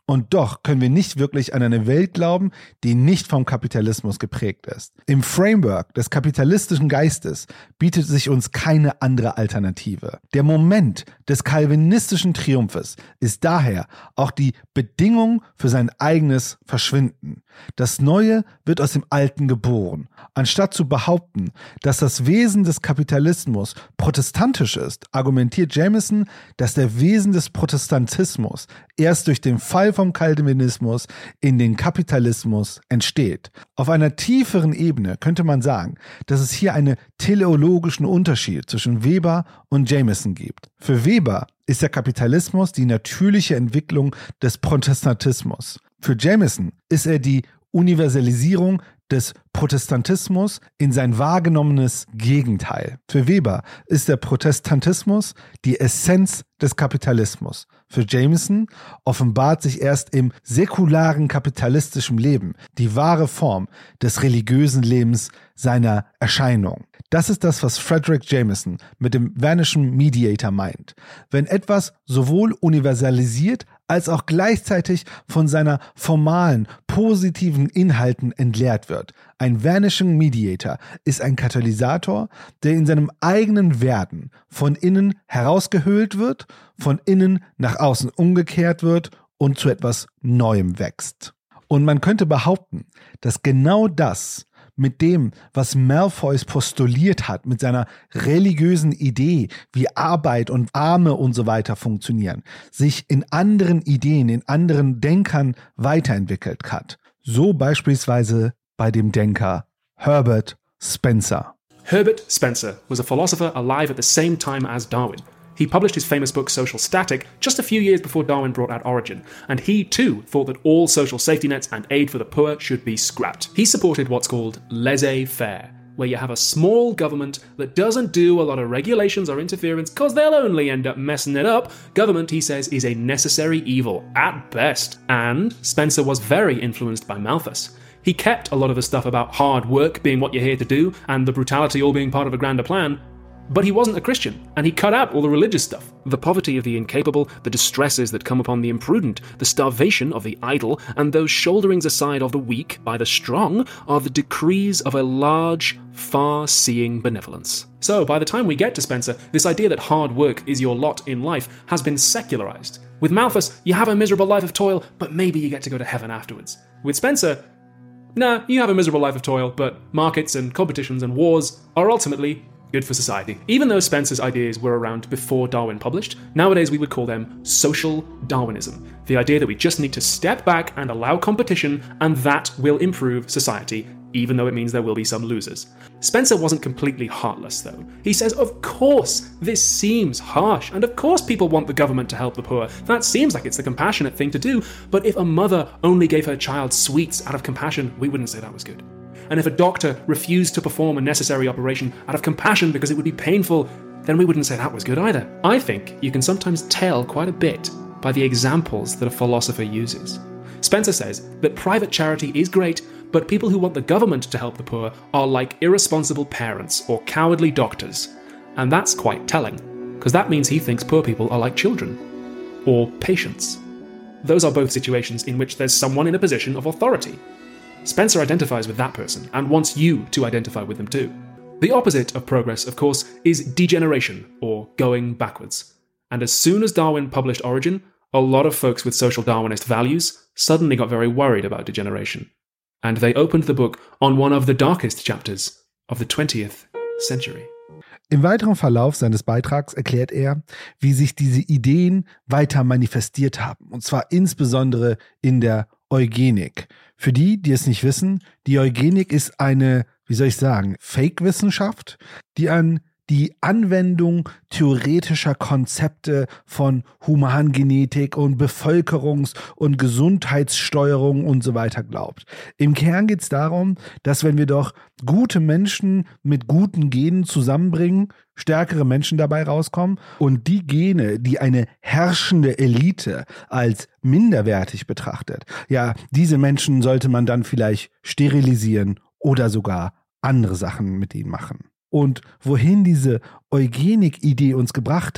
Und doch können wir nicht wirklich an eine Welt glauben, die nicht vom Kapitalismus geprägt ist. Im Framework des kapitalistischen Geistes bietet sich uns keine andere Alternative. Der Moment des calvinistischen Triumphes ist daher auch die Bedingung für sein eigenes Verschwinden. Das Neue wird aus dem Alten geboren. Anstatt zu behaupten, dass das Wesen des Kapitalismus protestantisch ist, argumentiert Jameson, dass der Wesen des Protestantismus erst durch den Fall vom Calvinismus in den Kapitalismus entsteht. Auf einer tieferen Ebene könnte man sagen, dass es hier einen teleologischen Unterschied zwischen Weber und Jameson gibt. Für Weber ist der Kapitalismus die natürliche Entwicklung des Protestantismus. Für Jameson ist er die Universalisierung des Protestantismus in sein wahrgenommenes Gegenteil. Für Weber ist der Protestantismus die Essenz des Kapitalismus. Für Jameson offenbart sich erst im säkularen kapitalistischen Leben die wahre Form des religiösen Lebens seiner Erscheinung. Das ist das, was Frederick Jameson mit dem Vanishing Mediator meint. Wenn etwas sowohl universalisiert als auch gleichzeitig von seiner formalen, positiven Inhalten entleert wird. Ein Vanishing Mediator ist ein Katalysator, der in seinem eigenen Werden von innen herausgehöhlt wird, von innen nach außen umgekehrt wird und zu etwas Neuem wächst. Und man könnte behaupten, dass genau das mit dem, was Malfoy postuliert hat, mit seiner religiösen Idee, wie Arbeit und Arme und so weiter funktionieren, sich in anderen Ideen, in anderen Denkern weiterentwickelt hat. So beispielsweise bei dem Denker Herbert Spencer. Herbert Spencer was a philosopher alive at the same time as Darwin. He published his famous book Social Static just a few years before Darwin brought out Origin, and he too thought that all social safety nets and aid for the poor should be scrapped. He supported what's called laissez-faire, where you have a small government that doesn't do a lot of regulations or interference because they'll only end up messing it up. Government, he says, is a necessary evil, at best. And Spencer was very influenced by Malthus. He kept a lot of the stuff about hard work being what you're here to do and the brutality all being part of a grander plan, but he wasn't a Christian, and he cut out all the religious stuff. The poverty of the incapable, the distresses that come upon the imprudent, the starvation of the idle, and those shoulderings aside of the weak by the strong are the decrees of a large, far-seeing benevolence. So, by the time we get to Spencer, this idea that hard work is your lot in life has been secularized. With Malthus, you have a miserable life of toil, but maybe you get to go to heaven afterwards. With Spencer, nah, you have a miserable life of toil, but markets and competitions and wars are ultimately good for society. Even though Spencer's ideas were around before Darwin published, nowadays we would call them social Darwinism. The idea that we just need to step back and allow competition, and that will improve society, even though it means there will be some losers. Spencer wasn't completely heartless, though. He says, of course, this seems harsh, and of course people want the government to help the poor. That seems like it's the compassionate thing to do, but if a mother only gave her child sweets out of compassion, we wouldn't say that was good. And if a doctor refused to perform a necessary operation out of compassion because it would be painful, then we wouldn't say that was good either. I think you can sometimes tell quite a bit by the examples that a philosopher uses. Spencer says that private charity is great, but people who want the government to help the poor are like irresponsible parents or cowardly doctors. And that's quite telling, because that means he thinks poor people are like children, or patients. Those are both situations in which there's someone in a position of authority. Spencer identifies with that person and wants you to identify with them too. The opposite of progress, of course, is degeneration, or going backwards. And as soon as Darwin published Origin, a lot of folks with social Darwinist values suddenly got very worried about degeneration. And they opened the book on one of the darkest chapters of the twentieth century. Im weiteren Verlauf seines Beitrags erklärt er, wie sich diese Ideen weiter manifestiert haben, und zwar insbesondere in der Eugenik. Für die, die es nicht wissen, die Eugenik ist eine, wie soll ich sagen, Fake-Wissenschaft, die an die Anwendung theoretischer Konzepte von Humangenetik und Bevölkerungs- und Gesundheitssteuerung und so weiter glaubt. Im Kern geht es darum, dass wenn wir doch gute Menschen mit guten Genen zusammenbringen, stärkere Menschen dabei rauskommen und die Gene, die eine herrschende Elite als minderwertig betrachtet, ja, diese Menschen sollte man dann vielleicht sterilisieren oder sogar andere Sachen mit ihnen machen. Und wohin diese Eugenik-Idee uns gebracht hat,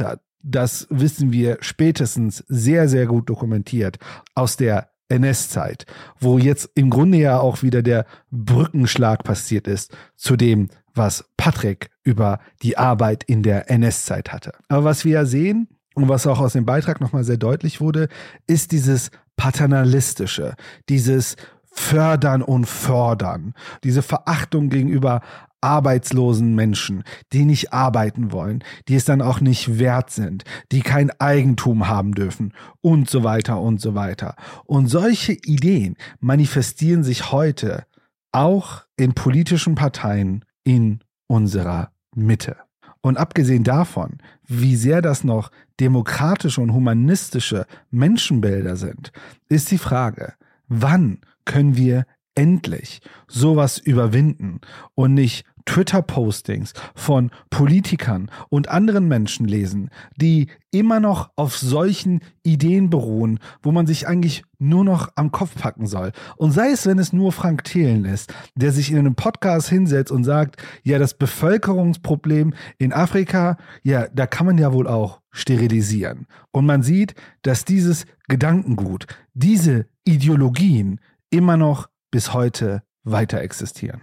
das wissen wir spätestens sehr, sehr gut dokumentiert aus der N S-Zeit, wo jetzt im Grunde ja auch wieder der Brückenschlag passiert ist zu dem, was Patrick über die Arbeit in der N S-Zeit hatte. Aber was wir ja sehen und was auch aus dem Beitrag nochmal sehr deutlich wurde, ist dieses Paternalistische, dieses Fördern und Fordern, diese Verachtung gegenüber arbeitslosen Menschen, die nicht arbeiten wollen, die es dann auch nicht wert sind, die kein Eigentum haben dürfen und so weiter und so weiter. Und solche Ideen manifestieren sich heute auch in politischen Parteien in unserer Mitte. Und abgesehen davon, wie sehr das noch demokratische und humanistische Menschenbilder sind, ist die Frage, wann können wir endlich sowas überwinden und nicht Twitter-Postings von Politikern und anderen Menschen lesen, die immer noch auf solchen Ideen beruhen, wo man sich eigentlich nur noch am Kopf packen soll. Und sei es, wenn es nur Frank Thelen ist, der sich in einem Podcast hinsetzt und sagt, ja, das Bevölkerungsproblem in Afrika, ja, da kann man ja wohl auch sterilisieren. Und man sieht, dass dieses Gedankengut, diese Ideologien immer noch bis heute weiter existieren.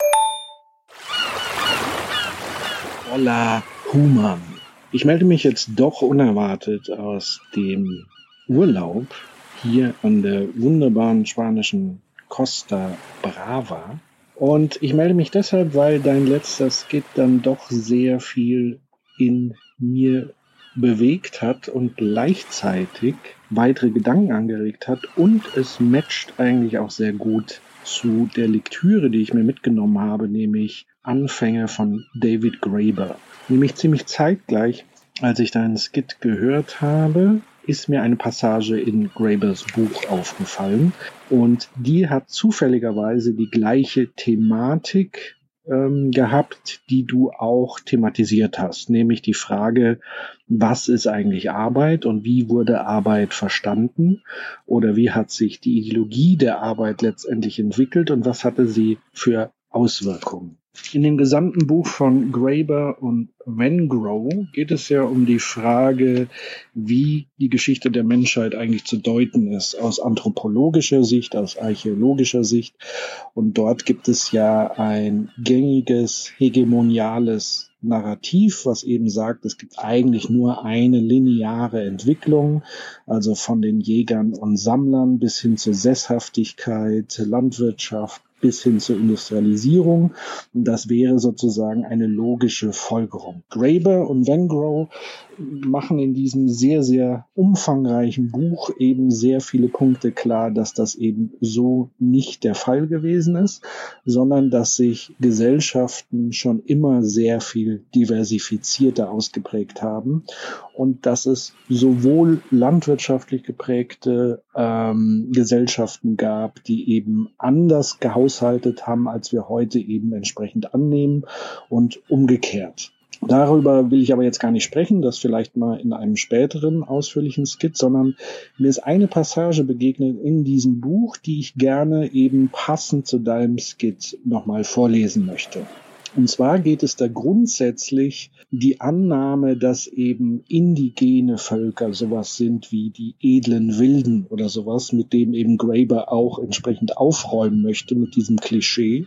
Hola, Human. Ich melde mich jetzt doch unerwartet aus dem Urlaub hier an der wunderbaren spanischen Costa Brava. Und ich melde mich deshalb, weil dein letzter Skit dann doch sehr viel in mir bewegt hat und gleichzeitig weitere Gedanken angeregt hat. Und es matcht eigentlich auch sehr gut zu der Lektüre, die ich mir mitgenommen habe, nämlich Anfänge von David Graeber. Nämlich ziemlich zeitgleich, als ich deinen Skit gehört habe, ist mir eine Passage in Graebers Buch aufgefallen. Und die hat zufälligerweise die gleiche Thematik ähm, gehabt, die du auch thematisiert hast. Nämlich die Frage, was ist eigentlich Arbeit und wie wurde Arbeit verstanden? Oder wie hat sich die Ideologie der Arbeit letztendlich entwickelt und was hatte sie für Auswirkungen? In dem gesamten Buch von Graeber und Wengrow geht es ja um die Frage, wie die Geschichte der Menschheit eigentlich zu deuten ist, aus anthropologischer Sicht, aus archäologischer Sicht. Und dort gibt es ja ein gängiges, hegemoniales Narrativ, was eben sagt, es gibt eigentlich nur eine lineare Entwicklung, also von den Jägern und Sammlern bis hin zur Sesshaftigkeit, Landwirtschaft, bis hin zur Industrialisierung. Und das wäre sozusagen eine logische Folgerung. Graeber und Wengrow machen in diesem sehr, sehr umfangreichen Buch eben sehr viele Punkte klar, dass das eben so nicht der Fall gewesen ist, sondern dass sich Gesellschaften schon immer sehr viel diversifizierter ausgeprägt haben und dass es sowohl landwirtschaftlich geprägte ähm, Gesellschaften gab, die eben anders gehaushaltet haben, als wir heute eben entsprechend annehmen und umgekehrt. Darüber will ich aber jetzt gar nicht sprechen, das vielleicht mal in einem späteren ausführlichen Skit, sondern mir ist eine Passage begegnet in diesem Buch, die ich gerne eben passend zu deinem Skit nochmal vorlesen möchte. Und zwar geht es da grundsätzlich die Annahme, dass eben indigene Völker sowas sind wie die edlen Wilden oder sowas, mit dem eben Graeber auch entsprechend aufräumen möchte mit diesem Klischee.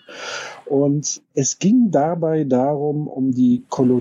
Und es ging dabei darum, um die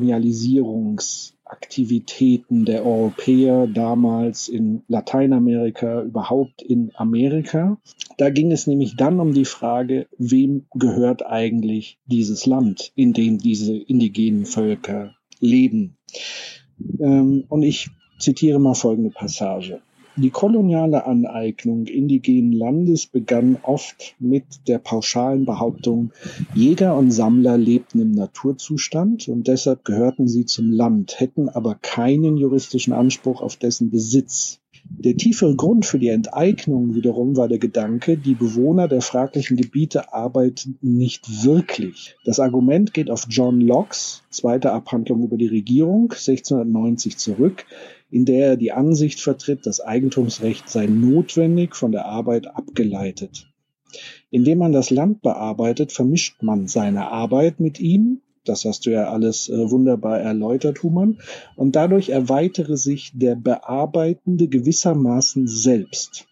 Kolonialisierungsaktivitäten der Europäer damals in Lateinamerika, überhaupt in Amerika. Da ging es nämlich dann um die Frage, wem gehört eigentlich dieses Land, in dem diese indigenen Völker leben. Und ich zitiere mal folgende Passage. Die koloniale Aneignung indigenen Landes begann oft mit der pauschalen Behauptung, Jäger und Sammler lebten im Naturzustand und deshalb gehörten sie zum Land, hätten aber keinen juristischen Anspruch auf dessen Besitz. Der tiefere Grund für die Enteignung wiederum war der Gedanke, die Bewohner der fraglichen Gebiete arbeiten nicht wirklich. Das Argument geht auf John Locke's zweite Abhandlung über die Regierung sechzehnhundertneunzig zurück, in der er die Ansicht vertritt, das Eigentumsrecht sei notwendig von der Arbeit abgeleitet. Indem man das Land bearbeitet, vermischt man seine Arbeit mit ihm Das hast du ja alles äh, wunderbar erläutert, Humann. Und dadurch erweitere sich der Bearbeitende gewissermaßen selbst.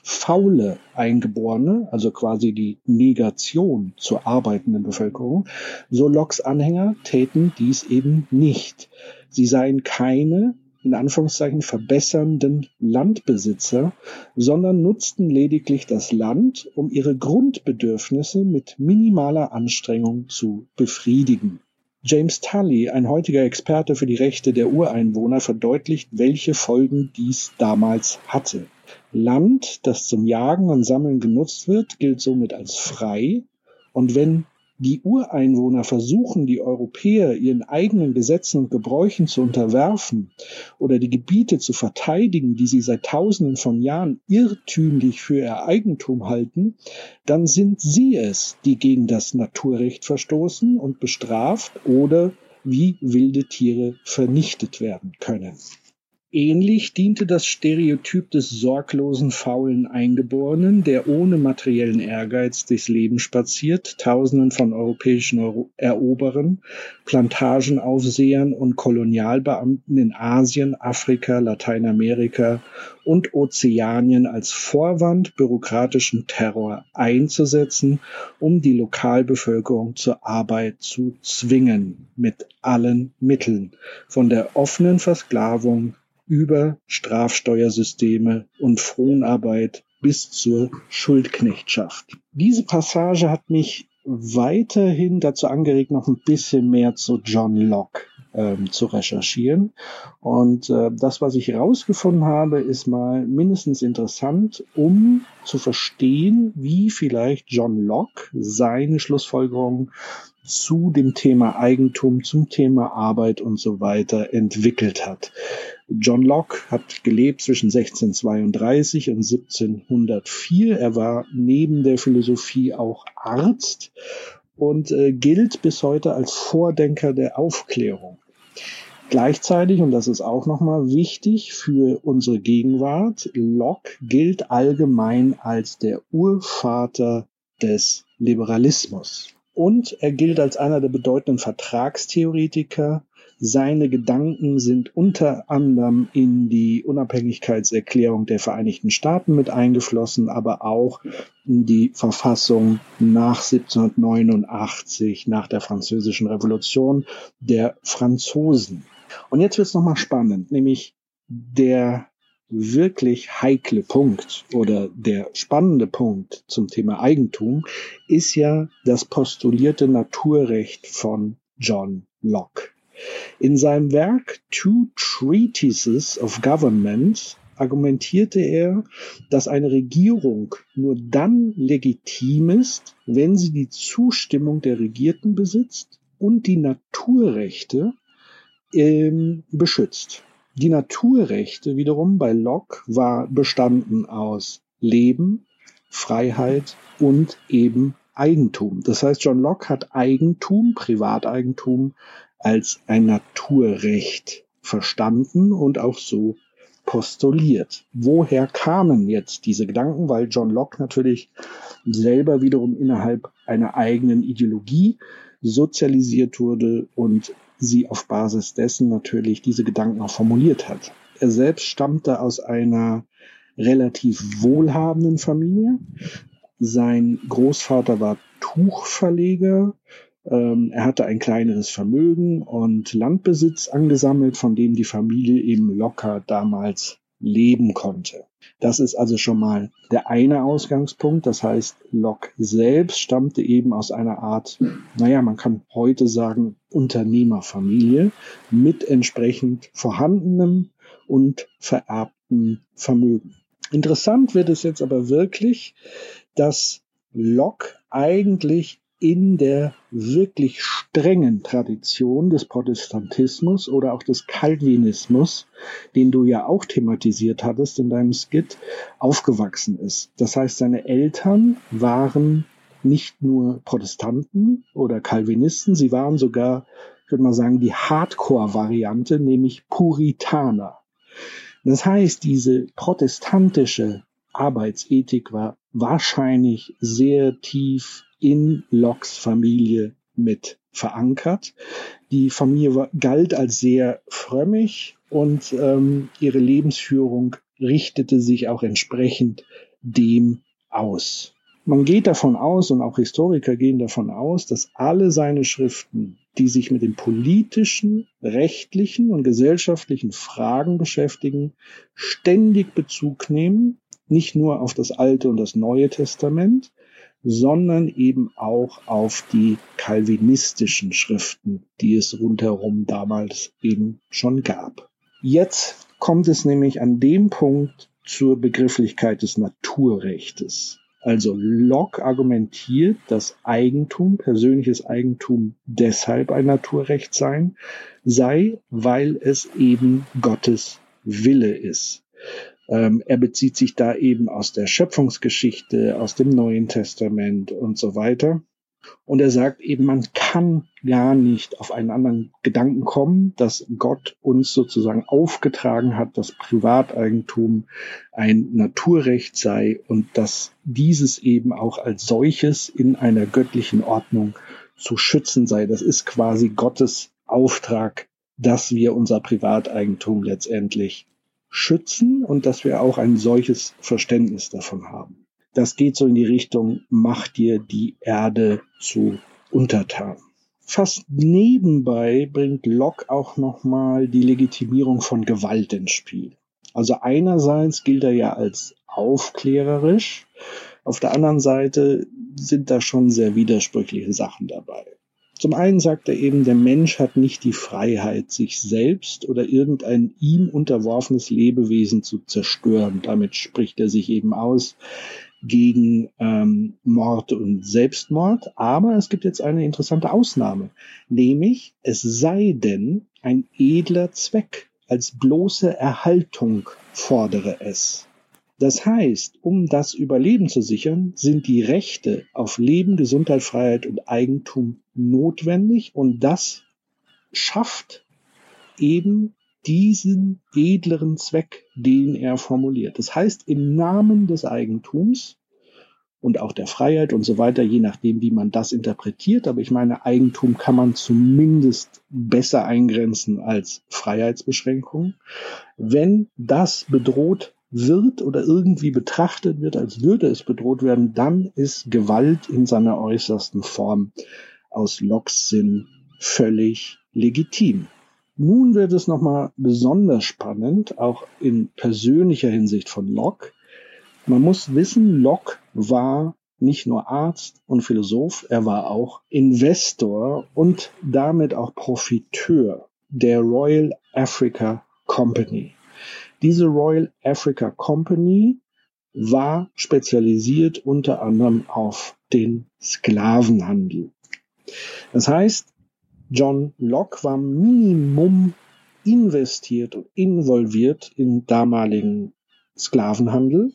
Faule Eingeborene, also quasi die Negation zur arbeitenden Bevölkerung, so Locks Anhänger täten dies eben nicht. Sie seien keine, in Anführungszeichen, verbessernden Landbesitzer, sondern nutzten lediglich das Land, um ihre Grundbedürfnisse mit minimaler Anstrengung zu befriedigen. James Tully, ein heutiger Experte für die Rechte der Ureinwohner, verdeutlicht, welche Folgen dies damals hatte. Land, das zum Jagen und Sammeln genutzt wird, gilt somit als frei. Und wenn die Ureinwohner versuchen, die Europäer ihren eigenen Gesetzen und Gebräuchen zu unterwerfen oder die Gebiete zu verteidigen, die sie seit Tausenden von Jahren irrtümlich für ihr Eigentum halten, dann sind sie es, die gegen das Naturrecht verstoßen und bestraft oder wie wilde Tiere vernichtet werden können. Ähnlich diente das Stereotyp des sorglosen, faulen Eingeborenen, der ohne materiellen Ehrgeiz durchs Leben spaziert, Tausenden von europäischen Euro- Eroberern, Plantagenaufsehern und Kolonialbeamten in Asien, Afrika, Lateinamerika und Ozeanien als Vorwand bürokratischen Terror einzusetzen, um die Lokalbevölkerung zur Arbeit zu zwingen, mit allen Mitteln, von der offenen Versklavung über Strafsteuersysteme und Fronarbeit bis zur Schuldknechtschaft. Diese Passage hat mich weiterhin dazu angeregt, noch ein bisschen mehr zu John Locke ähm, zu recherchieren. Und äh, das, was ich herausgefunden habe, ist mal mindestens interessant, um zu verstehen, wie vielleicht John Locke seine Schlussfolgerungen zu dem Thema Eigentum, zum Thema Arbeit und so weiter entwickelt hat. John Locke hat gelebt zwischen sechzehnhundertzweiunddreißig und siebzehnhundertvier. Er war neben der Philosophie auch Arzt und äh, gilt bis heute als Vordenker der Aufklärung. Gleichzeitig, und das ist auch nochmal wichtig für unsere Gegenwart, Locke gilt allgemein als der Urvater des Liberalismus. Und er gilt als einer der bedeutenden Vertragstheoretiker. Seine Gedanken sind unter anderem in die Unabhängigkeitserklärung der Vereinigten Staaten mit eingeflossen, aber auch in die Verfassung nach siebzehnhundertneunundachtzig, nach der Französischen Revolution der Franzosen. Und jetzt wird es nochmal spannend, nämlich der wirklich heikle Punkt oder der spannende Punkt zum Thema Eigentum ist ja das postulierte Naturrecht von John Locke. In seinem Werk Two Treatises of Government argumentierte er, dass eine Regierung nur dann legitim ist, wenn sie die Zustimmung der Regierten besitzt und die Naturrechte ähm, beschützt. Die Naturrechte wiederum bei Locke war bestanden aus Leben, Freiheit und eben Eigentum. Das heißt, John Locke hat Eigentum, Privateigentum als ein Naturrecht verstanden und auch so postuliert. Woher kamen jetzt diese Gedanken? Weil John Locke natürlich selber wiederum innerhalb einer eigenen Ideologie sozialisiert wurde und sie auf Basis dessen natürlich diese Gedanken auch formuliert hat. Er selbst stammte aus einer relativ wohlhabenden Familie. Sein Großvater war Tuchverleger. Ähm, er hatte ein kleineres Vermögen und Landbesitz angesammelt, von dem die Familie eben locker damals leben konnte. Das ist also schon mal der eine Ausgangspunkt. Das heißt, Locke selbst stammte eben aus einer Art, naja, man kann heute sagen, Unternehmerfamilie mit entsprechend vorhandenem und vererbtem Vermögen. Interessant wird es jetzt aber wirklich, dass Locke eigentlich in der wirklich strengen Tradition des Protestantismus oder auch des Calvinismus, den du ja auch thematisiert hattest in deinem Skit, aufgewachsen ist. Das heißt, seine Eltern waren nicht nur Protestanten oder Calvinisten, sie waren sogar, ich würde mal sagen, die Hardcore-Variante, nämlich Puritaner. Das heißt, diese protestantische Arbeitsethik war wahrscheinlich sehr tief in Lockes Familie mit verankert. Die Familie war, galt als sehr frömmig und ähm, ihre Lebensführung richtete sich auch entsprechend dem aus. Man geht davon aus, und auch Historiker gehen davon aus, dass alle seine Schriften, die sich mit den politischen, rechtlichen und gesellschaftlichen Fragen beschäftigen, ständig Bezug nehmen, nicht nur auf das Alte und das Neue Testament, sondern eben auch auf die calvinistischen Schriften, die es rundherum damals eben schon gab. Jetzt kommt es nämlich an dem Punkt zur Begrifflichkeit des Naturrechtes. Also Locke argumentiert, dass Eigentum, persönliches Eigentum deshalb ein Naturrecht sein sei, weil es eben Gottes Wille ist. Ähm, er bezieht sich da eben aus der Schöpfungsgeschichte, aus dem Neuen Testament und so weiter. Und er sagt eben, man kann gar nicht auf einen anderen Gedanken kommen, dass Gott uns sozusagen aufgetragen hat, dass Privateigentum ein Naturrecht sei und dass dieses eben auch als solches in einer göttlichen Ordnung zu schützen sei. Das ist quasi Gottes Auftrag, dass wir unser Privateigentum letztendlich schützen und dass wir auch ein solches Verständnis davon haben. Das geht so in die Richtung, mach dir die Erde zu untertan. Fast nebenbei bringt Locke auch nochmal die Legitimierung von Gewalt ins Spiel. Also einerseits gilt er ja als aufklärerisch, auf der anderen Seite sind da schon sehr widersprüchliche Sachen dabei. Zum einen sagt er eben, der Mensch hat nicht die Freiheit, sich selbst oder irgendein ihm unterworfenes Lebewesen zu zerstören. Damit spricht er sich eben aus gegen ähm, Mord und Selbstmord. Aber es gibt jetzt eine interessante Ausnahme, nämlich es sei denn ein edler Zweck, als bloße Erhaltung fordere es. Das heißt, um das Überleben zu sichern, sind die Rechte auf Leben, Gesundheit, Freiheit und Eigentum notwendig und das schafft eben diesen edleren Zweck, den er formuliert. Das heißt, im Namen des Eigentums und auch der Freiheit und so weiter, je nachdem, wie man das interpretiert, aber ich meine, Eigentum kann man zumindest besser eingrenzen als Freiheitsbeschränkung. Wenn das bedroht wird oder irgendwie betrachtet wird, als würde es bedroht werden, dann ist Gewalt in seiner äußersten Form aus Lockes Sinn völlig legitim. Nun wird es nochmal besonders spannend, auch in persönlicher Hinsicht von Locke. Man muss wissen, Locke war nicht nur Arzt und Philosoph, er war auch Investor und damit auch Profiteur der Royal Africa Company. Diese Royal Africa Company war spezialisiert unter anderem auf den Sklavenhandel. Das heißt, John Locke war Minimum investiert und involviert im damaligen Sklavenhandel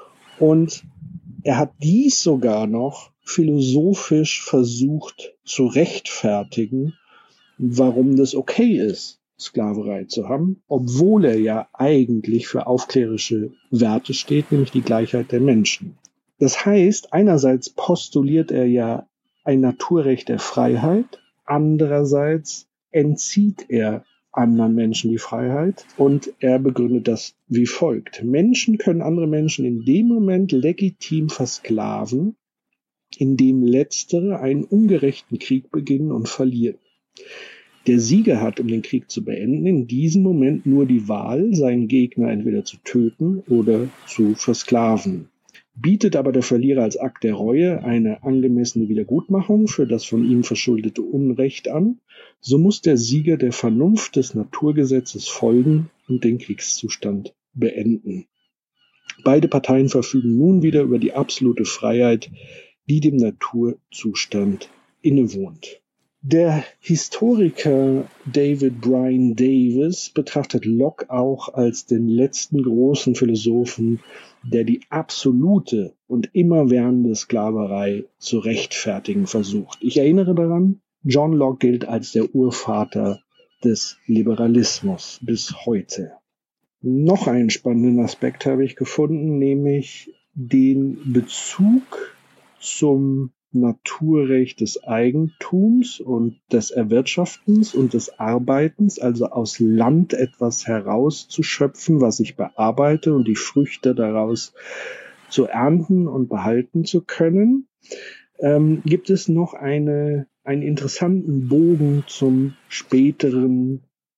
und er hat dies sogar noch philosophisch versucht zu rechtfertigen, warum das okay ist, Sklaverei zu haben, obwohl er ja eigentlich für aufklärerische Werte steht, nämlich die Gleichheit der Menschen. Das heißt, einerseits postuliert er ja ein Naturrecht der Freiheit, andererseits entzieht er anderen Menschen die Freiheit und er begründet das wie folgt. Menschen können andere Menschen in dem Moment legitim versklaven, in dem letztere einen ungerechten Krieg beginnen und verlieren. Der Sieger hat, um den Krieg zu beenden, in diesem Moment nur die Wahl, seinen Gegner entweder zu töten oder zu versklaven. Bietet aber der Verlierer als Akt der Reue eine angemessene Wiedergutmachung für das von ihm verschuldete Unrecht an, so muss der Sieger der Vernunft des Naturgesetzes folgen und den Kriegszustand beenden. Beide Parteien verfügen nun wieder über die absolute Freiheit, die dem Naturzustand innewohnt. Der Historiker David Bryan Davis betrachtet Locke auch als den letzten großen Philosophen, der die absolute und immerwährende Sklaverei zu rechtfertigen versucht. Ich erinnere daran, John Locke gilt als der Urvater des Liberalismus bis heute. Noch einen spannenden Aspekt habe ich gefunden, nämlich den Bezug zum Naturrecht des Eigentums und des Erwirtschaftens und des Arbeitens, also aus Land etwas herauszuschöpfen, was ich bearbeite und die Früchte daraus zu ernten und behalten zu können, ähm, gibt es noch eine, einen interessanten Bogen zum späteren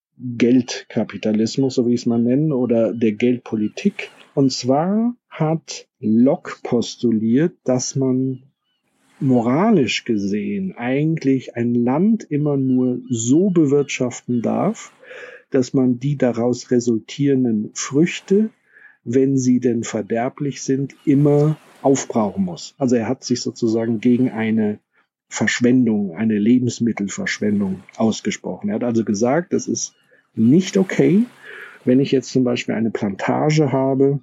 Geldkapitalismus, so wie ich es mal nennen, oder der Geldpolitik. Und zwar hat Locke postuliert, dass man moralisch gesehen eigentlich ein Land immer nur so bewirtschaften darf, dass man die daraus resultierenden Früchte, wenn sie denn verderblich sind, immer aufbrauchen muss. Also er hat sich sozusagen gegen eine Verschwendung, eine Lebensmittelverschwendung ausgesprochen. Er hat also gesagt, das ist nicht okay, wenn ich jetzt zum Beispiel eine Plantage habe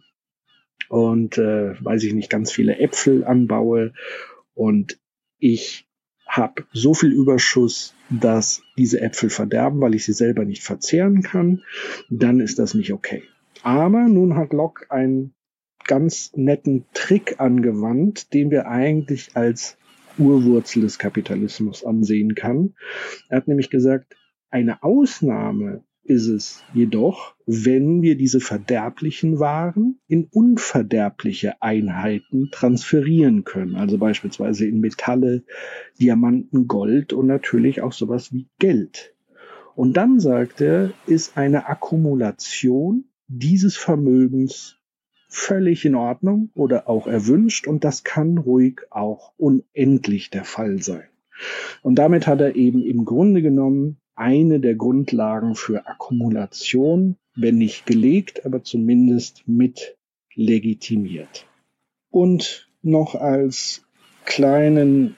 und, äh, weiß ich nicht, ganz viele Äpfel anbaue und ich habe so viel Überschuss, dass diese Äpfel verderben, weil ich sie selber nicht verzehren kann, dann ist das nicht okay. Aber nun hat Locke einen ganz netten Trick angewandt, den wir eigentlich als Urwurzel des Kapitalismus ansehen kann. Er hat nämlich gesagt, eine Ausnahme ist es jedoch, wenn wir diese verderblichen Waren in unverderbliche Einheiten transferieren können. Also beispielsweise in Metalle, Diamanten, Gold und natürlich auch sowas wie Geld. Und dann, sagt er, ist eine Akkumulation dieses Vermögens völlig in Ordnung oder auch erwünscht und das kann ruhig auch unendlich der Fall sein. Und damit hat er eben im Grunde genommen eine der Grundlagen für Akkumulation, wenn nicht gelegt, aber zumindest mit legitimiert. Und noch als kleinen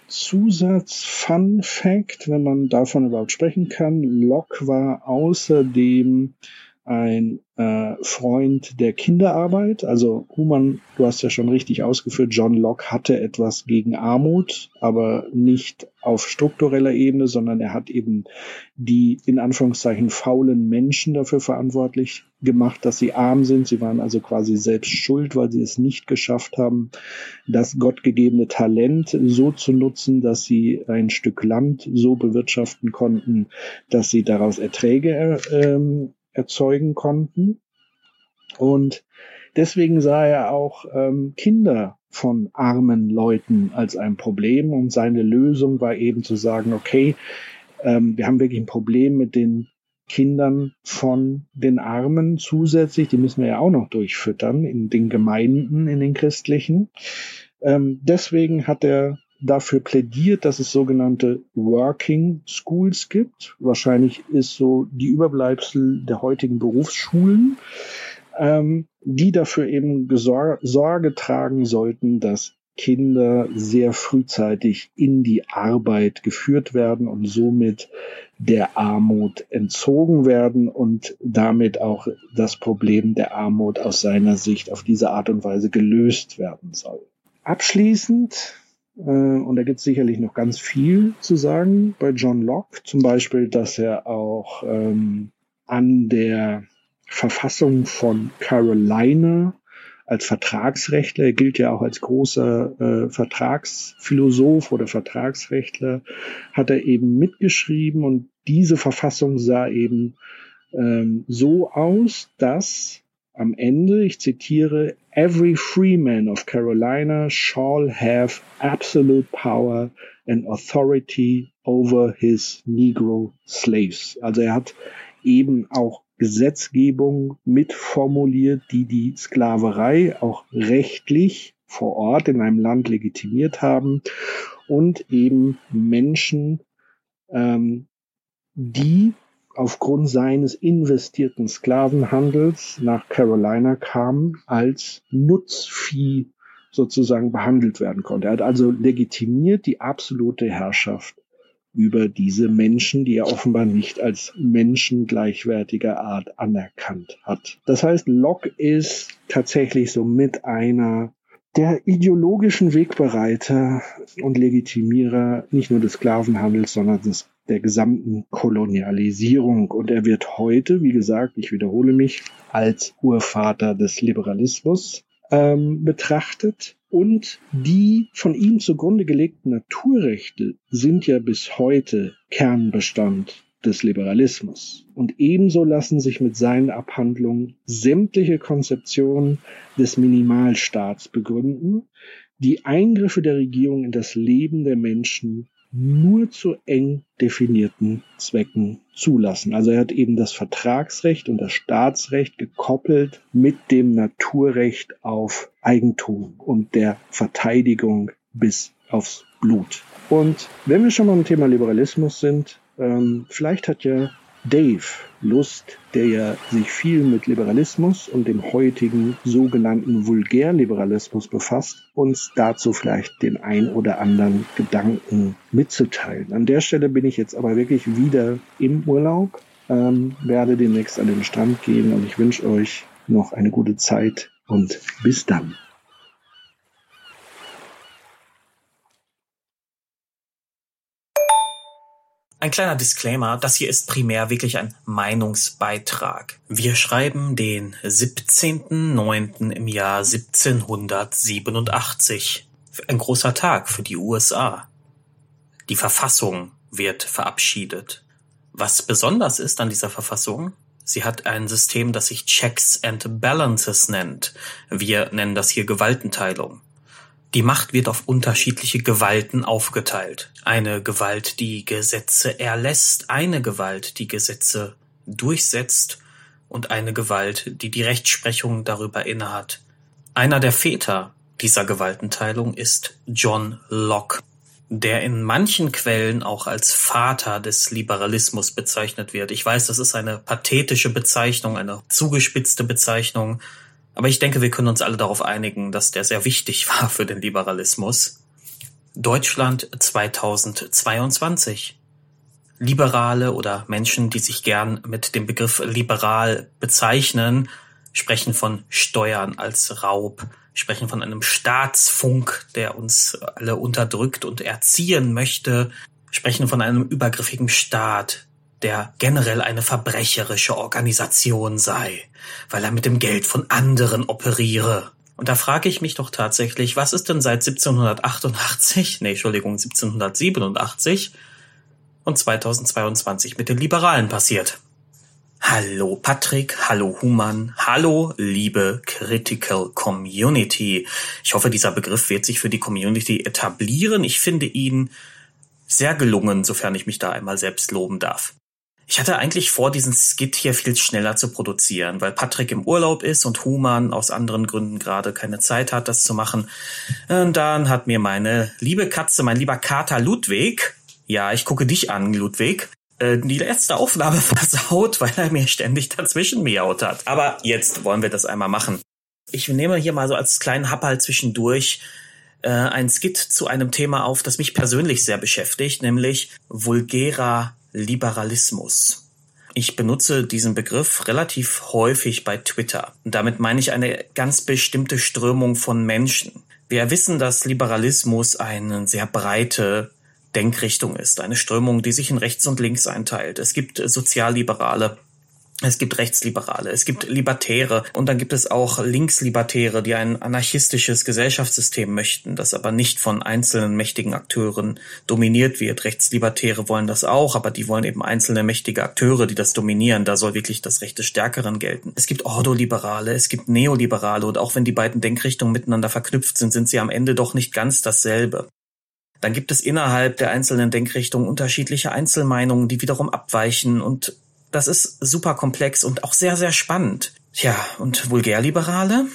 Zusatz-Fun-Fact, wenn man davon überhaupt sprechen kann, Locke war außerdem ein äh, Freund der Kinderarbeit. Also Humann, du hast ja schon richtig ausgeführt, John Locke hatte etwas gegen Armut, aber nicht auf struktureller Ebene, sondern er hat eben die in Anführungszeichen faulen Menschen dafür verantwortlich gemacht, dass sie arm sind. Sie waren also quasi selbst schuld, weil sie es nicht geschafft haben, das gottgegebene Talent so zu nutzen, dass sie ein Stück Land so bewirtschaften konnten, dass sie daraus Erträge ähm, erzeugen konnten. Und deswegen sah er auch ähm, Kinder von armen Leuten als ein Problem. Und seine Lösung war eben zu sagen, okay, ähm, wir haben wirklich ein Problem mit den Kindern von den Armen zusätzlich. Die müssen wir ja auch noch durchfüttern in den Gemeinden, in den christlichen. Ähm, deswegen hat er dafür plädiert, dass es sogenannte Working Schools gibt. Wahrscheinlich ist so die Überbleibsel der heutigen Berufsschulen, ähm, die dafür eben Gesor- Sorge tragen sollten, dass Kinder sehr frühzeitig in die Arbeit geführt werden und somit der Armut entzogen werden und damit auch das Problem der Armut aus seiner Sicht auf diese Art und Weise gelöst werden soll. Abschließend, äh, und da gibt es sicherlich noch ganz viel zu sagen bei John Locke, zum Beispiel, dass er auch ähm, an der Verfassung von Carolina als Vertragsrechtler, er gilt ja auch als großer äh, Vertragsphilosoph oder Vertragsrechtler, hat er eben mitgeschrieben und diese Verfassung sah eben ähm, so aus, dass am Ende, ich zitiere, "Every freeman of Carolina shall have absolute power and authority over his Negro slaves." Also er hat eben auch Gesetzgebung mitformuliert, die die Sklaverei auch rechtlich vor Ort in einem Land legitimiert haben und eben Menschen, ähm, die aufgrund seines investierten Sklavenhandels nach Carolina kamen, als Nutzvieh sozusagen behandelt werden konnte. Er hat also legitimiert die absolute Herrschaft über diese Menschen, die er offenbar nicht als Menschen gleichwertiger Art anerkannt hat. Das heißt, Locke ist tatsächlich so mit einer der ideologischen Wegbereiter und Legitimierer nicht nur des Sklavenhandels, sondern des, der gesamten Kolonialisierung. Und er wird heute, wie gesagt, ich wiederhole mich, als Urvater des Liberalismus ähm, betrachtet. Und die von ihm zugrunde gelegten Naturrechte sind ja bis heute Kernbestand des Liberalismus. Und ebenso lassen sich mit seinen Abhandlungen sämtliche Konzeptionen des Minimalstaats begründen, die Eingriffe der Regierung in das Leben der Menschen nur zu eng definierten Zwecken zulassen. Also er hat eben das Vertragsrecht und das Staatsrecht gekoppelt mit dem Naturrecht auf Eigentum und der Verteidigung bis aufs Blut. Und wenn wir schon mal im Thema Liberalismus sind, ähm, vielleicht hat ja Dave Lust, der ja sich viel mit Liberalismus und dem heutigen sogenannten Vulgärliberalismus befasst, uns dazu vielleicht den ein oder anderen Gedanken mitzuteilen. An der Stelle bin ich jetzt aber wirklich wieder im Urlaub, ähm, werde demnächst an den Strand gehen und ich wünsche euch noch eine gute Zeit und bis dann. Ein kleiner Disclaimer, das hier ist primär wirklich ein Meinungsbeitrag. Wir schreiben den siebzehnten neunten im Jahr siebzehnhundertsiebenundachtzig. Ein großer Tag für die U S A. Die Verfassung wird verabschiedet. Was besonders ist an dieser Verfassung? Sie hat ein System, das sich Checks and Balances nennt. Wir nennen das hier Gewaltenteilung. Die Macht wird auf unterschiedliche Gewalten aufgeteilt. Eine Gewalt, die Gesetze erlässt, eine Gewalt, die Gesetze durchsetzt und eine Gewalt, die die Rechtsprechung darüber innehat. Einer der Väter dieser Gewaltenteilung ist John Locke, der in manchen Quellen auch als Vater des Liberalismus bezeichnet wird. Ich weiß, das ist eine pathetische Bezeichnung, eine zugespitzte Bezeichnung, aber ich denke, wir können uns alle darauf einigen, dass der sehr wichtig war für den Liberalismus. Deutschland zweitausendzweiundzwanzig. Liberale oder Menschen, die sich gern mit dem Begriff liberal bezeichnen, sprechen von Steuern als Raub, sprechen von einem Staatsfunk, der uns alle unterdrückt und erziehen möchte, sprechen von einem übergriffigen Staat, der generell eine verbrecherische Organisation sei, weil er mit dem Geld von anderen operiere. Und da frage ich mich doch tatsächlich, was ist denn seit siebzehnhundertachtundachtzig, nee, Entschuldigung, siebzehnhundertsiebenundachtzig und zweitausendzweiundzwanzig mit den Liberalen passiert? Hallo Patrick, hallo Human, hallo liebe Critical Community. Ich hoffe, dieser Begriff wird sich für die Community etablieren. Ich finde ihn sehr gelungen, sofern ich mich da einmal selbst loben darf. Ich hatte eigentlich vor, diesen Skit hier viel schneller zu produzieren, weil Patrick im Urlaub ist und Human aus anderen Gründen gerade keine Zeit hat, das zu machen. Und dann hat mir meine liebe Katze, mein lieber Kater Ludwig, ja, ich gucke dich an, Ludwig, die letzte Aufnahme versaut, weil er mir ständig dazwischen miaut hat. Aber jetzt wollen wir das einmal machen. Ich nehme hier mal so als kleinen Happerl zwischendurch äh, ein Skit zu einem Thema auf, das mich persönlich sehr beschäftigt, nämlich vulgärer Liberalismus. Ich benutze diesen Begriff relativ häufig bei Twitter. Und damit meine ich eine ganz bestimmte Strömung von Menschen. Wir wissen, dass Liberalismus eine sehr breite Denkrichtung ist. Eine Strömung, die sich in rechts und links einteilt. Es gibt Sozialliberale, es gibt Rechtsliberale, es gibt Libertäre und dann gibt es auch Linkslibertäre, die ein anarchistisches Gesellschaftssystem möchten, das aber nicht von einzelnen mächtigen Akteuren dominiert wird. Rechtslibertäre wollen das auch, aber die wollen eben einzelne mächtige Akteure, die das dominieren. Da soll wirklich das Recht des Stärkeren gelten. Es gibt Ordoliberale, es gibt Neoliberale und auch wenn die beiden Denkrichtungen miteinander verknüpft sind, sind sie am Ende doch nicht ganz dasselbe. Dann gibt es innerhalb der einzelnen Denkrichtungen unterschiedliche Einzelmeinungen, die wiederum abweichen und das ist super komplex und auch sehr, sehr spannend. Tja, und Vulgärliberale,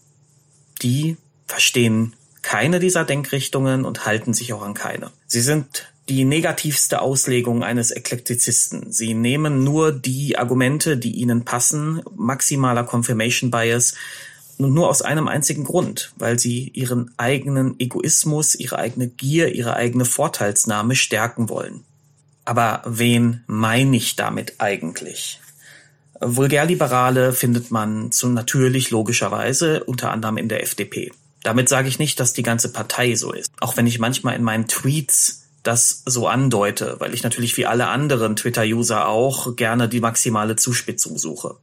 die verstehen keine dieser Denkrichtungen und halten sich auch an keine. Sie sind die negativste Auslegung eines Eklektizisten. Sie nehmen nur die Argumente, die ihnen passen, maximaler Confirmation Bias, und nur aus einem einzigen Grund, weil sie ihren eigenen Egoismus, ihre eigene Gier, ihre eigene Vorteilsnahme stärken wollen. Aber wen meine ich damit eigentlich? Vulgärliberale findet man zu natürlich logischerweise unter anderem in der F D P. Damit sage ich nicht, dass die ganze Partei so ist. Auch wenn ich manchmal in meinen Tweets das so andeute, weil ich natürlich wie alle anderen Twitter-User auch gerne die maximale Zuspitzung suche.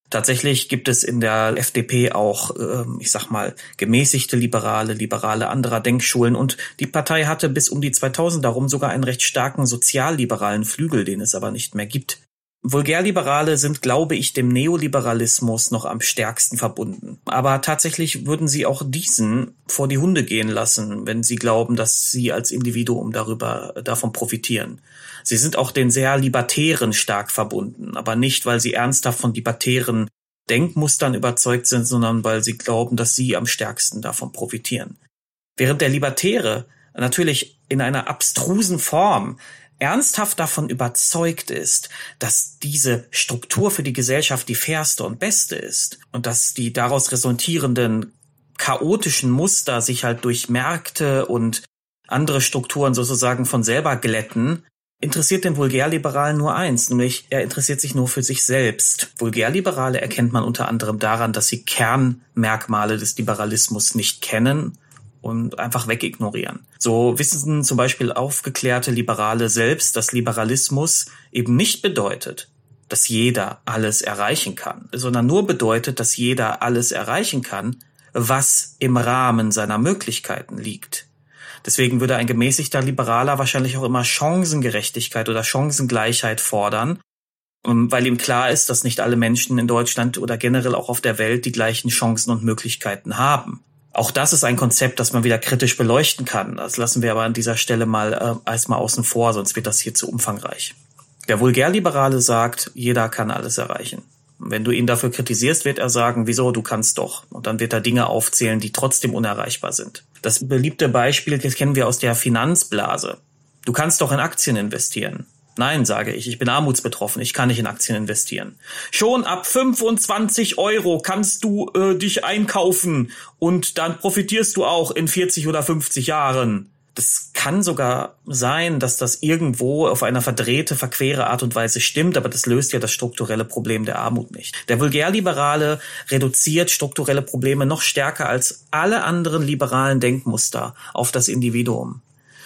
Tatsächlich gibt es in der F D P auch, ich sag mal, gemäßigte Liberale, Liberale anderer Denkschulen und die Partei hatte bis um die zweitausend darum sogar einen recht starken sozialliberalen Flügel, den es aber nicht mehr gibt. Vulgärliberale sind, glaube ich, dem Neoliberalismus noch am stärksten verbunden. Aber tatsächlich würden sie auch diesen vor die Hunde gehen lassen, wenn sie glauben, dass sie als Individuum darüber, davon profitieren. Sie sind auch den sehr Libertären stark verbunden, aber nicht, weil sie ernsthaft von libertären Denkmustern überzeugt sind, sondern weil sie glauben, dass sie am stärksten davon profitieren. Während der Libertäre natürlich in einer abstrusen Form ernsthaft davon überzeugt ist, dass diese Struktur für die Gesellschaft die fairste und beste ist und dass die daraus resultierenden chaotischen Muster sich halt durch Märkte und andere Strukturen sozusagen von selber glätten, interessiert den Vulgärliberalen nur eins, nämlich er interessiert sich nur für sich selbst. Vulgärliberale erkennt man unter anderem daran, dass sie Kernmerkmale des Liberalismus nicht kennen und einfach wegignorieren. So wissen zum Beispiel aufgeklärte Liberale selbst, dass Liberalismus eben nicht bedeutet, dass jeder alles erreichen kann, sondern nur bedeutet, dass jeder alles erreichen kann, was im Rahmen seiner Möglichkeiten liegt. Deswegen würde ein gemäßigter Liberaler wahrscheinlich auch immer Chancengerechtigkeit oder Chancengleichheit fordern, weil ihm klar ist, dass nicht alle Menschen in Deutschland oder generell auch auf der Welt die gleichen Chancen und Möglichkeiten haben. Auch das ist ein Konzept, das man wieder kritisch beleuchten kann. Das lassen wir aber an dieser Stelle mal äh, erstmal außen vor, sonst wird das hier zu umfangreich. Der Vulgärliberale sagt, jeder kann alles erreichen. Und wenn du ihn dafür kritisierst, wird er sagen, wieso, du kannst doch. Und dann wird er Dinge aufzählen, die trotzdem unerreichbar sind. Das beliebte Beispiel, das kennen wir aus der Finanzblase. Du kannst doch in Aktien investieren. Nein, sage ich, ich bin armutsbetroffen, ich kann nicht in Aktien investieren. Schon ab fünfundzwanzig Euro kannst du äh, dich einkaufen und dann profitierst du auch in vierzig oder fünfzig Jahren. Das kann sogar sein, dass das irgendwo auf eine verdrehte, verquere Art und Weise stimmt, aber das löst ja das strukturelle Problem der Armut nicht. Der Vulgärliberale reduziert strukturelle Probleme noch stärker als alle anderen liberalen Denkmuster auf das Individuum.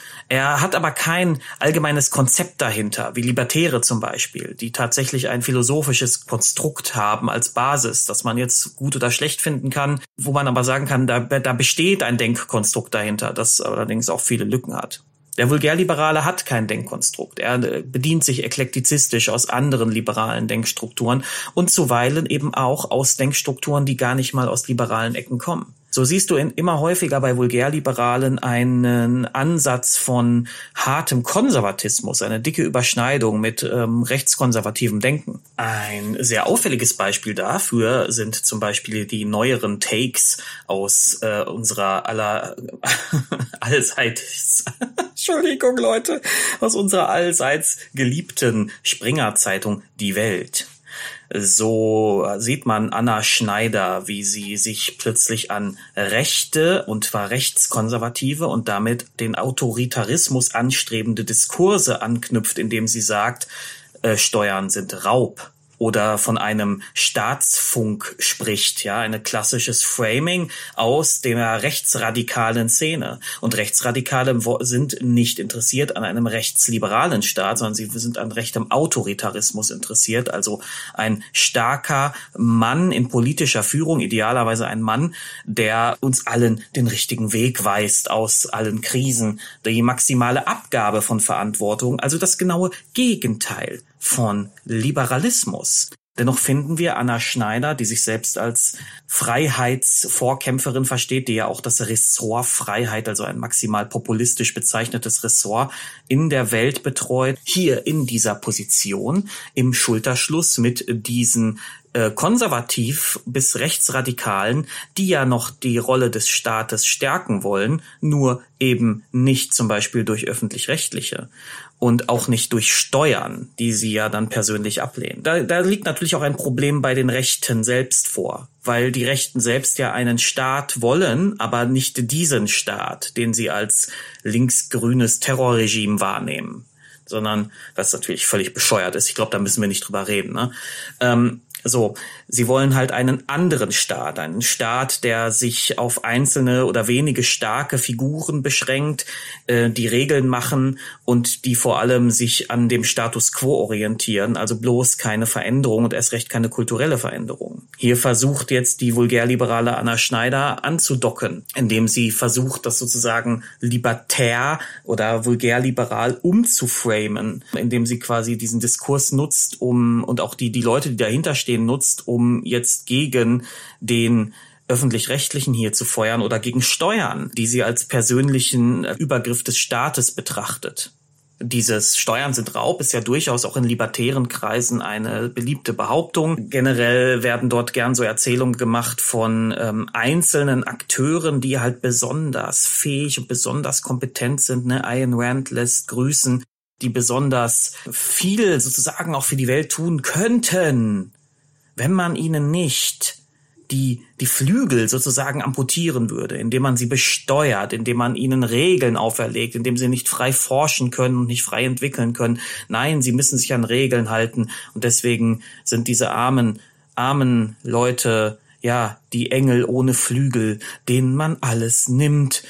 Er hat aber kein allgemeines Konzept dahinter, wie Libertäre zum Beispiel, die tatsächlich ein philosophisches Konstrukt haben als Basis, das man jetzt gut oder schlecht finden kann, wo man aber sagen kann, da, da besteht ein Denkkonstrukt dahinter, das allerdings auch viele Lücken hat. Der Vulgärliberale hat kein Denkkonstrukt. Er bedient sich eklektizistisch aus anderen liberalen Denkstrukturen und zuweilen eben auch aus Denkstrukturen, die gar nicht mal aus liberalen Ecken kommen. So siehst du in, immer häufiger bei Vulgärliberalen einen Ansatz von hartem Konservatismus, eine dicke Überschneidung mit ähm, rechtskonservativem Denken. Ein sehr auffälliges Beispiel dafür sind zum Beispiel die neueren Takes aus äh, unserer aller allseits Entschuldigung, Leute, aus unserer allseits geliebten Springer-Zeitung Die Welt. So sieht man Anna Schneider, wie sie sich plötzlich an rechte und zwar rechtskonservative und damit den Autoritarismus anstrebende Diskurse anknüpft, indem sie sagt, äh, Steuern sind Raub. Oder von einem Staatsfunk spricht, ja, ein klassisches Framing aus der rechtsradikalen Szene. Und Rechtsradikale sind nicht interessiert an einem rechtsliberalen Staat, sondern sie sind an rechtem Autoritarismus interessiert, also ein starker Mann in politischer Führung, idealerweise ein Mann, der uns allen den richtigen Weg weist aus allen Krisen, die maximale Abgabe von Verantwortung, also das genaue Gegenteil von Liberalismus. Dennoch finden wir Anna Schneider, die sich selbst als Freiheitsvorkämpferin versteht, die ja auch das Ressort Freiheit, also ein maximal populistisch bezeichnetes Ressort in der Welt betreut, hier in dieser Position im Schulterschluss mit diesen äh, konservativ bis rechtsradikalen, die ja noch die Rolle des Staates stärken wollen, nur eben nicht zum Beispiel durch öffentlich-rechtliche. Und auch nicht durch Steuern, die sie ja dann persönlich ablehnen. Da, da liegt natürlich auch ein Problem bei den Rechten selbst vor, weil die Rechten selbst ja einen Staat wollen, aber nicht diesen Staat, den sie als linksgrünes Terrorregime wahrnehmen, sondern was natürlich völlig bescheuert ist. Ich glaube, da müssen wir nicht drüber reden. Ne? Ähm, So, sie wollen halt einen anderen Staat, einen Staat, der sich auf einzelne oder wenige starke Figuren beschränkt, äh, die Regeln machen und die vor allem sich an dem Status quo orientieren, also bloß keine Veränderung und erst recht keine kulturelle Veränderung. Hier versucht jetzt die vulgärliberale Anna Schneider anzudocken, indem sie versucht, das sozusagen libertär oder vulgärliberal umzuframen, indem sie quasi diesen Diskurs nutzt, um und auch die die Leute, die dahinter stehen, nutzt, um jetzt gegen den Öffentlich-Rechtlichen hier zu feuern oder gegen Steuern, die sie als persönlichen Übergriff des Staates betrachtet. Dieses Steuern sind Raub ist ja durchaus auch in libertären Kreisen eine beliebte Behauptung. Generell werden dort gern so Erzählungen gemacht von ähm, einzelnen Akteuren, die halt besonders fähig und besonders kompetent sind. Ne? Ayn Rand lässt grüßen, die besonders viel sozusagen auch für die Welt tun könnten, wenn man ihnen nicht die, die Flügel sozusagen amputieren würde, indem man sie besteuert, indem man ihnen Regeln auferlegt, indem sie nicht frei forschen können und nicht frei entwickeln können. Nein, sie müssen sich an Regeln halten und deswegen sind diese armen, armen Leute, ja, die Engel ohne Flügel, denen man alles nimmt.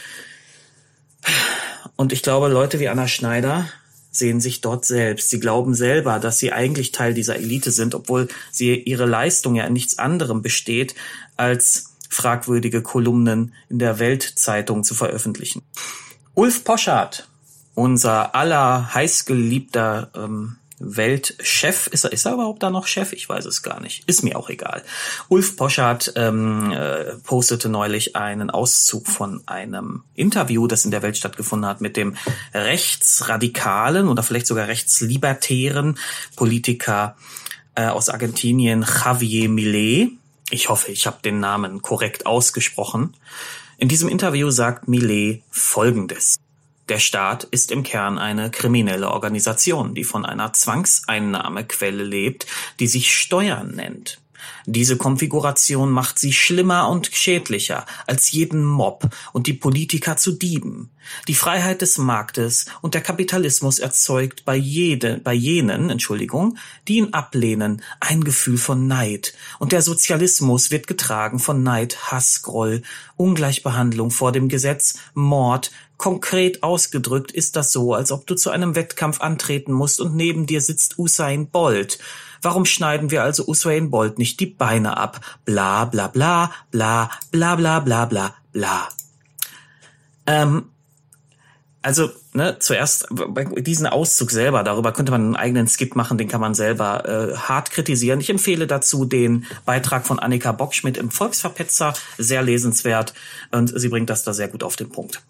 Und ich glaube, Leute wie Anna Schneider sehen sich dort selbst. Sie glauben selber, dass sie eigentlich Teil dieser Elite sind, obwohl sie ihre Leistung ja in nichts anderem besteht, als fragwürdige Kolumnen in der Weltzeitung zu veröffentlichen. Ulf Poschardt, unser aller heißgeliebter ähm, Weltchef, ist er, ist er überhaupt da noch Chef? Ich weiß es gar nicht. Ist mir auch egal. Ulf Poschardt ähm, äh, postete neulich einen Auszug von einem Interview, das in der Welt stattgefunden hat, mit dem rechtsradikalen oder vielleicht sogar rechtslibertären Politiker äh, aus Argentinien, Javier Milei. Ich hoffe, ich habe den Namen korrekt ausgesprochen. In diesem Interview sagt Milei Folgendes. Der Staat ist im Kern eine kriminelle Organisation, die von einer Zwangseinnahmequelle lebt, die sich Steuern nennt. Diese Konfiguration macht sie schlimmer und schädlicher als jeden Mob und die Politiker zu Dieben. Die Freiheit des Marktes und der Kapitalismus erzeugt bei jede, bei jenen, Entschuldigung, die ihn ablehnen, ein Gefühl von Neid. Und der Sozialismus wird getragen von Neid, Hass, Groll, Ungleichbehandlung vor dem Gesetz, Mord. Konkret ausgedrückt ist das so, als ob du zu einem Wettkampf antreten musst und neben dir sitzt Usain Bolt. Warum schneiden wir also Usain Bolt nicht die Beine ab? Bla bla bla bla bla bla bla bla bla. Ähm, also, ne, zuerst bei diesen Auszug selber, darüber könnte man einen eigenen Skit machen, den kann man selber äh, hart kritisieren. Ich empfehle dazu den Beitrag von Annika Bockschmidt im Volksverpetzer, sehr lesenswert und sie bringt das da sehr gut auf den Punkt.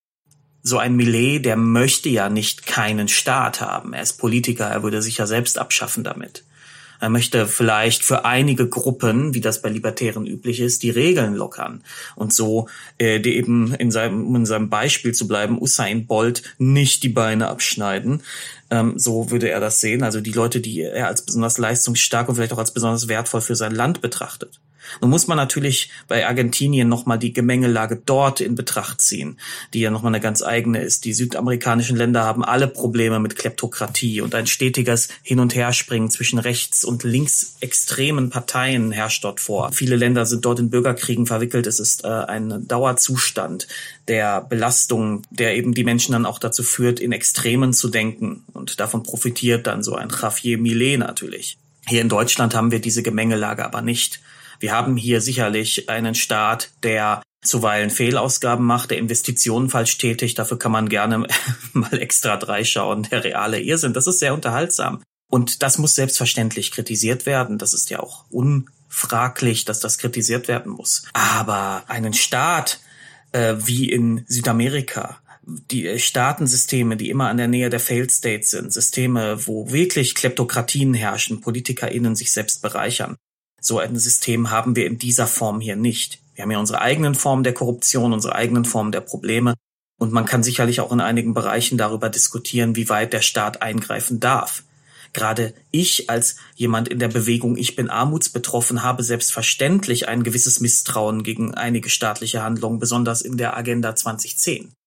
So ein Milei, der möchte ja nicht keinen Staat haben. Er ist Politiker, er würde sich ja selbst abschaffen damit. Er möchte vielleicht für einige Gruppen, wie das bei Libertären üblich ist, die Regeln lockern und so äh, die eben in seinem, um in seinem Beispiel zu bleiben, Usain Bolt nicht die Beine abschneiden. Ähm, so würde er das sehen. Also die Leute, die er als besonders leistungsstark und vielleicht auch als besonders wertvoll für sein Land betrachtet. Nun muss man natürlich bei Argentinien nochmal die Gemengelage dort in Betracht ziehen, die ja nochmal eine ganz eigene ist. Die südamerikanischen Länder haben alle Probleme mit Kleptokratie und ein stetiges Hin- und Herspringen zwischen rechts- und linksextremen Parteien herrscht dort vor. Viele Länder sind dort in Bürgerkriegen verwickelt. Es ist äh, ein Dauerzustand der Belastung, der eben die Menschen dann auch dazu führt, in Extremen zu denken. Und davon profitiert dann so ein Javier Milei natürlich. Hier in Deutschland haben wir diese Gemengelage aber nicht. Wir haben hier sicherlich einen Staat, der zuweilen Fehlausgaben macht, der Investitionen falsch tätigt. Dafür kann man gerne mal extra drei schauen, der reale Irrsinn. Das ist sehr unterhaltsam. Und das muss selbstverständlich kritisiert werden. Das ist ja auch unfraglich, dass das kritisiert werden muss. Aber einen Staat äh, wie in Südamerika, die Staatensysteme, die immer an der Nähe der Failed States sind, Systeme, wo wirklich Kleptokratien herrschen, PolitikerInnen sich selbst bereichern, so ein System haben wir in dieser Form hier nicht. Wir haben ja unsere eigenen Formen der Korruption, unsere eigenen Formen der Probleme. Und man kann sicherlich auch in einigen Bereichen darüber diskutieren, wie weit der Staat eingreifen darf. Gerade ich als jemand in der Bewegung Ich bin armutsbetroffen habe selbstverständlich ein gewisses Misstrauen gegen einige staatliche Handlungen, besonders in der Agenda zwanzig zehn.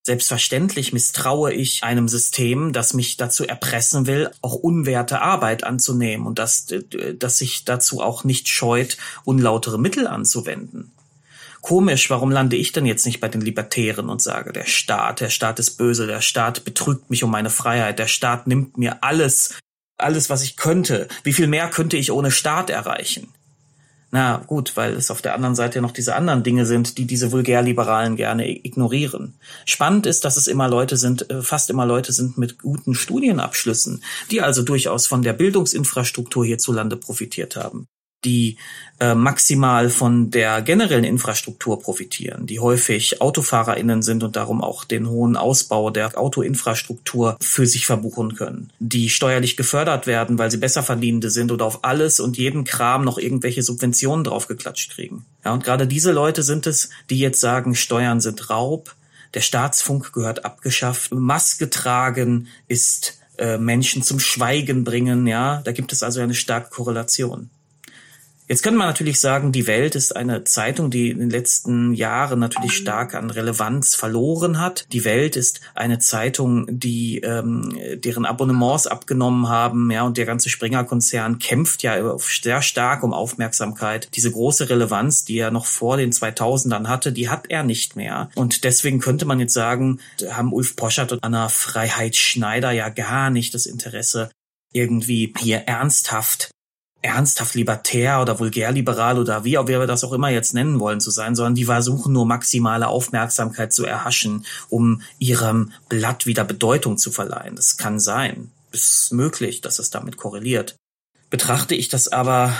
Selbstverständlich misstraue ich einem System, das mich dazu erpressen will, auch unwerte Arbeit anzunehmen und das, das sich dazu auch nicht scheut, unlautere Mittel anzuwenden. Komisch, warum lande ich denn jetzt nicht bei den Libertären und sage, der Staat, der Staat ist böse, der Staat betrügt mich um meine Freiheit, der Staat nimmt mir alles, alles, was ich könnte. Wie viel mehr könnte ich ohne Staat erreichen? Na gut, weil es auf der anderen Seite noch diese anderen Dinge sind, die diese Vulgärliberalen gerne ignorieren. Spannend ist, dass es immer Leute sind, fast immer Leute sind mit guten Studienabschlüssen, die also durchaus von der Bildungsinfrastruktur hierzulande profitiert haben, die äh, maximal von der generellen Infrastruktur profitieren, die häufig AutofahrerInnen sind und darum auch den hohen Ausbau der Autoinfrastruktur für sich verbuchen können, die steuerlich gefördert werden, weil sie Besserverdienende sind oder auf alles und jeden Kram noch irgendwelche Subventionen draufgeklatscht kriegen. Ja, und gerade diese Leute sind es, die jetzt sagen, Steuern sind Raub, der Staatsfunk gehört abgeschafft, Maske tragen ist äh, Menschen zum Schweigen bringen, ja, da gibt es also eine starke Korrelation. Jetzt könnte man natürlich sagen, die Welt ist eine Zeitung, die in den letzten Jahren natürlich stark an Relevanz verloren hat. Die Welt ist eine Zeitung, die ähm, deren Abonnements abgenommen haben, ja, und der ganze Springer-Konzern kämpft ja sehr stark um Aufmerksamkeit. Diese große Relevanz, die er noch vor den zweitausendern hatte, die hat er nicht mehr. Und deswegen könnte man jetzt sagen, haben Ulf Poschardt und Anna Freiheit-Schneider ja gar nicht das Interesse, irgendwie hier ernsthaft ernsthaft libertär oder vulgärliberal oder wie auch wir das auch immer jetzt nennen wollen zu sein, sondern die versuchen nur maximale Aufmerksamkeit zu erhaschen, um ihrem Blatt wieder Bedeutung zu verleihen. Das kann sein. Ist möglich, dass es damit korreliert. Betrachte ich das aber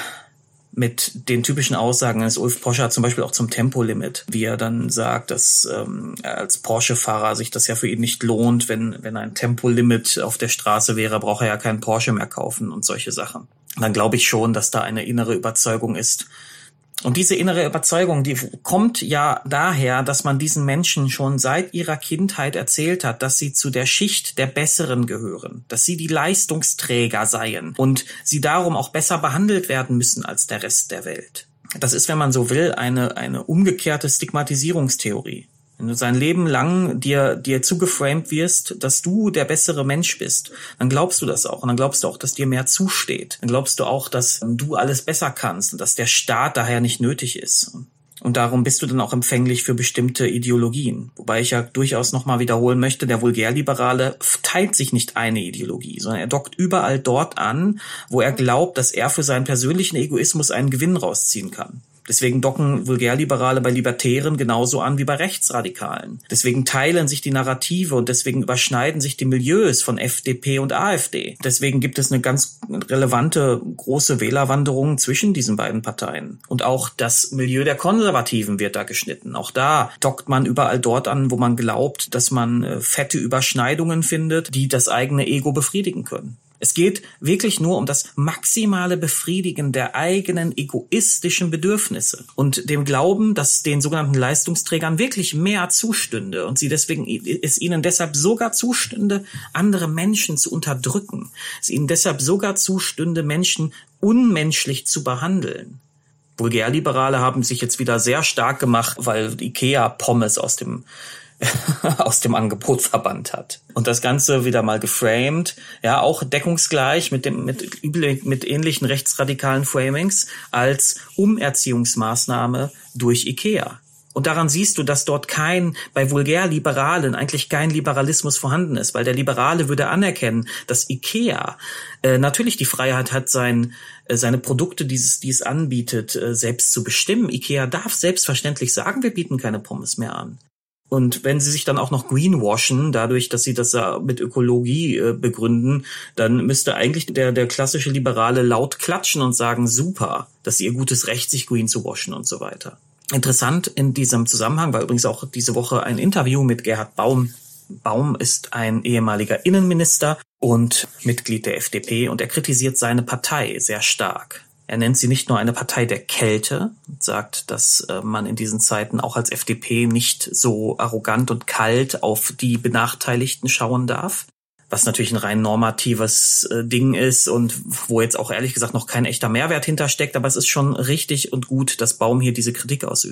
mit den typischen Aussagen eines Ulf Poschardt zum Beispiel auch zum Tempolimit, wie er dann sagt, dass ähm, als Porsche-Fahrer sich das ja für ihn nicht lohnt, wenn wenn ein Tempolimit auf der Straße wäre, braucht er ja keinen Porsche mehr kaufen und solche Sachen. Dann glaube ich schon, dass da eine innere Überzeugung ist. Und diese innere Überzeugung, die kommt ja daher, dass man diesen Menschen schon seit ihrer Kindheit erzählt hat, dass sie zu der Schicht der Besseren gehören, dass sie die Leistungsträger seien und sie darum auch besser behandelt werden müssen als der Rest der Welt. Das ist, wenn man so will, eine, eine umgekehrte Stigmatisierungstheorie. Wenn du sein Leben lang dir, dir zugeframed wirst, dass du der bessere Mensch bist, dann glaubst du das auch. Und dann glaubst du auch, dass dir mehr zusteht. Dann glaubst du auch, dass du alles besser kannst und dass der Staat daher nicht nötig ist. Und darum bist du dann auch empfänglich für bestimmte Ideologien. Wobei ich ja durchaus nochmal wiederholen möchte, der Vulgärliberale teilt sich nicht eine Ideologie, sondern er dockt überall dort an, wo er glaubt, dass er für seinen persönlichen Egoismus einen Gewinn rausziehen kann. Deswegen docken Vulgärliberale bei Libertären genauso an wie bei Rechtsradikalen. Deswegen teilen sich die Narrative und deswegen überschneiden sich die Milieus von F D P und AfD. Deswegen gibt es eine ganz relevante große Wählerwanderung zwischen diesen beiden Parteien. Und auch das Milieu der Konservativen wird da geschnitten. Auch da dockt man überall dort an, wo man glaubt, dass man fette Überschneidungen findet, die das eigene Ego befriedigen können. Es geht wirklich nur um das maximale Befriedigen der eigenen egoistischen Bedürfnisse und dem Glauben, dass den sogenannten Leistungsträgern wirklich mehr zustünde und sie deswegen es ihnen deshalb sogar zustünde, andere Menschen zu unterdrücken. Es ihnen deshalb sogar zustünde, Menschen unmenschlich zu behandeln. Vulgärliberale haben sich jetzt wieder sehr stark gemacht, weil Ikea Pommes aus dem aus dem Angebot verbannt hat. Und das Ganze wieder mal geframed, ja, auch deckungsgleich mit dem, mit, mit ähnlichen rechtsradikalen Framings als Umerziehungsmaßnahme durch Ikea. Und daran siehst du, dass dort kein, bei Vulgärliberalen eigentlich kein Liberalismus vorhanden ist, weil der Liberale würde anerkennen, dass Ikea äh, natürlich die Freiheit hat, sein, äh, seine Produkte, die es, die es anbietet, äh, selbst zu bestimmen. Ikea darf selbstverständlich sagen, wir bieten keine Pommes mehr an. Und wenn sie sich dann auch noch greenwashen, dadurch, dass sie das ja mit Ökologie äh, begründen, dann müsste eigentlich der der klassische Liberale laut klatschen und sagen, super, dass sie ihr gutes Recht, sich green zu waschen und so weiter. Interessant in diesem Zusammenhang war übrigens auch diese Woche ein Interview mit Gerhard Baum. Baum ist ein ehemaliger Innenminister und Mitglied der F D P und er kritisiert seine Partei sehr stark. Er nennt sie nicht nur eine Partei der Kälte und sagt, dass äh, man in diesen Zeiten auch als F D P nicht so arrogant und kalt auf die Benachteiligten schauen darf, was natürlich ein rein normatives äh, Ding ist und wo jetzt auch ehrlich gesagt noch kein echter Mehrwert hintersteckt, aber es ist schon richtig und gut, dass Baum hier diese Kritik ausübt.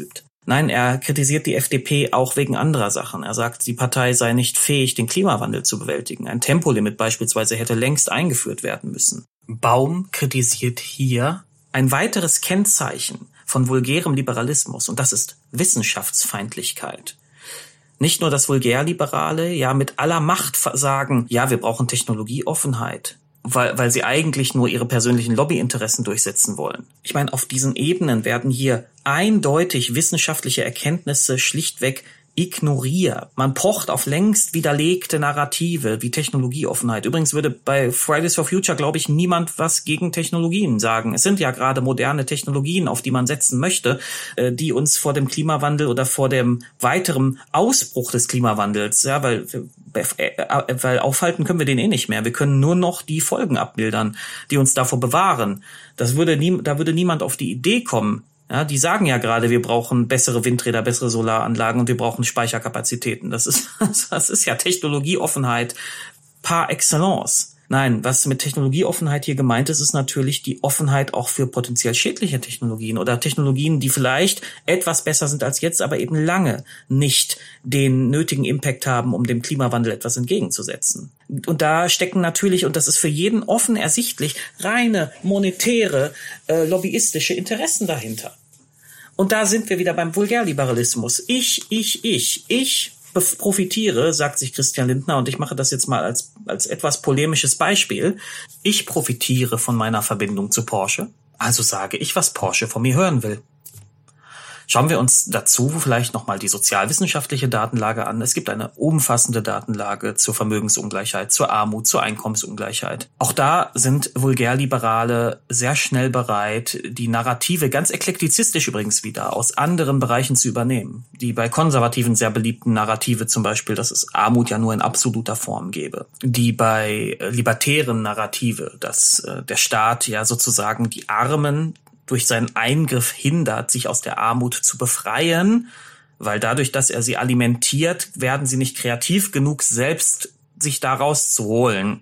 Nein, er kritisiert die F D P auch wegen anderer Sachen. Er sagt, die Partei sei nicht fähig, den Klimawandel zu bewältigen. Ein Tempolimit beispielsweise hätte längst eingeführt werden müssen. Baum kritisiert hier ein weiteres Kennzeichen von vulgärem Liberalismus, und das ist Wissenschaftsfeindlichkeit. Nicht nur das Vulgärliberale, ja mit aller Macht sagen, ja, wir brauchen Technologieoffenheit, weil, weil sie eigentlich nur ihre persönlichen Lobbyinteressen durchsetzen wollen. Ich meine, auf diesen Ebenen werden hier eindeutig wissenschaftliche Erkenntnisse schlichtweg ignoriert. Man pocht auf längst widerlegte Narrative wie Technologieoffenheit. Übrigens würde bei Fridays for Future, glaube ich, niemand was gegen Technologien sagen. Es sind ja gerade moderne Technologien, auf die man setzen möchte, die uns vor dem Klimawandel oder vor dem weiteren Ausbruch des Klimawandels, ja, weil, weil aufhalten können wir den eh nicht mehr. Wir können nur noch die Folgen abmildern, die uns davor bewahren. Das würde nie, da würde niemand auf die Idee kommen. Ja, die sagen ja gerade, wir brauchen bessere Windräder, bessere Solaranlagen und wir brauchen Speicherkapazitäten. Das ist, das ist ja Technologieoffenheit par excellence. Nein, was mit Technologieoffenheit hier gemeint ist, ist natürlich die Offenheit auch für potenziell schädliche Technologien oder Technologien, die vielleicht etwas besser sind als jetzt, aber eben lange nicht den nötigen Impact haben, um dem Klimawandel etwas entgegenzusetzen. Und da stecken natürlich, und das ist für jeden offen ersichtlich, reine monetäre, äh, lobbyistische Interessen dahinter. Und da sind wir wieder beim Vulgärliberalismus. Ich, ich, ich, ich profitiere, sagt sich Christian Lindner, und ich mache das jetzt mal als, als etwas polemisches Beispiel. Ich profitiere von meiner Verbindung zu Porsche, also sage ich, was Porsche von mir hören will. Schauen wir uns dazu vielleicht nochmal die sozialwissenschaftliche Datenlage an. Es gibt eine umfassende Datenlage zur Vermögensungleichheit, zur Armut, zur Einkommensungleichheit. Auch da sind Vulgärliberale sehr schnell bereit, die Narrative, ganz eklektizistisch übrigens wieder, aus anderen Bereichen zu übernehmen. Die bei Konservativen sehr beliebten Narrative zum Beispiel, dass es Armut ja nur in absoluter Form gäbe. Die bei libertären Narrative, dass der Staat ja sozusagen die Armen durch seinen Eingriff hindert, sich aus der Armut zu befreien, weil dadurch, dass er sie alimentiert, werden sie nicht kreativ genug, selbst sich da rauszuholen.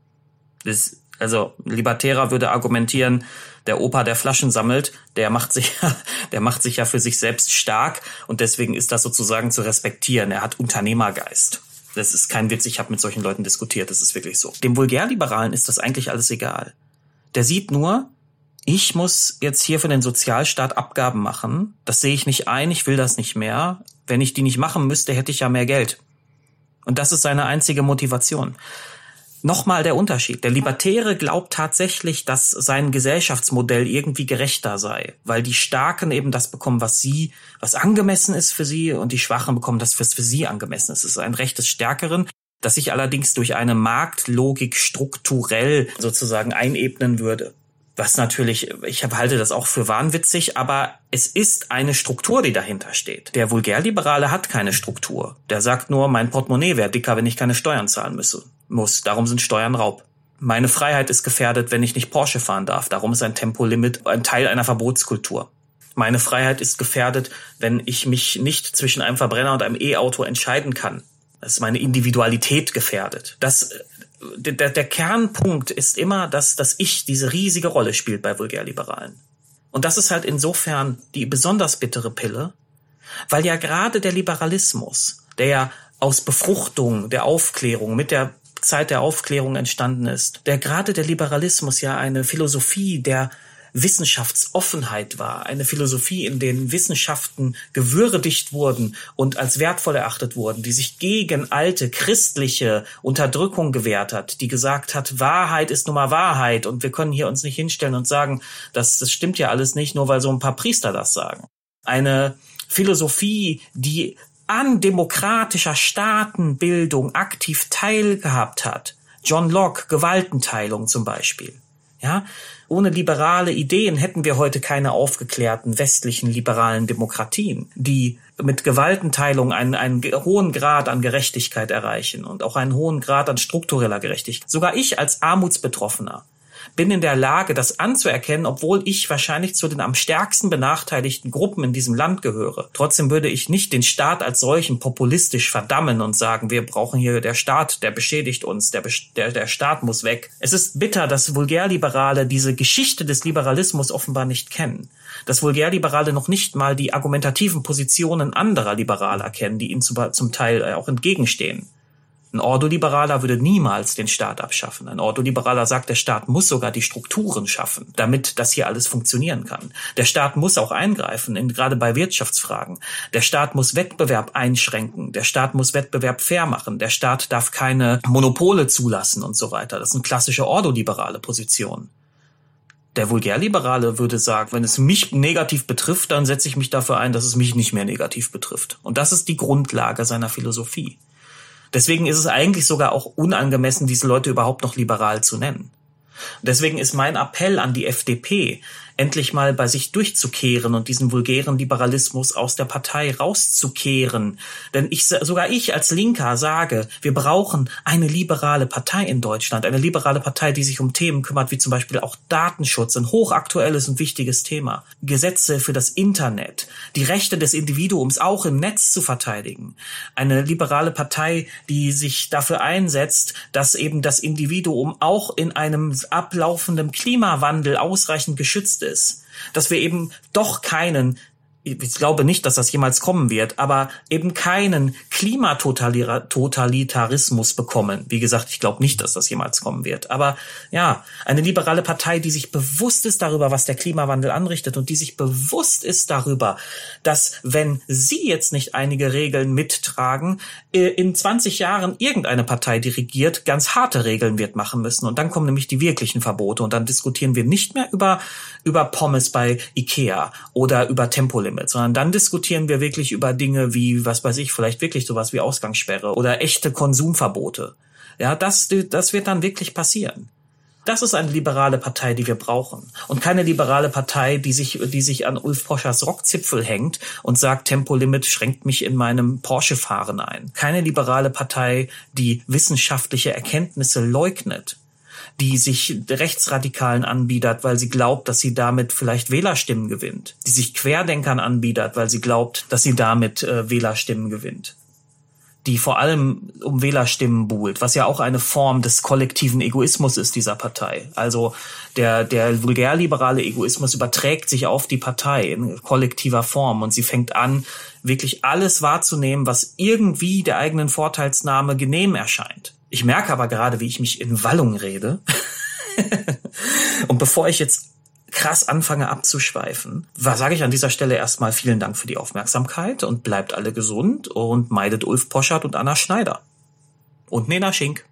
Das, also Libertärer würde argumentieren, der Opa, der Flaschen sammelt, der macht sich, der macht sich ja für sich selbst stark und deswegen ist das sozusagen zu respektieren. Er hat Unternehmergeist. Das ist kein Witz, ich habe mit solchen Leuten diskutiert, das ist wirklich so. Dem Vulgärliberalen ist das eigentlich alles egal. Der sieht nur, ich muss jetzt hier für den Sozialstaat Abgaben machen. Das sehe ich nicht ein, ich will das nicht mehr. Wenn ich die nicht machen müsste, hätte ich ja mehr Geld. Und das ist seine einzige Motivation. Nochmal der Unterschied. Der Libertäre glaubt tatsächlich, dass sein Gesellschaftsmodell irgendwie gerechter sei, weil die Starken eben das bekommen, was sie, was angemessen ist für sie, und die Schwachen bekommen das, was für sie angemessen ist. Es ist ein Recht des Stärkeren, das sich allerdings durch eine Marktlogik strukturell sozusagen einebnen würde. Was natürlich, ich halte das auch für wahnwitzig, aber es ist eine Struktur, die dahinter steht. Der Vulgärliberale hat keine Struktur. Der sagt nur, mein Portemonnaie wäre dicker, wenn ich keine Steuern zahlen müsse, muss. Darum sind Steuern Raub. Meine Freiheit ist gefährdet, wenn ich nicht Porsche fahren darf. Darum ist ein Tempolimit ein Teil einer Verbotskultur. Meine Freiheit ist gefährdet, wenn ich mich nicht zwischen einem Verbrenner und einem E-Auto entscheiden kann. Das ist meine Individualität gefährdet. Das Der, der Kernpunkt ist immer, dass das Ich diese riesige Rolle spielt bei Vulgärliberalen. Und das ist halt insofern die besonders bittere Pille, weil ja gerade der Liberalismus, der ja aus Befruchtung der Aufklärung mit der Zeit der Aufklärung entstanden ist, der gerade der Liberalismus ja eine Philosophie der Wissenschaftsoffenheit war, eine Philosophie, in denen Wissenschaften gewürdigt wurden und als wertvoll erachtet wurden, die sich gegen alte christliche Unterdrückung gewehrt hat, die gesagt hat, Wahrheit ist nun mal Wahrheit und wir können hier uns nicht hinstellen und sagen, das, das stimmt ja alles nicht, nur weil so ein paar Priester das sagen. Eine Philosophie, die an demokratischer Staatenbildung aktiv teilgehabt hat. John Locke, Gewaltenteilung zum Beispiel. Ja, ohne liberale Ideen hätten wir heute keine aufgeklärten westlichen liberalen Demokratien, die mit Gewaltenteilung einen, einen hohen Grad an Gerechtigkeit erreichen und auch einen hohen Grad an struktureller Gerechtigkeit. Sogar ich als Armutsbetroffener bin in der Lage, das anzuerkennen, obwohl ich wahrscheinlich zu den am stärksten benachteiligten Gruppen in diesem Land gehöre. Trotzdem würde ich nicht den Staat als solchen populistisch verdammen und sagen, wir brauchen hier, der Staat, der beschädigt uns, der, der, der Staat muss weg. Es ist bitter, dass Vulgärliberale diese Geschichte des Liberalismus offenbar nicht kennen. Dass Vulgärliberale noch nicht mal die argumentativen Positionen anderer Liberaler kennen, die ihnen zum Teil auch entgegenstehen. Ein Ordoliberaler würde niemals den Staat abschaffen. Ein Ordoliberaler sagt, der Staat muss sogar die Strukturen schaffen, damit das hier alles funktionieren kann. Der Staat muss auch eingreifen, in, gerade bei Wirtschaftsfragen. Der Staat muss Wettbewerb einschränken. Der Staat muss Wettbewerb fair machen. Der Staat darf keine Monopole zulassen und so weiter. Das sind klassische ordoliberale Positionen. Der Vulgärliberale würde sagen, wenn es mich negativ betrifft, dann setze ich mich dafür ein, dass es mich nicht mehr negativ betrifft. Und das ist die Grundlage seiner Philosophie. Deswegen ist es eigentlich sogar auch unangemessen, diese Leute überhaupt noch liberal zu nennen. Deswegen ist mein Appell an die F D P, endlich mal bei sich durchzukehren und diesen vulgären Liberalismus aus der Partei rauszukehren. Denn ich, sogar ich als Linker sage, wir brauchen eine liberale Partei in Deutschland, eine liberale Partei, die sich um Themen kümmert, wie zum Beispiel auch Datenschutz, ein hochaktuelles und wichtiges Thema. Gesetze für das Internet, die Rechte des Individuums auch im Netz zu verteidigen. Eine liberale Partei, die sich dafür einsetzt, dass eben das Individuum auch in einem ablaufenden Klimawandel ausreichend geschützt ist, dass wir eben doch keinen, ich glaube nicht, dass das jemals kommen wird, aber eben keinen Klimatotalitarismus bekommen. Wie gesagt, ich glaube nicht, dass das jemals kommen wird. Aber ja, eine liberale Partei, die sich bewusst ist darüber, was der Klimawandel anrichtet und die sich bewusst ist darüber, dass wenn sie jetzt nicht einige Regeln mittragen, in zwanzig Jahren irgendeine Partei, die regiert, ganz harte Regeln wird machen müssen. Und dann kommen nämlich die wirklichen Verbote und dann diskutieren wir nicht mehr über, über Pommes bei Ikea oder über Tempolimit, sondern dann diskutieren wir wirklich über Dinge wie, was weiß ich, vielleicht wirklich sowas wie Ausgangssperre oder echte Konsumverbote. Ja, das, das wird dann wirklich passieren. Das ist eine liberale Partei, die wir brauchen. Und keine liberale Partei, die sich, die sich an Ulf Poschers Rockzipfel hängt und sagt, Tempolimit schränkt mich in meinem Porsche-Fahren ein. Keine liberale Partei, die wissenschaftliche Erkenntnisse leugnet, die sich Rechtsradikalen anbietet, weil sie glaubt, dass sie damit vielleicht Wählerstimmen gewinnt, die sich Querdenkern anbietet, weil sie glaubt, dass sie damit äh, Wählerstimmen gewinnt, die vor allem um Wählerstimmen buhlt, was ja auch eine Form des kollektiven Egoismus ist dieser Partei. Also der der vulgärliberale Egoismus überträgt sich auf die Partei in kollektiver Form und sie fängt an, wirklich alles wahrzunehmen, was irgendwie der eigenen Vorteilsnahme genehm erscheint. Ich merke aber gerade, wie ich mich in Wallung rede. Und bevor ich jetzt krass anfange abzuschweifen, sage ich an dieser Stelle erstmal vielen Dank für die Aufmerksamkeit und bleibt alle gesund und meidet Ulf Poschardt und Anna Schneider. Und Nena Schink.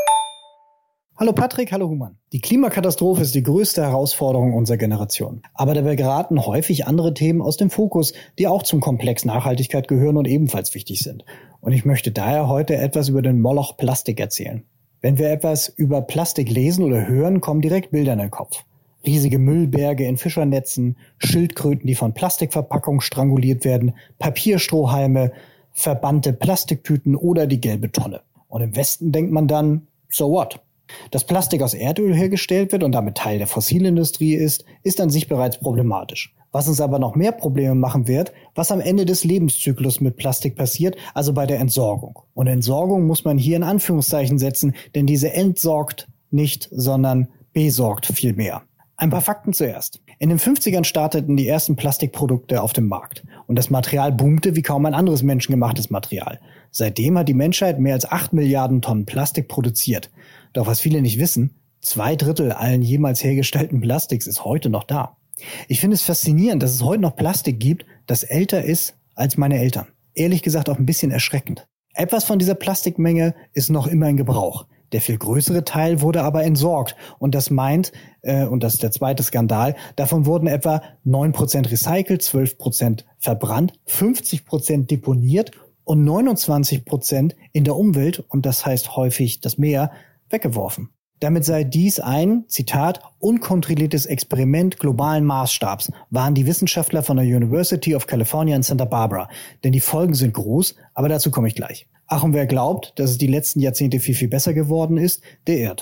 Hallo Patrick, hallo Humann. Die Klimakatastrophe ist die größte Herausforderung unserer Generation. Aber dabei geraten häufig andere Themen aus dem Fokus, die auch zum Komplex Nachhaltigkeit gehören und ebenfalls wichtig sind. Und ich möchte daher heute etwas über den Moloch Plastik erzählen. Wenn wir etwas über Plastik lesen oder hören, kommen direkt Bilder in den Kopf. Riesige Müllberge in Fischernetzen, Schildkröten, die von Plastikverpackungen stranguliert werden, Papierstrohhalme, verbannte Plastiktüten oder die gelbe Tonne. Und im Westen denkt man dann, so what? Dass Plastik aus Erdöl hergestellt wird und damit Teil der Fossilindustrie ist, ist an sich bereits problematisch. Was uns aber noch mehr Probleme machen wird, was am Ende des Lebenszyklus mit Plastik passiert, also bei der Entsorgung. Und Entsorgung muss man hier in Anführungszeichen setzen, denn diese entsorgt nicht, sondern besorgt viel mehr. Ein paar Fakten zuerst. In den fünfzigern starteten die ersten Plastikprodukte auf dem Markt. Und das Material boomte wie kaum ein anderes menschengemachtes Material. Seitdem hat die Menschheit mehr als acht Milliarden Tonnen Plastik produziert. Doch was viele nicht wissen, zwei Drittel allen jemals hergestellten Plastiks ist heute noch da. Ich finde es faszinierend, dass es heute noch Plastik gibt, das älter ist als meine Eltern. Ehrlich gesagt auch ein bisschen erschreckend. Etwas von dieser Plastikmenge ist noch immer in Gebrauch. Der viel größere Teil wurde aber entsorgt. Und das meint, äh, und das ist der zweite Skandal, davon wurden etwa neun Prozent recycelt, zwölf Prozent verbrannt, fünfzig Prozent deponiert und neunundzwanzig Prozent in der Umwelt, und das heißt häufig das Meer, weggeworfen. Damit sei dies ein, Zitat, unkontrolliertes Experiment globalen Maßstabs, waren die Wissenschaftler von der University of California in Santa Barbara. Denn die Folgen sind groß, aber dazu komme ich gleich. Ach, und wer glaubt, dass es die letzten Jahrzehnte viel, viel besser geworden ist, der irrt.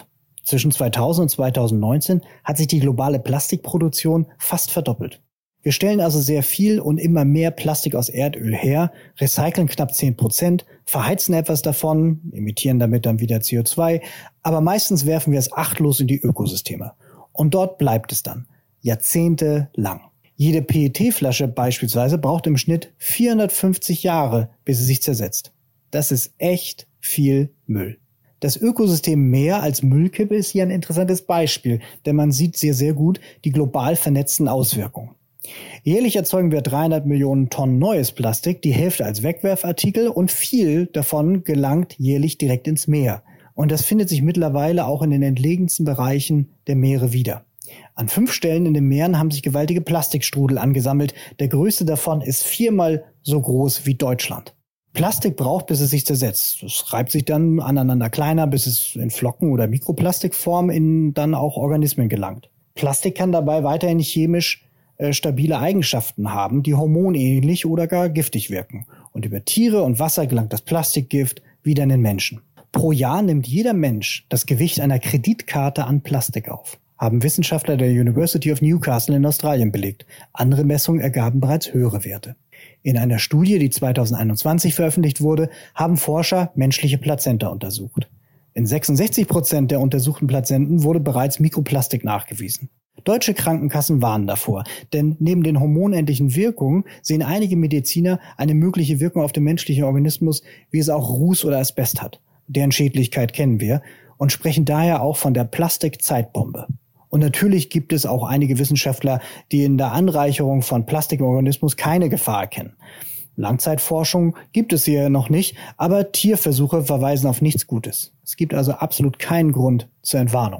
Zwischen zweitausend und zweitausendneunzehn hat sich die globale Plastikproduktion fast verdoppelt. Wir stellen also sehr viel und immer mehr Plastik aus Erdöl her, recyceln knapp zehn Prozent, verheizen etwas davon, emittieren damit dann wieder C O zwei, aber meistens werfen wir es achtlos in die Ökosysteme. Und dort bleibt es dann, jahrzehntelang. Jede P E T-Flasche beispielsweise braucht im Schnitt vierhundertfünfzig Jahre, bis sie sich zersetzt. Das ist echt viel Müll. Das Ökosystem Meer als Müllkippe ist hier ein interessantes Beispiel, denn man sieht sehr, sehr gut die global vernetzten Auswirkungen. Jährlich erzeugen wir dreihundert Millionen Tonnen neues Plastik, die Hälfte als Wegwerfartikel und viel davon gelangt jährlich direkt ins Meer. Und das findet sich mittlerweile auch in den entlegensten Bereichen der Meere wieder. An fünf Stellen in den Meeren haben sich gewaltige Plastikstrudel angesammelt. Der größte davon ist viermal so groß wie Deutschland. Plastik braucht, bis es sich zersetzt. Es reibt sich dann aneinander kleiner, bis es in Flocken- oder Mikroplastikform in dann auch Organismen gelangt. Plastik kann dabei weiterhin chemisch äh, stabile Eigenschaften haben, die hormonähnlich oder gar giftig wirken. Und über Tiere und Wasser gelangt das Plastikgift wieder in den Menschen. Pro Jahr nimmt jeder Mensch das Gewicht einer Kreditkarte an Plastik auf, haben Wissenschaftler der University of Newcastle in Australien belegt. Andere Messungen ergaben bereits höhere Werte. In einer Studie, die zweitausendeinundzwanzig veröffentlicht wurde, haben Forscher menschliche Plazenta untersucht. In sechsundsechzig Prozent der untersuchten Plazenten wurde bereits Mikroplastik nachgewiesen. Deutsche Krankenkassen warnen davor, denn neben den hormonähnlichen Wirkungen sehen einige Mediziner eine mögliche Wirkung auf den menschlichen Organismus, wie es auch Ruß oder Asbest hat. Deren Schädlichkeit kennen wir und sprechen daher auch von der Plastikzeitbombe. Und natürlich gibt es auch einige Wissenschaftler, die in der Anreicherung von Plastik im Organismus keine Gefahr erkennen. Langzeitforschung gibt es hier noch nicht, aber Tierversuche verweisen auf nichts Gutes. Es gibt also absolut keinen Grund zur Entwarnung.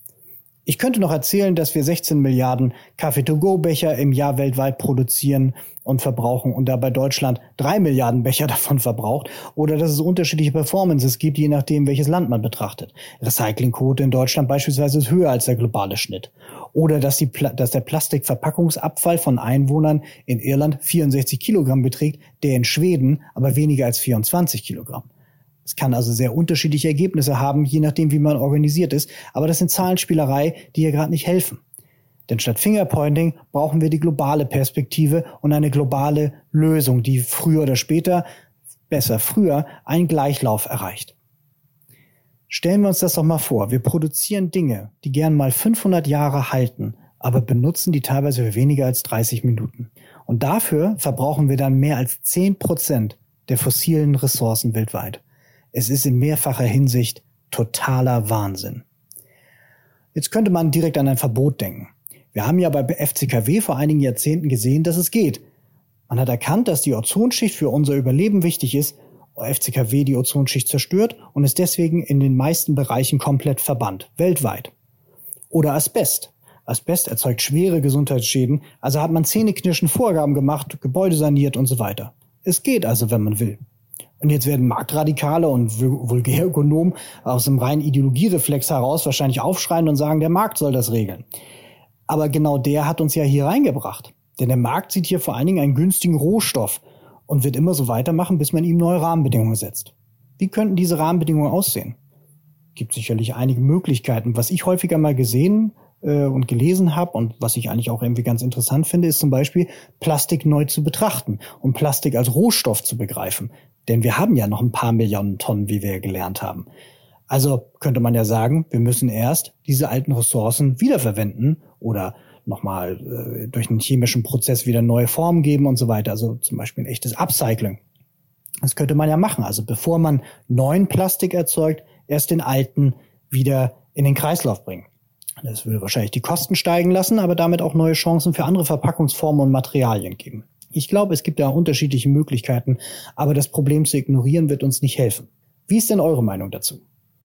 Ich könnte noch erzählen, dass wir sechzehn Milliarden Kaffee-to-go-Becher im Jahr weltweit produzieren und verbrauchen und dabei Deutschland drei Milliarden Becher davon verbraucht, oder dass es unterschiedliche Performances gibt, je nachdem, welches Land man betrachtet. Recyclingquote in Deutschland beispielsweise ist höher als der globale Schnitt. Oder dass, die, dass der Plastikverpackungsabfall von Einwohnern in Irland vierundsechzig Kilogramm beträgt, der in Schweden aber weniger als vierundzwanzig Kilogramm. Es kann also sehr unterschiedliche Ergebnisse haben, je nachdem, wie man organisiert ist. Aber das sind Zahlenspielerei, die hier gerade nicht helfen. Denn statt Fingerpointing brauchen wir die globale Perspektive und eine globale Lösung, die früher oder später, besser früher, einen Gleichlauf erreicht. Stellen wir uns das doch mal vor. Wir produzieren Dinge, die gern mal fünfhundert Jahre halten, aber benutzen die teilweise für weniger als dreißig Minuten. Und dafür verbrauchen wir dann mehr als zehn Prozent der fossilen Ressourcen weltweit. Es ist in mehrfacher Hinsicht totaler Wahnsinn. Jetzt könnte man direkt an ein Verbot denken. Wir haben ja bei F C K W vor einigen Jahrzehnten gesehen, dass es geht. Man hat erkannt, dass die Ozonschicht für unser Überleben wichtig ist, F C K W die Ozonschicht zerstört und ist deswegen in den meisten Bereichen komplett verbannt, weltweit. Oder Asbest. Asbest erzeugt schwere Gesundheitsschäden, also hat man zähneknirschend Vorgaben gemacht, Gebäude saniert und so weiter. Es geht also, wenn man will. Und jetzt werden Marktradikale und Vulgärökonomen aus dem reinen Ideologiereflex heraus wahrscheinlich aufschreien und sagen, der Markt soll das regeln. Aber genau der hat uns ja hier reingebracht. Denn der Markt sieht hier vor allen Dingen einen günstigen Rohstoff und wird immer so weitermachen, bis man ihm neue Rahmenbedingungen setzt. Wie könnten diese Rahmenbedingungen aussehen? Gibt sicherlich einige Möglichkeiten. Was ich häufiger mal gesehen äh, und gelesen habe und was ich eigentlich auch irgendwie ganz interessant finde, ist zum Beispiel Plastik neu zu betrachten und Plastik als Rohstoff zu begreifen. Denn wir haben ja noch ein paar Millionen Tonnen, wie wir ja gelernt haben. Also könnte man ja sagen, wir müssen erst diese alten Ressourcen wiederverwenden oder nochmal äh, durch einen chemischen Prozess wieder neue Formen geben und so weiter. Also zum Beispiel ein echtes Upcycling. Das könnte man ja machen. Also bevor man neuen Plastik erzeugt, erst den alten wieder in den Kreislauf bringen. Das würde wahrscheinlich die Kosten steigen lassen, aber damit auch neue Chancen für andere Verpackungsformen und Materialien geben. Ich glaube, es gibt da unterschiedliche Möglichkeiten, aber das Problem zu ignorieren wird uns nicht helfen. Wie ist denn eure Meinung dazu?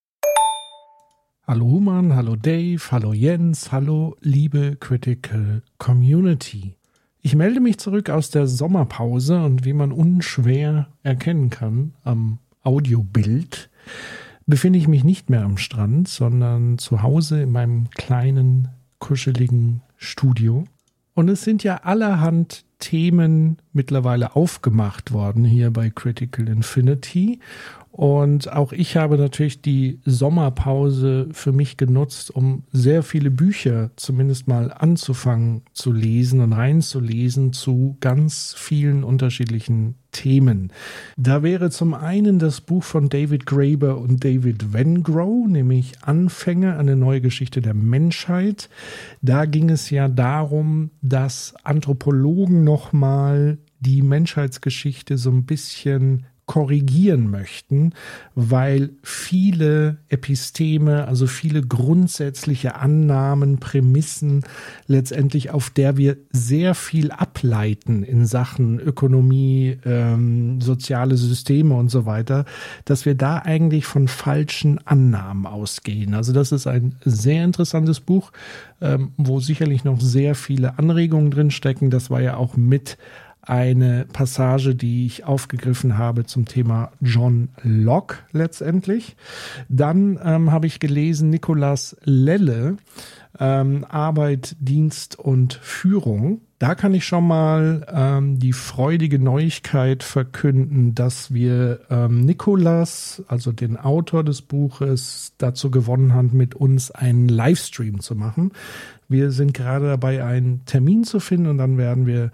Hallo Human, hallo Dave, hallo Jens, hallo liebe Critical Community. Ich melde mich zurück aus der Sommerpause und wie man unschwer erkennen kann am Audiobild, befinde ich mich nicht mehr am Strand, sondern zu Hause in meinem kleinen, kuscheligen Studio. Und es sind ja allerhand Themen mittlerweile aufgemacht worden hier bei Critical Infinity. Und auch ich habe natürlich die Sommerpause für mich genutzt, um sehr viele Bücher zumindest mal anzufangen zu lesen und reinzulesen zu ganz vielen unterschiedlichen Themen. Da wäre zum einen das Buch von David Graeber und David Wengrow, nämlich Anfänge, eine neue Geschichte der Menschheit. Da ging es ja darum, dass Anthropologen nochmal die Menschheitsgeschichte so ein bisschen korrigieren möchten, weil viele Episteme, also viele grundsätzliche Annahmen, Prämissen letztendlich, auf der wir sehr viel ableiten in Sachen Ökonomie, ähm, soziale Systeme und so weiter, dass wir da eigentlich von falschen Annahmen ausgehen. Also das ist ein sehr interessantes Buch, ähm, wo sicherlich noch sehr viele Anregungen drin stecken. Das war ja auch mit eine Passage, die ich aufgegriffen habe zum Thema John Locke letztendlich. Dann ähm, habe ich gelesen Nicolas Lelle, ähm, Arbeit, Dienst und Führung. Da kann ich schon mal ähm, die freudige Neuigkeit verkünden, dass wir ähm, Nicolas, also den Autor des Buches, dazu gewonnen haben, mit uns einen Livestream zu machen. Wir sind gerade dabei, einen Termin zu finden, und dann werden wir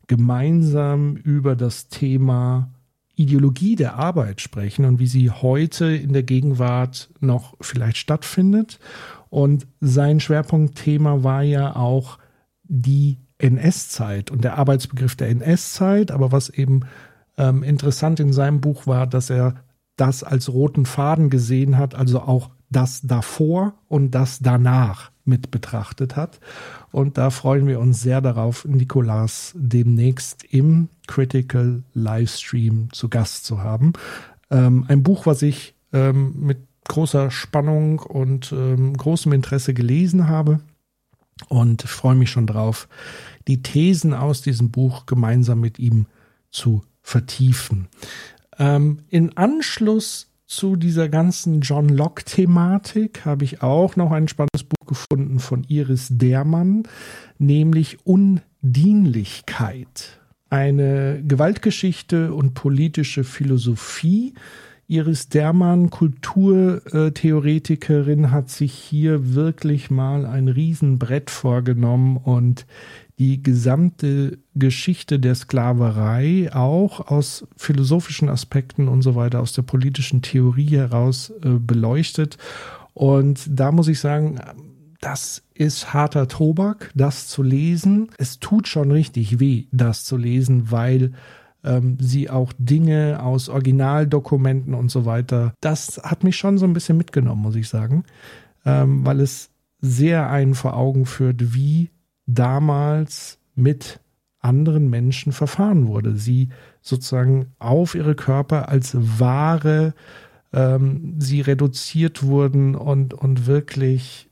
gemeinsam über das Thema Ideologie der Arbeit sprechen und wie sie heute in der Gegenwart noch vielleicht stattfindet. Und sein Schwerpunktthema war ja auch die N S-Zeit und der Arbeitsbegriff der N S-Zeit. Aber was eben ähm, interessant in seinem Buch war, dass er das als roten Faden gesehen hat, also auch das davor und das danach mit betrachtet hat. Und da freuen wir uns sehr darauf, Nicolas demnächst im Critical Livestream zu Gast zu haben. Ähm, ein Buch, was ich ähm, mit großer Spannung und ähm, großem Interesse gelesen habe, und freue mich schon drauf, die Thesen aus diesem Buch gemeinsam mit ihm zu vertiefen. Ähm, in Anschluss zu dieser ganzen John Locke-Thematik habe ich auch noch ein spannendes Buch gefunden von Iris Dermann, nämlich Undienlichkeit. Eine Gewaltgeschichte und politische Philosophie. Iris Dermann, Kulturtheoretikerin, hat sich hier wirklich mal ein Riesenbrett vorgenommen und die gesamte Geschichte der Sklaverei auch aus philosophischen Aspekten und so weiter, aus der politischen Theorie heraus äh, beleuchtet. Und da muss ich sagen, das ist harter Tobak, das zu lesen. Es tut schon richtig weh, das zu lesen, weil ähm, sie auch Dinge aus Originaldokumenten und so weiter, das hat mich schon so ein bisschen mitgenommen, muss ich sagen, ähm, weil es sehr einen vor Augen führt, wie damals mit anderen Menschen verfahren wurde. Sie sozusagen auf ihre Körper als Ware, ähm, sie reduziert wurden und, und wirklich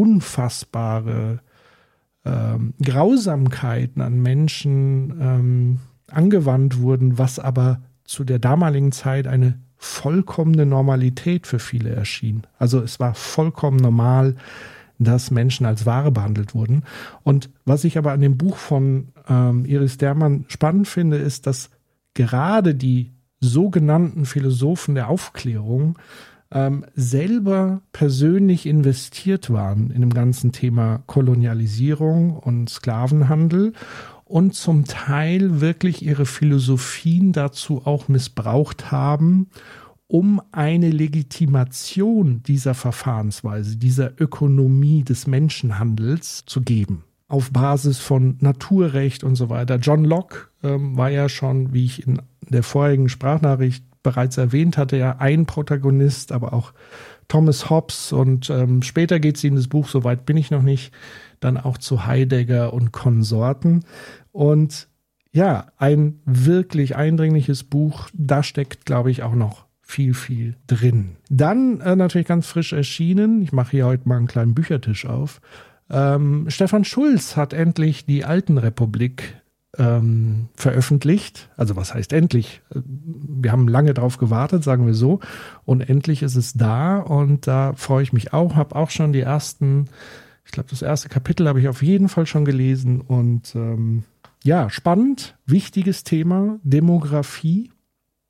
unfassbare ähm, Grausamkeiten an Menschen ähm, angewandt wurden, was aber zu der damaligen Zeit eine vollkommene Normalität für viele erschien. Also es war vollkommen normal, dass Menschen als Ware behandelt wurden. Und was ich aber an dem Buch von ähm, Iris Dermann spannend finde, ist, dass gerade die sogenannten Philosophen der Aufklärung ähm, selber persönlich investiert waren in dem ganzen Thema Kolonialisierung und Sklavenhandel und zum Teil wirklich ihre Philosophien dazu auch missbraucht haben, um eine Legitimation dieser Verfahrensweise, dieser Ökonomie des Menschenhandels zu geben. Auf Basis von Naturrecht und so weiter. John Locke ähm, war ja schon, wie ich in der vorherigen Sprachnachricht bereits erwähnt hatte, ja ein Protagonist, aber auch Thomas Hobbes, und ähm, später geht es in das Buch, soweit bin ich noch nicht, dann auch zu Heidegger und Konsorten. Und ja, ein wirklich eindringliches Buch, da steckt, glaube ich, auch noch viel, viel drin. Dann äh, natürlich ganz frisch erschienen, ich mache hier heute mal einen kleinen Büchertisch auf, ähm, Stefan Schulz hat endlich die Altenrepublik ähm, veröffentlicht. Also was heißt endlich? Wir haben lange drauf gewartet, sagen wir so. Und endlich ist es da, und da freue ich mich auch. Habe auch schon die ersten, ich glaube das erste Kapitel habe ich auf jeden Fall schon gelesen. Und ähm, ja, spannend, wichtiges Thema, Demografie.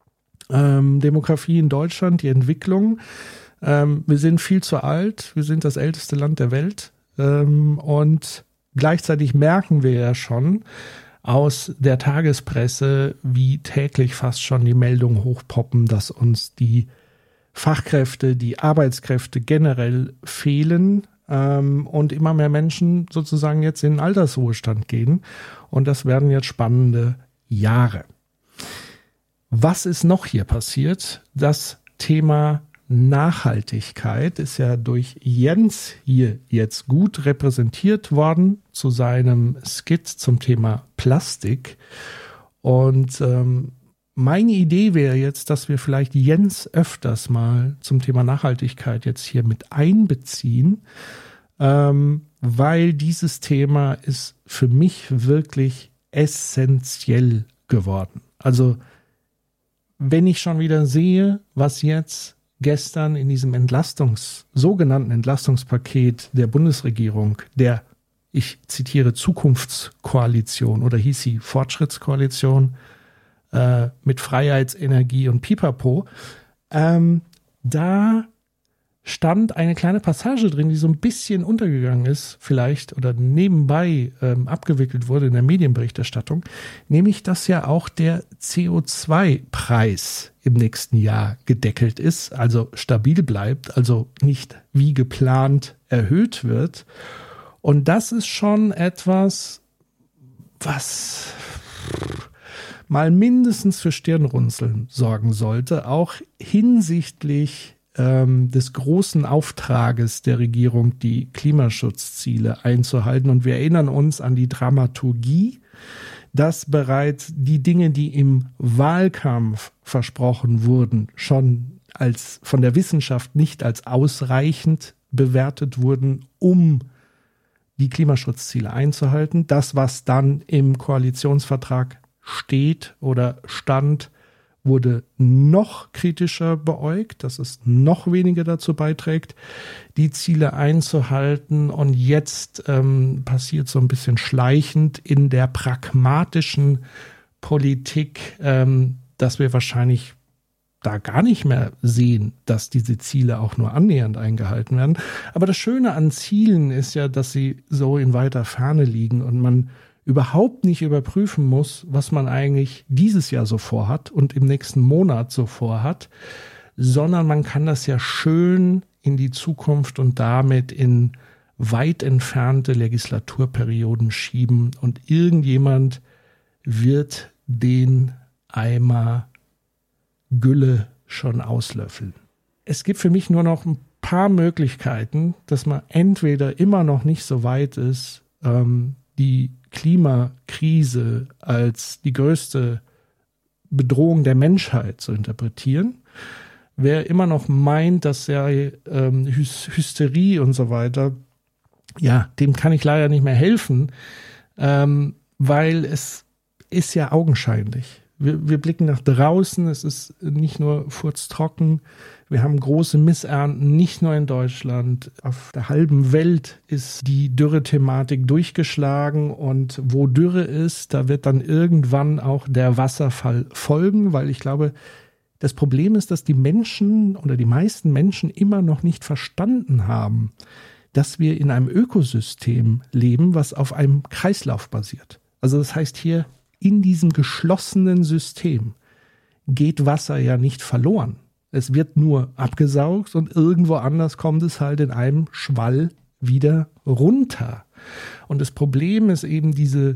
Ähm, Demografie in Deutschland, die Entwicklung. Ähm, wir sind viel zu alt, wir sind das älteste Land der Welt ähm, und gleichzeitig merken wir ja schon aus der Tagespresse, wie täglich fast schon die Meldungen hochpoppen, dass uns die Fachkräfte, die Arbeitskräfte generell fehlen ähm, und immer mehr Menschen sozusagen jetzt in den Altersruhestand gehen. Und das werden jetzt spannende Jahre. Was ist noch hier passiert? Das Thema Nachhaltigkeit ist ja durch Jens hier jetzt gut repräsentiert worden zu seinem Skit zum Thema Plastik. Und ähm, meine Idee wäre jetzt, dass wir vielleicht Jens öfters mal zum Thema Nachhaltigkeit jetzt hier mit einbeziehen, ähm, weil dieses Thema ist für mich wirklich essentiell geworden. Also wenn ich schon wieder sehe, was jetzt gestern in diesem Entlastungs, sogenannten Entlastungspaket der Bundesregierung, der, ich zitiere, Zukunftskoalition oder hieß sie Fortschrittskoalition äh, mit Freiheitsenergie und Pipapo, ähm, da stand eine kleine Passage drin, die so ein bisschen untergegangen ist, vielleicht, oder nebenbei ähm, abgewickelt wurde in der Medienberichterstattung, nämlich, dass ja auch der C O zwei Preis im nächsten Jahr gedeckelt ist, also stabil bleibt, also nicht wie geplant erhöht wird. Und das ist schon etwas, was mal mindestens für Stirnrunzeln sorgen sollte, auch hinsichtlich des großen Auftrages der Regierung, die Klimaschutzziele einzuhalten. Und wir erinnern uns an die Dramaturgie, dass bereits die Dinge, die im Wahlkampf versprochen wurden, schon als von der Wissenschaft nicht als ausreichend bewertet wurden, um die Klimaschutzziele einzuhalten. Das, was dann im Koalitionsvertrag steht oder stand, wurde noch kritischer beäugt, dass es noch weniger dazu beiträgt, die Ziele einzuhalten. Und jetzt ähm, passiert so ein bisschen schleichend in der pragmatischen Politik, ähm, dass wir wahrscheinlich da gar nicht mehr sehen, dass diese Ziele auch nur annähernd eingehalten werden. Aber das Schöne an Zielen ist ja, dass sie so in weiter Ferne liegen und man überhaupt nicht überprüfen muss, was man eigentlich dieses Jahr so vorhat und im nächsten Monat so vorhat, sondern man kann das ja schön in die Zukunft und damit in weit entfernte Legislaturperioden schieben und irgendjemand wird den Eimer Gülle schon auslöffeln. Es gibt für mich nur noch ein paar Möglichkeiten, dass man entweder immer noch nicht so weit ist, ähm, die Klimakrise als die größte Bedrohung der Menschheit zu interpretieren. Wer immer noch meint, dass ja ähm, Hysterie und so weiter, ja, dem kann ich leider nicht mehr helfen, ähm, weil es ist ja augenscheinlich. Wir, wir blicken nach draußen, es ist nicht nur furztrocken, wir haben große Missernten, nicht nur in Deutschland. Auf der halben Welt ist die Dürre-Thematik durchgeschlagen und wo Dürre ist, da wird dann irgendwann auch der Wasserfall folgen, weil ich glaube, das Problem ist, dass die Menschen oder die meisten Menschen immer noch nicht verstanden haben, dass wir in einem Ökosystem leben, was auf einem Kreislauf basiert. Also das heißt hier, in diesem geschlossenen System geht Wasser ja nicht verloren. Es wird nur abgesaugt und irgendwo anders kommt es halt in einem Schwall wieder runter. Und das Problem ist eben diese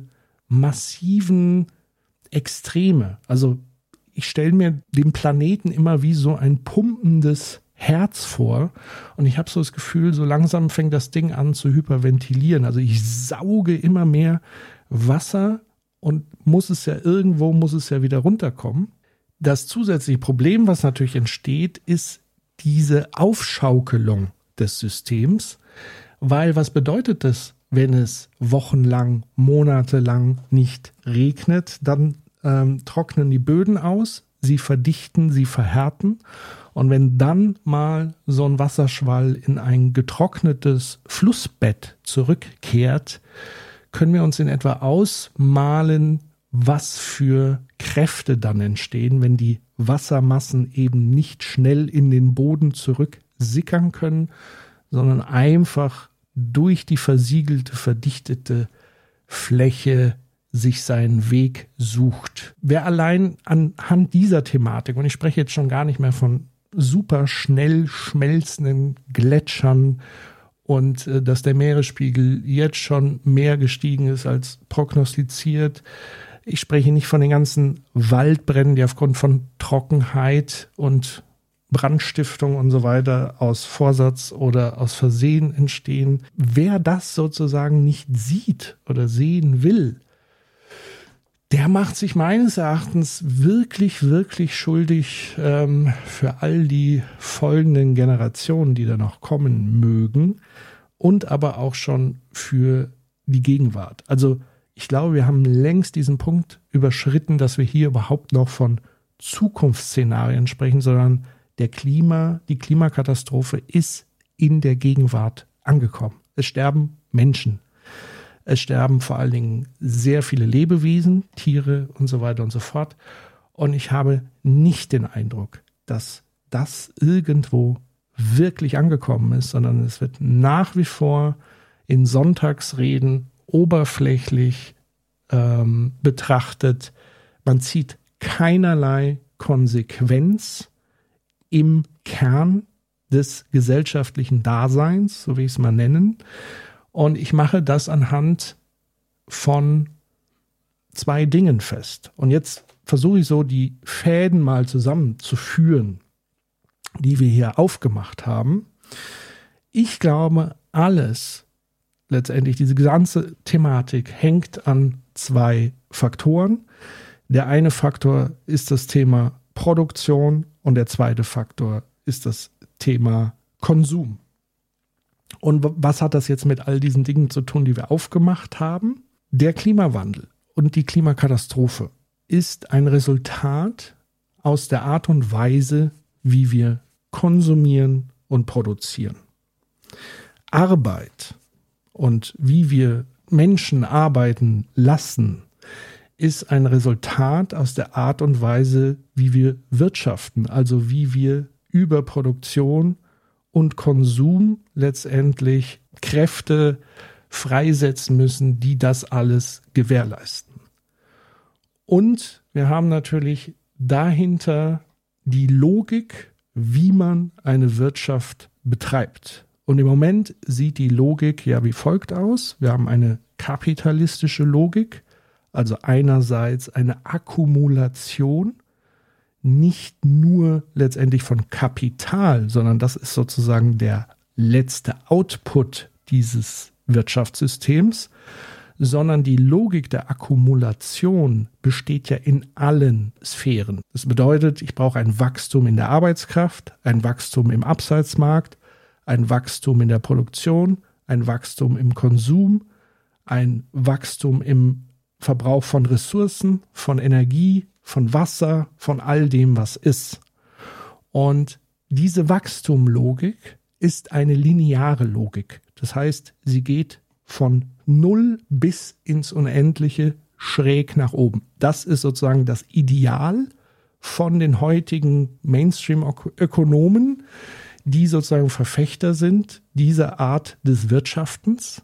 massiven Extreme. Also ich stelle mir den Planeten immer wie so ein pumpendes Herz vor und ich habe so das Gefühl, so langsam fängt das Ding an zu hyperventilieren. Also ich sauge immer mehr Wasser und muss es ja irgendwo, muss es ja wieder runterkommen. Das zusätzliche Problem, was natürlich entsteht, ist diese Aufschaukelung des Systems, weil was bedeutet das, wenn es wochenlang, monatelang nicht regnet? Dann ähm, trocknen die Böden aus, sie verdichten, sie verhärten und wenn dann mal so ein Wasserschwall in ein getrocknetes Flussbett zurückkehrt, können wir uns in etwa ausmalen, was für Kräfte dann entstehen, wenn die Wassermassen eben nicht schnell in den Boden zurücksickern können, sondern einfach durch die versiegelte, verdichtete Fläche sich seinen Weg sucht. Wer allein anhand dieser Thematik, und ich spreche jetzt schon gar nicht mehr von super schnell schmelzenden Gletschern und äh, dass der Meeresspiegel jetzt schon mehr gestiegen ist als prognostiziert. Ich spreche nicht von den ganzen Waldbränden, die aufgrund von Trockenheit und Brandstiftung und so weiter aus Vorsatz oder aus Versehen entstehen. Wer das sozusagen nicht sieht oder sehen will, der macht sich meines Erachtens wirklich, wirklich schuldig ähm, für all die folgenden Generationen, die da noch kommen mögen und aber auch schon für die Gegenwart. Also ich glaube, wir haben längst diesen Punkt überschritten, dass wir hier überhaupt noch von Zukunftsszenarien sprechen, sondern der Klima, die Klimakatastrophe ist in der Gegenwart angekommen. Es sterben Menschen. Es sterben vor allen Dingen sehr viele Lebewesen, Tiere und so weiter und so fort. Und ich habe nicht den Eindruck, dass das irgendwo wirklich angekommen ist, sondern es wird nach wie vor in Sonntagsreden oberflächlich ähm, betrachtet. Man zieht keinerlei Konsequenz im Kern des gesellschaftlichen Daseins, so will ich es mal nennen. Und ich mache das anhand von zwei Dingen fest. Und jetzt versuche ich so die Fäden mal zusammenzuführen, die wir hier aufgemacht haben. Ich glaube, alles, letztendlich diese ganze Thematik hängt an zwei Faktoren. Der eine Faktor ist das Thema Produktion und der zweite Faktor ist das Thema Konsum. Und was hat das jetzt mit all diesen Dingen zu tun, die wir aufgemacht haben? Der Klimawandel und die Klimakatastrophe ist ein Resultat aus der Art und Weise, wie wir konsumieren und produzieren. Arbeit und wie wir Menschen arbeiten lassen, ist ein Resultat aus der Art und Weise, wie wir wirtschaften, also wie wir über Produktion und Konsum letztendlich Kräfte freisetzen müssen, die das alles gewährleisten. Und wir haben natürlich dahinter die Logik, wie man eine Wirtschaft betreibt. Und im Moment sieht die Logik ja wie folgt aus. Wir haben eine kapitalistische Logik, also einerseits eine Akkumulation, nicht nur letztendlich von Kapital, sondern das ist sozusagen der letzte Output dieses Wirtschaftssystems, sondern die Logik der Akkumulation besteht ja in allen Sphären. Das bedeutet, ich brauche ein Wachstum in der Arbeitskraft, ein Wachstum im Absatzmarkt, ein Wachstum in der Produktion, ein Wachstum im Konsum, ein Wachstum im Verbrauch von Ressourcen, von Energie, von Wasser, von all dem, was ist. Und diese Wachstumlogik ist eine lineare Logik. Das heißt, sie geht von null bis ins Unendliche schräg nach oben. Das ist sozusagen das Ideal von den heutigen Mainstream-Ökonomen, die sozusagen Verfechter sind dieser Art des Wirtschaftens.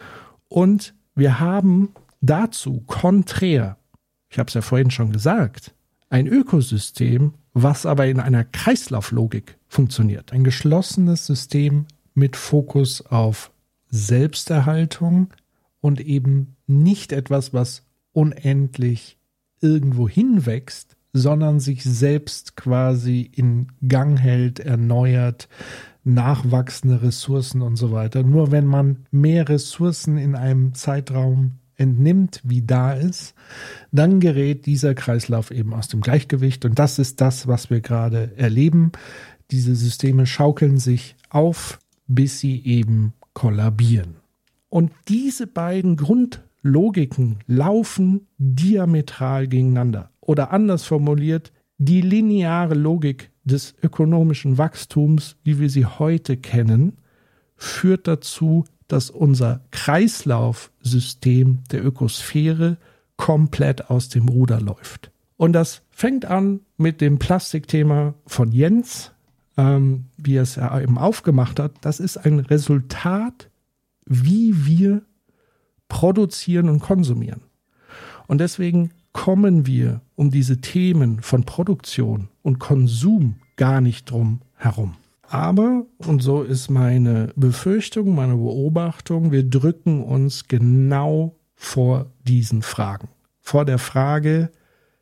Und wir haben dazu konträr, ich habe es ja vorhin schon gesagt, ein Ökosystem, was aber in einer Kreislauflogik funktioniert. Ein geschlossenes System mit Fokus auf Selbsterhaltung und eben nicht etwas, was unendlich irgendwo hinwächst, sondern sich selbst quasi in Gang hält, erneuert, nachwachsende Ressourcen und so weiter. Nur wenn man mehr Ressourcen in einem Zeitraum entnimmt, wie da ist, dann gerät dieser Kreislauf eben aus dem Gleichgewicht. Und das ist das, was wir gerade erleben. Diese Systeme schaukeln sich auf, bis sie eben kollabieren. Und diese beiden Grundlogiken laufen diametral gegeneinander. Oder anders formuliert, die lineare Logik des ökonomischen Wachstums, wie wir sie heute kennen, führt dazu, dass unser Kreislaufsystem der Ökosphäre komplett aus dem Ruder läuft. Und das fängt an mit dem Plastikthema von Jens, ähm, wie er es ja eben aufgemacht hat. Das ist ein Resultat, wie wir produzieren und konsumieren. Und deswegen kommen wir um diese Themen von Produktion und Konsum gar nicht drum herum. Aber, und so ist meine Befürchtung, meine Beobachtung, wir drücken uns genau vor diesen Fragen. Vor der Frage,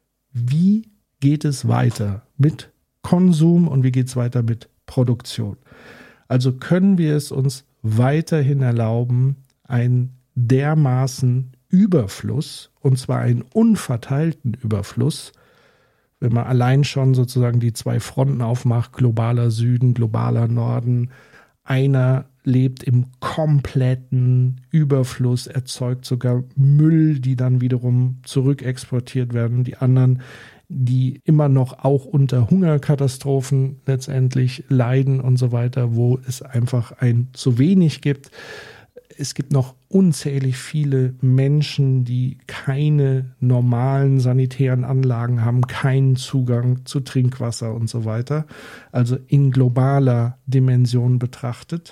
wie geht es weiter mit Konsum und wie geht es weiter mit Produktion? Also können wir es uns weiterhin erlauben, einen dermaßen Überfluss, und zwar einen unverteilten Überfluss, wenn man allein schon sozusagen die zwei Fronten aufmacht, globaler Süden, globaler Norden, einer lebt im kompletten Überfluss, erzeugt sogar Müll, die dann wiederum zurückexportiert werden, die anderen, die immer noch auch unter Hungerkatastrophen letztendlich leiden und so weiter, wo es einfach ein zu wenig gibt. Es gibt noch unzählig viele Menschen, die keine normalen sanitären Anlagen haben, keinen Zugang zu Trinkwasser und so weiter. Also in globaler Dimension betrachtet.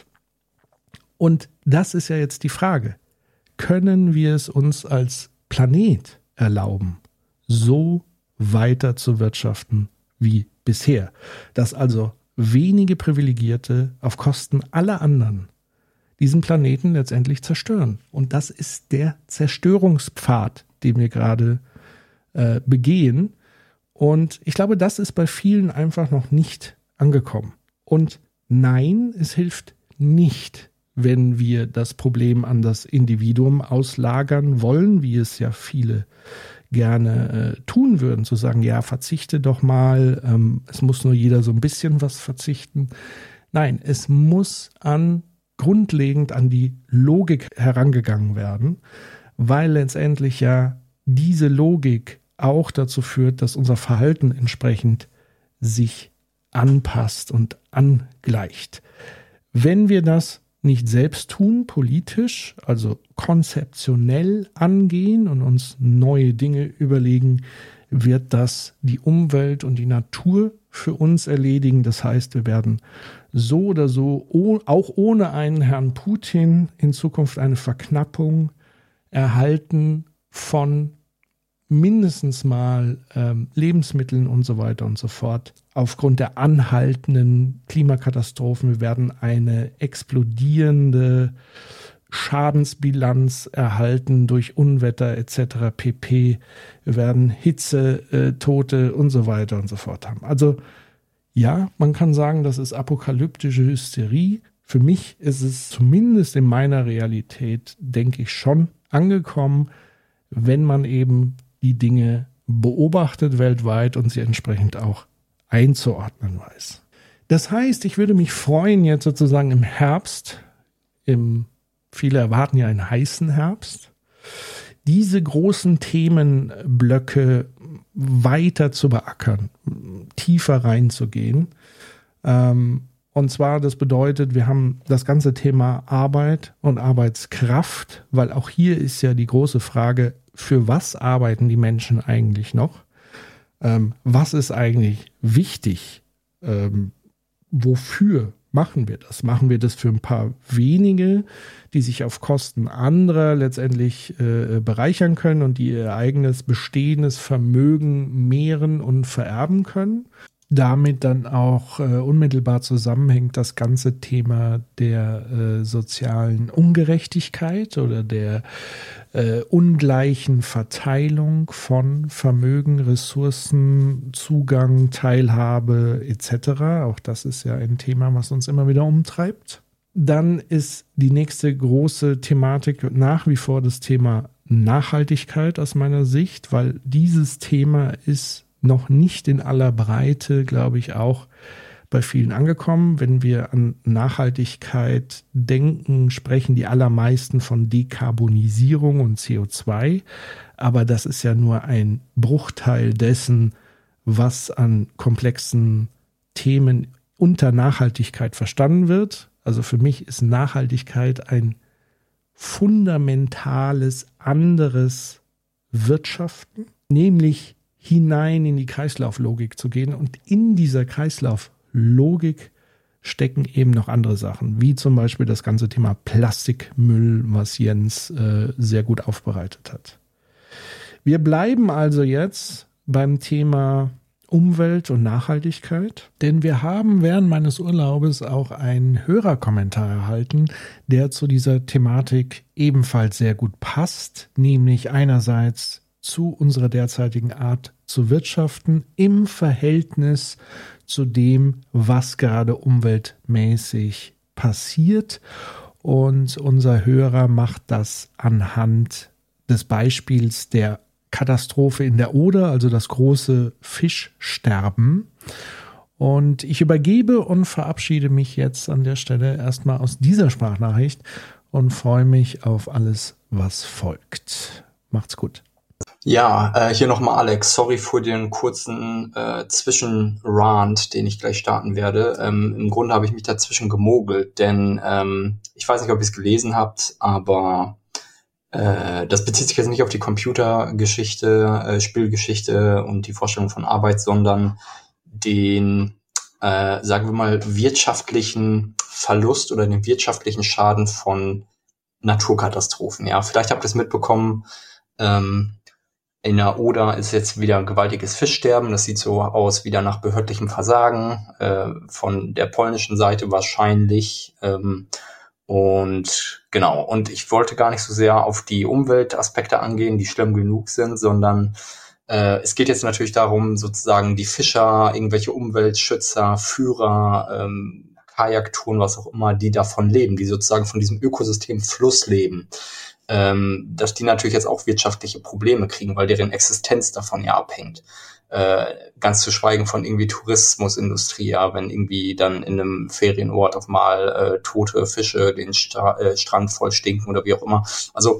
Und das ist ja jetzt die Frage. Können wir es uns als Planet erlauben, so weiter zu wirtschaften wie bisher? Dass also wenige Privilegierte auf Kosten aller anderen diesen Planeten letztendlich zerstören. Und das ist der Zerstörungspfad, den wir gerade äh, begehen. Und ich glaube, das ist bei vielen einfach noch nicht angekommen. Und nein, es hilft nicht, wenn wir das Problem an das Individuum auslagern wollen, wie es ja viele gerne äh, tun würden, zu sagen, ja, verzichte doch mal, ähm, es muss nur jeder so ein bisschen was verzichten. Nein, es muss an grundlegend an die Logik herangegangen werden, weil letztendlich ja diese Logik auch dazu führt, dass unser Verhalten entsprechend sich anpasst und angleicht. Wenn wir das nicht selbst tun, politisch, also konzeptionell angehen und uns neue Dinge überlegen, wird das die Umwelt und die Natur für uns erledigen. Das heißt, wir werden so oder so, oh, auch ohne einen Herrn Putin, in Zukunft eine Verknappung erhalten von mindestens mal ähm, Lebensmitteln und so weiter und so fort. Aufgrund der anhaltenden Klimakatastrophen, wir werden eine explodierende Schadensbilanz erhalten durch Unwetter et cetera pp. Wir werden Hitze, äh, Tote und so weiter und so fort haben. Also ja, man kann sagen, das ist apokalyptische Hysterie. Für mich ist es zumindest in meiner Realität, denke ich, schon angekommen, wenn man eben die Dinge beobachtet weltweit und sie entsprechend auch einzuordnen weiß. Das heißt, ich würde mich freuen, jetzt sozusagen im Herbst, im, viele erwarten ja einen heißen Herbst, diese großen Themenblöcke weiter zu beackern, tiefer reinzugehen. Ähm, und zwar, das bedeutet, wir haben das ganze Thema Arbeit und Arbeitskraft, weil auch hier ist ja die große Frage, für was arbeiten die Menschen eigentlich noch? Ähm, was ist eigentlich wichtig? Ähm, wofür machen wir das? Machen wir das für ein paar wenige, die sich auf Kosten anderer letztendlich äh, bereichern können und die ihr eigenes bestehendes Vermögen mehren und vererben können? Damit dann auch äh, unmittelbar zusammenhängt das ganze Thema der äh, sozialen Ungerechtigkeit oder der äh, ungleichen Verteilung von Vermögen, Ressourcen, Zugang, Teilhabe et cetera. Auch das ist ja ein Thema, was uns immer wieder umtreibt. Dann ist die nächste große Thematik nach wie vor das Thema Nachhaltigkeit aus meiner Sicht, weil dieses Thema ist noch nicht in aller Breite, glaube ich, auch bei vielen angekommen. Wenn wir an Nachhaltigkeit denken, sprechen die allermeisten von Dekarbonisierung und C O zwei. Aber das ist ja nur ein Bruchteil dessen, was an komplexen Themen unter Nachhaltigkeit verstanden wird. Also für mich ist Nachhaltigkeit ein fundamentales, anderes wirtschaften, nämlich hinein in die Kreislauflogik zu gehen. Und in dieser Kreislauflogik stecken eben noch andere Sachen, wie zum Beispiel das ganze Thema Plastikmüll, was Jens äh, sehr gut aufbereitet hat. Wir bleiben also jetzt beim Thema Umwelt und Nachhaltigkeit, denn wir haben während meines Urlaubes auch einen Hörerkommentar erhalten, der zu dieser Thematik ebenfalls sehr gut passt, nämlich einerseits zu unserer derzeitigen Art zu wirtschaften im Verhältnis zu dem, was gerade umweltmäßig passiert. Und unser Hörer macht das anhand des Beispiels der Katastrophe in der Oder, also das große Fischsterben. Und ich übergebe und verabschiede mich jetzt an der Stelle erstmal aus dieser Sprachnachricht und freue mich auf alles, was folgt. Macht's gut. Ja, äh, hier nochmal Alex. Sorry für den kurzen äh, Zwischenrant, den ich gleich starten werde. Ähm, Im Grunde habe ich mich dazwischen gemogelt, denn ähm, ich weiß nicht, ob ihr es gelesen habt, aber äh, das bezieht sich jetzt nicht auf die Computergeschichte, äh, Spielgeschichte und die Vorstellung von Arbeit, sondern den, äh, sagen wir mal, wirtschaftlichen Verlust oder den wirtschaftlichen Schaden von Naturkatastrophen. Ja, vielleicht habt ihr es mitbekommen, ähm, in der Oder ist jetzt wieder ein gewaltiges Fischsterben. Das sieht so aus wieder nach behördlichem Versagen äh, von der polnischen Seite wahrscheinlich. Ähm, und genau, und ich wollte gar nicht so sehr auf die Umweltaspekte angehen, die schlimm genug sind, sondern äh, es geht jetzt natürlich darum, sozusagen die Fischer, irgendwelche Umweltschützer, Führer, ähm, Kajaktouren, was auch immer, die davon leben, die sozusagen von diesem Ökosystem Fluss leben. Ähm, dass die natürlich jetzt auch wirtschaftliche Probleme kriegen, weil deren Existenz davon ja abhängt. Äh, ganz zu schweigen von irgendwie Tourismusindustrie, ja, wenn irgendwie dann in einem Ferienort auf mal äh, tote Fische den Stra- äh, Strand voll stinken oder wie auch immer. Also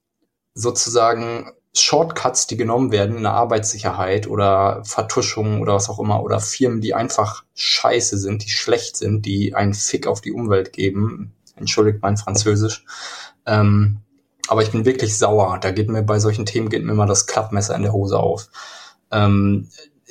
sozusagen Shortcuts, die genommen werden in der Arbeitssicherheit oder Vertuschungen oder was auch immer oder Firmen, die einfach scheiße sind, die schlecht sind, die einen Fick auf die Umwelt geben. Entschuldigt mein Französisch. Ähm, Aber ich bin wirklich sauer. Da geht mir bei solchen Themen geht mir immer das Klappmesser in der Hose auf. Ähm,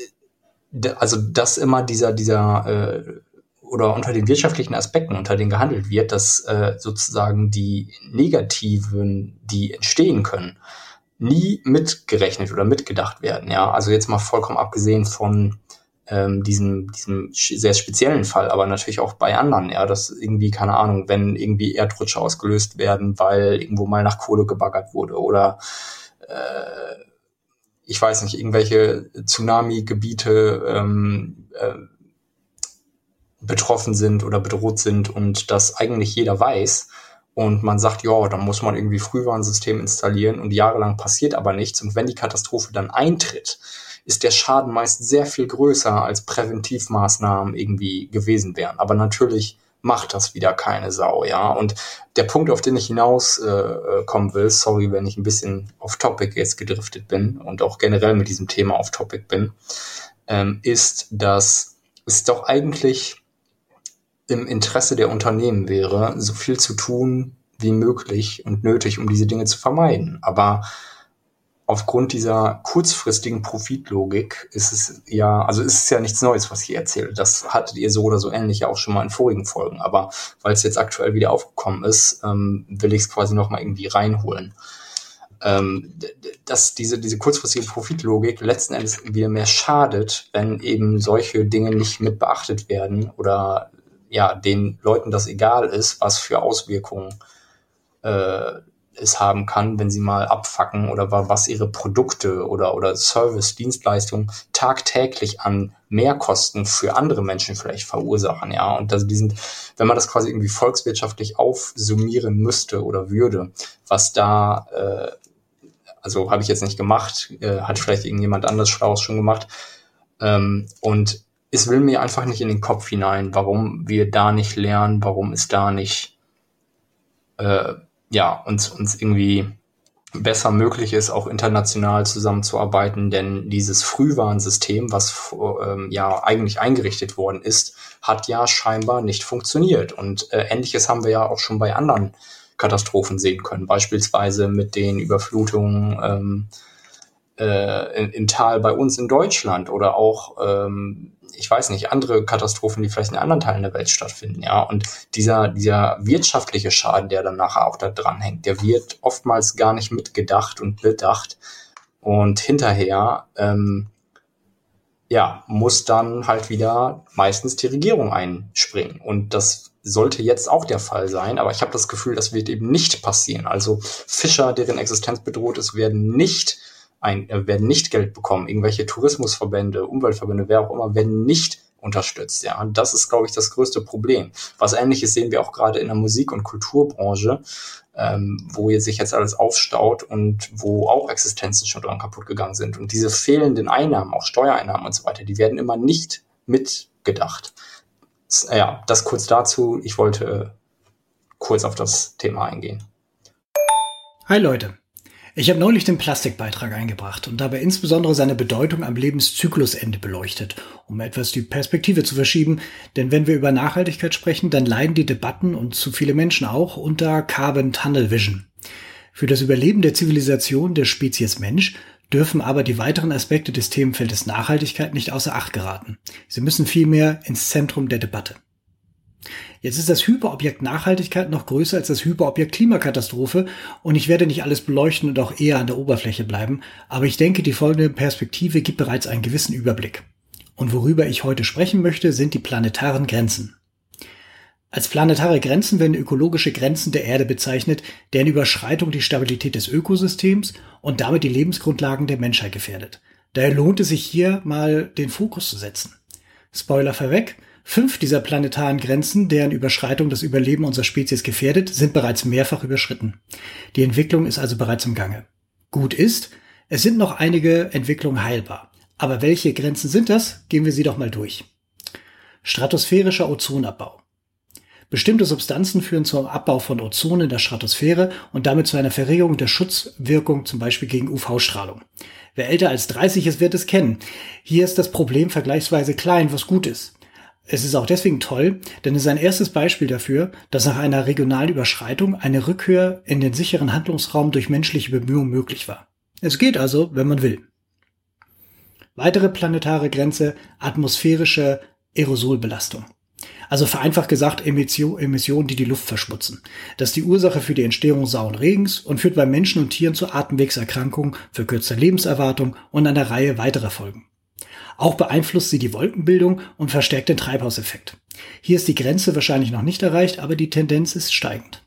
d- also dass immer dieser dieser äh, oder unter den wirtschaftlichen Aspekten, unter denen gehandelt wird, dass äh, sozusagen die negativen, die entstehen können, nie mitgerechnet oder mitgedacht werden. Ja, also jetzt mal vollkommen abgesehen von ähm, diesem diesem sehr speziellen Fall, aber natürlich auch bei anderen, ja, dass irgendwie, keine Ahnung, wenn irgendwie Erdrutsche ausgelöst werden, weil irgendwo mal nach Kohle gebaggert wurde oder äh, ich weiß nicht, irgendwelche Tsunami-Gebiete ähm, äh, betroffen sind oder bedroht sind und das eigentlich jeder weiß und man sagt, ja, dann muss man irgendwie Frühwarnsystem installieren und jahrelang passiert aber nichts und wenn die Katastrophe dann eintritt, ist der Schaden meist sehr viel größer, als Präventivmaßnahmen irgendwie gewesen wären. Aber natürlich macht das wieder keine Sau, ja. Und der Punkt, auf den ich hinaus äh, kommen will, sorry, wenn ich ein bisschen off-topic jetzt gedriftet bin und auch generell mit diesem Thema off-topic bin, ähm, ist, dass es doch eigentlich im Interesse der Unternehmen wäre, so viel zu tun wie möglich und nötig, um diese Dinge zu vermeiden. Aber aufgrund dieser kurzfristigen Profitlogik ist es ja, also ist es ja nichts Neues, was ich erzähle. Das hattet ihr so oder so ähnlich ja auch schon mal in vorigen Folgen. Aber weil es jetzt aktuell wieder aufgekommen ist, ähm, will ich es quasi noch mal irgendwie reinholen. Ähm, dass diese, diese kurzfristige Profitlogik letzten Endes wieder mehr schadet, wenn eben solche Dinge nicht mit beachtet werden oder ja, den Leuten das egal ist, was für Auswirkungen äh, es haben kann, wenn sie mal abfacken oder was ihre Produkte oder oder Service, Dienstleistungen tagtäglich an Mehrkosten für andere Menschen vielleicht verursachen, ja. Und also die sind, wenn man das quasi irgendwie volkswirtschaftlich aufsummieren müsste oder würde, was da, äh, also habe ich jetzt nicht gemacht, äh, hat vielleicht irgendjemand anderes Schlaues schon gemacht, ähm, und es will mir einfach nicht in den Kopf hinein, warum wir da nicht lernen, warum es da nicht äh, ja, uns, uns irgendwie besser möglich ist, auch international zusammenzuarbeiten, denn dieses Frühwarnsystem, was ähm, ja eigentlich eingerichtet worden ist, hat ja scheinbar nicht funktioniert. Und äh, Ähnliches haben wir ja auch schon bei anderen Katastrophen sehen können, beispielsweise mit den Überflutungen ähm, äh, in, in Tal bei uns in Deutschland oder auch, ähm, ich weiß nicht, andere Katastrophen, die vielleicht in anderen Teilen der Welt stattfinden, ja. Und dieser, dieser wirtschaftliche Schaden, der dann nachher auch da dran hängt, der wird oftmals gar nicht mitgedacht und bedacht. Und hinterher, ähm, ja, muss dann halt wieder meistens die Regierung einspringen. Und das sollte jetzt auch der Fall sein, aber ich habe das Gefühl, das wird eben nicht passieren. Also Fischer, deren Existenz bedroht ist, werden nicht ein, äh, werden nicht Geld bekommen. Irgendwelche Tourismusverbände, Umweltverbände, wer auch immer, werden nicht unterstützt. Ja, und das ist, glaube ich, das größte Problem. Was Ähnliches sehen wir auch gerade in der Musik- und Kulturbranche, ähm, wo jetzt sich jetzt alles aufstaut und wo auch Existenzen schon dran kaputt gegangen sind. Und diese fehlenden Einnahmen, auch Steuereinnahmen und so weiter, die werden immer nicht mitgedacht. Ja, das kurz dazu. Ich wollte äh, kurz auf das Thema eingehen. Hi Leute. Ich habe neulich den Plastikbeitrag eingebracht und dabei insbesondere seine Bedeutung am Lebenszyklusende beleuchtet, um etwas die Perspektive zu verschieben. Denn wenn wir über Nachhaltigkeit sprechen, dann leiden die Debatten und zu viele Menschen auch unter Carbon Tunnel Vision. Für das Überleben der Zivilisation der Spezies Mensch dürfen aber die weiteren Aspekte des Themenfeldes Nachhaltigkeit nicht außer Acht geraten. Sie müssen vielmehr ins Zentrum der Debatte. Jetzt ist das Hyperobjekt Nachhaltigkeit noch größer als das Hyperobjekt Klimakatastrophe und ich werde nicht alles beleuchten und auch eher an der Oberfläche bleiben, aber ich denke, die folgende Perspektive gibt bereits einen gewissen Überblick. Und worüber ich heute sprechen möchte, sind die planetaren Grenzen. Als planetare Grenzen werden ökologische Grenzen der Erde bezeichnet, deren Überschreitung die Stabilität des Ökosystems und damit die Lebensgrundlagen der Menschheit gefährdet. Daher lohnt es sich hier mal den Fokus zu setzen. Spoiler vorweg, fünf dieser planetaren Grenzen, deren Überschreitung das Überleben unserer Spezies gefährdet, sind bereits mehrfach überschritten. Die Entwicklung ist also bereits im Gange. Gut ist, es sind noch einige Entwicklungen heilbar. Aber welche Grenzen sind das? Gehen wir sie doch mal durch. Stratosphärischer Ozonabbau. Bestimmte Substanzen führen zum Abbau von Ozon in der Stratosphäre und damit zu einer Verringerung der Schutzwirkung, zum Beispiel gegen U V-Strahlung. Wer älter als dreißig ist, wird es kennen. Hier ist das Problem vergleichsweise klein, was gut ist. Es ist auch deswegen toll, denn es ist ein erstes Beispiel dafür, dass nach einer regionalen Überschreitung eine Rückkehr in den sicheren Handlungsraum durch menschliche Bemühungen möglich war. Es geht also, wenn man will. Weitere planetare Grenze, atmosphärische Aerosolbelastung. Also vereinfacht gesagt Emissionen, die die Luft verschmutzen. Das ist die Ursache für die Entstehung sauen Regens und führt bei Menschen und Tieren zu Atemwegserkrankungen, verkürzter Lebenserwartung und einer Reihe weiterer Folgen. Auch beeinflusst sie die Wolkenbildung und verstärkt den Treibhauseffekt. Hier ist die Grenze wahrscheinlich noch nicht erreicht, aber die Tendenz ist steigend.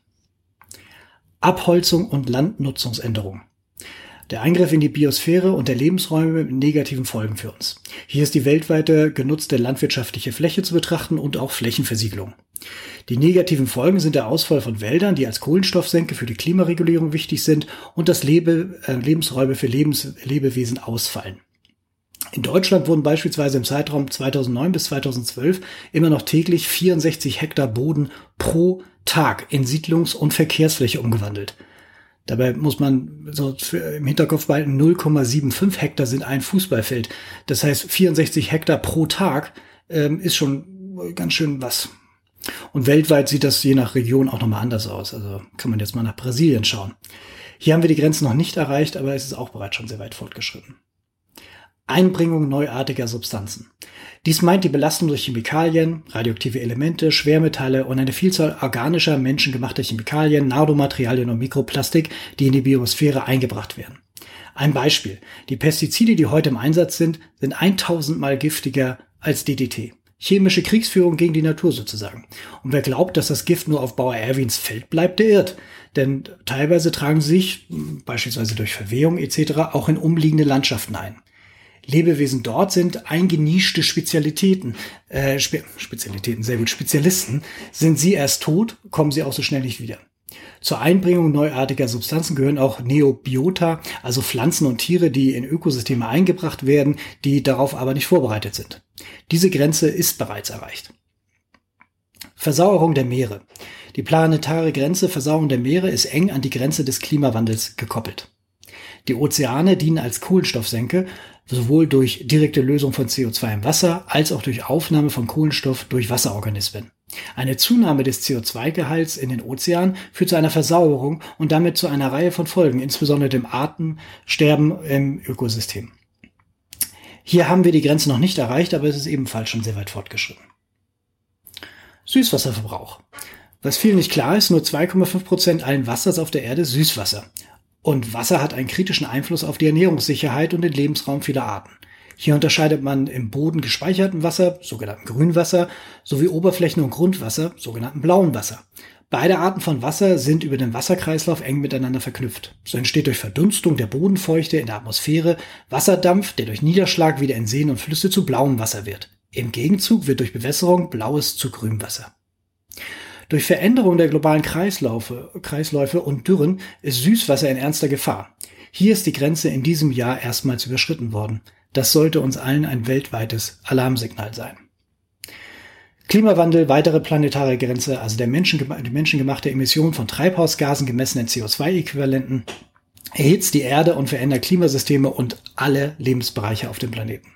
Abholzung und Landnutzungsänderung. Der Eingriff in die Biosphäre und der Lebensräume mit negativen Folgen für uns. Hier ist die weltweite genutzte landwirtschaftliche Fläche zu betrachten und auch Flächenversiegelung. Die negativen Folgen sind der Ausfall von Wäldern, die als Kohlenstoffsenke für die Klimaregulierung wichtig sind und dass Lebe, äh, Lebensräume für Lebens, Lebewesen ausfallen. In Deutschland wurden beispielsweise im Zeitraum zweitausendneun bis zweitausendzwölf immer noch täglich vierundsechzig Hektar Boden pro Tag in Siedlungs- und Verkehrsfläche umgewandelt. Dabei muss man so im Hinterkopf behalten, null Komma fünfundsiebzig Hektar sind ein Fußballfeld. Das heißt, vierundsechzig Hektar pro Tag ähm, ist schon ganz schön was. Und weltweit sieht das je nach Region auch nochmal anders aus. Also kann man jetzt mal nach Brasilien schauen. Hier haben wir die Grenzen noch nicht erreicht, aber es ist auch bereits schon sehr weit fortgeschritten. Einbringung neuartiger Substanzen. Dies meint die Belastung durch Chemikalien, radioaktive Elemente, Schwermetalle und eine Vielzahl organischer, menschengemachter Chemikalien, Nanomaterialien und Mikroplastik, die in die Biosphäre eingebracht werden. Ein Beispiel. Die Pestizide, die heute im Einsatz sind, sind tausendmal giftiger als D D T. Chemische Kriegsführung gegen die Natur sozusagen. Und wer glaubt, dass das Gift nur auf Bauer Erwins Feld bleibt, der irrt. Denn teilweise tragen sie sich, beispielsweise durch Verwehung et cetera, auch in umliegende Landschaften ein. Lebewesen dort sind eingenischte Spezialitäten, äh, Spe- Spezialitäten, sehr gut, Spezialisten. Sind sie erst tot, kommen sie auch so schnell nicht wieder. Zur Einbringung neuartiger Substanzen gehören auch Neobiota, also Pflanzen und Tiere, die in Ökosysteme eingebracht werden, die darauf aber nicht vorbereitet sind. Diese Grenze ist bereits erreicht. Versauerung der Meere. Die planetare Grenze Versauerung der Meere ist eng an die Grenze des Klimawandels gekoppelt. Die Ozeane dienen als Kohlenstoffsenke, sowohl durch direkte Lösung von C O zwei im Wasser als auch durch Aufnahme von Kohlenstoff durch Wasserorganismen. Eine Zunahme des C O zwei Gehalts in den Ozeanen führt zu einer Versauerung und damit zu einer Reihe von Folgen, insbesondere dem Artensterben im Ökosystem. Hier haben wir die Grenze noch nicht erreicht, aber es ist ebenfalls schon sehr weit fortgeschritten. Süßwasserverbrauch. Was vielen nicht klar ist, nur zwei Komma fünf Prozent allen Wassers auf der Erde ist Süßwasser. Und Wasser hat einen kritischen Einfluss auf die Ernährungssicherheit und den Lebensraum vieler Arten. Hier unterscheidet man im Boden gespeicherten Wasser, sogenannten Grünwasser, sowie Oberflächen- und Grundwasser, sogenannten blauen Wasser. Beide Arten von Wasser sind über den Wasserkreislauf eng miteinander verknüpft. So entsteht durch Verdunstung der Bodenfeuchte in der Atmosphäre Wasserdampf, der durch Niederschlag wieder in Seen und Flüsse zu blauem Wasser wird. Im Gegenzug wird durch Bewässerung blaues zu Grünwasser. Durch Veränderung der globalen Kreisläufe, Kreisläufe und Dürren ist Süßwasser in ernster Gefahr. Hier ist die Grenze in diesem Jahr erstmals überschritten worden. Das sollte uns allen ein weltweites Alarmsignal sein. Klimawandel, weitere planetare Grenze, also der menschengema- die menschengemachte Emission von Treibhausgasen gemessen in C O zwei Äquivalenten, erhitzt die Erde und verändert Klimasysteme und alle Lebensbereiche auf dem Planeten.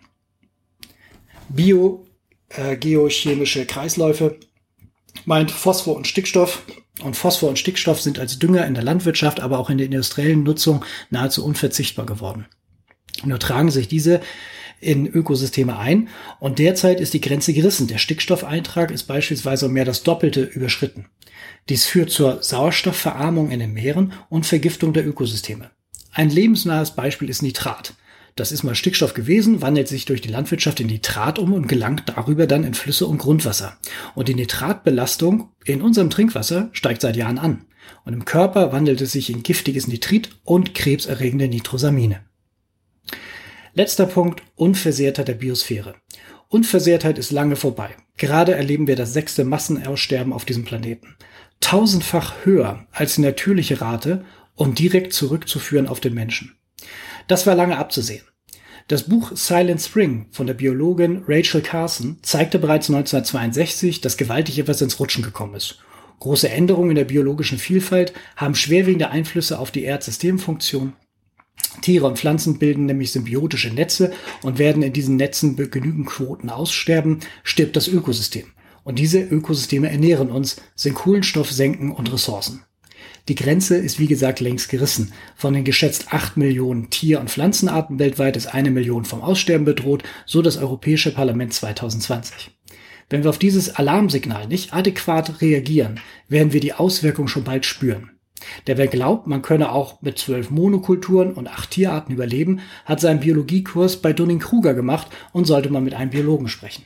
Bio, äh, geochemische Kreisläufe meint Phosphor und Stickstoff. Und Phosphor und Stickstoff sind als Dünger in der Landwirtschaft, aber auch in der industriellen Nutzung nahezu unverzichtbar geworden. Nur tragen sich diese in Ökosysteme ein und derzeit ist die Grenze gerissen. Der Stickstoffeintrag ist beispielsweise um mehr das Doppelte überschritten. Dies führt zur Sauerstoffverarmung in den Meeren und Vergiftung der Ökosysteme. Ein lebensnahes Beispiel ist Nitrat. Das ist mal Stickstoff gewesen, wandelt sich durch die Landwirtschaft in Nitrat um und gelangt darüber dann in Flüsse und Grundwasser. Und die Nitratbelastung in unserem Trinkwasser steigt seit Jahren an. Und im Körper wandelt es sich in giftiges Nitrit und krebserregende Nitrosamine. Letzter Punkt, Unversehrtheit der Biosphäre. Unversehrtheit ist lange vorbei. Gerade erleben wir das sechste Massenaussterben auf diesem Planeten. Tausendfach höher als die natürliche Rate und direkt zurückzuführen auf den Menschen. Das war lange abzusehen. Das Buch Silent Spring von der Biologin Rachel Carson zeigte bereits neunzehnhundertzweiundsechzig, dass gewaltig etwas ins Rutschen gekommen ist. Große Änderungen in der biologischen Vielfalt haben schwerwiegende Einflüsse auf die Erdsystemfunktion. Tiere und Pflanzen bilden nämlich symbiotische Netze und werden in diesen Netzen genügend Quoten aussterben, stirbt das Ökosystem. Und diese Ökosysteme ernähren uns, sind Kohlenstoffsenken und Ressourcen. Die Grenze ist wie gesagt längst gerissen. Von den geschätzt acht Millionen Tier- und Pflanzenarten weltweit ist eine Million vom Aussterben bedroht, so das Europäische Parlament zweitausendzwanzig. Wenn wir auf dieses Alarmsignal nicht adäquat reagieren, werden wir die Auswirkungen schon bald spüren. Der wer glaubt, man könne auch mit zwölf Monokulturen und acht Tierarten überleben, hat seinen Biologiekurs bei Dunning-Kruger gemacht und sollte mal mit einem Biologen sprechen.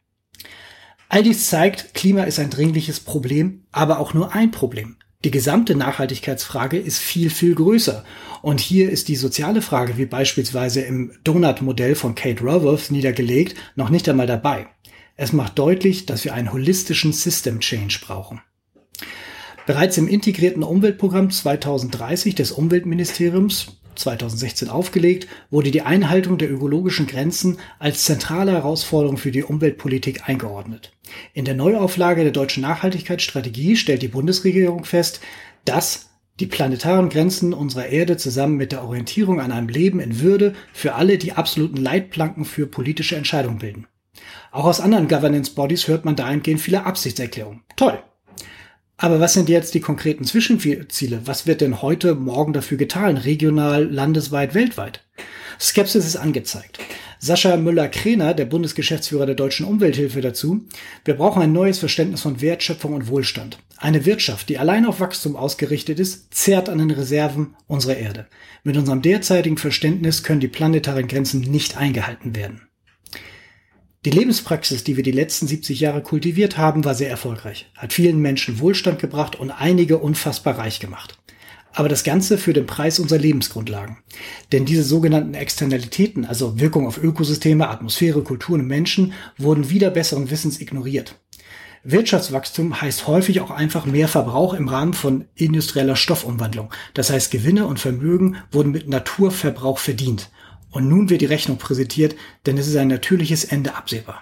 All dies zeigt, Klima ist ein dringliches Problem, aber auch nur ein Problem. Die gesamte Nachhaltigkeitsfrage ist viel, viel größer. Und hier ist die soziale Frage, wie beispielsweise im Donut-Modell von Kate Raworth niedergelegt, noch nicht einmal dabei. Es macht deutlich, dass wir einen holistischen System Change brauchen. Bereits im integrierten Umweltprogramm zweitausenddreißig des Umweltministeriums, zweitausendsechzehn aufgelegt, wurde die Einhaltung der ökologischen Grenzen als zentrale Herausforderung für die Umweltpolitik eingeordnet. In der Neuauflage der deutschen Nachhaltigkeitsstrategie stellt die Bundesregierung fest, dass die planetaren Grenzen unserer Erde zusammen mit der Orientierung an einem Leben in Würde für alle die absoluten Leitplanken für politische Entscheidungen bilden. Auch aus anderen Governance Bodies hört man dahingehend viele Absichtserklärungen. Toll! Aber was sind jetzt die konkreten Zwischenziele? Was wird denn heute, morgen dafür getan? Regional, landesweit, weltweit? Skepsis ist angezeigt. Sascha Müller-Kräner, der Bundesgeschäftsführer der Deutschen Umwelthilfe, dazu: Wir brauchen ein neues Verständnis von Wertschöpfung und Wohlstand. Eine Wirtschaft, die allein auf Wachstum ausgerichtet ist, zehrt an den Reserven unserer Erde. Mit unserem derzeitigen Verständnis können die planetaren Grenzen nicht eingehalten werden. Die Lebenspraxis, die wir die letzten siebzig Jahre kultiviert haben, war sehr erfolgreich, hat vielen Menschen Wohlstand gebracht und einige unfassbar reich gemacht. Aber das Ganze für den Preis unserer Lebensgrundlagen. Denn diese sogenannten Externalitäten, also Wirkung auf Ökosysteme, Atmosphäre, Kulturen und Menschen, wurden wider besseren Wissens ignoriert. Wirtschaftswachstum heißt häufig auch einfach mehr Verbrauch im Rahmen von industrieller Stoffumwandlung. Das heißt, Gewinne und Vermögen wurden mit Naturverbrauch verdient. Und nun wird die Rechnung präsentiert, denn es ist ein natürliches Ende absehbar.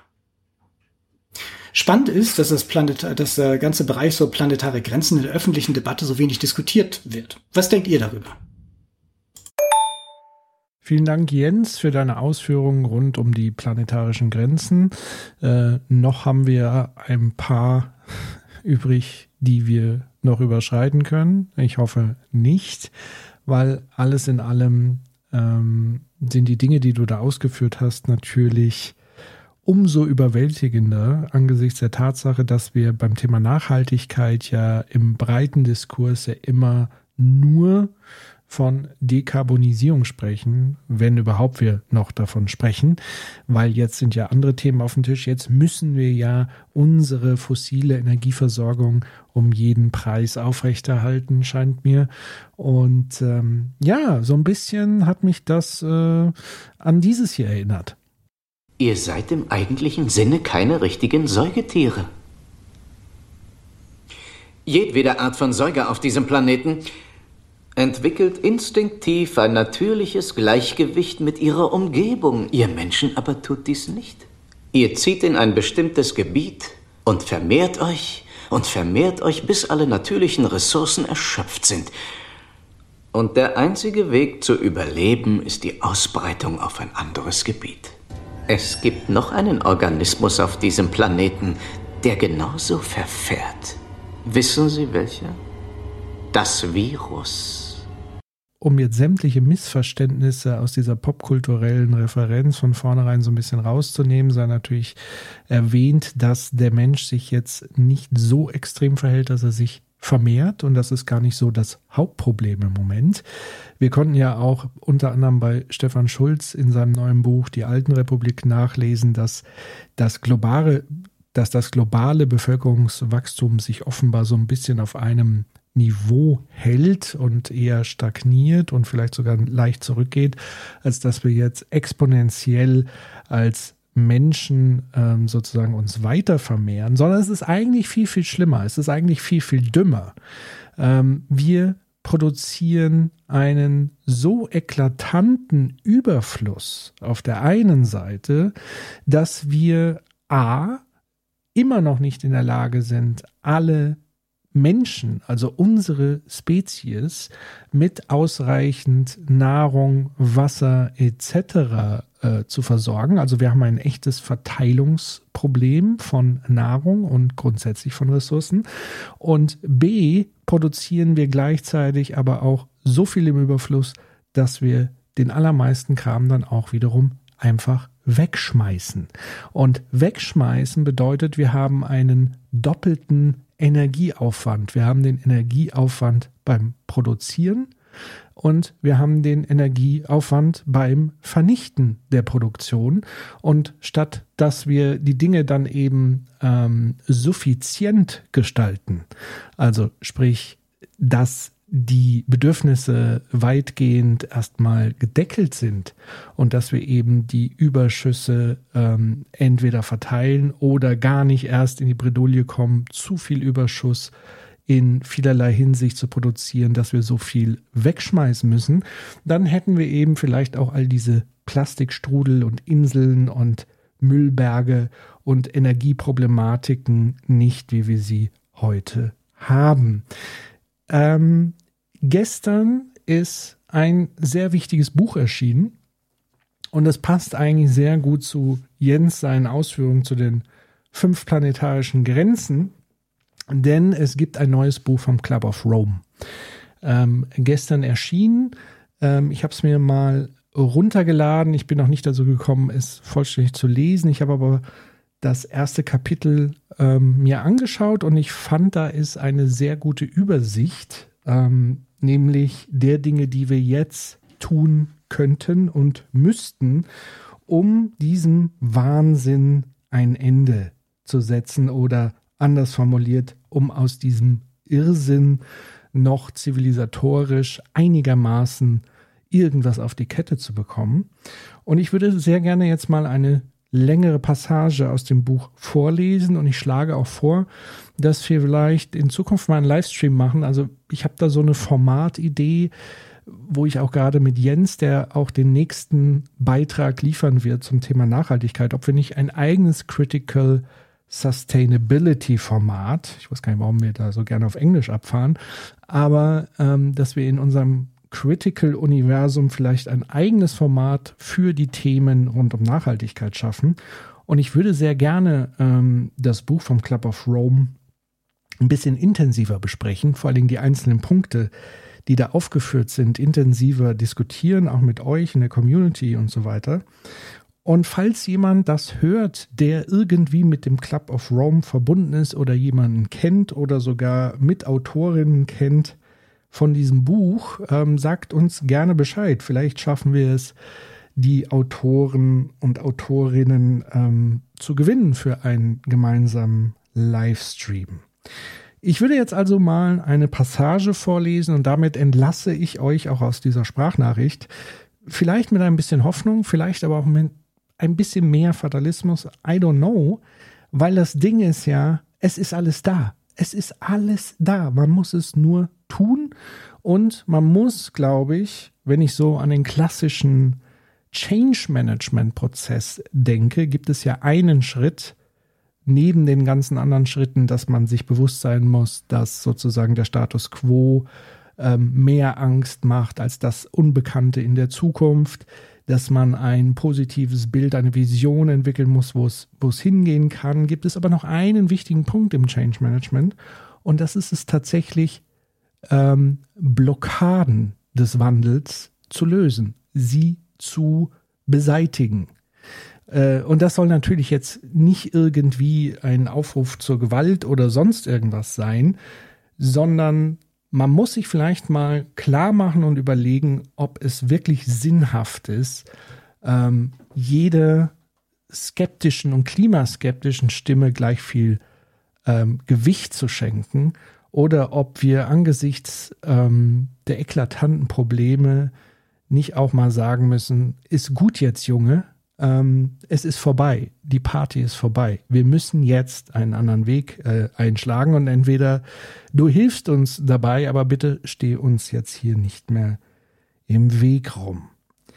Spannend ist, dass das, Planet, dass der ganze Bereich so planetare Grenzen in der öffentlichen Debatte so wenig diskutiert wird. Was denkt ihr darüber? Vielen Dank, Jens, für deine Ausführungen rund um die planetarischen Grenzen. Äh, noch haben wir ein paar übrig, die wir noch überschreiten können. Ich hoffe nicht, weil alles in allem ähm, sind die Dinge, die du da ausgeführt hast, natürlich umso überwältigender angesichts der Tatsache, dass wir beim Thema Nachhaltigkeit ja im breiten Diskurs ja immer nur von Dekarbonisierung sprechen, wenn überhaupt wir noch davon sprechen, weil jetzt sind ja andere Themen auf dem Tisch. Jetzt müssen wir ja unsere fossile Energieversorgung um jeden Preis aufrechterhalten, scheint mir. Und ähm, ja, so ein bisschen hat mich das äh, an dieses hier erinnert. Ihr seid im eigentlichen Sinne keine richtigen Säugetiere. Jedwede Art von Säuger auf diesem Planeten entwickelt instinktiv ein natürliches Gleichgewicht mit ihrer Umgebung. Ihr Menschen aber tut dies nicht. Ihr zieht in ein bestimmtes Gebiet und vermehrt euch und vermehrt euch, bis alle natürlichen Ressourcen erschöpft sind. Und der einzige Weg zu überleben ist die Ausbreitung auf ein anderes Gebiet. Es gibt noch einen Organismus auf diesem Planeten, der genauso verfährt. Wissen Sie welcher? Das Virus. Um jetzt sämtliche Missverständnisse aus dieser popkulturellen Referenz von vornherein so ein bisschen rauszunehmen, sei natürlich erwähnt, dass der Mensch sich jetzt nicht so extrem verhält, dass er sich vermehrt, und das ist gar nicht so das Hauptproblem im Moment. Wir konnten ja auch unter anderem bei Stefan Schulz in seinem neuen Buch Die Altenrepublik nachlesen, dass das globale, dass das globale Bevölkerungswachstum sich offenbar so ein bisschen auf einem Niveau hält und eher stagniert und vielleicht sogar leicht zurückgeht, als dass wir jetzt exponentiell als Menschen ähm, sozusagen uns weiter vermehren, sondern es ist eigentlich viel, viel schlimmer. Es ist eigentlich viel, viel dümmer. Ähm, wir produzieren einen so eklatanten Überfluss auf der einen Seite, dass wir a. immer noch nicht in der Lage sind, alle Menschen, also unsere Spezies, mit ausreichend Nahrung, Wasser et cetera äh, zu versorgen. Also wir haben ein echtes Verteilungsproblem von Nahrung und grundsätzlich von Ressourcen. Und b. produzieren wir gleichzeitig aber auch so viel im Überfluss, dass wir den allermeisten Kram dann auch wiederum einfach wegschmeißen. Und wegschmeißen bedeutet, wir haben einen doppelten Energieaufwand. Wir haben den Energieaufwand beim Produzieren und wir haben den Energieaufwand beim Vernichten der Produktion. Und statt dass wir die Dinge dann eben ähm, suffizient gestalten, also sprich, dass die Bedürfnisse weitgehend erstmal gedeckelt sind und dass wir eben die Überschüsse ähm, entweder verteilen oder gar nicht erst in die Bredouille kommen, zu viel Überschuss in vielerlei Hinsicht zu produzieren, dass wir so viel wegschmeißen müssen, dann hätten wir eben vielleicht auch all diese Plastikstrudel und Inseln und Müllberge und Energieproblematiken nicht, wie wir sie heute haben. Ähm, gestern ist ein sehr wichtiges Buch erschienen und das passt eigentlich sehr gut zu Jens seinen Ausführungen zu den fünf planetarischen Grenzen, denn es gibt ein neues Buch vom Club of Rome. Ähm, gestern erschienen, ähm, ich habe es mir mal runtergeladen, ich bin noch nicht dazu gekommen, es vollständig zu lesen, ich habe aber das erste Kapitel ähm, mir angeschaut und ich fand, da ist eine sehr gute Übersicht, ähm, nämlich der Dinge, die wir jetzt tun könnten und müssten, um diesem Wahnsinn ein Ende zu setzen oder anders formuliert, um aus diesem Irrsinn noch zivilisatorisch einigermaßen irgendwas auf die Kette zu bekommen. Und ich würde sehr gerne jetzt mal eine längere Passage aus dem Buch vorlesen und ich schlage auch vor, dass wir vielleicht in Zukunft mal einen Livestream machen. Also ich habe da so eine Formatidee, wo ich auch gerade mit Jens, der auch den nächsten Beitrag liefern wird zum Thema Nachhaltigkeit, ob wir nicht ein eigenes Critical Sustainability Format, ich weiß gar nicht, warum wir da so gerne auf Englisch abfahren, aber ähm, dass wir in unserem Critical-Universum vielleicht ein eigenes Format für die Themen rund um Nachhaltigkeit schaffen. Und ich würde sehr gerne ähm, das Buch vom Club of Rome ein bisschen intensiver besprechen, vor allen Dingen die einzelnen Punkte, die da aufgeführt sind, intensiver diskutieren, auch mit euch in der Community und so weiter. Und falls jemand das hört, der irgendwie mit dem Club of Rome verbunden ist oder jemanden kennt oder sogar Mitautorinnen kennt von diesem Buch, ähm, sagt uns gerne Bescheid. Vielleicht schaffen wir es, die Autoren und Autorinnen ähm, zu gewinnen für einen gemeinsamen Livestream. Ich würde jetzt also mal eine Passage vorlesen und damit entlasse ich euch auch aus dieser Sprachnachricht. Vielleicht mit ein bisschen Hoffnung, vielleicht aber auch mit ein bisschen mehr Fatalismus. I don't know, weil das Ding ist ja, es ist alles da. Es ist alles da. Man muss es nur tun und man muss, glaube ich, wenn ich so an den klassischen Change-Management-Prozess denke, gibt es ja einen Schritt, neben den ganzen anderen Schritten, dass man sich bewusst sein muss, dass sozusagen der Status quo ähm, mehr Angst macht als das Unbekannte in der Zukunft, dass man ein positives Bild, eine Vision entwickeln muss, wo es, wo es hingehen kann, gibt es aber noch einen wichtigen Punkt im Change Management und das ist es tatsächlich, ähm, Blockaden des Wandels zu lösen, sie zu beseitigen. Und das soll natürlich jetzt nicht irgendwie ein Aufruf zur Gewalt oder sonst irgendwas sein, sondern man muss sich vielleicht mal klar machen und überlegen, ob es wirklich sinnhaft ist, ähm, jede skeptischen und klimaskeptischen Stimme gleich viel ähm, Gewicht zu schenken oder ob wir angesichts ähm, der eklatanten Probleme nicht auch mal sagen müssen, ist gut jetzt, Junge, Ähm, es ist vorbei, die Party ist vorbei. Wir müssen jetzt einen anderen Weg äh, einschlagen und entweder du hilfst uns dabei, aber bitte steh uns jetzt hier nicht mehr im Weg rum.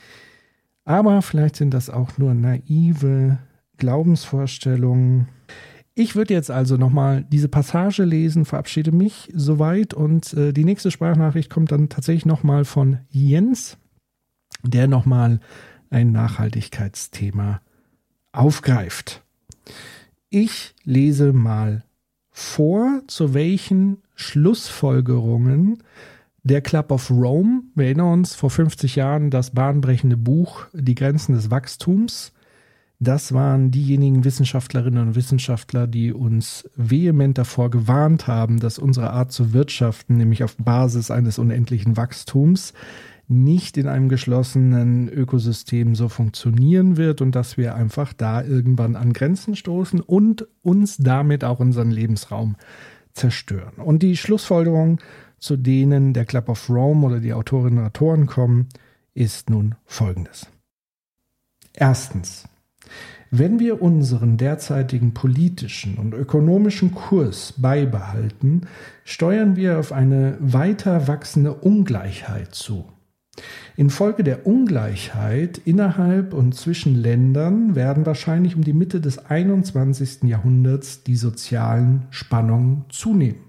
Aber vielleicht sind das auch nur naive Glaubensvorstellungen. Ich würde jetzt also nochmal diese Passage lesen, verabschiede mich soweit und äh, die nächste Sprachnachricht kommt dann tatsächlich nochmal von Jens, der nochmal ein Nachhaltigkeitsthema aufgreift. Ich lese mal vor, zu welchen Schlussfolgerungen der Club of Rome, wir erinnern uns, vor fünfzig Jahren das bahnbrechende Buch Die Grenzen des Wachstums, das waren diejenigen Wissenschaftlerinnen und Wissenschaftler, die uns vehement davor gewarnt haben, dass unsere Art zu wirtschaften, nämlich auf Basis eines unendlichen Wachstums, nicht in einem geschlossenen Ökosystem so funktionieren wird und dass wir einfach da irgendwann an Grenzen stoßen und uns damit auch unseren Lebensraum zerstören. Und die Schlussfolgerung, zu denen der Club of Rome oder die Autorinnen und Autoren kommen, ist nun folgendes. Erstens. Wenn wir unseren derzeitigen politischen und ökonomischen Kurs beibehalten, steuern wir auf eine weiter wachsende Ungleichheit zu. Infolge der Ungleichheit innerhalb und zwischen Ländern werden wahrscheinlich um die Mitte des einundzwanzigsten Jahrhunderts die sozialen Spannungen zunehmen.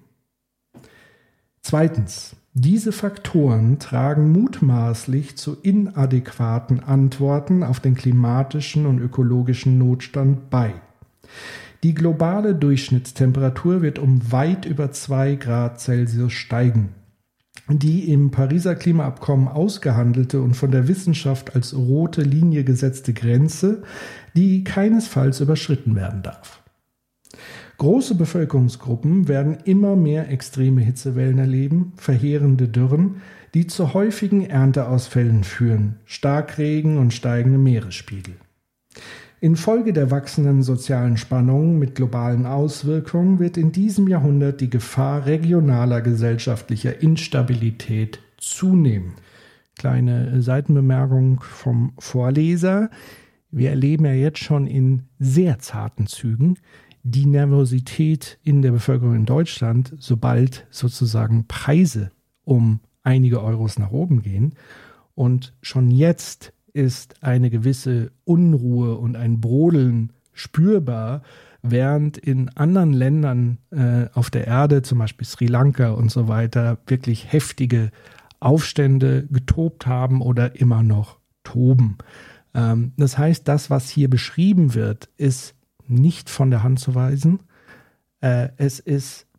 Zweitens. Diese Faktoren tragen mutmaßlich zu inadäquaten Antworten auf den klimatischen und ökologischen Notstand bei. Die globale Durchschnittstemperatur wird um weit über zwei Grad Celsius steigen. Die im Pariser Klimaabkommen ausgehandelte und von der Wissenschaft als rote Linie gesetzte Grenze, die keinesfalls überschritten werden darf. Große Bevölkerungsgruppen werden immer mehr extreme Hitzewellen erleben, verheerende Dürren, die zu häufigen Ernteausfällen führen, Starkregen und steigende Meeresspiegel. Infolge der wachsenden sozialen Spannungen mit globalen Auswirkungen wird in diesem Jahrhundert die Gefahr regionaler gesellschaftlicher Instabilität zunehmen. Kleine Seitenbemerkung vom Vorleser. Wir erleben ja jetzt schon in sehr zarten Zügen die Nervosität in der Bevölkerung in Deutschland, sobald sozusagen Preise um einige Euros nach oben gehen. Und schon jetzt ist eine gewisse Unruhe und ein Brodeln spürbar, während in anderen Ländern äh, auf der Erde, zum Beispiel Sri Lanka und so weiter, wirklich heftige Aufstände getobt haben oder immer noch toben. Ähm, das heißt, das, was hier beschrieben wird, ist nicht von der Hand zu weisen. Äh, es ist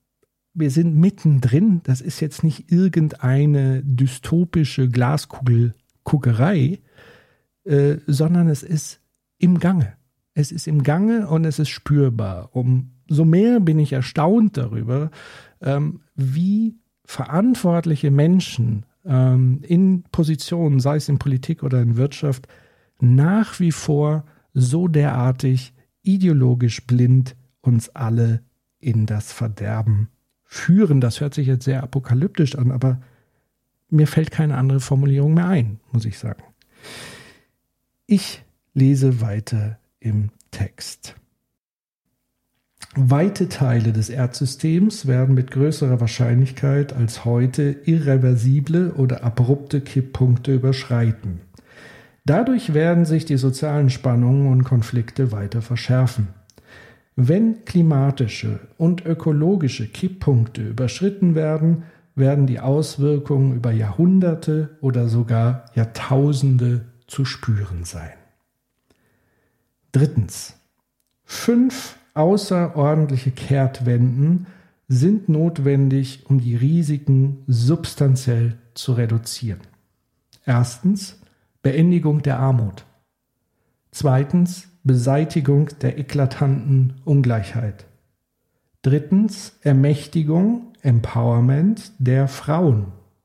wir sind mittendrin. Das ist jetzt nicht irgendeine dystopische Glaskugelguckerei, äh, sondern es ist im Gange. Es ist im Gange und es ist spürbar. Umso mehr bin ich erstaunt darüber, ähm, wie verantwortliche Menschen ähm, in Positionen, sei es in Politik oder in Wirtschaft, nach wie vor so derartig ideologisch blind uns alle in das Verderben führen. Das hört sich jetzt sehr apokalyptisch an, aber mir fällt keine andere Formulierung mehr ein, muss ich sagen. Ich lese weiter im Text. Weite Teile des Erdsystems werden mit größerer Wahrscheinlichkeit als heute irreversible oder abrupte Kipppunkte überschreiten. Dadurch werden sich die sozialen Spannungen und Konflikte weiter verschärfen. Wenn klimatische und ökologische Kipppunkte überschritten werden, werden die Auswirkungen über Jahrhunderte oder sogar Jahrtausende zu spüren sein. Drittens. Fünf außerordentliche Kehrtwenden sind notwendig, um die Risiken substanziell zu reduzieren. Erstens, Beendigung der Armut. Zweitens, Beseitigung der eklatanten Ungleichheit. Drittens, Ermächtigung, Empowerment der Frauen.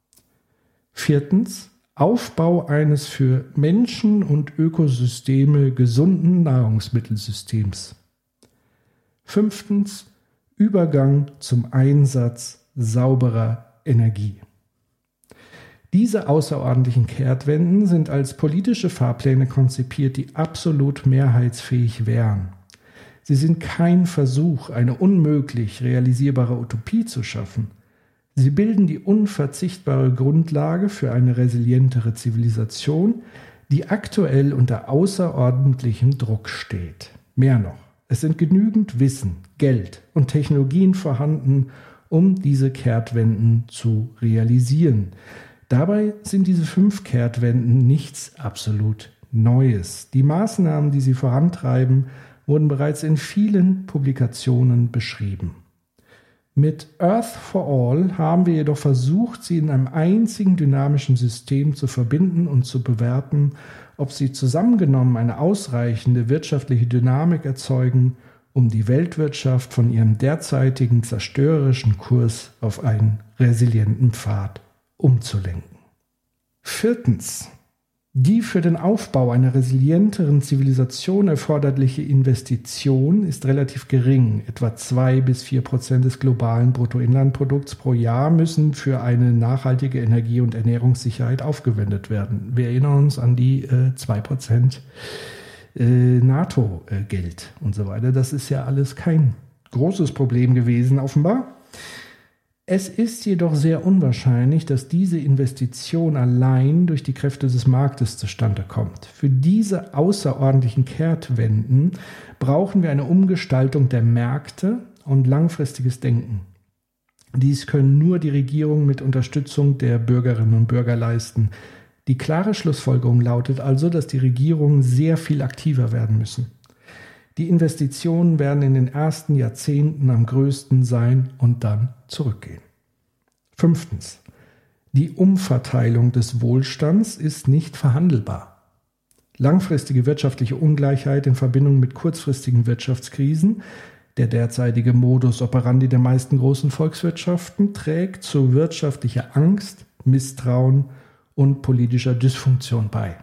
Viertens, Aufbau eines für Menschen und Ökosysteme gesunden Nahrungsmittelsystems. Fünftens, Übergang zum Einsatz sauberer Energie. Diese außerordentlichen Kehrtwenden sind als politische Fahrpläne konzipiert, die absolut mehrheitsfähig wären. Sie sind kein Versuch, eine unmöglich realisierbare Utopie zu schaffen. Sie bilden die unverzichtbare Grundlage für eine resilientere Zivilisation, die aktuell unter außerordentlichem Druck steht. Mehr noch, es sind genügend Wissen, Geld und Technologien vorhanden, um diese Kehrtwenden zu realisieren. Dabei sind diese fünf Kehrtwenden nichts absolut Neues. Die Maßnahmen, die sie vorantreiben, wurden bereits in vielen Publikationen beschrieben. Mit Earth for All haben wir jedoch versucht, sie in einem einzigen dynamischen System zu verbinden und zu bewerten, ob sie zusammengenommen eine ausreichende wirtschaftliche Dynamik erzeugen, um die Weltwirtschaft von ihrem derzeitigen zerstörerischen Kurs auf einen resilienten Pfad umzulenken. Viertens. Die für den Aufbau einer resilienteren Zivilisation erforderliche Investition ist relativ gering. Etwa zwei bis vier Prozent des globalen Bruttoinlandprodukts pro Jahr müssen für eine nachhaltige Energie- und Ernährungssicherheit aufgewendet werden. Wir erinnern uns an die äh, zwei Prozent äh, NATO-Geld und so weiter. Das ist ja alles kein großes Problem gewesen, offenbar. Es ist jedoch sehr unwahrscheinlich, dass diese Investition allein durch die Kräfte des Marktes zustande kommt. Für diese außerordentlichen Kehrtwenden brauchen wir eine Umgestaltung der Märkte und langfristiges Denken. Dies können nur die Regierungen mit Unterstützung der Bürgerinnen und Bürger leisten. Die klare Schlussfolgerung lautet also, dass die Regierungen sehr viel aktiver werden müssen. Die Investitionen werden in den ersten Jahrzehnten am größten sein und dann zurückgehen. Fünftens. Die Umverteilung des Wohlstands ist nicht verhandelbar. Langfristige wirtschaftliche Ungleichheit in Verbindung mit kurzfristigen Wirtschaftskrisen, der derzeitige Modus operandi der meisten großen Volkswirtschaften, trägt zu wirtschaftlicher Angst, Misstrauen und politischer Dysfunktion bei.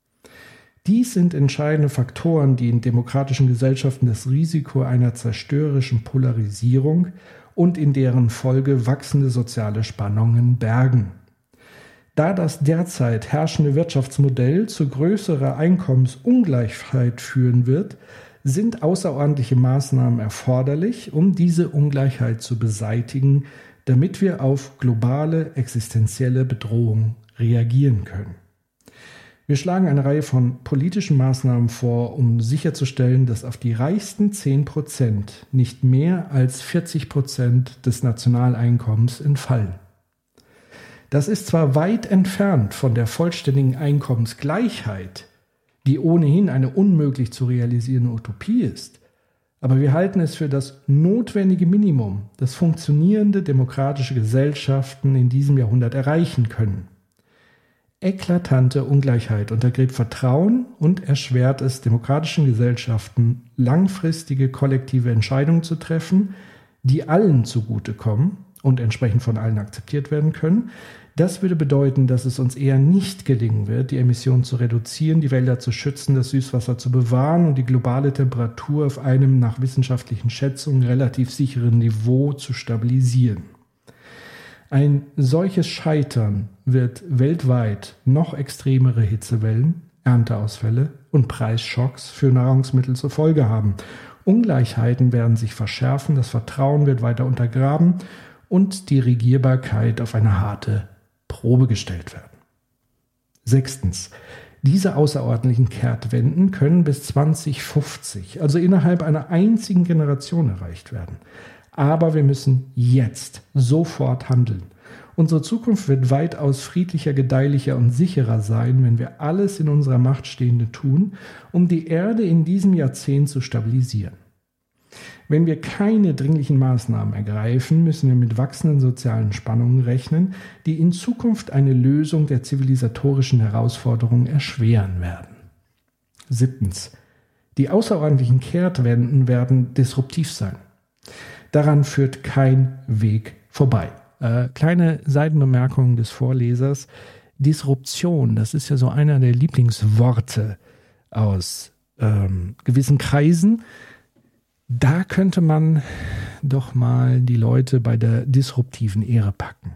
Dies sind entscheidende Faktoren, die in demokratischen Gesellschaften das Risiko einer zerstörerischen Polarisierung und in deren Folge wachsende soziale Spannungen bergen. Da das derzeit herrschende Wirtschaftsmodell zu größerer Einkommensungleichheit führen wird, sind außerordentliche Maßnahmen erforderlich, um diese Ungleichheit zu beseitigen, damit wir auf globale existenzielle Bedrohungen reagieren können. Wir schlagen eine Reihe von politischen Maßnahmen vor, um sicherzustellen, dass auf die reichsten zehn Prozent nicht mehr als vierzig Prozent des Nationaleinkommens entfallen. Das ist zwar weit entfernt von der vollständigen Einkommensgleichheit, die ohnehin eine unmöglich zu realisierende Utopie ist, Aber wir halten es für das notwendige Minimum, das funktionierende demokratische Gesellschaften in diesem Jahrhundert erreichen können. Eklatante Ungleichheit untergräbt Vertrauen und erschwert es demokratischen Gesellschaften, langfristige kollektive Entscheidungen zu treffen, die allen zugutekommen und entsprechend von allen akzeptiert werden können. Das würde bedeuten, dass es uns eher nicht gelingen wird, die Emissionen zu reduzieren, die Wälder zu schützen, das Süßwasser zu bewahren und die globale Temperatur auf einem nach wissenschaftlichen Schätzungen relativ sicheren Niveau zu stabilisieren. Ein solches Scheitern wird weltweit noch extremere Hitzewellen, Ernteausfälle und Preisschocks für Nahrungsmittel zur Folge haben. Ungleichheiten werden sich verschärfen, das Vertrauen wird weiter untergraben und die Regierbarkeit auf eine harte Probe gestellt werden. Sechstens. Diese außerordentlichen Kehrtwenden können bis zwanzig fünfzig, also innerhalb einer einzigen Generation, erreicht werden. Aber wir müssen jetzt sofort handeln. Unsere Zukunft wird weitaus friedlicher, gedeihlicher und sicherer sein, wenn wir alles in unserer Macht Stehende tun, um die Erde in diesem Jahrzehnt zu stabilisieren. Wenn wir keine dringlichen Maßnahmen ergreifen, müssen wir mit wachsenden sozialen Spannungen rechnen, die in Zukunft eine Lösung der zivilisatorischen Herausforderungen erschweren werden. Siebtens. Die außerordentlichen Kehrtwenden werden disruptiv sein. Daran führt kein Weg vorbei. Äh, kleine Seitenbemerkung des Vorlesers. Disruption, das ist ja so einer der Lieblingsworte aus ähm, gewissen Kreisen. Da könnte man doch mal die Leute bei der disruptiven Ehre packen.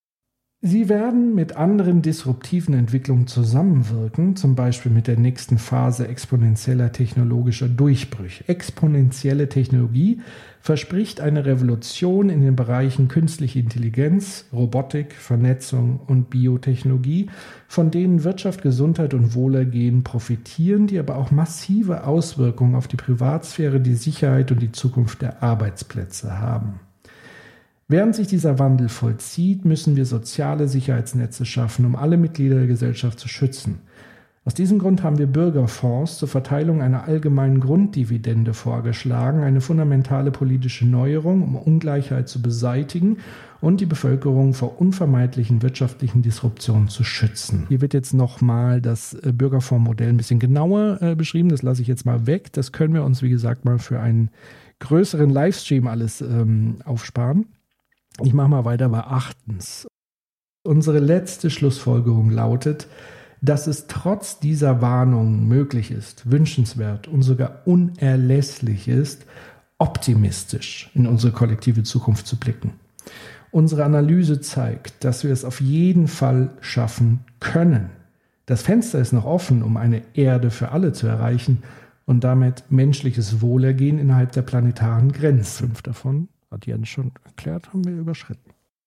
Sie werden mit anderen disruptiven Entwicklungen zusammenwirken, zum Beispiel mit der nächsten Phase exponentieller technologischer Durchbrüche. Exponentielle Technologie verspricht eine Revolution in den Bereichen künstliche Intelligenz, Robotik, Vernetzung und Biotechnologie, von denen Wirtschaft, Gesundheit und Wohlergehen profitieren, die aber auch massive Auswirkungen auf die Privatsphäre, die Sicherheit und die Zukunft der Arbeitsplätze haben. Während sich dieser Wandel vollzieht, müssen wir soziale Sicherheitsnetze schaffen, um alle Mitglieder der Gesellschaft zu schützen. Aus diesem Grund haben wir Bürgerfonds zur Verteilung einer allgemeinen Grunddividende vorgeschlagen, eine fundamentale politische Neuerung, um Ungleichheit zu beseitigen und die Bevölkerung vor unvermeidlichen wirtschaftlichen Disruptionen zu schützen. Hier wird jetzt nochmal das Bürgerfondsmodell ein bisschen genauer äh, beschrieben, das lasse ich jetzt mal weg. Das können wir uns, wie gesagt, mal für einen größeren Livestream alles ähm, aufsparen. Ich mache mal weiter bei achtens. Unsere letzte Schlussfolgerung lautet, dass es trotz dieser Warnungen möglich ist, wünschenswert und sogar unerlässlich ist, optimistisch in unsere kollektive Zukunft zu blicken. Unsere Analyse zeigt, dass wir es auf jeden Fall schaffen können. Das Fenster ist noch offen, um eine Erde für alle zu erreichen und damit menschliches Wohlergehen innerhalb der planetaren Grenzen. Fünf davon, hat Jens schon erklärt, haben wir überschritten.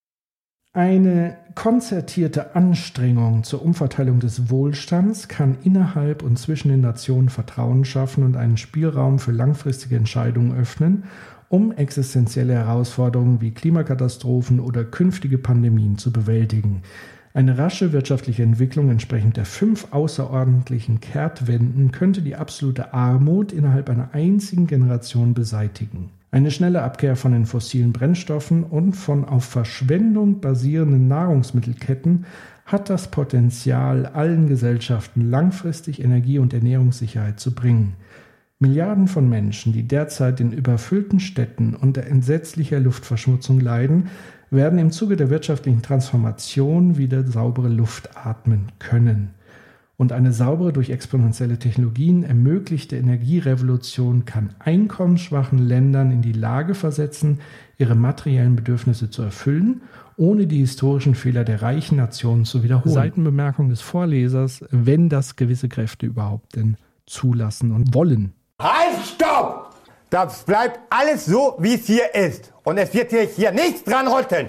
Eine konzertierte Anstrengung zur Umverteilung des Wohlstands kann innerhalb und zwischen den Nationen Vertrauen schaffen und einen Spielraum für langfristige Entscheidungen öffnen, um existenzielle Herausforderungen wie Klimakatastrophen oder künftige Pandemien zu bewältigen. Eine rasche wirtschaftliche Entwicklung entsprechend der fünf außerordentlichen Kehrtwenden könnte die absolute Armut innerhalb einer einzigen Generation beseitigen. Eine schnelle Abkehr von den fossilen Brennstoffen und von auf Verschwendung basierenden Nahrungsmittelketten hat das Potenzial, allen Gesellschaften langfristig Energie- und Ernährungssicherheit zu bringen. Milliarden von Menschen, die derzeit in überfüllten Städten unter entsetzlicher Luftverschmutzung leiden, werden im Zuge der wirtschaftlichen Transformation wieder saubere Luft atmen können. Und eine saubere, durch exponentielle Technologien ermöglichte Energierevolution kann einkommensschwachen Ländern in die Lage versetzen, ihre materiellen Bedürfnisse zu erfüllen, ohne die historischen Fehler der reichen Nationen zu wiederholen. Seitenbemerkung des Vorlesers, wenn das gewisse Kräfte überhaupt denn zulassen und wollen. Halt, stopp! Das bleibt alles so, wie es hier ist. Und es wird sich hier nichts dran rütteln.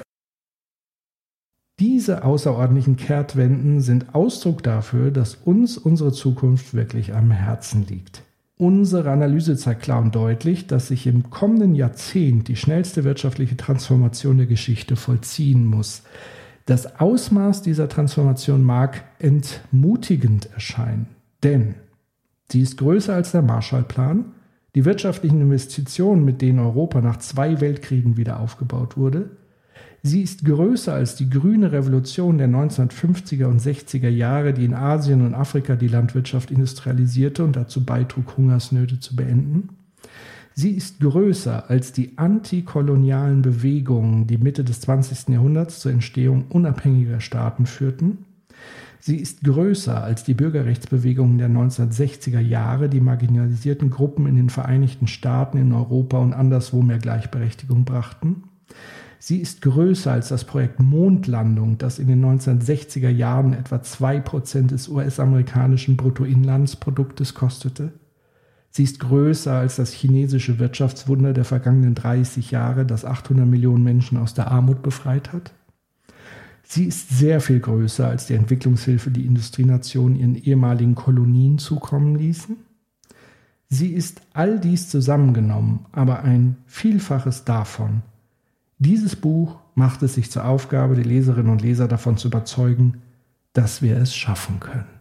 Diese außerordentlichen Kehrtwenden sind Ausdruck dafür, dass uns unsere Zukunft wirklich am Herzen liegt. Unsere Analyse zeigt klar und deutlich, dass sich im kommenden Jahrzehnt die schnellste wirtschaftliche Transformation der Geschichte vollziehen muss. Das Ausmaß dieser Transformation mag entmutigend erscheinen, denn sie ist größer als der Marshallplan, die wirtschaftlichen Investitionen, mit denen Europa nach zwei Weltkriegen wieder aufgebaut wurde. Sie ist größer als die grüne Revolution der neunzehnhundertfünfziger und sechziger Jahre, die in Asien und Afrika die Landwirtschaft industrialisierte und dazu beitrug, Hungersnöte zu beenden. Sie ist größer als die antikolonialen Bewegungen, die Mitte des zwanzigsten Jahrhunderts zur Entstehung unabhängiger Staaten führten. Sie ist größer als die Bürgerrechtsbewegungen der neunzehnhundertsechziger Jahre, die marginalisierten Gruppen in den Vereinigten Staaten, in Europa und anderswo mehr Gleichberechtigung brachten. Sie ist größer als das Projekt Mondlandung, das in den neunzehnhundertsechziger Jahren etwa zwei Prozent des U S-amerikanischen Bruttoinlandsproduktes kostete. Sie ist größer als das chinesische Wirtschaftswunder der vergangenen dreißig Jahre, das achthundert Millionen Menschen aus der Armut befreit hat. Sie ist sehr viel größer als die Entwicklungshilfe, die Industrienationen ihren ehemaligen Kolonien zukommen ließen. Sie ist all dies zusammengenommen, aber ein Vielfaches davon. Dieses Buch macht es sich zur Aufgabe, die Leserinnen und Leser davon zu überzeugen, dass wir es schaffen können.